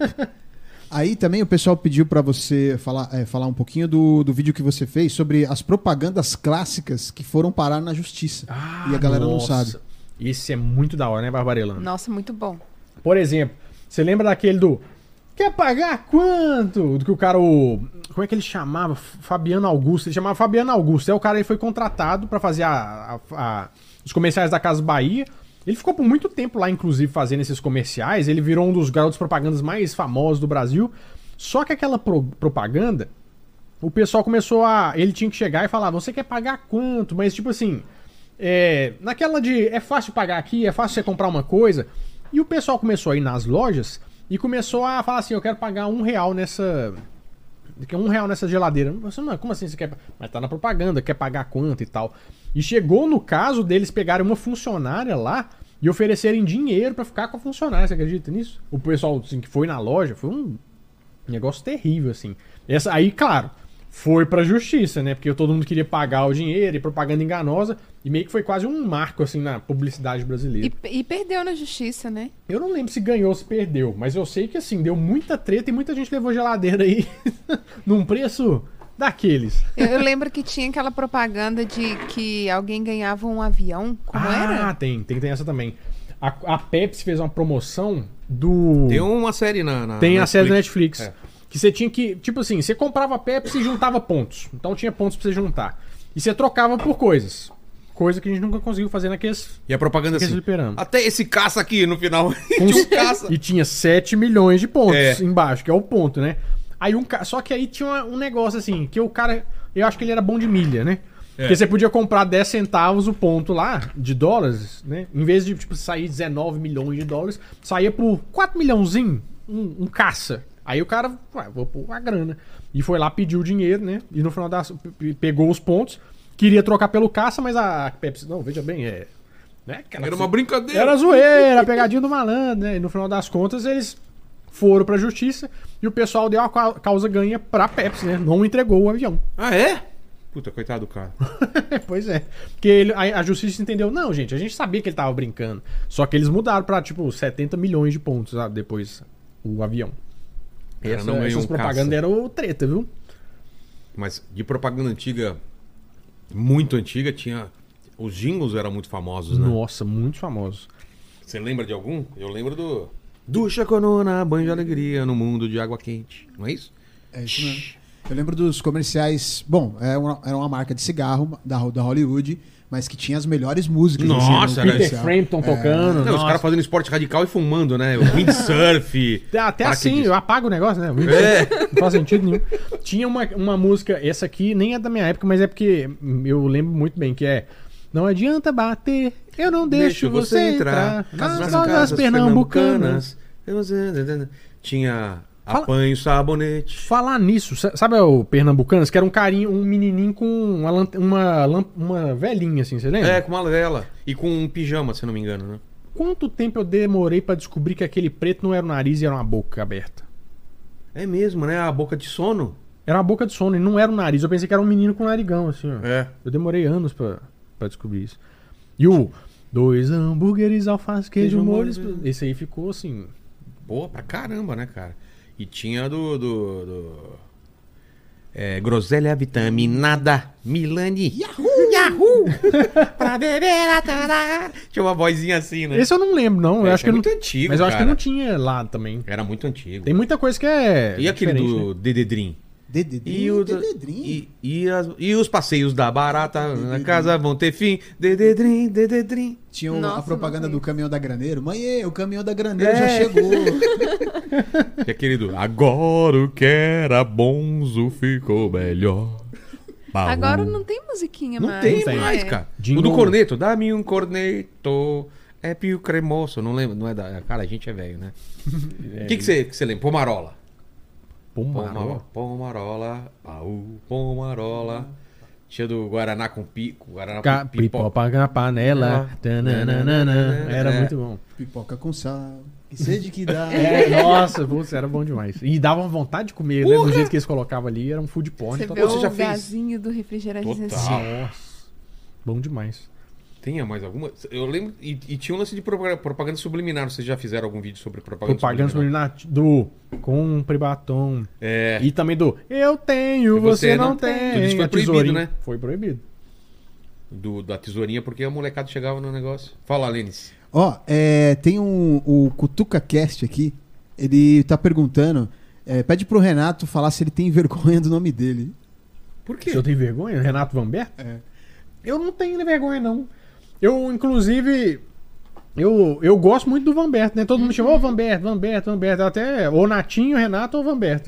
Aí também o pessoal pediu pra você falar um pouquinho do vídeo que você fez sobre as propagandas clássicas que foram parar na justiça. E a galera não sabe.
Esse é muito da hora, né, Barbarelano?
Nossa, muito bom.
Por exemplo, você lembra daquele do... Quer pagar quanto? Do que o cara... Como é que ele chamava? Fabiano Augusto. Ele chamava Fabiano Augusto. O cara ele foi contratado pra fazer os comerciais da Casa Bahia. Ele ficou por muito tempo lá, inclusive, fazendo esses comerciais. Ele virou um dos garotos propagandas mais famosos do Brasil. Só que aquela propaganda, o pessoal começou a... Ele tinha que chegar e falar, você quer pagar quanto? Mas tipo assim, naquela de é fácil pagar aqui, é fácil você comprar uma coisa. E o pessoal começou a ir nas lojas e começou a falar assim, eu quero pagar R$1 nessa... R$1 nessa geladeira. Não, como assim você quer... Mas tá na propaganda, quer pagar quanto e tal. E chegou no caso deles pegarem uma funcionária lá e oferecerem dinheiro pra ficar com a funcionária. Você acredita nisso? O pessoal assim, que foi na loja, foi um negócio terrível, assim. Aí, claro, foi pra justiça, né? Porque todo mundo queria pagar o dinheiro e propaganda enganosa. E meio que foi quase um marco, assim, na publicidade brasileira.
E perdeu na justiça, né?
Eu não lembro se ganhou ou se perdeu. Mas eu sei que, assim, deu muita treta e muita gente levou geladeira aí num preço daqueles.
Eu lembro que tinha aquela propaganda de que alguém ganhava um avião. Como era?
Ah, tem essa também. A Pepsi fez uma promoção do...
Tem uma série na
Tem
Netflix.
A série da Netflix. Que você tinha que... Tipo assim, você comprava Pepsi e juntava pontos. Então tinha pontos pra você juntar. E você trocava por coisas. coisa que a gente nunca conseguiu fazer naqueles...
E a propaganda assim,
fliperama.
até esse caça aqui no final. Tinha um caça.
E tinha 7 milhões de pontos
É.
embaixo, que é o ponto, né? Aí só que aí tinha um negócio assim, que o cara... Eu acho que ele era bom de milha, né? Porque você podia comprar 10 centavos o ponto lá, de dólares, né? Em vez de, tipo, sair 19 milhões de dólares, saía por 4 milhãozinho, um caça. Aí o cara, vou pôr a grana. E foi lá, pediu o dinheiro, né? E no final pegou os pontos, queria trocar pelo caça, mas a Pepsi... Não, veja bem, né?
Era uma brincadeira.
Era zoeira, pegadinha do malandro, né? E no final das contas, eles foram pra justiça e o pessoal deu a causa ganha pra Pepsi, né? Não entregou o avião.
Ah, é? Puta, coitado do cara.
Pois é. Porque a justiça entendeu, não, gente, a gente sabia que ele tava brincando. Só que eles mudaram pra, tipo, 70 milhões de pontos depois o avião.
Cara, não ganhou
Essas
um
propagandas
caça.
eram treta, viu?
Mas de propaganda antiga, muito antiga, tinha... Os jingles eram muito famosos, né?
Nossa, muito famosos.
Você lembra de algum? Eu lembro do... Ducha Corona, banho de alegria no mundo de água quente. Não é isso?
É isso mesmo. Eu lembro dos comerciais. Bom, era uma marca de cigarro da Hollywood, mas que tinha as melhores músicas.
Nossa,
assim, no
era
Peter
comercial.
Frampton tocando.
Não, os
nossa.
caras fazendo esporte radical e fumando, né? O windsurf.
Até
Parque
assim,
de-
eu apago o negócio, né? Não faz sentido nenhum. Tinha uma música, essa aqui nem é da minha época, mas é porque eu lembro muito bem, que é Não adianta bater, eu não deixo você entrar nas casas pernambucanas.
Tinha
Fala-
apanho, sabonete.
Falar nisso, sabe o Pernambucanas? Que era um menininho com uma velhinha, assim, você lembra?
É, com uma vela. E com um pijama, se eu não me engano, né?
Quanto tempo eu demorei pra descobrir que aquele preto não era o nariz e era uma boca aberta?
É mesmo, né? A boca de sono.
Era uma boca de sono e não era o nariz. Eu pensei que era um menino com narigão, assim, ó.
É.
Eu demorei anos pra descobrir isso. E o 2 hambúrgueres, alface, queijo,
Queijo,
molho.
molho.
Esse aí ficou assim.
Boa pra caramba, né, cara? E tinha groselha vitaminada Milani. Yahoo! Pra beber a tará. Tinha uma vozinha assim, né?
Esse eu não lembro, não. Eu
Esse
acho que
é
não...
muito antigo,
Mas eu acho que
cara.
não tinha lá também.
Era muito antigo.
Tem muita coisa que é.
E aquele
diferente,
do
né?
Dededrim?
Dededrim.
E os passeios da barata na casa vão ter fim. Dededrim.
Tinha
Nossa,
a propaganda
não
do caminhão da Graneiro. Mãe, o caminhão da Graneiro
É.
já chegou.
E aquele do agora o que era bonzo ficou melhor. Baú.
Agora não tem musiquinha
Não
mais.
tem
tem.
mais,
É.
cara.
Jingle.
O do corneto, dá-me um corneto. É pio cremoso. Não lembro, não é da. Cara, a gente é velho, né? O que você lembra? Pomarola. Pomarola. Baú, Pomarola. Tinha do Guaraná com pico. Guaraná com
Pipoca na panela. Tananana. Era muito bom.
Pipoca com sal. Que sede que dá.
Nossa, putz, era bom demais. E dava vontade de comer, né? Do jeito que eles colocavam ali, era um food porn.
Você
total.
vê
Você já
o
fez?
gazinho do refrigerante
Total.
assim.
Nossa. Bom demais.
Tinha mais alguma? Eu lembro. E tinha um lance de propaganda subliminar. Vocês já fizeram algum vídeo sobre propaganda
Propaganda
subliminar?
do Compre batom.
É.
E também do Eu tenho,
E
você não tem.
Tudo isso foi
A
proibido,
tesourinha.
né?
Foi proibido.
Da tesourinha, porque a molecada chegava no negócio. Fala, Lênis.
Ó, tem o CutucaCast aqui. Ele tá perguntando. Pede pro Renato falar se ele tem vergonha do nome dele.
Por quê?
Se eu tenho vergonha? Renato Vamberto?
É.
Eu não tenho vergonha, não. Eu, inclusive... Eu gosto muito do Vamberto, né? Todo mundo chama, ô Vamberto. Até ou Natinho, Renato ou Vamberto.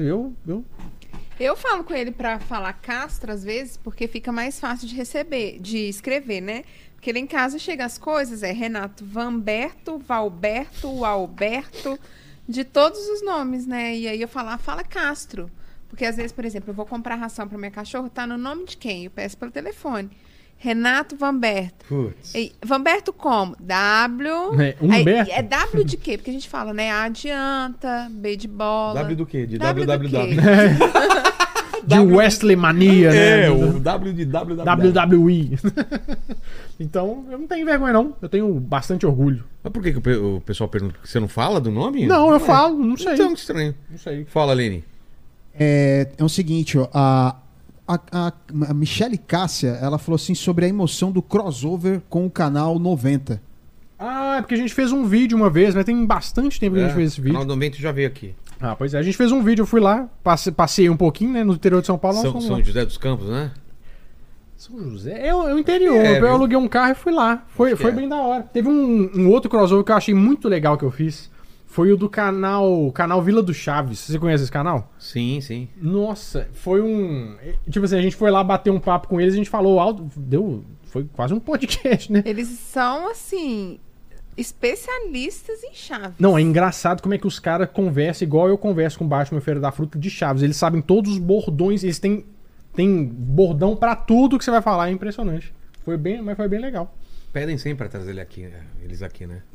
Eu falo com ele pra falar Castro às vezes, porque fica mais fácil de escrever, né? Porque lá em casa chega as coisas, Renato Vamberto, Valberto, Alberto, de todos os nomes, né? E aí eu falo, fala Castro. Porque às vezes, por exemplo, eu vou comprar ração pra minha cachorro, tá no nome de quem? Eu peço pelo telefone. Renato Vamberto.
Putz.
E, Vamberto como? W.
Humberto?
Aí, é W de quê? Porque a gente fala, né? A de anta, B de bola.
W do quê? De
W do
www.
quê?
De Wesley Mania, né?
o W de www.
WWE. Então, eu não tenho vergonha, não. Eu tenho bastante orgulho.
Mas por que o pessoal pergunta? Você não fala do nome?
Não, eu falo, não sei.
Então, que estranho.
Não sei.
Fala, Lene.
É o seguinte, ó. A Michele Cássia, ela falou assim sobre a emoção do crossover com o canal 90.
Ah, é porque a gente fez um vídeo uma vez, mas tem bastante tempo que a gente fez esse
O
vídeo.
canal do Vento já veio aqui.
Ah, pois é. A gente fez um vídeo, eu fui lá, passei um pouquinho, né, no interior de São Paulo. nós
São
fomos
São
lá.
José dos Campos, né?
São José? É o interior.
É,
eu
viu?
aluguei um carro e fui lá. Foi
que é.
bem da hora. Teve um outro crossover que eu achei muito legal que eu fiz. Foi o do canal Vila do Chaves. Você conhece esse canal?
Sim, sim.
Nossa, foi um... Tipo assim, a gente foi lá bater um papo com eles, a gente falou alto... Foi quase um podcast, né?
Eles são, assim, especialistas em Chaves.
Não, é engraçado como é que os caras conversam igual eu converso com o Batman Feira da Fruta de Chaves. Eles sabem todos os bordões, eles têm bordão pra tudo que você vai falar, é impressionante. Mas foi bem legal.
Pedem sempre pra trazer eles aqui, né?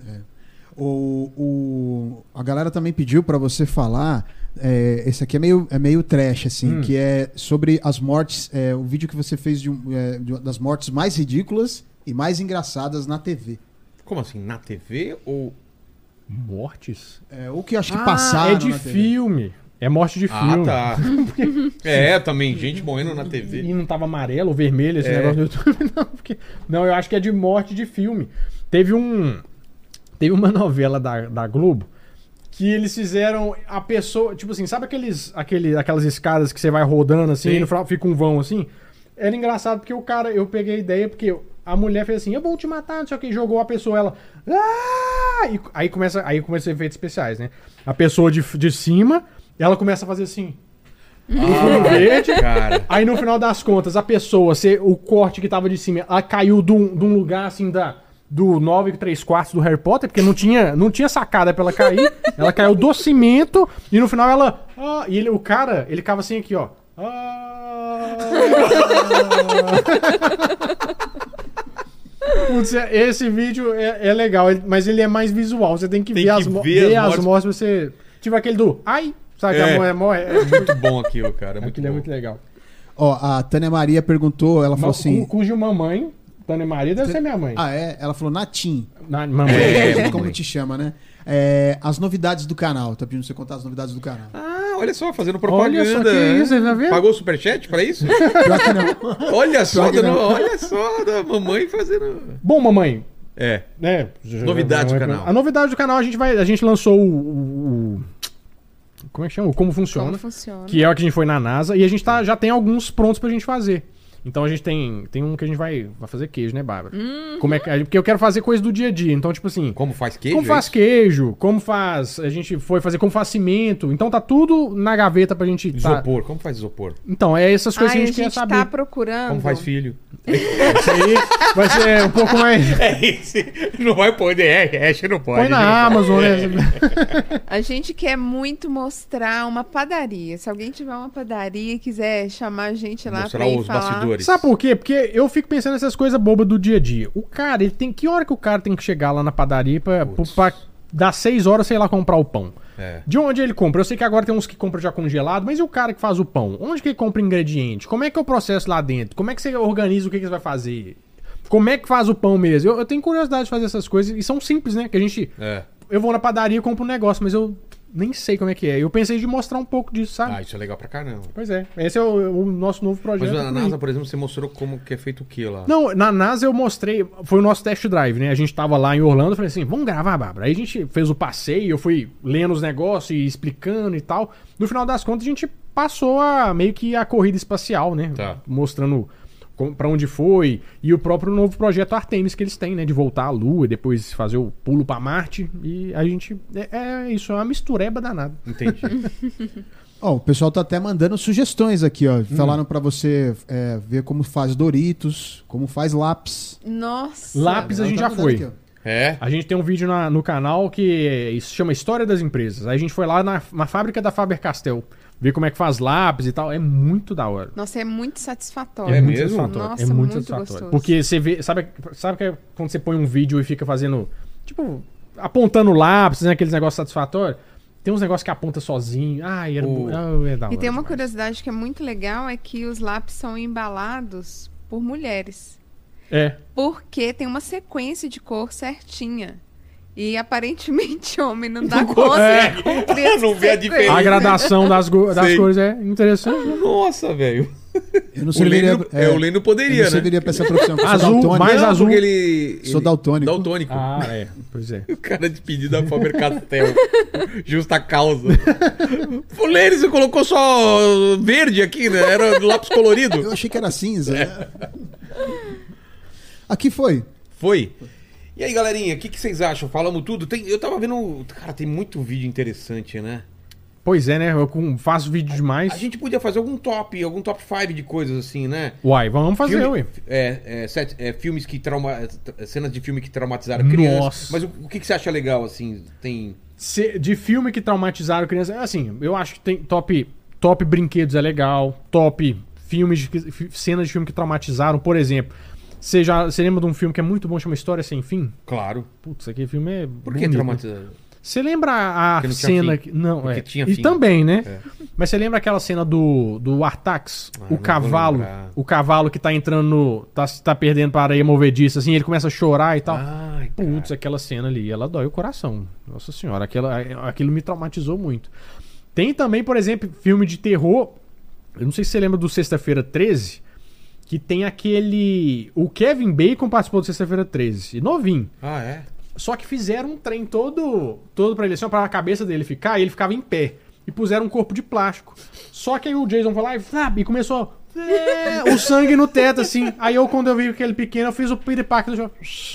A galera também pediu pra você falar. Esse aqui é meio trash, assim, que é sobre as mortes. O vídeo que você fez das mortes mais ridículas e mais engraçadas na TV.
Como assim? Na TV ou...
Mortes?
O que eu acho que passaram
É de
na TV.
filme. É morte de filme.
Ah, tá. Também, gente morrendo na TV.
E não tava amarelo ou vermelho esse negócio do YouTube, não. Não, eu acho que é de morte de filme. Teve uma novela da Globo que eles fizeram a pessoa... Tipo assim, sabe aquelas escadas que você vai rodando assim,
Sim.
e no final fica um vão assim? Era engraçado porque o cara... Eu peguei a ideia porque a mulher fez assim, eu vou te matar, não sei o que, jogou a pessoa, ela... E aí começa os efeitos especiais, né? A pessoa de cima, ela começa a fazer assim... No fundo verde.
Cara.
Aí no final das contas, a pessoa, o corte que tava de cima, ela caiu de um lugar assim do 9 3/4 do Harry Potter, porque não tinha sacada pra ela cair. Ela caiu do cimento e no final ela... o cara, ele ficava assim aqui, ó. Putz, esse vídeo é legal, mas ele é mais visual. Você tem que ver as mortes pra você... Tipo aquele do... Ai! Sabe que a mulher morre?
É muito bom aquilo, cara.
Aquilo é muito legal.
Ó, a Tânia Maria perguntou, ela falou assim...
Cujo mamãe, Tânia Maria, deve ser minha mãe.
Ah, é? Ela falou Natim.
Mamãe.
Como te chama, né? As novidades do canal. Tá pedindo você contar as novidades do canal.
Ah, olha só, fazendo propaganda.
Olha só, que isso, você vai ver?
Pagou o superchat pra isso?
Pior que não.
Olha só,
que não.
olha só, da mamãe fazendo...
Bom, mamãe,
É.
né?
Novidade do canal.
A novidade do canal, a gente lançou o como é que chama? O Como Funciona.
Como funciona.
Que é o que a gente foi na NASA. E a gente já tem alguns prontos pra gente fazer. Então a gente tem um que a gente vai fazer queijo, né, Bárbara? Porque eu quero fazer coisa do dia a dia. Então, tipo assim...
Como faz queijo?
Como faz queijo, a gente foi fazer como faz cimento. Então tá tudo na gaveta pra gente...
Isopor, como faz isopor?
Então, é essas coisas que a gente quer saber.
tá procurando...
Como faz filho?
Isso aí vai ser um pouco mais...
É isso. Não vai poder, acho que não pode.
Põe na Amazon, né?
A gente quer muito mostrar uma padaria. Se alguém tiver uma padaria e quiser chamar a gente lá
Mostrar
pra ir
os
falar...
bastidores.
Sabe por quê? Porque eu fico pensando nessas coisas bobas do dia a dia. O cara, ele tem... Que hora que o cara tem que chegar lá na padaria pra dar 6 horas, sei lá, comprar o pão?
É.
De onde ele compra? Eu sei que agora tem uns que compram já congelado, mas e o cara que faz o pão? Onde que ele compra ingrediente? Como é que é o processo lá dentro? Como é que você organiza o que você vai fazer? Como é que faz o pão mesmo? Eu tenho curiosidade de fazer essas coisas e são simples, né? Que a gente... Eu vou na padaria e compro um negócio, mas eu nem sei como é que é. Eu pensei de mostrar um pouco disso, sabe?
Ah, isso é legal pra caramba.
Pois é. Esse é o nosso novo projeto.
Mas na NASA, por exemplo, você mostrou como que é feito o que lá?
Não, na NASA eu mostrei, foi o nosso test drive, né? A gente tava lá em Orlando, eu falei assim, vamos gravar, Bárbara. Aí a gente fez o passeio, eu fui lendo os negócios e explicando e tal. No final das contas, a gente passou meio que a corrida espacial, né?
Tá.
Mostrando pra onde foi e o próprio novo projeto Artemis que eles têm, né? De voltar à Lua e depois fazer o pulo pra Marte. E a gente... isso, é uma mistureba danada.
Entendi.
Ó, o pessoal tá até mandando sugestões aqui, ó. Falaram pra você ver como faz Doritos, como faz lápis.
Nossa!
Lápis a gente já foi.
Aqui, ó.
É?
A gente tem um vídeo no canal que se chama História das Empresas. Aí a gente foi lá na fábrica da Faber-Castell, ver como é que faz lápis e tal. É muito da hora.
Nossa, é muito satisfatório.
É
muito
mesmo?
satisfatório.
Nossa,
É muito
muito
satisfatório.
gostoso.
Porque você vê... Sabe que é quando você põe um vídeo e fica fazendo... Tipo, apontando lápis, né? Aqueles negócios satisfatórios. Tem uns negócios que aponta sozinho. Ai, é da hora
E tem uma
demais.
curiosidade que é muito legal, é que os lápis são embalados por mulheres.
É.
Porque tem uma sequência de cor certinha. E aparentemente homem não dá conta de cumprir essa
Não vê a
sequência.
diferença.
A gradação das
Sei.
cores é interessante.
Nossa, velho.
Eu não
O
serviria...
Lênin
eu
poderia,
não
né?
serviria pra essa profissão. porque eu sou
Azul,
daltônico.
mais
Não,
azul.
porque ele...
Sou daltônico.
Daltônico.
Ah, é. Pois é.
O cara despedido da Faber-Castell. Justa causa. O Lênin, você colocou só verde aqui, né? Era lápis colorido.
Eu achei que era cinza. Né? Aqui foi.
Foi. E aí, galerinha, o que vocês acham? Falamos tudo? Eu tava vendo... Cara, tem muito vídeo interessante, né?
Pois é, né? Eu faço vídeo demais.
A gente podia fazer algum top 5 de coisas assim, né?
Uai, vamos fazer, ué.
Filmes que cenas de filme que traumatizaram
Nossa.
crianças. Mas o que você acha legal, assim? Tem...
De filme que traumatizaram crianças. Assim, eu acho que tem top brinquedos é legal. Top filmes, cenas de filme que traumatizaram. Por exemplo, você lembra de um filme que é muito bom, chama História Sem Fim?
Claro.
Putz, aquele filme é
Por que
bonito.
traumatizaram?
Você lembra a
não tinha
cena...
fim.
Não,
Porque
é.
tinha
E
fim.
também, né?
É.
Mas você lembra aquela cena do Artax?
Ah,
O
não vou
cavalo.
lembrar.
O cavalo que tá entrando no... Tá perdendo pra areia movediça, assim, ele começa a chorar e tal.
Ai,
Putz,
cara.
aquela cena ali, ela dói o coração. Nossa senhora, aquilo me traumatizou muito. Tem também, por exemplo, filme de terror. Eu não sei se você lembra do Sexta-feira 13, que tem aquele... O Kevin Bacon participou do Sexta-feira 13, e novinho.
Ah, é?
Só que fizeram um trem todo pra ele, assim, pra a cabeça dele ficar, e ele ficava em pé. E puseram um corpo de plástico. Só que aí o Jason foi lá e começou o sangue no teto, assim. Aí quando eu vi aquele pequeno, eu fiz o piripaque do jogo.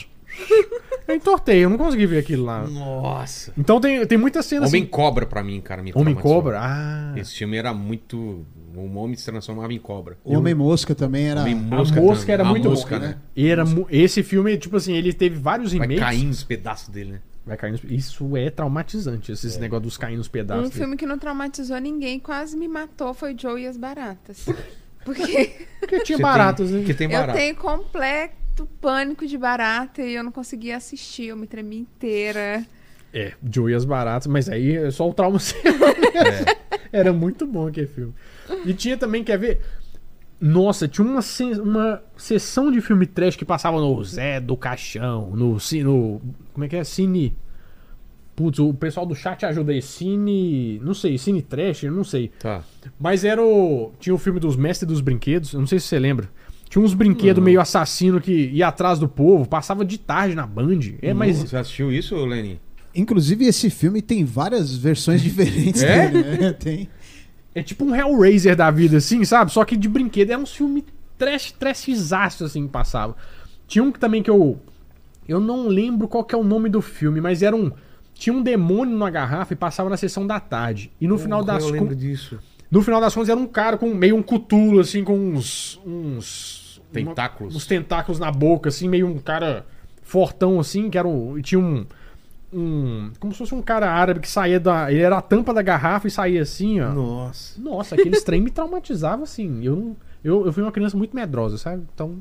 Eu entortei, eu não consegui ver aquilo lá.
Nossa.
Então tem muitas cenas
Homem
assim.
Cobra pra mim, cara, me
Homem
traumatizou.
Cobra? Ah.
Esse filme era muito... Um homem se transformava em cobra.
O Homem-Mosca também era...
Homem
A
Mosca
mosca
também.
era
A
muito
mosca,
boa,
né?
E esse filme, tipo assim, ele teve vários
Vai
remakes.
cair nos pedaços dele, né?
Vai cair nos... Isso é traumatizante, esses negócios dos caindo nos pedaços.
Um
dele.
filme que não traumatizou ninguém, quase me matou, foi Joe e as Baratas. Porque
Porque tinha
Você
baratas,
tem,
né?
que tem
eu
barato.
tenho completo pânico de barata e eu não conseguia assistir, eu me tremi inteira.
É, Joe e as Baratas, mas aí é só o trauma seu. Era muito bom aquele filme. E tinha também, quer ver? Nossa, tinha uma sessão de filme trash que passava no Zé do Caixão, no como é que é? Cine... Putz, o pessoal do chat ajuda aí. Não sei, Cine Trash, não sei.
Tá.
Mas tinha o filme dos Mestres dos Brinquedos, eu não sei se você lembra. Tinha uns brinquedos meio assassino que ia atrás do povo, passava de tarde na Band. Mas
Você assistiu isso, Lenny?
Inclusive, esse filme tem várias versões diferentes
É?
dele, né? Tem.
é tipo um Hellraiser da vida, assim, sabe? Só que de brinquedo. É uns filmes trashzaço, assim, que passava. Tinha um que também que eu não lembro qual que é o nome do filme, mas tinha um demônio numa garrafa e passava na sessão da tarde. E no final das
Eu
contas...
lembro disso.
No final das contas era um cara com meio um cutulo, assim, com uns
Tentáculos.
uns tentáculos na boca, assim, meio um cara fortão, assim, que era tinha como se fosse um cara árabe que saía ele era a tampa da garrafa e saía assim, ó.
Nossa.
Nossa, aquele trem me traumatizava, assim. Eu fui uma criança muito medrosa, sabe? Então...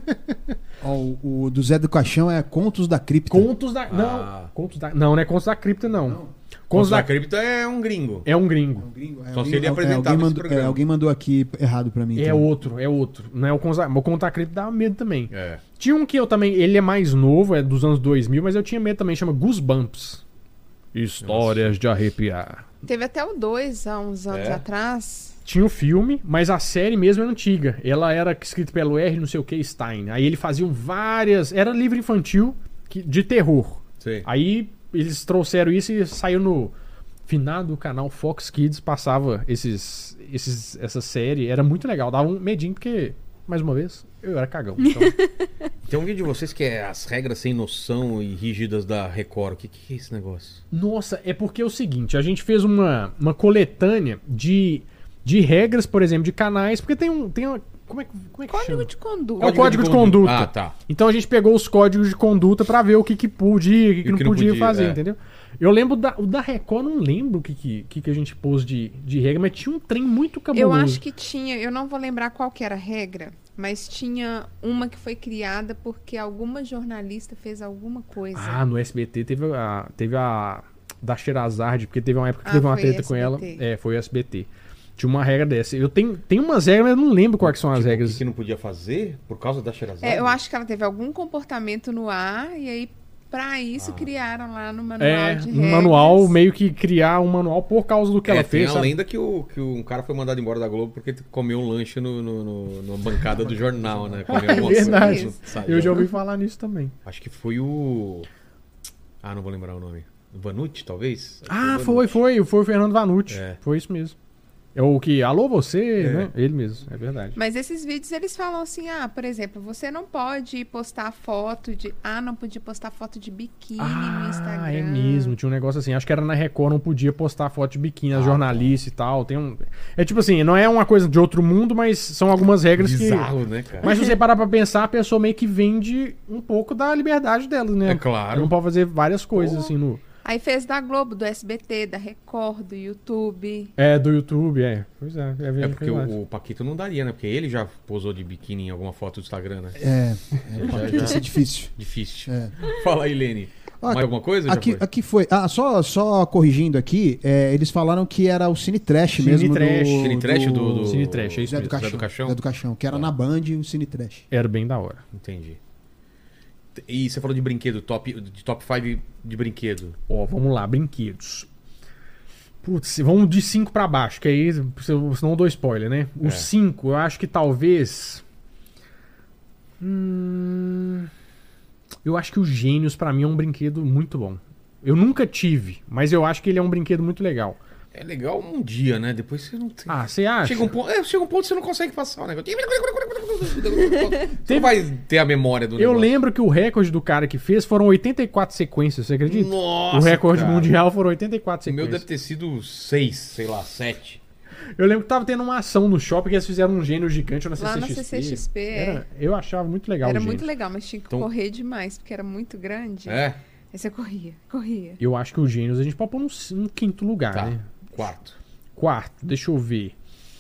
Ó, o do Zé do Caixão é Contos da Cripta.
Contos da...
Ah.
Não é Contos da Cripta, não.
Contos da Cripta é um gringo.
É um gringo.
Só se ele apresentava
alguém
esse
mandou,
programa.
alguém mandou aqui errado pra mim.
É
então.
outro. Não é o Contos da Cripta dava medo também.
É.
Tinha um que eu também... Ele é mais novo, é dos anos 2000, mas eu tinha medo também, chama Goosebumps. Histórias de arrepiar.
Teve até o 2 há uns anos
É?
atrás.
Tinha o filme, mas a série mesmo era antiga. Ela era escrita pelo R, não sei o que, Stein. Aí eles faziam várias... Era livro infantil de terror.
Sei.
Aí eles trouxeram isso e saiu no finado canal Fox Kids, passava essa série. Era muito legal, dava um medinho, porque, mais uma vez, eu era cagão. Então...
Tem um vídeo de vocês que é as regras sem noção e rígidas da Record. O que é esse negócio?
Nossa, é porque é o seguinte, a gente fez uma coletânea de regras, por exemplo, de canais, porque tem uma... Como é que
Código
chama?
de conduta.
É o código de conduta.
Ah, tá.
Então a gente pegou os códigos de conduta pra ver o que podia e o que não podia fazer,
é.
entendeu? Eu lembro o da Record, não lembro o que a gente pôs de regra, mas tinha um trem muito cabuloso.
Eu acho que tinha, eu não vou lembrar qual que era a regra, mas tinha uma que foi criada porque alguma jornalista fez alguma coisa.
Ah, no SBT teve a da Sherazade, porque teve uma época que
Ah,
teve uma
foi
treta com ela.
SBT.
É, foi o SBT. Tinha uma regra dessa. Eu tenho umas regras, mas eu não lembro quais são as
Tipo,
regras.
o que não podia fazer por causa da Sherazade?
Eu acho que ela teve algum comportamento no ar e aí pra isso criaram lá no manual de regras.
Um manual, meio que criar um manual por causa do que ela
tem
fez.
a
sabe?
lenda que um cara foi mandado embora da Globo porque comeu um lanche numa bancada do jornal, né? Comeu
É
alguma
verdade.
coisa, sabe?
Eu já ouvi falar nisso também.
Acho que foi o... Ah, não vou lembrar o nome. Vanucci, talvez?
Ah, foi o Fernando Vanucci.
É.
Foi isso mesmo. É o que, alô você, né? Ele mesmo, é verdade.
Mas esses vídeos, eles falam assim, por exemplo, você não pode postar foto de... não podia postar foto de biquíni no Instagram.
É mesmo, tinha um negócio assim, acho que era na Record, não podia postar foto de biquíni, as jornalistas e tal, é tipo assim, não é uma coisa de outro mundo, mas são algumas regras
Bizarro, né, cara?
Mas se você parar pra pensar, a pessoa meio que vende um pouco da liberdade dela, né?
É claro.
Ela não pode fazer várias coisas assim no...
Aí fez da Globo, do SBT, da Record, do YouTube.
Do YouTube, Pois é.
É porque o Paquito não daria, né? Porque ele já posou de biquíni em alguma foto do Instagram, né?
Vai ser difícil.
Difícil. Fala aí, Lene. Mais alguma coisa?
Aqui foi. Só corrigindo aqui, eles falaram que era o Cine Trash mesmo.
Cine Trash do
Cine Trash, é isso
Zé
mesmo.
do Caixão. Zé do Caixão, que era na Band o Cine Trash.
Era bem da hora.
Entendi. E você falou de brinquedo, top 5 de brinquedo.
Ó, vamos lá, brinquedos. Putz, vamos de 5 pra baixo, que aí, senão eu dou spoiler, né? Os 5, eu acho que talvez... Eu acho que o Gênios, pra mim, é um brinquedo muito bom. Eu nunca tive, mas eu acho que ele é um brinquedo muito legal.
É legal um dia, né? Depois você não tem...
Você acha?
Chega um ponto que você não consegue passar o negócio. Você não vai ter a memória do negócio.
Eu lembro que o recorde do cara que fez foram 84 sequências, você acredita?
Nossa,
o recorde
cara.
mundial foram 84
O
sequências.
meu deve ter sido 6, sei lá, 7.
Eu lembro que tava tendo uma ação no shopping que eles fizeram um gênio gigante na
Lá
CCXP.
na CCXP,
Eu achava muito legal
Era
o
muito
Gênios.
legal, mas tinha que correr demais, porque era muito grande.
É?
Aí você corria.
Eu acho que o Gênios a gente pode pôr no quinto lugar,
Tá.
né?
Quarto.
Deixa eu ver.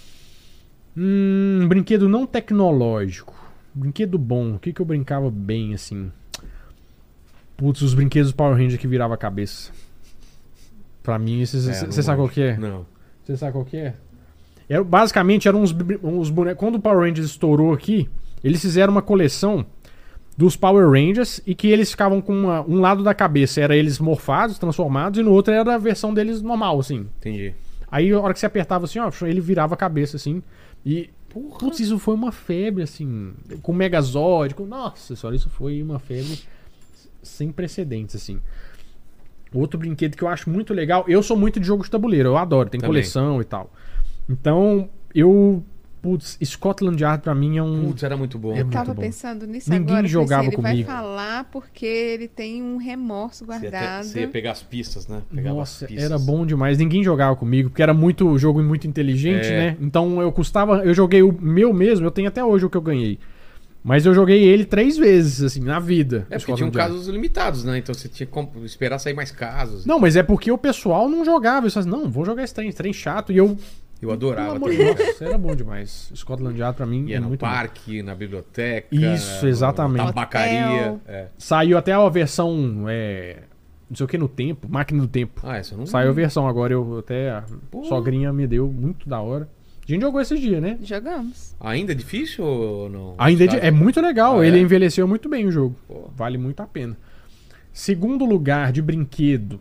Brinquedo não tecnológico. Brinquedo bom. O que eu brincava bem, assim? Putz, os brinquedos do Power Ranger que virava a cabeça. Pra mim, você sabe qual que é?
Não.
Você sabe qual que é? Basicamente, eram uns bonecos. Quando o Power Rangers estourou aqui, eles fizeram uma coleção dos Power Rangers e que eles ficavam com um lado da cabeça era eles morfados, transformados, e no outro era a versão deles normal, assim.
Entendi.
Aí, a hora que você apertava assim, ó, ele virava a cabeça, assim. E, putz, isso foi uma febre, assim. Com Megazord, nossa senhora, isso foi uma febre sem precedentes, assim. Outro brinquedo que eu acho muito legal, eu sou muito de jogo de tabuleiro, eu adoro, tem coleção e tal. Então, putz, Scotland Yard pra mim é um...
Putz, era muito bom.
Eu tava pensando nisso
Ninguém
agora.
jogava
ele
comigo.
vai falar porque ele tem um remorso guardado.
Você ia pegar as pistas, né? Pegava
Nossa,
as pistas.
era bom demais. Ninguém jogava comigo, porque era muito jogo muito inteligente, né? Então eu joguei o meu mesmo, eu tenho até hoje o que eu ganhei. Mas eu joguei ele 3 vezes, assim, na vida.
Porque tinham casos limitados, né? Então você tinha que esperar sair mais casos.
Não, mas é porque o pessoal não jogava. Eu falei, não, vou jogar esse trem chato. E eu
adorava.
Nossa, era bom demais. Scotland Yard pra mim
ia no
muito
parque, na biblioteca.
Isso, exatamente.
Na tabacaria.
Saiu até a versão, não sei o que no tempo, máquina do tempo.
Essa eu não
Saiu a versão agora, a sogrinha me deu, muito da hora. A gente jogou esses dias, né?
Jogamos.
Ainda é difícil ou não?
Ainda é muito legal. Ele
é?
envelheceu muito bem o jogo.
Pô.
Vale muito a pena. Segundo lugar de brinquedo.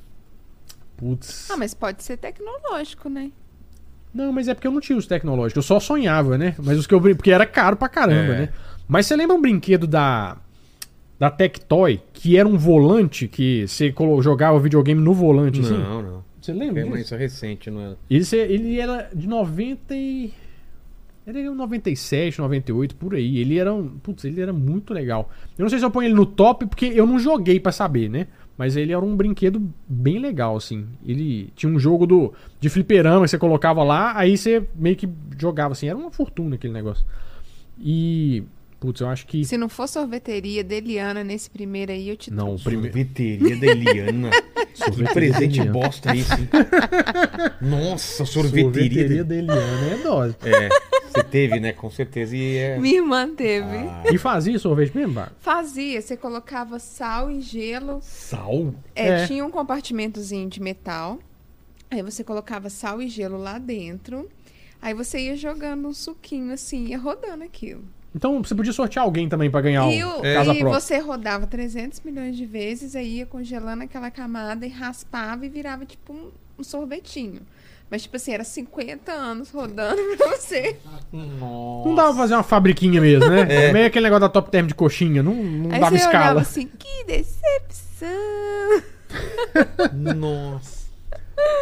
Putz.
Mas pode ser tecnológico, né?
Não, mas é porque eu não tinha os tecnológicos. Eu só sonhava, né? Mas os que eu porque era caro pra caramba, né? Mas você lembra um brinquedo da Tectoy, que era um volante que você jogava o videogame no volante, assim?
Não.
Você lembra disso?
Mas isso é recente, não é?
Ele era de 90 e... Ele era 97, 98, por aí. Ele era muito legal. Eu não sei se eu ponho ele no top, porque eu não joguei pra saber, né? Mas ele era um brinquedo bem legal, assim. Ele tinha um jogo de fliperama que você colocava lá, aí você meio que jogava, assim. Era uma fortuna aquele negócio. E... Putz, eu acho que...
Se não for sorveteria da Eliana nesse primeiro aí, eu te dou.
Não,
Sorveteria da Eliana. Que presente bosta esse, hein? Nossa, sorveteria
da Eliana é dose.
Você teve, né? Com certeza. E
Minha irmã teve.
E fazia sorvete mesmo, Baco?
Fazia. Você colocava sal e gelo.
Sal?
Tinha um compartimentozinho de metal. Aí você colocava sal e gelo lá dentro. Aí você ia jogando um suquinho assim, ia rodando aquilo.
Então você podia sortear alguém também pra ganhar casa
E
própria.
você rodava 300 milhões de vezes, aí ia congelando aquela camada e raspava e virava tipo um sorvetinho. Mas tipo assim, era 50 anos rodando pra você.
Nossa.
Não dava pra fazer uma fabriquinha mesmo, né? Meio aquele negócio da Top Term de coxinha, não
Aí
dava
você
escala.
olhava assim, que decepção.
Nossa.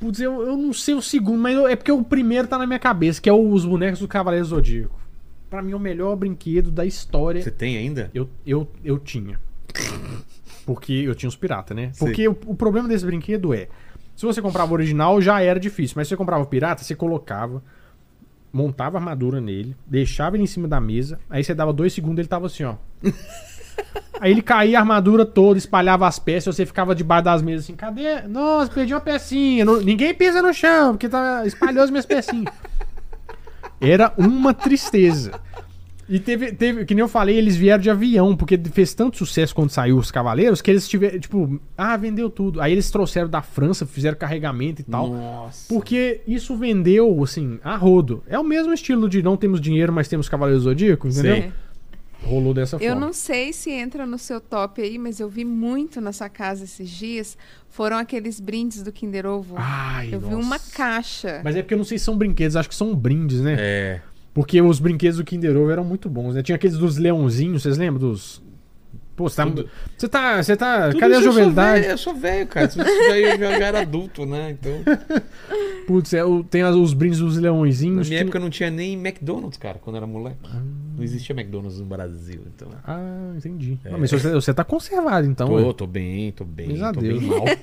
Putz, eu não sei o segundo, mas é porque o primeiro tá na minha cabeça, que é os bonecos do Cavaleiro Zodíaco. Pra mim é o melhor brinquedo da história.
Você tem ainda?
Eu tinha. Porque eu tinha os pirata, né?
Sim.
Porque o problema desse brinquedo é... Se você comprava o original, já era difícil. Mas se você comprava o pirata, você colocava... Montava a armadura nele, deixava ele em cima da mesa, aí você dava 2 segundos, ele tava assim, ó. Aí ele caía a armadura toda, espalhava as peças, você ficava debaixo das mesas assim, cadê? Nossa, perdi uma pecinha. Ninguém pisa no chão, porque espalhou as minhas pecinhas. Era uma tristeza. E teve, que nem eu falei, eles vieram de avião, porque fez tanto sucesso quando saiu os Cavaleiros, que eles tiveram, tipo, vendeu tudo. Aí eles trouxeram da França, fizeram carregamento e tal.
Nossa.
Porque isso vendeu, assim, a rodo. É o mesmo estilo de não temos dinheiro, mas temos Cavaleiros Zodíaco, entendeu?
Sim.
Rolou dessa forma.
Eu não sei se entra no seu top aí, mas eu vi muito na sua casa esses dias. Foram aqueles brindes do Kinder Ovo.
Ai,
eu vi uma caixa.
Mas é porque eu não sei se são brinquedos, acho que são brindes, né?
É.
Porque os brinquedos do Kinder Ovo eram muito bons, né? Tinha aqueles dos leãozinhos, vocês lembram dos... Pô, você tá...
Tudo
Cadê a
isso
juventude?
Eu sou velho, cara. Isso daí eu já era adulto, né? Então...
Putz, tem os brindes dos
Na
leãozinhos.
minha época não tinha nem McDonald's, cara, quando eu era moleque. Não existia McDonald's no Brasil, então...
Ah, entendi. Não, mas você tá conservado, então.
Tô bem.
Graças a
Tô
Deus.
bem mal.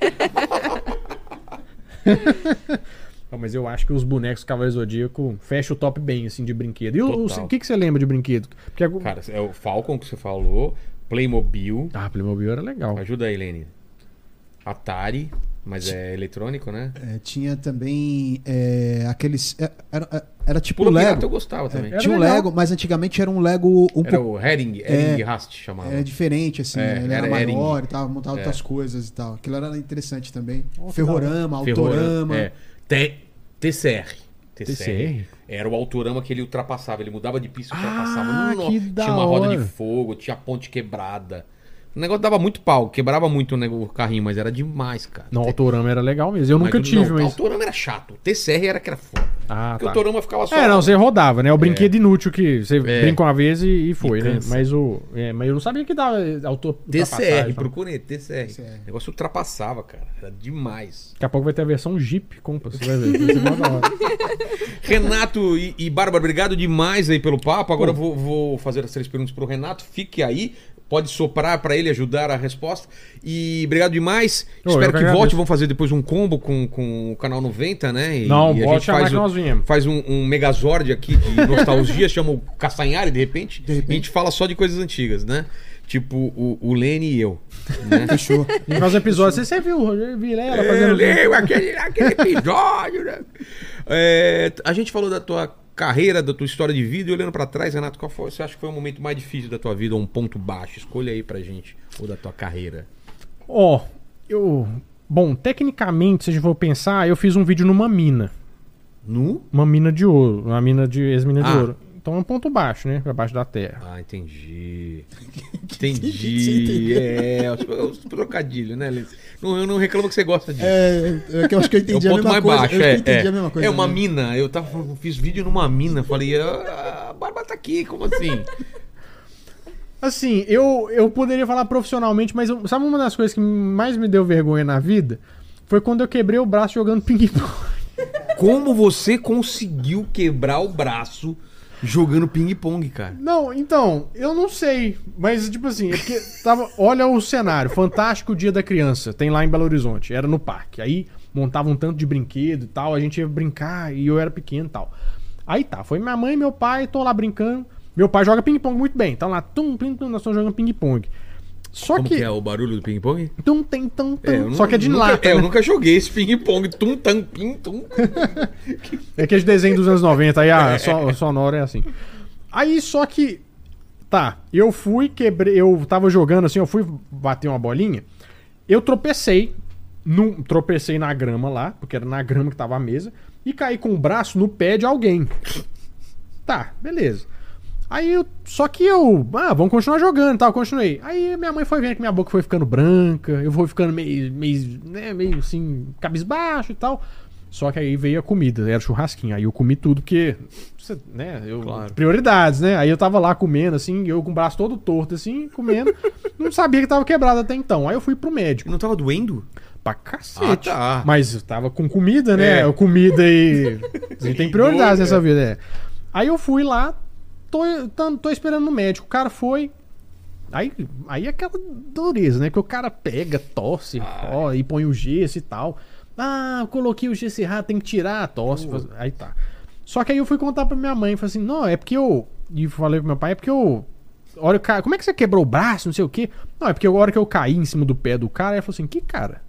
Não, mas eu acho que os bonecos do Cavaleiro Zodíaco fecha o top bem, assim, de brinquedo. E
Total.
o que você lembra de brinquedo? Porque
Cara, é o Falcon que você falou, Playmobil.
Playmobil era legal.
Ajuda aí, Lene. Atari, mas é eletrônico, né?
Tinha também aqueles... Era tipo
Pulo Pirata
Lego.
eu gostava também.
Era
Tinha um
legal.
Lego, mas antigamente era um Lego um
Era
pouco...
o Hering Rast chamava.
diferente, assim.
É,
Ele
era
era maior
Hering.
e tal, montava
É.
outras coisas e tal. Aquilo era interessante também.
que
Ferrorama, Autorama.
É. TCR.
TCR?
Era o Autorama que ele ultrapassava. Ele mudava de pista e ultrapassava.
Ah,
Nossa,
que da
tinha uma roda
hora.
de fogo, tinha ponte quebrada. O negócio dava muito pau, quebrava muito o carrinho, mas era demais, cara.
Não, o Autorama era legal mesmo. Eu nunca tive,
O
mas...
Autorama era chato. O TCR era que era foda.
Ah,
Porque
tá.
o Autorama ficava só...
Você rodava, né? O brinquedo inútil que você
É.
brinca uma vez e foi,
E
né?
cansa.
Mas eu não sabia que dava
TCR,
ultrapassagem.
procurei, TCR. O negócio ultrapassava, cara. Era demais.
Daqui a pouco vai ter a versão Jeep, compra, você vai ver. Vai ser mó da hora.
Renato e Bárbara, obrigado demais aí pelo papo. Agora eu vou fazer as 3 perguntas pro Renato. Fique aí. Pode soprar pra ele ajudar a resposta. E obrigado demais. Espero que
agradeço.
volte. Vamos fazer depois um combo com o Canal 90, né? E
Não,
a
pode
gente
chamar que nós viemos.
faz um megazord aqui de nostalgia. Chama o Castanhari, de repente.
De repente.
E a gente fala só de coisas antigas, né? Tipo o Lene e eu. Né?
Fechou.
E faz um episódio. Você viu o Rogério Vilela fazendo...
Lembro aquele episódio, né? A gente falou da tua carreira, da tua história de vida, e olhando pra trás, Renato, qual você acha que foi o momento mais difícil da tua vida, ou um ponto baixo? Escolha aí pra gente, ou da tua carreira.
Bom, tecnicamente, se a gente for pensar, eu fiz um vídeo numa mina. Uma mina de ouro. Uma mina de ex-mina de ouro. Então é um ponto baixo, né? Abaixo da terra.
Ah, entendi.
Você
Entendi.
entendeu?
Os trocadilhos, né, Liz? Eu não reclamo que você gosta disso.
É que eu acho que eu
É o
entendi a
ponto
mesma
mais
coisa.
baixo,
Eu acho que eu entendi a mesma coisa.
É uma
né?
mina. Eu fiz vídeo numa mina. Falei, a Bárbara tá aqui, como assim?
Assim, eu poderia falar profissionalmente, mas sabe uma das coisas que mais me deu vergonha na vida? Foi quando eu quebrei o braço jogando ping-pong.
Como você conseguiu quebrar o braço jogando ping-pong, cara?
Não, então, eu não sei. Mas, tipo assim, é porque olha o cenário. Fantástico Dia da Criança. Tem lá em Belo Horizonte. Era no parque. Aí montava um tanto de brinquedo e tal. A gente ia brincar e eu era pequeno e tal. Aí tá, foi minha mãe e meu pai, tô lá brincando. Meu pai joga ping-pong muito bem. Então lá, nós estamos jogando ping-pong. Só
Como
que
é o barulho do ping-pong?
Só que é de lata,
Eu
né?
nunca joguei esse ping-pong. Tum, tam, pim, tum.
É aquele desenho dos anos 90, aí a sonora é assim. Aí só que... Tá, eu quebrei, eu tava jogando assim, eu fui bater uma bolinha, eu tropecei na grama lá, porque era na grama que tava a mesa, e caí com o braço no pé de alguém. Tá, beleza. Aí vamos continuar jogando e tal, continuei. Aí minha mãe foi vendo que minha boca foi ficando branca, eu fui ficando meio assim, cabisbaixo e tal. Só que aí veio a comida, era churrasquinho. Aí eu comi tudo, porque, né,
Claro.
prioridades, né? Aí eu tava lá comendo, assim, eu com o braço todo torto, assim, comendo. Não sabia que tava quebrado até então. Aí eu fui pro médico.
Não tava doendo?
Pra cacete.
tá.
Mas eu tava com comida, né? Comida e... A gente tem prioridades nessa vida, Aí eu fui lá, tô esperando no médico. O cara foi... Aí é aquela dureza, né? Que o cara pega, tosse, e põe o gesso e tal. Eu coloquei o gesso errado, tem que tirar a tosse. Aí tá. Só que aí eu fui contar pra minha mãe. Falei assim, não, é porque eu... E falei pro meu pai, é porque eu... Como é que você quebrou o braço, não sei o quê? Não, é porque a hora que eu caí em cima do pé do cara, ele falou assim, que cara?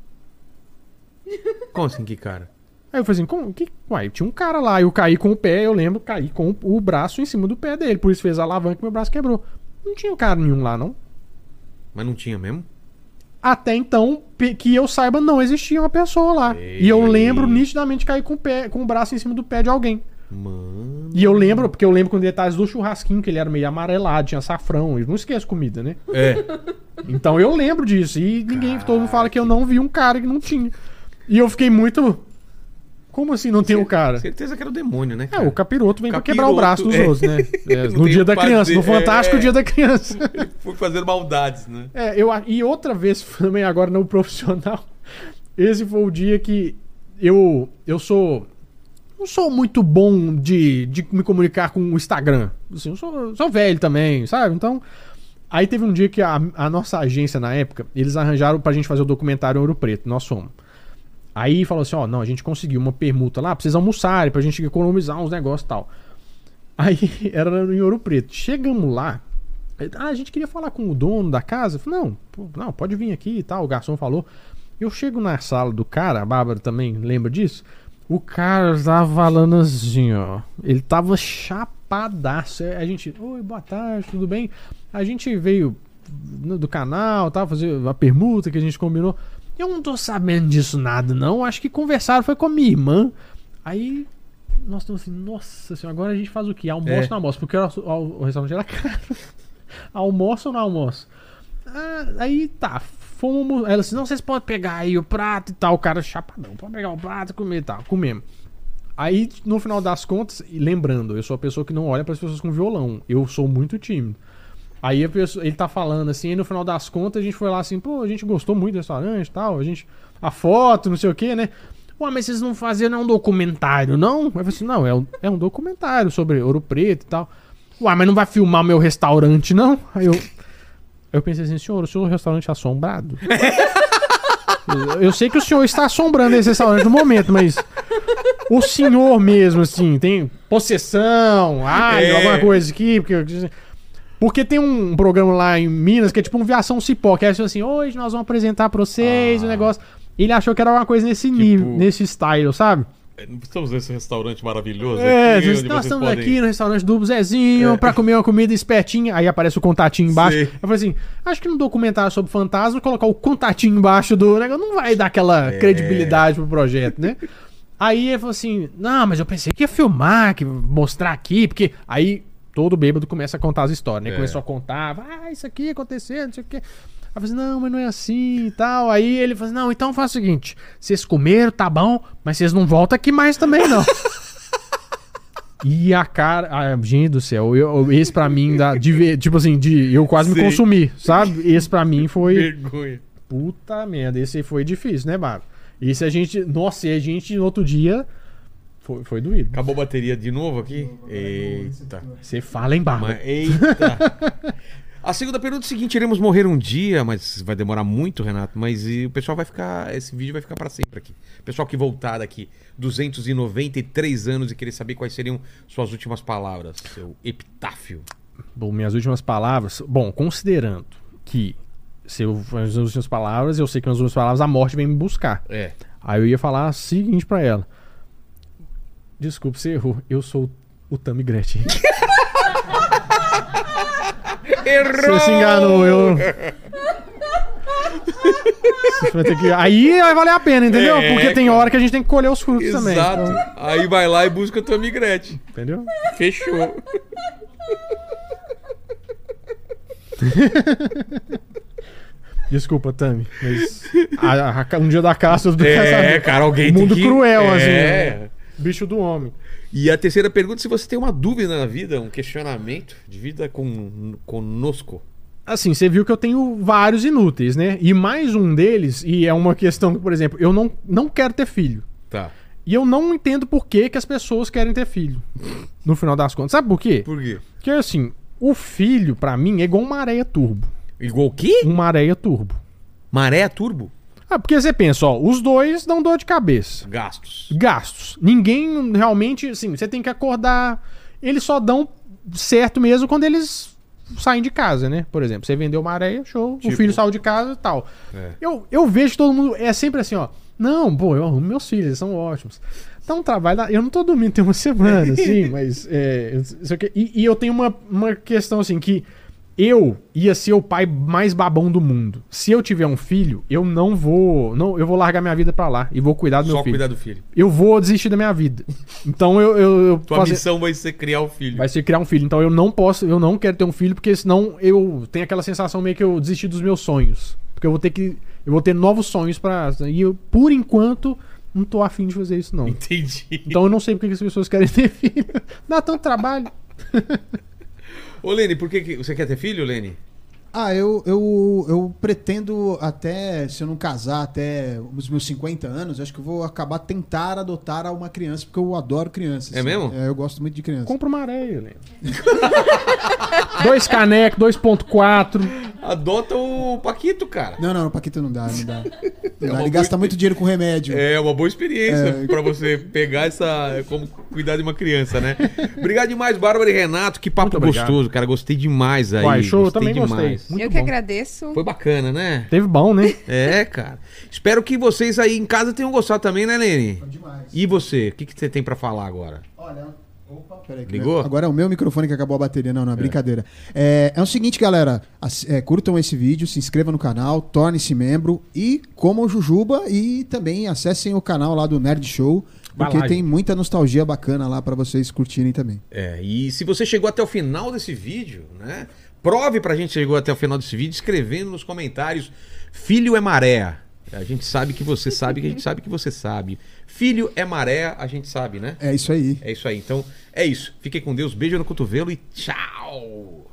Como assim, que cara?
Aí eu falei assim, Uai, tinha um cara lá, eu caí com o pé, eu lembro, caí com o braço em cima do pé dele, por isso fez a alavanca e meu braço quebrou. Não tinha cara nenhum lá, não.
Mas não tinha mesmo?
Até então, que eu saiba, não existia uma pessoa lá. E eu lembro nitidamente de cair com o braço em cima do pé de alguém.
Mano.
E eu lembro, porque eu lembro com detalhes do churrasquinho, que ele era meio amarelado, tinha açafrão, eu não esqueço comida, né? Então eu lembro disso. E todo mundo fala que eu não vi um cara que não tinha. E eu fiquei muito... Como assim não tem um cara?
Certeza que era o demônio, né, cara?
O capiroto vem pra quebrar o braço dos outros, né? No
tem
dia
o
da criança, no Fantástico Dia da Criança.
Ele foi fazer maldades, né?
E outra vez, também agora no profissional, esse foi o dia que eu não sou muito bom de me comunicar com o Instagram. Assim, eu sou velho também, sabe? Então, aí teve um dia que a nossa agência, na época, eles arranjaram pra gente fazer o documentário em Ouro Preto, nós fomos. Aí falou assim, não, a gente conseguiu uma permuta lá pra vocês almoçarem, pra gente economizar uns negócios e tal. Aí era em Ouro Preto. Chegamos lá, a gente queria falar com o dono da casa. Eu falei, não, pode vir aqui e tal. O garçom falou. Eu chego na sala do cara, a Bárbara também lembra disso. O cara tava falando assim, ó. Ele tava chapadaço. A gente, oi, boa tarde, tudo bem? A gente veio do canal, tá, fazer a permuta que a gente combinou. Eu não tô sabendo disso nada, não. Acho que conversaram foi com a minha irmã. Aí nós estamos assim, nossa senhora, agora a gente faz o quê? Almoço ou não almoço? Porque o restaurante era caro. Almoço ou não almoço? Aí tá, fomos. Ela assim, não, vocês podem pegar aí o prato e tal. O cara chapadão, pode pegar o prato e comer e tal. Comemos. Aí, no final das contas, lembrando, eu sou a pessoa que não olha para as pessoas com violão. Eu sou muito tímido. Aí ele tá falando assim, e no final das contas a gente foi lá assim, pô, a gente gostou muito do restaurante e tal, a foto, não sei o que, né? Ué, mas vocês não faziam um documentário, não? Eu falei assim, não, é um documentário sobre Ouro Preto e tal. Ué, mas não vai filmar meu restaurante, não? Aí eu pensei assim, senhor, o seu restaurante é assombrado? Eu sei que o senhor está assombrando esse restaurante no momento, mas o senhor mesmo, assim, tem possessão, alguma coisa aqui, porque tem um programa lá em Minas que é tipo um Viação Cipó, que é assim, hoje nós vamos apresentar pra vocês o negócio. Ele achou que era uma coisa nesse nível, nesse style, sabe?
Estamos nesse restaurante maravilhoso
aqui. Nós estamos aqui no restaurante do Zezinho pra comer uma comida espertinha. Aí aparece o contatinho embaixo.
Sim.
Eu falei assim, acho que no documentário sobre fantasma, colocar o contatinho embaixo do negócio não vai dar aquela credibilidade pro projeto, né? Aí ele falou assim, não, mas eu pensei que ia filmar, que ia mostrar aqui, porque aí... Todo bêbado começa a contar as histórias, né? Começou a contar, isso aqui aconteceu, não sei o quê. Aí eu falei assim, não, mas não é assim e tal. Aí ele falou assim, não, então faz o seguinte, vocês comeram, tá bom, mas vocês não voltam aqui mais também, não. E a cara, gente do céu, esse pra mim, eu quase me consumi, sabe? Esse pra mim foi...
Vergonha.
Puta merda, esse foi difícil, né, Bárbara? Esse a gente no outro dia... Foi doído.
Acabou a bateria de novo aqui? Eita.
Você fala em barba.
Eita. A segunda pergunta é o seguinte: iremos morrer um dia, mas vai demorar muito, Renato. Mas o pessoal vai ficar. Esse vídeo vai ficar para sempre aqui. O pessoal que voltar daqui 293 anos e querer saber quais seriam suas últimas palavras, seu epitáfio.
Bom, minhas últimas palavras. Bom, considerando que se eu as últimas palavras, eu sei que nas últimas palavras a morte vem me buscar. Aí eu ia falar o seguinte pra ela. Desculpa, você errou. Eu sou o Tammy Gretchen.
Errou!
Você se enganou, Você vai ter que... Aí vai valer a pena, entendeu? Porque tem hora que a gente tem que colher os frutos também.
Exato.
Então...
Aí vai lá e busca a tua migrete.
Entendeu?
Fechou.
Desculpa, Tami, mas um dia da caça...
cara, alguém
mundo
tem que...
cruel, assim. Né? Bicho do homem.
E a terceira pergunta, se você tem uma dúvida na vida, um questionamento de vida conosco.
assim, você viu que eu tenho vários inúteis, né? E mais um deles, e é uma questão que, por exemplo, eu não quero ter filho.
Tá.
E eu não entendo por que as pessoas querem ter filho. No final das contas. Sabe por quê?
Por quê?
Porque, assim, o filho, pra mim, é igual uma areia turbo.
Igual o quê?
Uma areia turbo.
Maré turbo?
Ah, porque você pensa, ó, os dois dão dor de cabeça. Gastos. Ninguém realmente, assim, você tem que acordar. Eles só dão certo mesmo quando eles saem de casa, né? Por exemplo, você vendeu uma areia, show,
Tipo-
o filho saiu de casa e tal.
É.
Eu vejo todo mundo, é sempre assim, ó. Não, pô, eu arrumo meus filhos, eles são ótimos. Dá um trabalho, eu não tô dormindo tem uma semana, assim, mas... E eu tenho uma questão, assim, que eu ia ser o pai mais babão do mundo. Se eu tiver um filho, eu não vou... eu vou largar minha vida pra lá e vou cuidar do meu
Só
filho.
cuidar do filho.
Eu vou desistir da minha vida. Então eu
Tua missão vai ser criar o filho.
vai ser criar um filho. Então eu não quero ter um filho, porque senão eu tenho aquela sensação meio que eu desisti dos meus sonhos. Porque eu vou ter novos sonhos pra... E eu, por enquanto, não tô afim de fazer isso, não.
Entendi.
Então eu não sei porque que as pessoas querem ter filho. Dá tanto trabalho.
Ô, Lene, por que você quer ter filho, Lene?
Ah, eu pretendo até, se eu não casar até os meus 50 anos, acho que eu vou acabar tentar adotar uma criança, porque eu adoro crianças.
É mesmo?
É, eu gosto muito de criança.
Compra uma areia, né? 2 canecos, 2.4.
Adota o Paquito, cara.
Não, Paquito não dá. Não dá.
uma
Ele gasta muito dinheiro com remédio.
É uma boa experiência pra você pegar como cuidar de uma criança, né? Obrigado demais, Bárbara e Renato. Que papo
Muito obrigado.
gostoso, cara. Gostei demais aí.
Uai, show, eu
Gostei
também
demais.
gostei. Muito
eu que
bom.
agradeço.
Foi bacana, né?
Teve bom, né?
É, cara. Espero que vocês aí em casa tenham gostado também, né, Lene?
Demais.
E você? O que você tem pra falar agora?
Olha, opa, peraí.
Ligou?
Agora é o meu microfone que acabou a bateria. Não, brincadeira. É o seguinte, galera. Curtam esse vídeo, se inscrevam no canal, tornem-se membro e comam jujuba e também acessem o canal lá do Nerd Show,
Vai
porque
lá,
tem
gente.
muita nostalgia bacana lá pra vocês curtirem também.
E se você chegou até o final desse vídeo, né? Prove pra gente que chegou até o final desse vídeo escrevendo nos comentários: filho é maré. A gente sabe que você sabe, que a gente sabe que você sabe. Filho é maré, a gente sabe, né?
É isso aí.
É isso aí. Então, é isso. Fiquem com Deus, beijo no cotovelo e tchau!